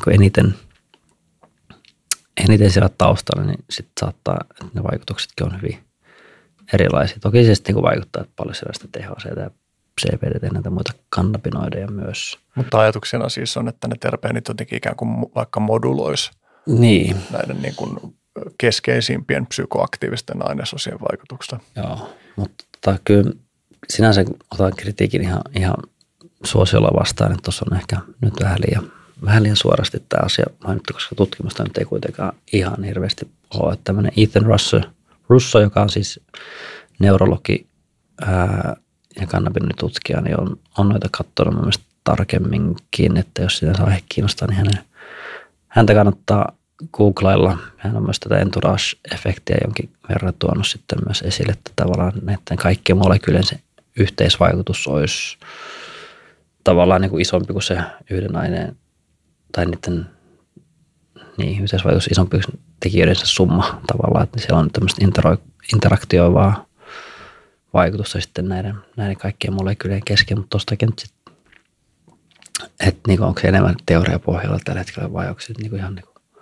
D: eniten siellä taustalla, niin sitten saattaa, että ne vaikutuksetkin on hyvin erilaisia. Toki se sitten vaikuttaa, että paljon sellaista THC ja CBD ja näitä muita kannabinoideja myös.
C: Mutta ajatuksena siis on, että ne terpeenit jotenkin ikään kuin vaikka moduloisi näiden keskeisimpien psykoaktiivisten ainesosien vaikutuksesta.
D: Joo, mutta kyllä sinänsä otan kritiikin ihan suosiolla vastaan, että tuossa on ehkä nyt vähän liian suorasti tämä asia mainittu, koska tutkimusta nyt ei kuitenkaan ihan hirveästi ole. Että tämmöinen Ethan Russo, joka on siis neurologi ja kannabinoiditutkija, niin on noita katsonut mielestäni tarkemminkin, että jos sitä saa ehkä kiinnostaa, niin häntä kannattaa googlailla. Hän on myös tätä entourage-efektiä jonkin verran tuonut sitten myös esille, että tavallaan näiden kaikkien molekyylien se yhteisvaikutus olisi tavallaan isompi kuin se yhden aineen, tai niiden yhteisvaikutus isompi kuin tekijöidensä summa tavallaan, että siellä on tämmöistä interaktioivaa vaikutusta sitten näiden kaikkien molekyylien kesken, mutta tuostakin nyt sitten, että onko se enemmän teoriapohjalla tällä hetkellä vai onko se ihan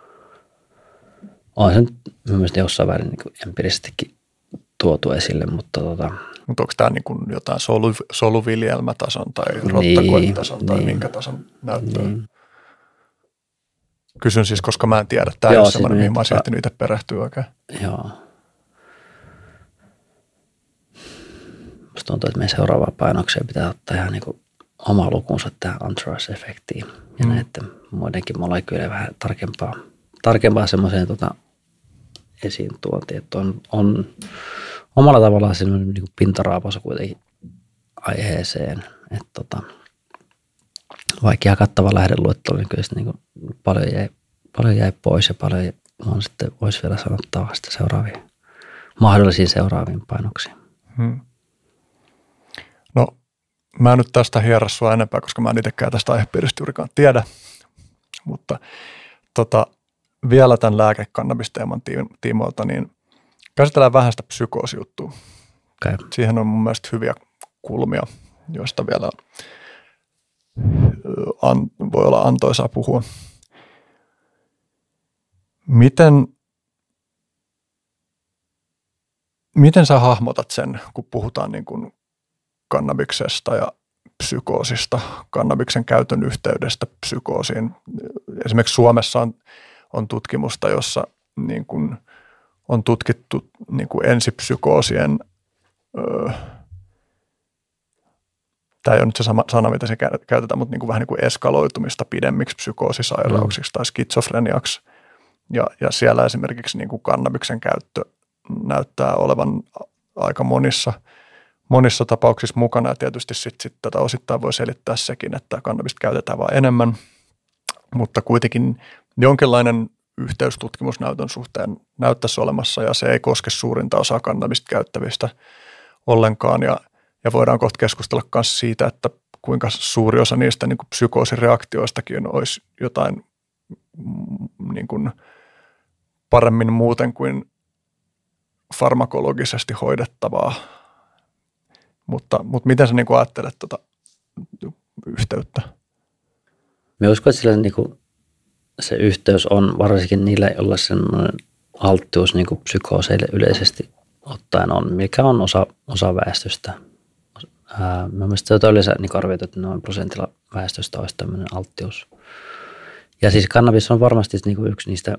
D: on se mielestäni jossain väärin empiirisestikin tuotu esille, mutta
C: Mutta onko tämä jotain soluviljelmätason tai rottakoetason tai minkä tason näyttöä? Kysyn siis, koska mä en tiedä. Tämä ei ole sellainen, mihin mä olisin ehtinyt itse perehtyä oikein.
D: Joo. Musta tuntuu, että meidän seuraavaan painokseen pitää ottaa ihan oma lukunsa tähän entourage-efektiin ja näiden muidenkin molekyylien vähän tarkempaa semmoiseen esiin tuontiin, että on omalla tavallaan semmoinen pintaraapaus kuitenkin aiheeseen, että vaikka ihan kattava lähdeluettelo, niin kyllä paljon jäi pois ja paljon on sitten voisi vielä sanottavaa sitten mahdollisiin seuraaviin painoksiin.
C: No Mä en nyt tästä hierrä sua enempää, koska mä en itsekään tästä aihepiiristä juurikaan tiedä, mutta vielä tämän lääkekannabisteeman tiimoilta, niin käsitellään vähän sitä psykoosijuttua.
D: Okay.
C: Siihen on mun mielestä hyviä kulmia, joista vielä voi olla antoisaa puhua. Miten sä hahmotat sen, kun puhutaan niin kuin kannabiksesta ja psykoosista, kannabiksen käytön yhteydestä psykoosiin? Esimerkiksi Suomessa on tutkimusta, jossa niin kuin on tutkittu niin kuin ensipsykoosien, tämä ei ole nyt se sama sana, mitä se käytetään, mutta niin kuin vähän niin kuin eskaloitumista pidemmiksi psykoosisairauksiksi tai skitsofreniaksi. Ja siellä esimerkiksi niin kuin kannabiksen käyttö näyttää olevan aika monissa tapauksissa mukana, ja tietysti sit tätä osittain voi selittää sekin, että kannabista käytetään vaan enemmän, mutta kuitenkin jonkinlainen yhteys tutkimusnäytön suhteen näyttäisi olemassa, ja se ei koske suurinta osaa kannabista käyttävistä ollenkaan, ja voidaan kohta keskustella myös siitä, että kuinka suuri osa niistä niin kuin psykoosireaktioistakin olisi jotain niin kuin paremmin muuten kuin farmakologisesti hoidettavaa. Mutta miten sä niin kuin ajattelet tuota yhteyttä?
D: Mä uskon, että sillä niin kuin se yhteys on varsinkin niillä, joilla semmoinen alttius niin kuin psykooseille yleisesti ottaen on, mikä on osa väestöstä. Mä mielestä se on yleensä niin arvioitu, että noin prosentilla väestöstä olisi tämmöinen alttius. Ja siis kannabis on varmasti niin kuin yksi niistä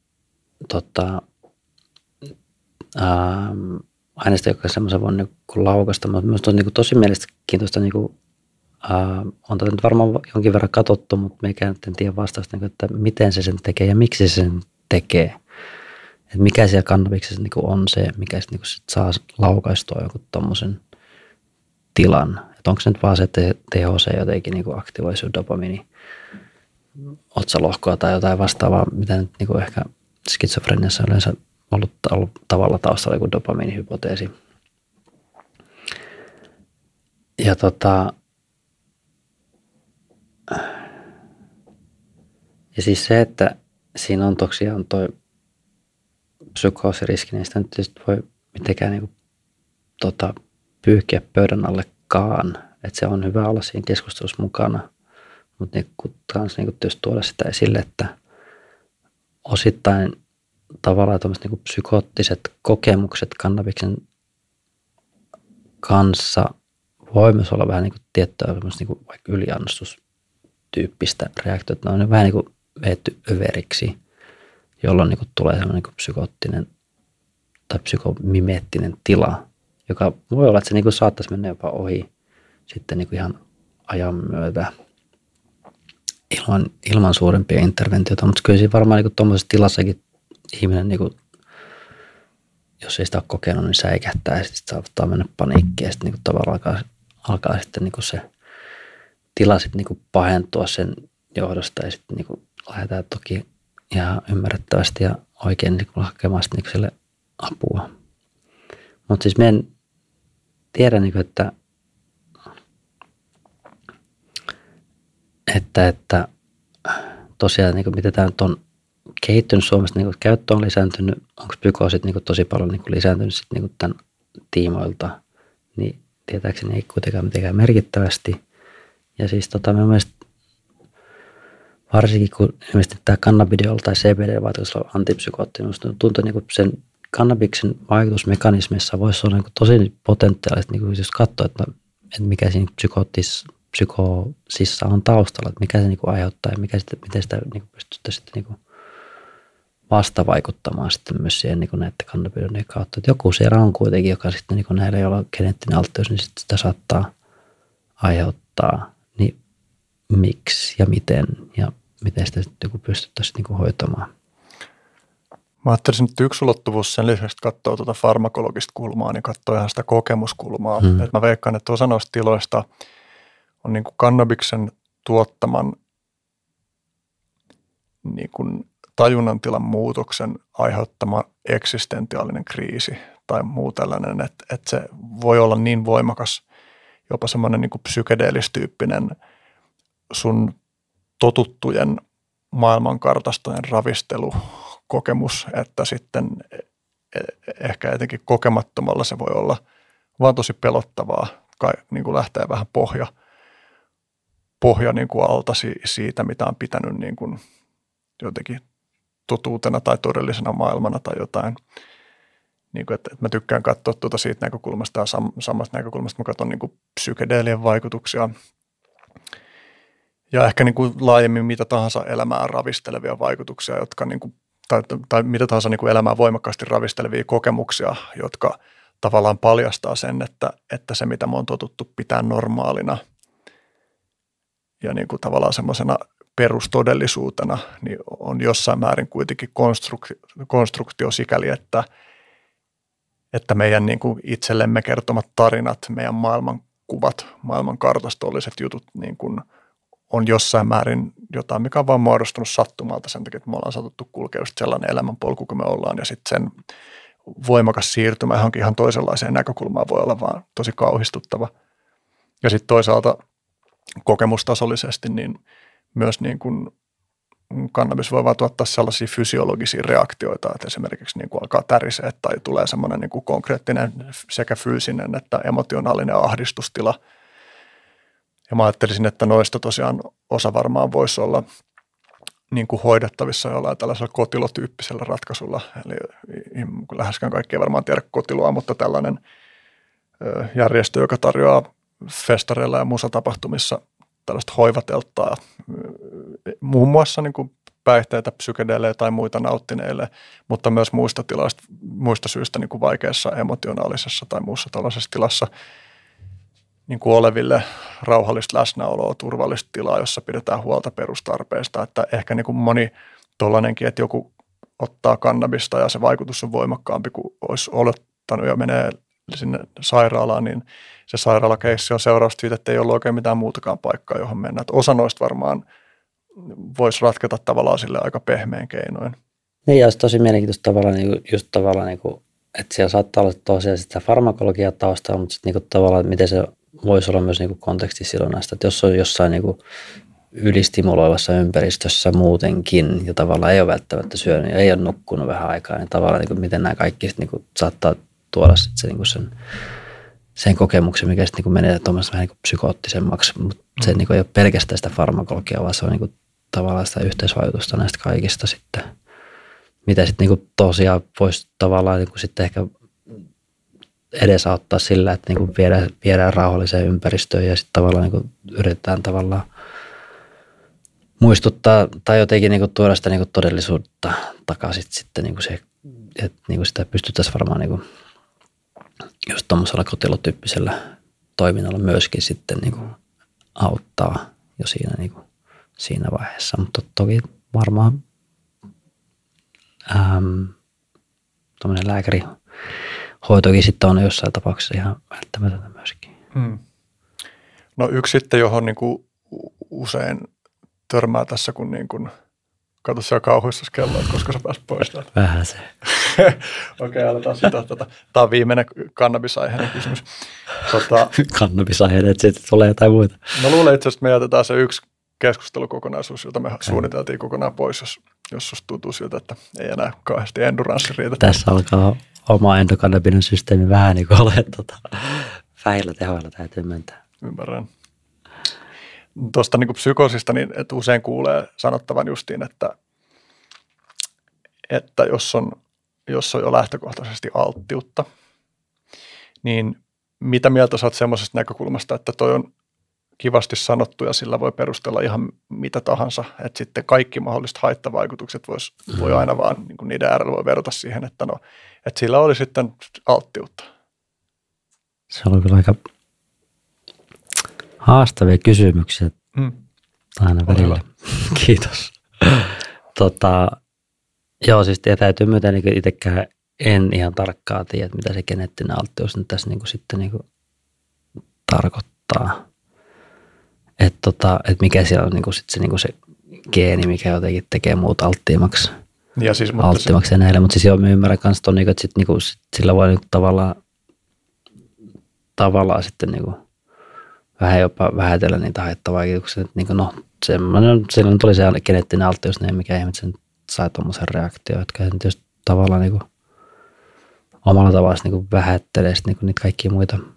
D: aineista, joka semmoisen voi niin laukasta, mutta minusta on niin tosi mielenkiintoista, niin kuin, on tätä nyt varmaan jonkin verran katsottu, mutta meikään en tiedä vastausta, niin kuin, että miten se sen tekee ja miksi se sen tekee. Että mikä siellä kannabiksessa niin on se, mikä sit, niin sit saa laukaistua joku tommosen tilan. Että onko se nyt vaan se, että THC jotenkin niin aktivoi sun dopamiini otsalohkoa tai jotain vastaavaa, mitä nyt niin ehkä skitsofreniassa yleensä ollut tavalla taustalla joku dopamiinihypoteesi. Ja ja siis se, että siinä on tosiaan toi psykoosiriski, niin sitä nyt tietysti voi mitenkään niin pyyhkiä pöydän allekaan. Että se on hyvä olla siinä keskustelussa mukana, mutta kans niin tietysti tuoda sitä esille, että osittain tavallaan tuommoiset niin psykoottiset kokemukset kannabiksen kanssa voi myös olla vähän niin kuin tiettyä niin vaikka yliannostustyyppistä reaktiota. Ne on vähän niin kuin veetty överiksi, jolloin niin kuin tulee sellainen niin psykoottinen tai psykomimeettinen tila, joka voi olla, että se niin kuin saattaisi mennä jopa ohi sitten niin kuin ihan ajan myötä ilman suurempia interventioita. Mutta kyllä siinä varmaan niin tuommoisessa tilassakin ihminen, niin kuin, jos ei sitä ole kokenut, niin säikähtää ja sitten saattaa mennä paniikkiin ja sitten niin tavallaan alkaa sitten niin se tila sitten niin pahentua sen johdosta ja sitten niin lähdetään toki ihan ymmärrettävästi ja oikein niin hakemaan sitten niin sille apua. Mutta siis mä en tiedä, niin kuin, että tosiaan niin kuin, mitä tämä nyt on kehittynyt Suomessa, niin käyttö on lisääntynyt, onko psykoosit niin tosi paljon niin lisääntynyt sit, niin tämän tiimoilta, niin tietääkseni ei kuitenkaan mitenkään merkittävästi. Ja siis minun mielestä varsinkin kun ilmeisesti tämä cannabidiol tai CBD-vaikutus on antipsykoottinen, tuntuu niin sen kannabiksen vaikutusmekanismissa voisi olla niin tosi potentiaalista, niin jos katsoo, että mikä siinä psykoosissa on taustalla, että mikä se niin aiheuttaa ja miten sitä niin pystyttäisiin sitten niin vastavaikuttamaan sitten myös siihen niin näiden kannabinoidien kautta. Että joku siellä on kuitenkin, joka sitten niin näillä, joilla on geneettinen alttius, niin sitten sitä saattaa aiheuttaa. Niin miksi ja miten sitä sitten niin pystyttäisiin niin hoitamaan?
C: Mä ajattelisin, että yksi ulottuvuus sen lisäksi katsoo tuota farmakologista kulmaa, niin katsoo ihan sitä kokemuskulmaa. Että mä veikkaan, että osa noista tiloista on niin kuin kannabiksen tuottaman niin kuin tajunnantilan muutoksen aiheuttama eksistentiaalinen kriisi tai muu tällainen, että se voi olla niin voimakas jopa semmoinen niin kuin psykedeelistyyppinen sun totuttujen maailmankartastojen ravistelukokemus, että sitten ehkä etenkin kokemattomalla se voi olla vaan tosi pelottavaa, niin kuin lähtee vähän pohja niin kuin alta siitä, mitä on pitänyt niin kuin jotenkin totuutena tai todellisena maailmana tai jotain. Niin kuin, että mä tykkään katsoa tuota siitä näkökulmasta ja samasta näkökulmasta mä katson niin kuin psykedeelien vaikutuksia ja ehkä niin kuin laajemmin mitä tahansa elämää ravistelevia vaikutuksia, jotka niin kuin, tai mitä tahansa niin kuin elämää voimakkaasti ravistelevia kokemuksia, jotka tavallaan paljastaa sen, että se mitä me on totuttu pitää normaalina ja niin kuin tavallaan semmoisena perustodellisuutena, niin on jossain määrin kuitenkin konstruktio sikäli, että meidän niin kuin itsellemme kertomat tarinat, meidän maailmankuvat, maailmankartastolliset jutut niin kuin on jossain määrin jotain, mikä on vaan muodostunut sattumalta sen takia, että me ollaan satuttu kulkea just sellainen elämänpolku, kun me ollaan, ja sitten sen voimakas siirtymä johonkin ihan toisenlaiseen näkökulmaan voi olla vaan tosi kauhistuttava. Ja sitten toisaalta kokemustasollisesti niin myös niin kuin kannabis voi vaan tuottaa sellaisia fysiologisia reaktioita, että esimerkiksi niin kuin alkaa tärisee tai tulee semmoinen niin kuin konkreettinen sekä fyysinen että emotionaalinen ahdistustila. Ja mä ajattelisin, että noista tosiaan osa varmaan voisi olla niin kuin hoidettavissa jollain tällaisella kotilotyyppisellä ratkaisulla. Eli läheskään kaikki ei varmaan tiedä kotiloa, mutta tällainen järjestö, joka tarjoaa festareilla ja musatapahtumissa tällaista hoivatelttaa muun muassa niin kuin päihteitä, psykedeelejä tai muita nauttineille, mutta myös muista syistä niin kuin vaikeassa emotionaalisessa tai muussa tällaisessa tilassa niin kuin oleville rauhallista läsnäoloa, turvallista tilaa, jossa pidetään huolta perustarpeista. Että ehkä niin kuin moni tollainenkin, että joku ottaa kannabista ja se vaikutus on voimakkaampi kuin olisi olettanut ja menee sinne sairaalaan, niin se sairaalakeissi on seurausta siitä, että ei ollut oikein mitään muutakaan paikkaa, johon mennä. Että osa noista varmaan voisi ratketa tavallaan sille aika pehmeän keinoin.
D: Niin, ja olisi tosi mielenkiintoista tavallaan, just tavallaan, että siellä saattaa olla tosiaan sitä farmakologiaa taustalla, mutta sitten tavallaan, että miten se voisi olla myös kontekstisidonnaista, että jos on jossain ylistimuloivassa ympäristössä muutenkin ja tavallaan ei ole välttämättä syönyt ja ei ole nukkunut vähän aikaa, niin tavallaan miten nämä kaikki sitten saattaa tuoda sitten sen kokemuksen, mikä sitten menee tuommoista vähän psykoottisemmaksi, mutta se ei ole pelkästään sitä farmakologiaa, vaan se on tavallaan sitä yhteisvaikutusta näistä kaikista sitten, mitä sitten tosiaan voisi tavallaan sitten ehkä edesauttaa sillä, että viedään rauhalliseen ympäristöön ja sitten tavallaan yritetään tavallaan muistuttaa tai jotenkin tuoda sitä todellisuutta takaisin sitten se, että sitä pystyttäisiin varmaan just tuommoisella kotilotyyppisellä toiminnalla myöskin sitten auttaa jo siinä vaiheessa, mutta toki varmaan tuommoinen lääkärihoitokin sitten on jossain tapauksessa ihan välttämätöntä myöskin.
C: No yksi sitten, johon usein törmää tässä, kun katso siellä kauhuissasi kelloa, koska sä pääsit pois täältä.
D: Vähän se.
C: Okei, aletaan sitä. Tämä on viimeinen kannabisaiheinen kysymys.
D: Kannabisaiheinen, että sitten tulee jotain muita.
C: Mä luulen itse asiassa, että me jätetään se yksi keskustelukokonaisuus, jota me suunniteltiin kokonaan pois, jos susta tuntuu siltä, että ei enää kauheasti enduranssi riitä.
D: Tässä alkaa oma endokannabinen systeemi vähän ole vähillä tehoilla täytyy myöntää.
C: Ymmärrän. Tuosta psykoosista, niin että usein kuulee sanottavan justiin, että jos on jo lähtökohtaisesti alttiutta, niin mitä mieltä sä oot semmoisesta näkökulmasta, että toi on kivasti sanottu ja sillä voi perustella ihan mitä tahansa, että sitten kaikki mahdolliset haittavaikutukset voi aina vaan niiden äärellä voi verrata siihen, että että sillä oli sitten alttiutta.
D: Se on kyllä aika haastavia kysymyksiä aina välillä. Kiitos. Joo, siis täytyy myötä itsekään en ihan tarkkaan tiedä, mitä se geneettinen alttius nyt tässä sitten tarkoittaa. Että mikä siellä on sitten se geeni, mikä jotenkin tekee muut alttiimmaksi.
C: Ja siis,
D: alttiimmaksi näille, mutta siis joo, mä ymmärrän myös ton, että sillä voi tavallaan sitten vähän jopa vähätellä niitä haittavaikutuksia. Niin no, silloin tuli se geneettinen alttius, niin mikä ihmiset sen sai tuommoisen reaktion, jotka sen tietysti tavallaan niin kuin, omalla tavallaan niin vähättelee niin niitä kaikkia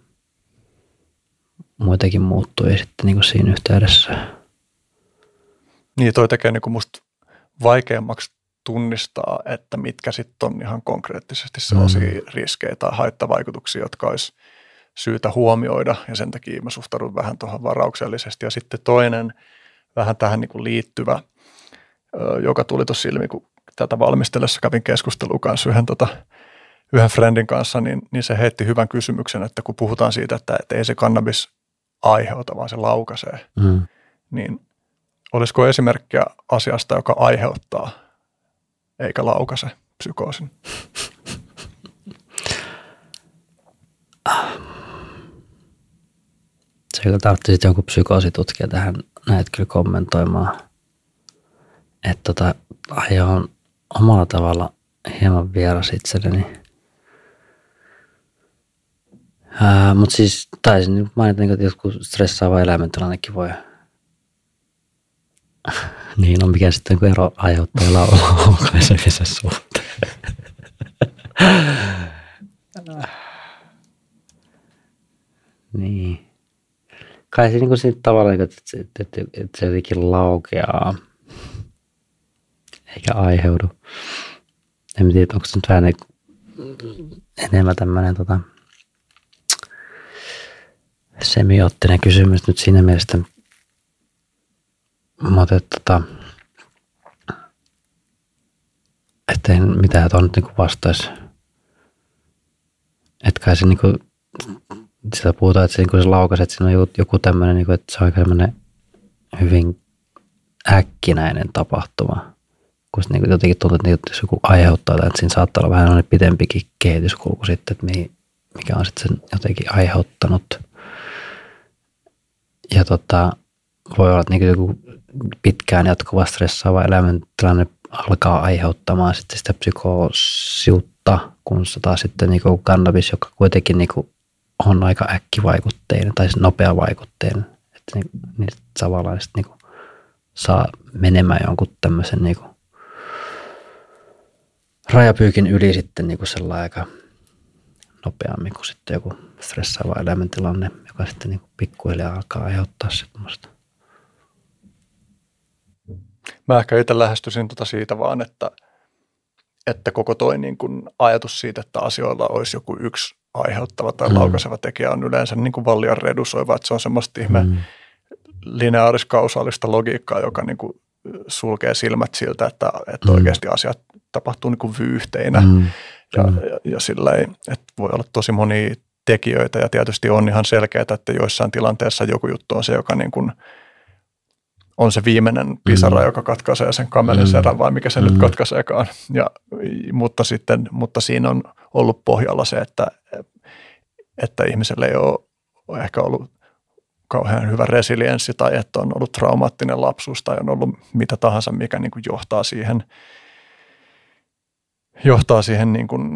D: muitakin muuttui sitten niin kuin siinä yhteydessä.
C: Niin, toi tekee niin kuin musta vaikeammaksi tunnistaa, että mitkä sitten on ihan konkreettisesti sellaisia riskejä tai haittavaikutuksia, jotka olisi syytä huomioida, ja sen takia mä suhtaudun vähän tuohon varauksellisesti. Ja sitten toinen vähän tähän niin kuin liittyvä, joka tuli tuossa ilmi, kun tätä valmistellessa kävin keskustelua kanssa yhden friendin kanssa, niin se heitti hyvän kysymyksen, että kun puhutaan siitä, että ei se kannabis aiheuta, vaan se laukaisee, niin olisiko esimerkkiä asiasta, joka aiheuttaa eikä laukaise psykoosin?
D: Se kyllä tarvitsisi joku psykoositutkija tähän näitä kyllä kommentoimaan. Että aihe on omalla tavalla hieman vieras itselleni. Mutta siis taisin mainita, että jotkut stressaava elämäntilannekin voi. Niin on mikä sitten kun ero aiheuttaa laukaisemisen suhteen. Niin. Kai se niin siitä tavallaan, että se jotenkin laukeaa, eikä aiheudu. En tiedä, onko se nyt vähän enemmän tämmöinen semioottinen kysymys nyt siinä mielessä, mutta että ei mitään tuon nyt niin vastaisi. Että kai se niinku sitä puhutaan, että se laukaisi, että siinä on joku tämmöinen, että se on aika hyvin äkkinäinen tapahtuma. Kun se jotenkin tuntuu, että jos joku aiheuttaa, että siinä saattaa olla vähän pitempikin kehityskulku sitten, että mikä on sitten sen jotenkin aiheuttanut. Ja voi olla, että joku pitkään jatkuva stressaava elämäntilanne alkaa aiheuttamaan sitten sitä psykoosiutta, kun se taas sitten kannabis, joka kuitenkin on aika äkkivaikutteinen tai nopea vaikutteinen, että niistä tavallaan sitten saa menemään jonkun tämmöisen rajapyykin yli sitten sellainen aika nopeammin kuin sitten joku stressaava elämäntilanne, joka sitten pikkuhiljaa alkaa aiheuttaa semmoista.
C: Mä ehkä itse lähestyisin siitä vaan, että koko toi ajatus siitä, että asioilla olisi joku yksi aiheuttava tai laukaiseva tekijä on yleensä vaan liian redusoiva, että se on semmoista ihme lineaaris-kausaalista logiikkaa, joka sulkee silmät siltä, että oikeasti asiat tapahtuu vyyhteinä ja silleen, että voi olla tosi monia tekijöitä ja tietysti on ihan selkeää, että joissain tilanteessa joku juttu on se, joka on se viimeinen pisara, joka katkaisee sen kamelin serän vai mikä se nyt katkaiseekaan. Mutta siinä on ollut pohjalla se, että ihmiselle ei ole ehkä ollut kauhean hyvä resilienssi tai että on ollut traumaattinen lapsuus tai on ollut mitä tahansa, mikä johtaa siihen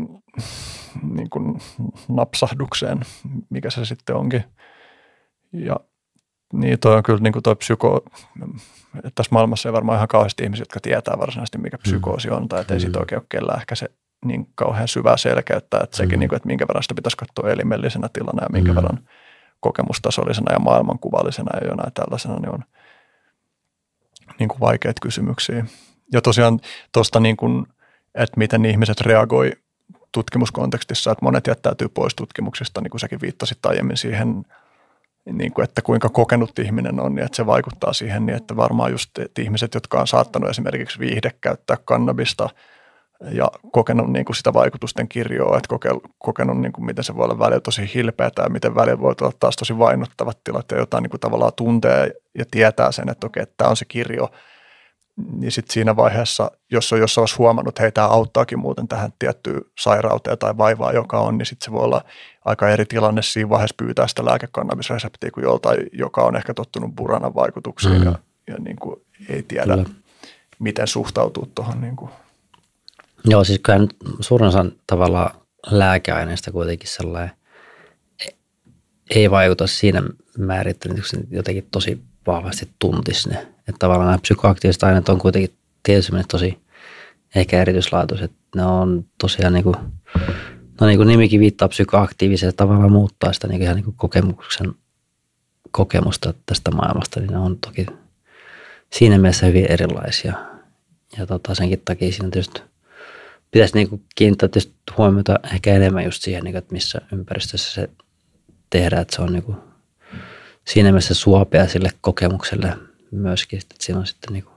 C: napsahdukseen, mikä se sitten onkin. Ja niin toi on kyllä toi tässä maailmassa ei varmaan ihan kauheasti ihmisiä, jotka tietää varsinaisesti, mikä psykoosi on, tai että ei siitä oikein ole kellään ehkä se niin kauhean syvää selkeyttä, että sekin, että minkä verran sitä pitäisi katsoa elimellisenä tilana ja minkä verran kokemustasollisena ja maailmankuvallisena ja jonain tällaisena, niin on vaikeita kysymyksiä. Ja tosiaan tuosta, että miten ihmiset reagoi tutkimuskontekstissa, että monet jättäytyy pois tutkimuksista, niin kuin säkin viittasit aiemmin siihen, että kuinka kokenut ihminen on, niin että se vaikuttaa siihen, niin että varmaan just että ihmiset, jotka on saattanut esimerkiksi käyttää kannabista ja kokenut sitä vaikutusten kirjoa, että kokenut miten se voi olla välillä tosi hilpeätä ja miten välillä voi olla taas tosi vainottavat tilat ja jotain tavallaan tuntee ja tietää sen, että okei, että tämä on se kirjo, niin sitten siinä vaiheessa, jos on jossain huomannut, että hei, tämä auttaakin muuten tähän tiettyyn sairauteen tai vaivaan, joka on, niin sitten se voi olla aika eri tilanne siinä vaiheessa pyytää sitä lääkekannabisreseptiä kuin joltain, joka on ehkä tottunut buranan vaikutuksiin ja ei tiedä, miten suhtautuu tuohon.
D: Joo, siis kyllä suurin osa tavallaan lääkeaineista kuitenkin sellainen ei vaikuta siinä määrin, että jotenkin tosi vahvasti tuntisi ne. Että tavallaan nämä psykoaktiiviset aineet on kuitenkin tietysti tosi ehkä erityislaatuiset. Ne on tosiaan niin kuin nimikin viittaa psykoaktiiviseen, tavallaan muuttaa sitä niin ihan niin kuin kokemusta tästä maailmasta, niin ne on toki siinä mielessä hyvin erilaisia. Ja senkin takia siinä tietysti pitäisi niin kuin kiinnittää tietysti huomiota ehkä enemmän just siihen, niin kuin, että missä ympäristössä se tehdään, että se on niin kuin siinä mielessä suopea sille kokemukselle myöskin, että siinä on sitten niin kuin,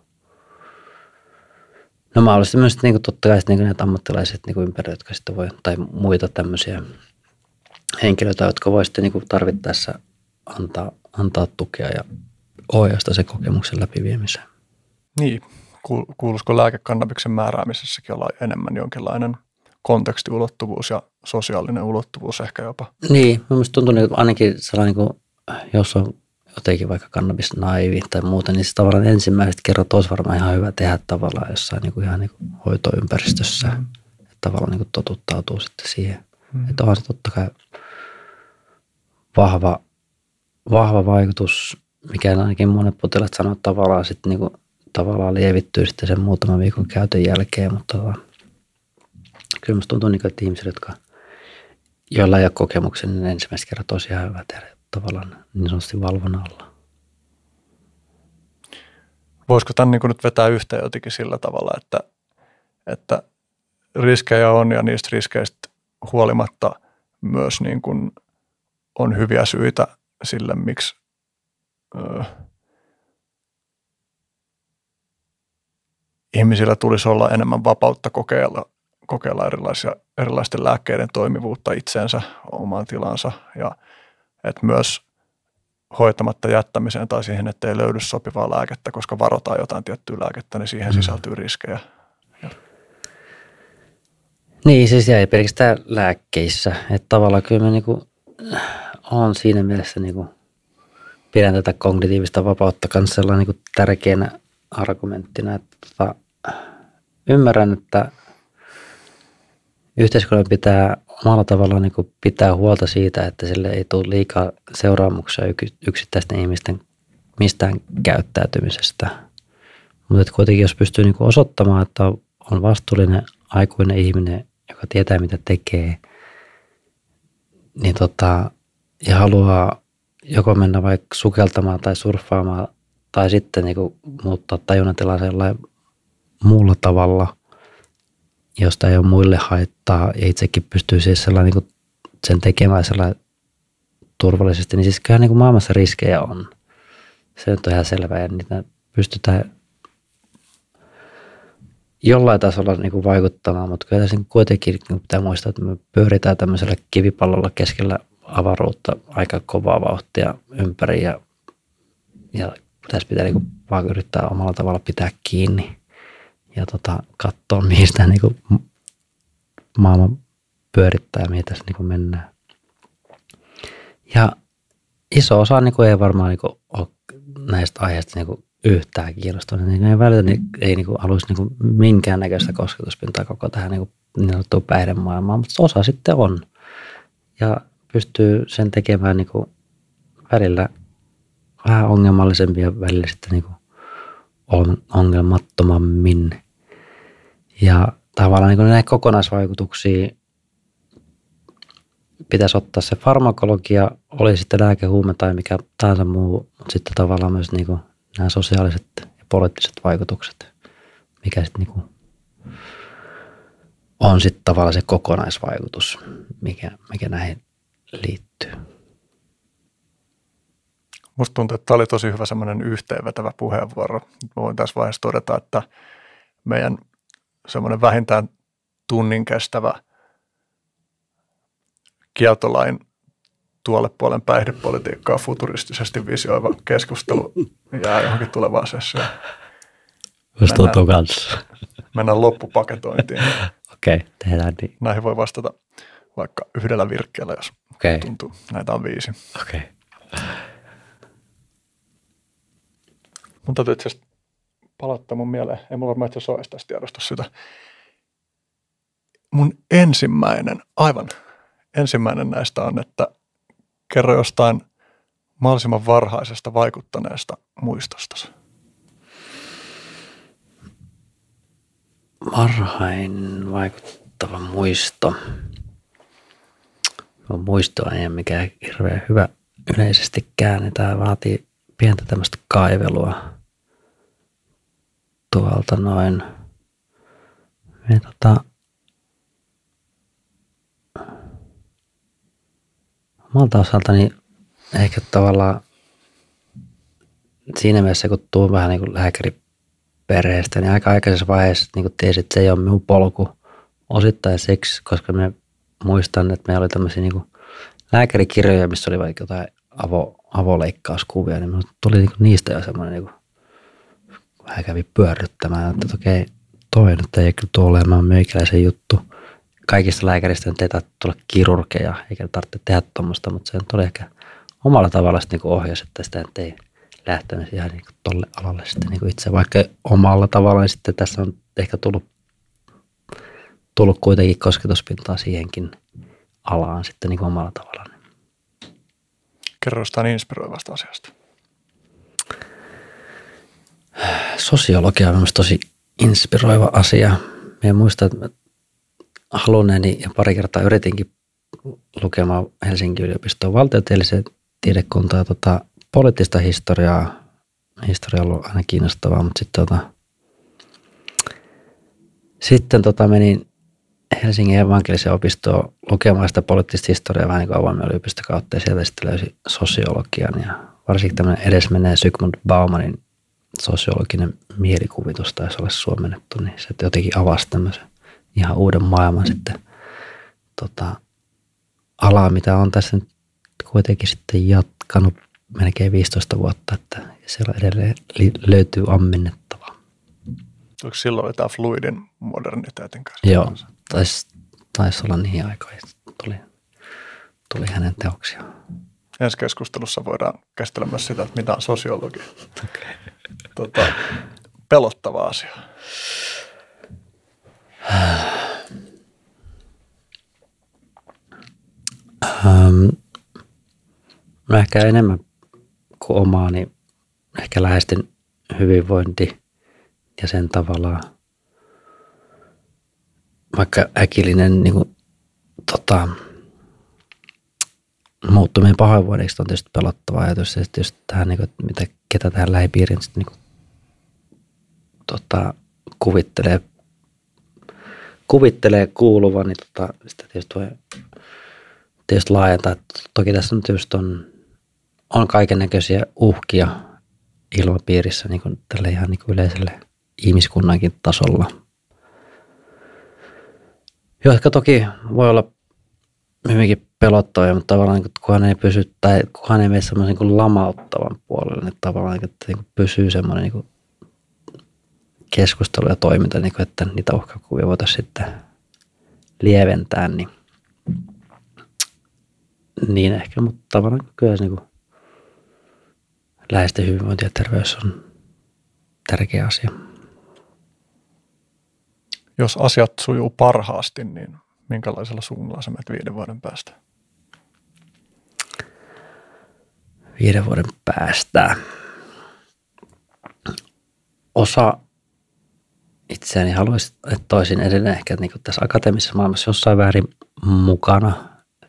D: no mahdollisesti myös niin kuin totta kai niin kuin näitä ammattilaiset niin kuin ympärillä, jotka sitten voi, tai muita tämmöisiä henkilöitä, jotka voi sitten niin kuin tarvittaessa antaa tukea ja ohjausta sen kokemuksen läpiviemiseen.
C: Niin, kuuluisiko lääkekannabiksen määräämisessäkin olla enemmän jonkinlainen kontekstiulottuvuus ja sosiaalinen ulottuvuus ehkä jopa?
D: Niin, mielestäni tuntuu, että ainakin sellainen, niin kuin, jos on jotenkin vaikka kannabisnaivi tai muuta, niin se tavallaan ensimmäiset kerrat olisi varmaan ihan hyvä tehdä tavallaan jossain niin kuin ihan niin kuin hoitoympäristössä. Että tavallaan niin kuin totuttautuu sitten siihen. Että onhan se totta kai vahva vaikutus, mikä ainakin monet potilaat sanoo, että tavallaan sitten niin kuin, tavallaan lievittyy sitten sen muutaman viikon käytön jälkeen, mutta kyllä musta tuntuu, että ihmiset, joilla ei ole kokemuksia, niin ensimmäistä kertaa tosiaan hyvä tehdä tavallaan niin sanotusti valvonnan alla.
C: Voisiko tämän niin kuin nyt vetää yhteen jotenkin sillä tavalla, että riskejä on ja niistä riskeistä huolimatta myös niin kuin on hyviä syitä sille, miksi ihmisillä tulisi olla enemmän vapautta kokeilla erilaisten lääkkeiden toimivuutta itseensä, omaan tilansa ja että myös hoitamatta jättämiseen tai siihen, että ei löydy sopivaa lääkettä, koska varotaan jotain tiettyä lääkettä, niin siihen sisältyy riskejä.
D: Niin, siis ei pelkästään lääkkeissä. Että tavallaan kyllä mä niinku, on siinä mielessä niinku, pidän tätä kognitiivista vapautta kanssa sellainen niinku tärkeänä argumenttina, että ymmärrän, että yhteiskunnan pitää omalla tavallaan niin kuin pitää huolta siitä, että sille ei tule liikaa seuraamuksia yksittäisten ihmisten mistään käyttäytymisestä. Mutta kuitenkin jos pystyy niin kuin osoittamaan, että on vastuullinen aikuinen ihminen, joka tietää mitä tekee, niin ja haluaa joko mennä vaikka sukeltamaan tai surffaamaan tai sitten niin kuin muuttaa tajunnantilaa sellainen muulla tavalla, josta ei ole muille haittaa ja itsekin pystyy siis sellainen, niin kuin sen tekemään sellainen turvallisesti, niin siis kyllä niin kuin maailmassa riskejä on. Se nyt on ihan selvä ja niitä pystytään jollain tasolla niin kuin vaikuttamaan, mutta kyllä tässä kuitenkin pitää muistaa, että me pyöritään tämmöisellä kivipallolla keskellä avaruutta aika kovaa vauhtia ympäri ja tässä pitää niin kuin vaan yrittää omalla tavalla pitää kiinni ja katsoa, mihin sitä niin kuin maailma pyörittää ja mihin tässä niin kuin mennään. Ja iso osa niin kuin ei varmaan niin kuin ole näistä aiheista niin kuin yhtään kiinnostunut. Niin ei välitä, niin ei niin kuin haluaisi niin kuin minkäännäköistä kosketuspintaa koko tähän niin sanottuun päihdemaailmaan, mutta osa sitten on. Ja pystyy sen tekemään niin kuin välillä vähän ongelmallisempi ja välillä sitten niin kuin ongelmattomammin. Ja tavallaan niin kuin näitä kokonaisvaikutuksia pitäisi ottaa se farmakologia, oli sitten lääke, huume tai mikä tahansa muu, mutta sitten tavallaan myös niin kuin nämä sosiaaliset ja poliittiset vaikutukset, mikä sitten niin kuin on sitten tavallaan se kokonaisvaikutus, mikä näihin liittyy.
C: Musta tuntuu, että tämä oli tosi hyvä semmoinen yhteenvetävä puheenvuoro. Mä voin tässä vaiheessa todeta, että meidän semmoinen vähintään tunnin kestävä kieltolain tuolle puolen päihdepolitiikkaa futuristisesti visioiva keskustelu jää johonkin tulevaan sessioon.
D: Musta tuntuu kanssa.
C: Mennään loppupaketointiin.
D: Okei, tehdään niin.
C: Näihin voi vastata vaikka yhdellä virkkeellä, jos tuntuu. Näitä on 5.
D: Okei.
C: Mun täytyy itse asiassa palauttaa mun mieleen. Ei mulla varmaan itse asiassa ole tästä tiedosta sitä. Mun aivan ensimmäinen näistä on, että Kerro jostain mahdollisimman varhaisesta vaikuttaneesta muistostasi.
D: Varhain vaikuttava muisto. Muisto ei ole mikään hirveän hyvä yleisestikään, niin tämä vaatii pientä tämmöistä kaivelua tuolta noin. Omalta osaltani ehkä tavallaan siinä mielessä, kun tuun vähän niin kuin lääkäriperheestä, niin aika aikaisessa vaiheessa niin kuin tiesin, että se ei ole minun polku osittain siksi, koska me muistan, että meillä oli tämmöisiä niin kuin lääkärikirjoja, missä oli vaikka jotain avoleikkauskuvia, niin minusta tuli niin kuin niistä jo semmoinen, niin kuin, vähän kävi pyörryttämään, että okei, toi nyt ei kyllä tule olemaan meikäläisen juttu. Kaikista lääkäristä nyt ei tarvitse tulla kirurgeja, eikä tarvitse tehdä tuommoista, mutta se tuli ehkä omalla tavalla sitten niin ohjasi, että sitä nyt ei lähtenyt ihan niin tolle alalle sitten niin itse, vaikka omalla tavalla, niin sitten tässä on ehkä tullut kuitenkin kosketuspintaa siihenkin alaan sitten niin omalla tavallaan.
C: Kerro jostain inspiroivasta asiasta.
D: Sosiologia on mielestäni tosi inspiroiva asia. Minä muistan, että halunneeni ja pari kertaa yritinkin lukemaan Helsingin yliopiston valtiotieteelliseen tiedekuntaa poliittista historiaa. Historia on ollut aina kiinnostavaa, mutta sitten menin Helsingin evankeliseen opistoon lukemaan sitä poliittista historiaa vähän niin kuin avoimen yliopiston kautta ja sieltä sitten löysin sosiologian ja varsinkin tämmöinen edesmenneen Zygmunt Baumanin sosiologinen mielikuvitus taisi olla suomennettu, niin se jotenkin avasi tämmöisen ihan uuden maailman sitten alaa, mitä on tässä nyt kuitenkin sitten jatkanut melkein 15 vuotta, että siellä edelleen löytyy ammennettavaa.
C: Oliko silloin jotain fluidin moderniteetin kanssa?
D: Joo, taisi olla niihin aikoihin, tuli hänen teoksiaan.
C: Ensi keskustelussa voidaan käsitellä myös sitä, että mitä on sosiologia.
D: Okay.
C: Pelottava asia.
D: Mä ehkä enemmän kuin omaani ehkä lähestyn hyvinvointi ja sen tavallaan vaikka äkillinen niin kuin, muuttuminen pahoinvoinniksi on tietysti pelottava ajatus. Ja tietysti tähän, niin kuin, että ketä tähän lähipiiriin sitten, niin kuin, kuvittelee kuuluvan, niin sitä tietysti voi tietysti laajentaa. Toki tässä nyt just on kaiken näköisiä uhkia ilmapiirissä niin kuin tälle ihan niin kuin yleiselle ihmiskunnankin tasolla. Jotka toki voi olla hyvinkin pelottavia, mutta tavallaan niin kunhan ei pysy, tai kunhan ei mene semmoisen niin lamauttavan puolelle, niin tavallaan että niin pysyy semmoinen niin keskustelu ja toiminta, niin kuin, että niitä uhkakuvia voitaisiin sitten lieventää, niin ehkä, mutta tavallaan kyllä se niin läheisten hyvinvointi ja terveys on tärkeä asia.
C: Jos asiat sujuu parhaasti, niin minkälaisella suunnalla sä menet 5 vuoden päästä?
D: 5 vuoden päästä. Osa itseäni haluaisi, että olisin edelleen ehkä niin kuin tässä akateemisessa maailmassa jossain väärin mukana.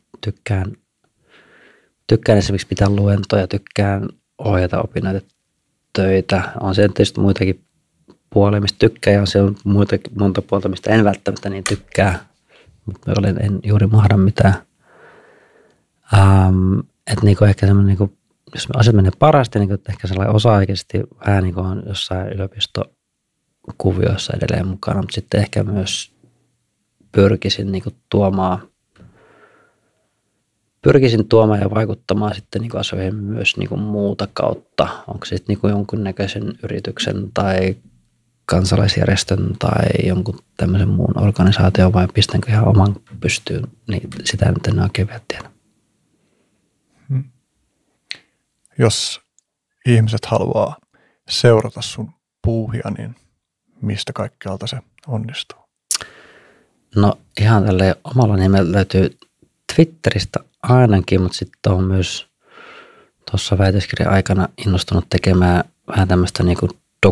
D: Tykkään esimerkiksi pitää luentoja, tykkään ohjata opinnoita töitä. On siellä tietysti muitakin puolia, mistä tykkää, ja on siellä monta puolta, mistä en välttämättä niin tykkää, mutta en juuri mahda mitään. Että niinku ehkä semmoinen, niinku, jos asiat menee parasti, niin ehkä sellainen osa-aikaisesti vähän niin kuin on jossain yliopistokuvioissa edelleen mukana, mutta sitten ehkä myös pyrkisin tuomaan ja vaikuttamaan sitten niin asioihin myös niin muuta kautta. Onko se sitten niin jonkunnäköisen yrityksen tai kansalaisjärjestön tai jonkun tämmöisen muun organisaation vai pistänkö ihan oman pystyyn, niin sitä nyt en oikein vielä tiedä.
C: Jos ihmiset haluaa seurata sun puuhia, niin mistä kaikkialta se onnistuu?
D: No ihan tälleen omalla nimellä löytyy Twitteristä ainakin, mutta sitten on myös tuossa väitöskirjan aikana innostunut tekemään vähän tämmöistä niin kuin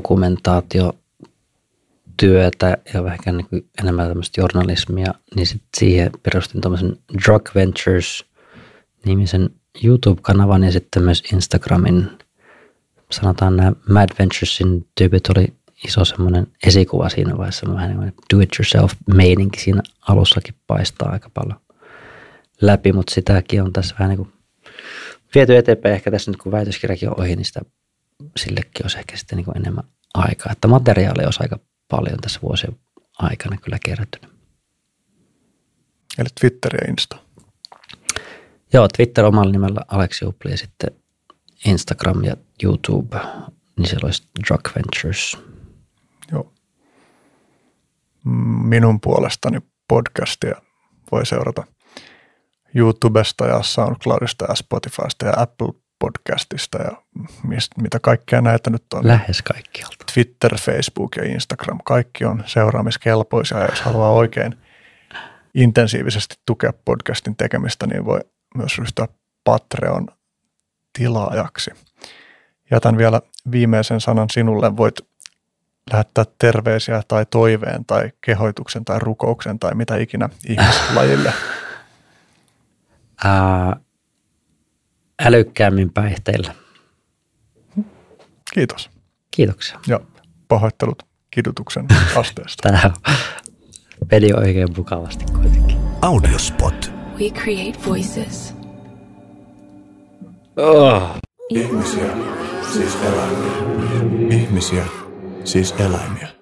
D: dokumentaatiotyötä ja vähän niin kuin enemmän tämmöistä journalismia, niin sitten siihen perustin tämmöisen Drug Ventures-nimisen YouTube-kanavan ja sitten myös Instagramin, sanotaan nämä Mad Venturesin tyypit oli iso semmoinen esikuva siinä vaiheessa, vähän niin kuin do-it-yourself-meininki siinä alussakin paistaa aika paljon läpi, mutta sitäkin on tässä vähän niin kuin viety eteenpäin. Ehkä tässä nyt kun väitöskirjakin on ohi, niin sillekin olisi ehkä sitten niin kuin enemmän aikaa. Että materiaalia olisi aika paljon tässä vuosien aikana kyllä kertynyt.
C: Eli Twitter ja Insta.
D: Joo, Twitter omalla nimellä Aleksi Upli ja sitten Instagram ja YouTube, niin siellä olisi Drug Ventures.
C: Joo. Minun puolestani podcastia voi seurata YouTubesta ja SoundCloudista ja Spotifysta ja Apple Podcastista ja mitä kaikkea näitä nyt on.
D: Lähes kaikkialta.
C: Twitter, Facebook ja Instagram, kaikki on seuraamiskelpoisia ja jos haluaa oikein intensiivisesti tukea podcastin tekemistä, niin voi myös ryhtyä Patreon-tilaajaksi. Jätän vielä viimeisen sanan sinulle. Voit lähettää terveisiä tai toiveen tai kehoituksen tai rukouksen tai mitä ikinä ihmislajille.
D: Älykkäämmin päihteillä.
C: Kiitos.
D: Kiitoksia.
C: Ja pahoittelut kidutuksen asteesta.
D: Tämä meni oikein mukavasti kuitenkin.
A: Audiospot.
B: We create voices.
A: Ihmisiä, siis eläimiä. Ihmisiä, siis eläimiä.